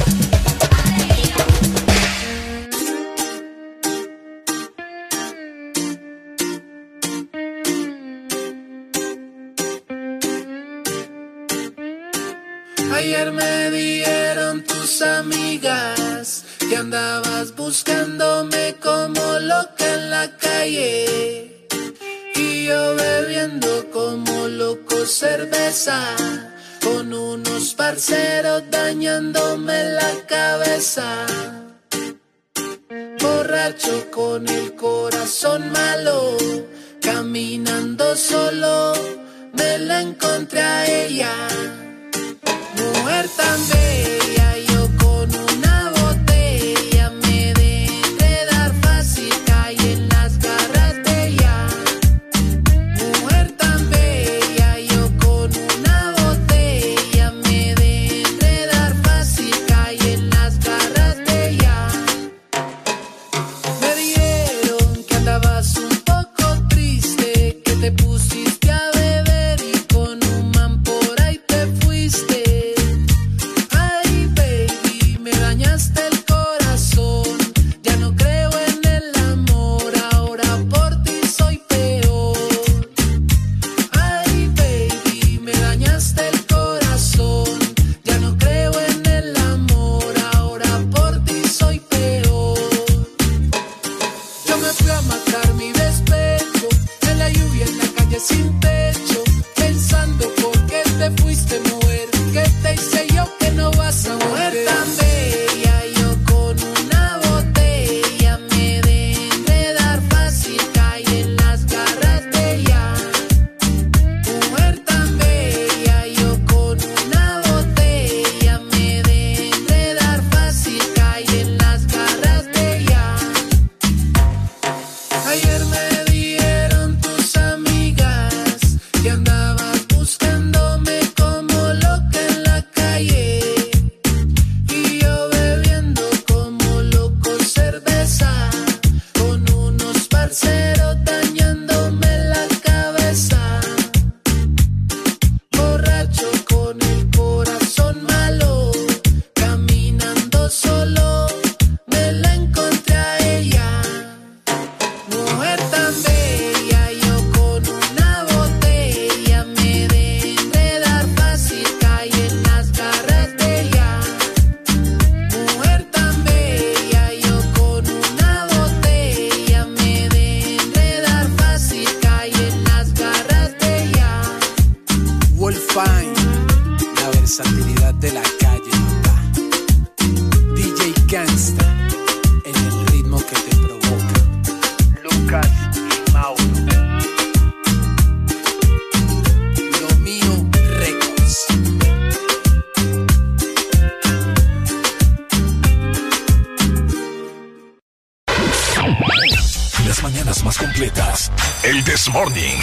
Ayer me dieron tus amigas que andabas buscándome como loca en la calle y yo bebiendo como loco cerveza con unos parceros dañándome la cabeza. Borracho con el corazón malo, caminando solo, me la encontré a ella. Mujer tan bella, yo con una botella me de enredar fácil, caí en las garras de ella. Mujer tan bella, yo con una botella me de enredar fácil, caí en las garras de ella. Me dijeron que andabas un poco triste, que te pusiste a beber y con un man por ahí te fuiste. Sin techo, pensando por qué te fuiste, mujer. ¿Qué te hice yo que no vas a mujer tan bella? Yo con una botella me de enredar fácil, caí en las garras de ella. Mujer tan bella, yo con una botella me de enredar fácil, caí en las garras de ella. Ayer me que andabas buscándome como loca en la calle y yo bebiendo como loco cerveza con unos parceros dañándome la cabeza. Borracho con el corazón malo, caminando solo, me la encontré a ella. Mujer tan bella, yo con una botella me de enredar fácil, caí en las garras de ella. Mujer tan bella, yo con una botella me de enredar fácil, caí en las garras de ella. Wolfine, la versatilidad de la calle, papá. D J Gangsta, en el ritmo que te provoca. Lucas y Mauro. Lo mío Records. Las mañanas más completas. El This Morning.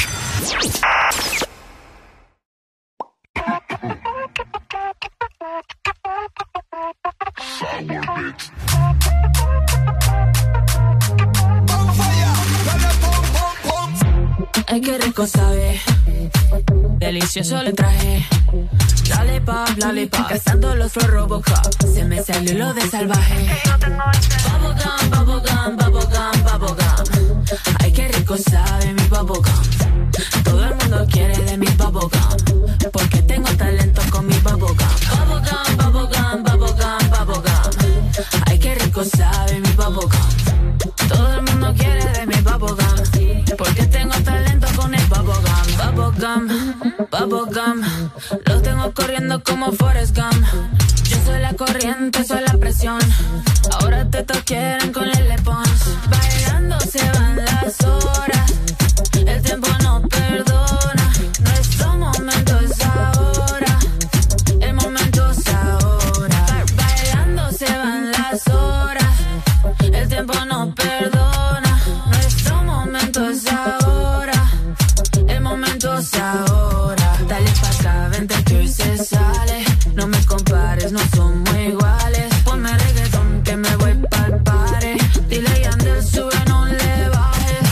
Ay, qué rico sabe, delicioso le traje. Lollipop, lollipop, cazando los Flow Robocop. Se me salió lo de salvaje. Bubblegum, bubblegum, bubblegum, bubblegum. Ay, qué rico sabe mi bubblegum. Todo el mundo quiere de mi bubblegum, porque tengo talento con mi bubblegum. Bubblegum, bubblegum, bubblegum, bubblegum. Ay, qué rico sabe mi bubblegum. Todo el mundo quiere de mi bubblegum, porque tengo talento con el bubblegum. Bubblegum, Bubblegum, bubblegum. Los tengo corriendo como Forrest Gump. Yo soy la corriente, soy la presión. Ahora te quieren con el Pons. Bailando se van las horas. El tiempo no perdona. Nuestro momento es ahora. El momento es ahora. Bailando se van las horas. El tiempo no perdona. Nuestro momento es ahora. El momento es ahora. Dale pa' acá, vente que hoy se sale. No me compares, no somos iguales. Ponme reggaetón que me voy pa'l party. Dile a Yandel, sube, no le bajes.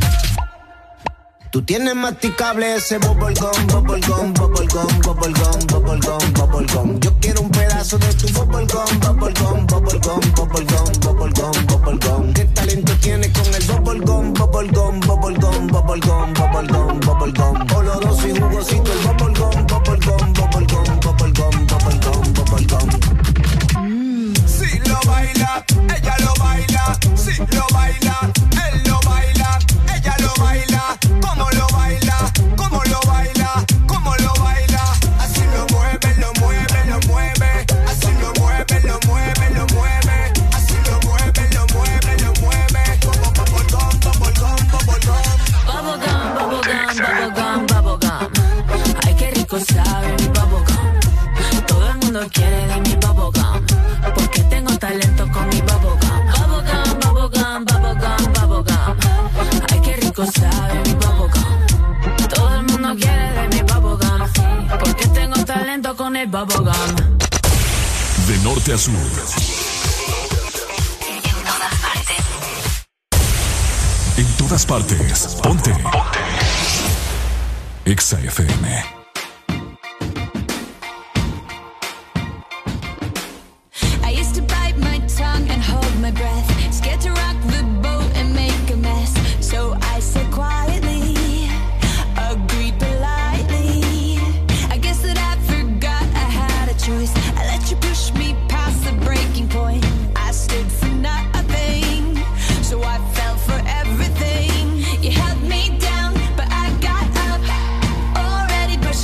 Tú tienes masticable ese bubblegum, bubblegum, bubblegum, bubblegum, bubblegum, bubblegum. Yo quiero un pedazo de tu bubblegum, bubblegum, bubblegum, bubblegum, bubblegum, bubblegum. ¿Qué talento tienes con el bubblegum, bubblegum, bubblegum, bubblegum, bubblegum, bubblegum? Oloroso y jugosito el bubblegum, bubblegum, bubblegum, bubblegum, bubblegum, bubblegum. Si lo baila, ella lo baila. Si lo baila, él lo baila. Ella lo baila. ¿Cómo lo baila? ¿Cómo lo baila? ¿Cómo lo baila? Así lo mueve, lo mueve, lo mueve. Así lo mueve, lo mueve, lo mueve. Así lo mueve, lo mueve, lo mueve. Como bubblegum, bubblegum, bubblegum. Bubblegum, bubblegum, bubblegum, bubblegum. Ay, qué rico sabe mi bubblegum. Todo el mundo quiere de mi bubblegum. Porque tengo talento con mi bubblegum. Bubblegum, bubblegum, bubblegum, bubblegum. Ay, qué rico sabe mi bubblegum. Todo el mundo quiere de mi bubblegum. Porque tengo talento con el bubblegum. De norte a sur. En todas partes. En todas partes. Ponte. Ponte. Exa F M. I used to bite my tongue and hold my breath. Scared to rock the boat and make a mess. So I said quietly, agreed politely. I guess that I forgot I had a choice. I let you push me past the breaking point. I stood for nothing, so I fell for everything. You held me down, but I got up. Already brushing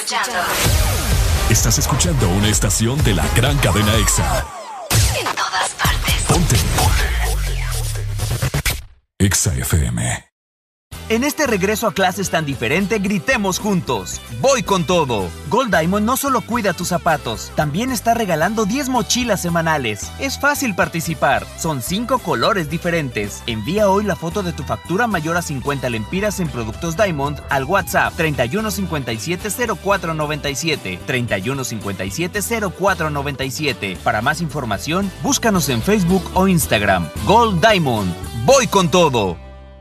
escuchando. Estás escuchando una estación de la gran cadena EXA. En todas partes. Ponte. EXA F M. En este regreso a clases tan diferente, gritemos juntos. ¡Voy con todo! Gold Diamond no solo cuida tus zapatos, también está regalando diez mochilas semanales. Es fácil participar. Son cinco colores diferentes. Envía hoy la foto de tu factura mayor a cincuenta lempiras en productos Diamond al WhatsApp treinta y uno cincuenta y siete cero cuatro noventa y siete. treinta y uno cincuenta y siete cero cuatro noventa y siete. Para más información, búscanos en Facebook o Instagram. Gold Diamond. ¡Voy con todo!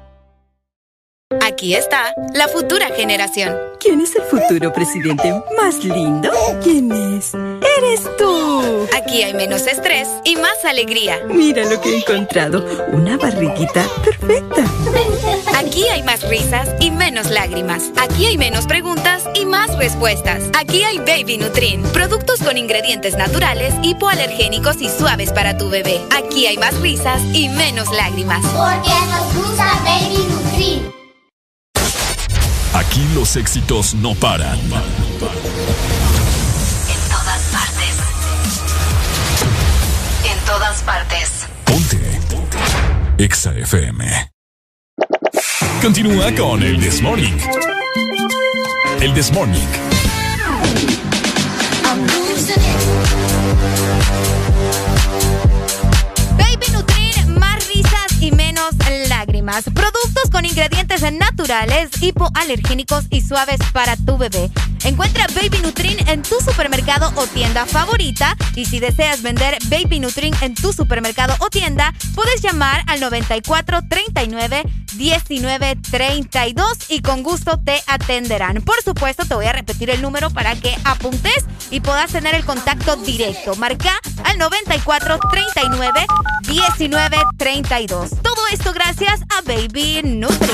Aquí está la futura generación. ¿Quién es el futuro presidente más lindo? ¿Quién es? ¡Eres tú! Aquí hay menos estrés y más alegría. Mira lo que he encontrado. Una barriguita perfecta. Aquí hay más risas y menos lágrimas. Aquí hay menos preguntas y más respuestas. Aquí hay Baby Nutrin. Productos con ingredientes naturales, hipoalergénicos y suaves para tu bebé. Aquí hay más risas y menos lágrimas. Porque nos gusta Baby Nutrin. Aquí los éxitos no paran. En todas partes. En todas partes. Ponte. EXA F M. Continúa con el This Morning. El This Morning. Baby Nutrin, más risas y menos lágrimas. Productos con ingredientes naturales, hipoalergénicos y suaves para tu bebé. Encuentra Baby Nutrin en tu supermercado o tienda favorita. Y si deseas vender Baby Nutrin en tu supermercado o tienda, puedes llamar al noventa y cuatro, treinta y nueve, diecinueve, treinta y dos y con gusto te atenderán. Por supuesto, te voy a repetir el número para que apuntes y puedas tener el contacto directo. Marca al noventa y cuatro, treinta y nueve, diecinueve, treinta y dos. Todo esto gracias a Baby Nutrin.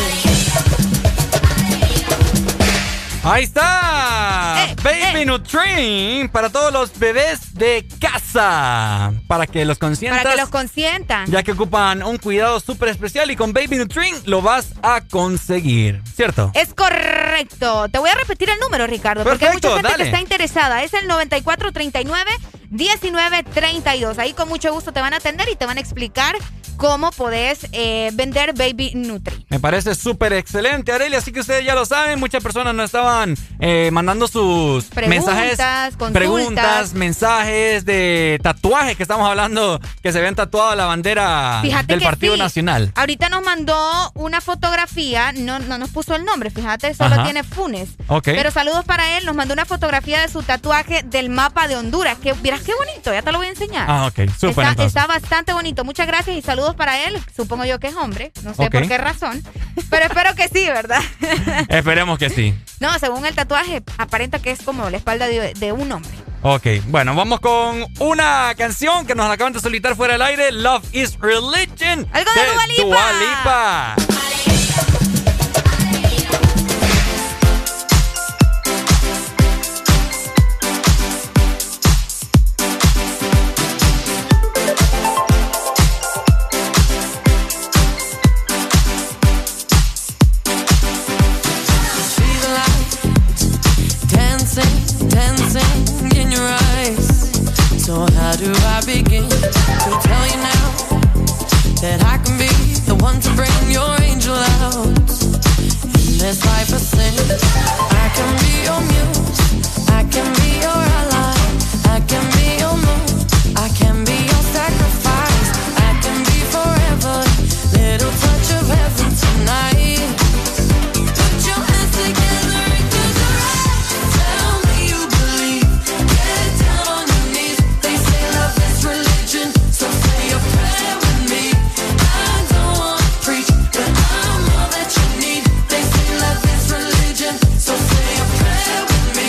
Ahí está, eh, Baby eh. Nutrin, para todos los bebés de casa, para que los consientas. Para que los consientan. Ya que ocupan un cuidado súper especial y con Baby Nutrin lo vas a conseguir, ¿cierto? Es correcto. Te voy a repetir el número, Ricardo, Perfecto, porque hay mucha gente dale. que está interesada. Es el noventa y cuatro, treinta y nueve, diecinueve, treinta y dos. Ahí con mucho gusto te van a atender y te van a explicar cómo podés eh, vender Baby Nutri. Me parece súper excelente, Arelia, así que ustedes ya lo saben, muchas personas nos estaban eh, mandando sus Preguntas, mensajes, consultas. preguntas, mensajes de tatuajes que estamos hablando, que se habían tatuado la bandera Fíjate del que Partido sí. Nacional. Ahorita nos mandó una fotografía, no, no nos puso el nombre, fíjate, solo Ajá. tiene Funes. Ok. Pero saludos para él, nos mandó una fotografía de su tatuaje del mapa de Honduras. Que, miras qué bonito, ya te lo voy a enseñar. Ah, ok, súper Está, entonces. está bastante bonito. Muchas gracias y saludos para él. Supongo yo que es hombre. No sé Ok. por qué razón. Pero espero que sí, ¿verdad? Esperemos que sí. No, según el tatuaje, aparenta que es como la espalda de, de un hombre. Ok, bueno, vamos con una canción que nos acaban de solicitar fuera del aire, Love is Religion. ¡Algo de Dua Lipa! Dua Lipa. Dancing, dancing in your eyes. So how do I begin to tell you now that I can be the one to bring your angel out in this life of sin? I can be your muse, I can be your ally, I can be your moon, I can be your sacrifice, I can be forever, little touch of heaven tonight. Put your hands together and close your eyes. Tell me you believe. Get down on your knees. They say love is religion, so say a prayer with me. I don't wanna preach, but I'm all that you need. They say love is religion, so say a prayer with me.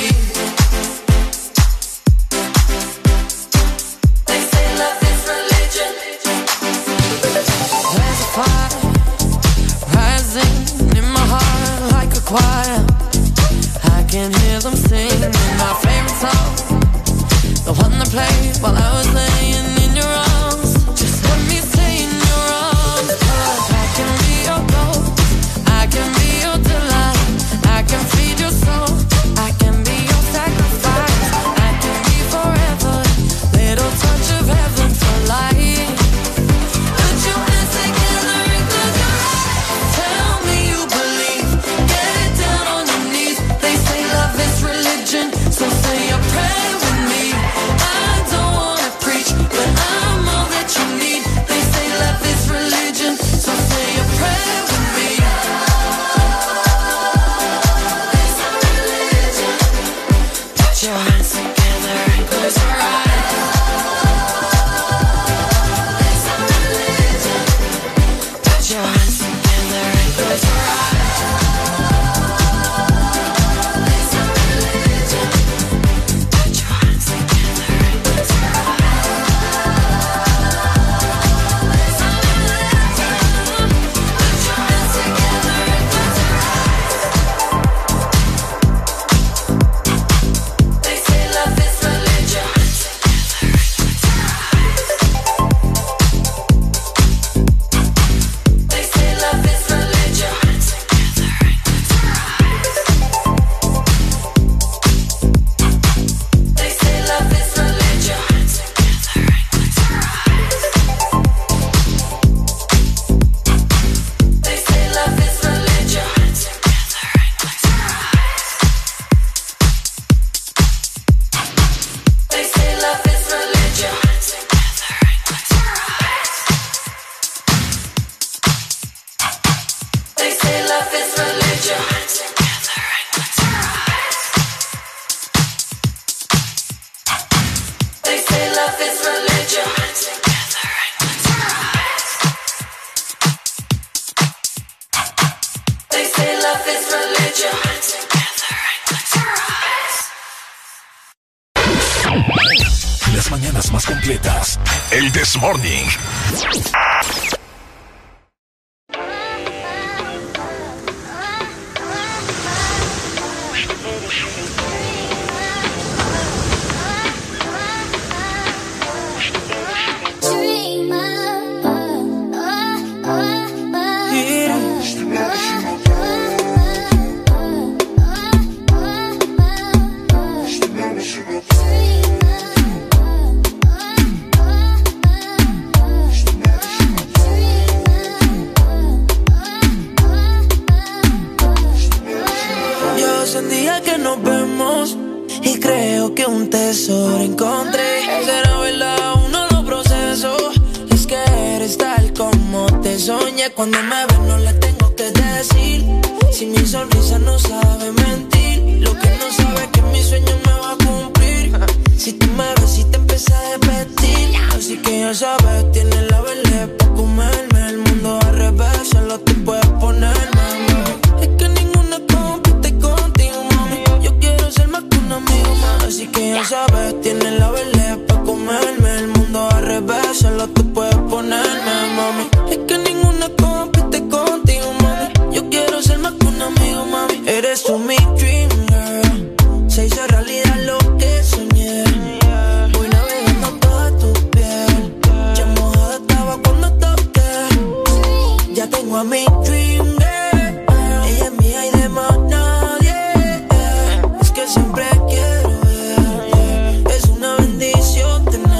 They say love is religion. There's a fire rising in my heart like a choir. I can hear them sing my favorite song, the one they played while I was laying in your arms. Just let me stay in your arms, 'cause I can be your ghost, I can be your delight, I can feed your soul, I can be your sacrifice. Las mañanas más completas. El This Morning. Cuando me ves no le tengo que decir. Si mi sonrisa no sabe mentir, lo que no sabe es que mi sueño me va a cumplir. Si tú me ves y te empiezas a repetir, así que ya sabes, tienes la verde pa' comerme. El mundo al revés, solo tú puedes ponerme, mami. Es que ninguna compite contigo, mami. Yo quiero ser más que un amigo, mami. Así que ya sabes, tienes la verde pa' comerme. El mundo al revés, solo tú puedes ponerme, mami. Es que ninguna compite contigo, mami. Yo quiero ser más que un amigo, mami. Eres tú mi dream girl. Se hizo realidad lo que soñé. Voy navegando toda tu piel. Ya mojada estaba cuando toqué. Ya tengo a mi dream girl. Ella es mía y de más nadie. Es que siempre quiero ver. Es una bendición tener.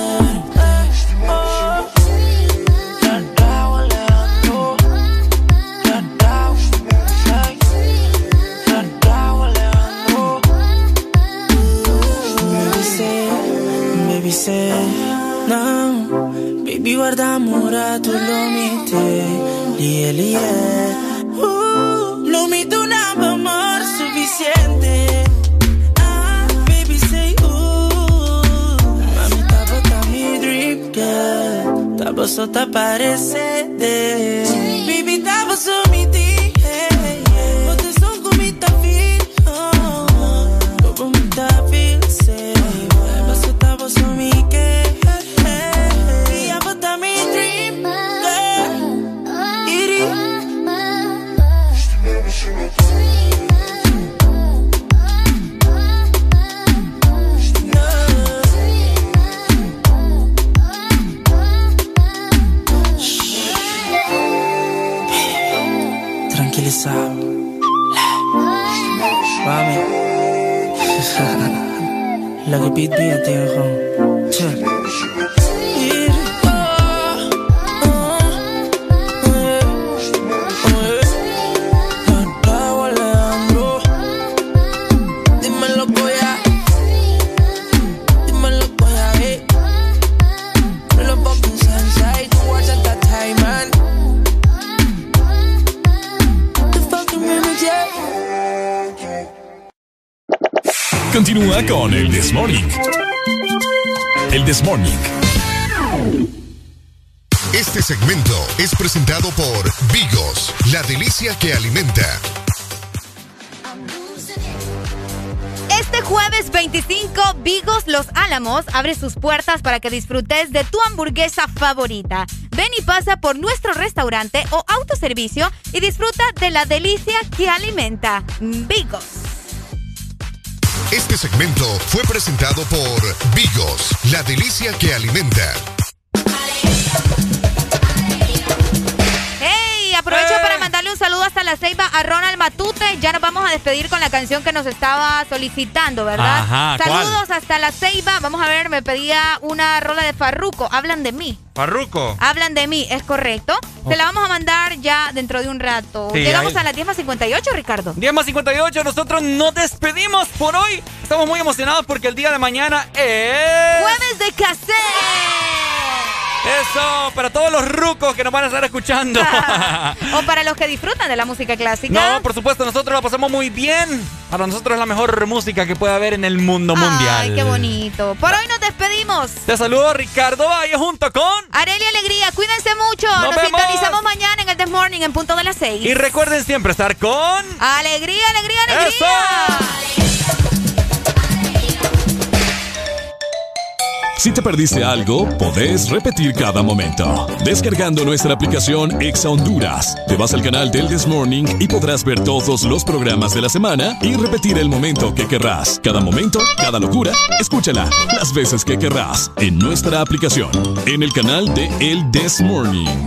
No, baby guarda amore, tu lo mite, lie lie. Uh, lo mite un amor suficiente. Ah, baby say uh, mami ta bota mi dream girl, ta boso ta parece de. Baby ta boso mi ti, hey, hey. Bote son con mi ta feel, oh, como mi ta feel, say. Boso ta boso mi que. Tranquilizado, mami. La que pidía, tío. Che. Continúa con el This Morning. El This Morning. Este segmento es presentado por Vigos, la delicia que alimenta. Este jueves veinticinco, Bigos Los Álamos abre sus puertas para que disfrutes de tu hamburguesa favorita. Ven y pasa por nuestro restaurante o autoservicio y disfruta de la delicia que alimenta. Bigos. Este segmento fue presentado por Bigos, la delicia que alimenta. ¡Hey! Aprovecho ¡Eh! para mandarle un saludo hasta La Ceiba a Ronald Matute. Ya nos vamos a despedir con la canción que nos estaba solicitando, ¿verdad? Ajá, Saludos hasta La Ceiba. Vamos a ver, me pedía una rola de Farruko. Hablan de mí. Farruko. Hablan de mí, es correcto. Oh. Se la vamos a mandar ya dentro de un rato. Sí, Llegamos ahí. a las diez más cincuenta y ocho, Ricardo. diez más cincuenta y ocho, nosotros nos despedimos por hoy. Estamos muy emocionados porque el día de mañana es... ¡Jueves de cassette! Eso, para todos los rucos que nos van a estar escuchando. O para los que disfrutan de la música clásica. No, por supuesto, nosotros la pasamos muy bien. Para nosotros es la mejor música que puede haber en el mundo mundial. Ay, qué bonito. Por hoy nos despedimos. Te saludo Ricardo Valle junto con... Arelia Alegría, cuídense mucho. Nos Nos, vemos. sintonizamos mañana en el This Morning en punto de las seis. Y recuerden siempre estar con... Alegría, alegría, alegría. ¡Eso! Si te perdiste algo, podés repetir cada momento. Descargando nuestra aplicación Exa Honduras, te vas al canal del This Morning y podrás ver todos los programas de la semana y repetir el momento que querrás. Cada momento, cada locura, escúchala las veces que querrás en nuestra aplicación, en el canal de El This Morning.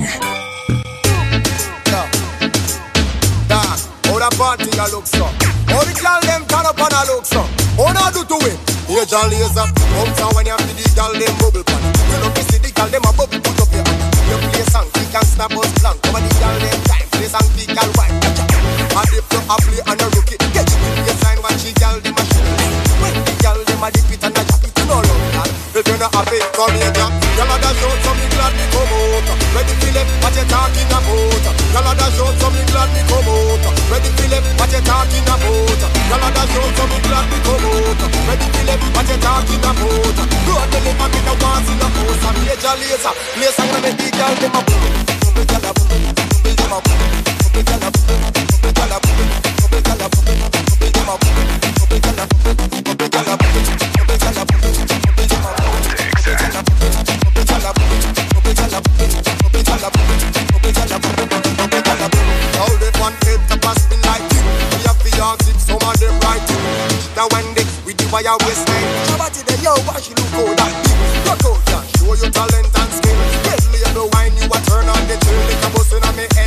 How the party a look so? How the girl them turn up and a look so? How not do to it? Age and laser. Come down when you see the girl them bubble pan. You know me see the girl them a bubble put up your hand. You play a song, kick and snap us blank. Come on the girl them time, play song, kick and wine. And if you a play and a rookie, get you the sign when she girl them a shoot. When the girl them a dip it and a drop it, you know love that. If you're not happy, come here, girl. Girl a dash out, so me glad me come out. Ready Philip, what you talking about? Girl a dash out, so me glad me come out. Ready Philip, what you talking about? Girl a dash out, so me glad me come out. Ready Philip, what you talking about? Road me live and me no want in a house. And major laser, play song and make the girl them a boom. Boom, girl a boom, boom, girl a boom, boom, girl a boom, boom, girl a boom, boom, girl a boom, boom, girl a boom, boom, girl a boom, boom, girl a boom, boom, girl a boom. All the one head to pass me like it. We have the yards, some of them right. Now when they with the wire waistline. Shabba to the yo, why she look good?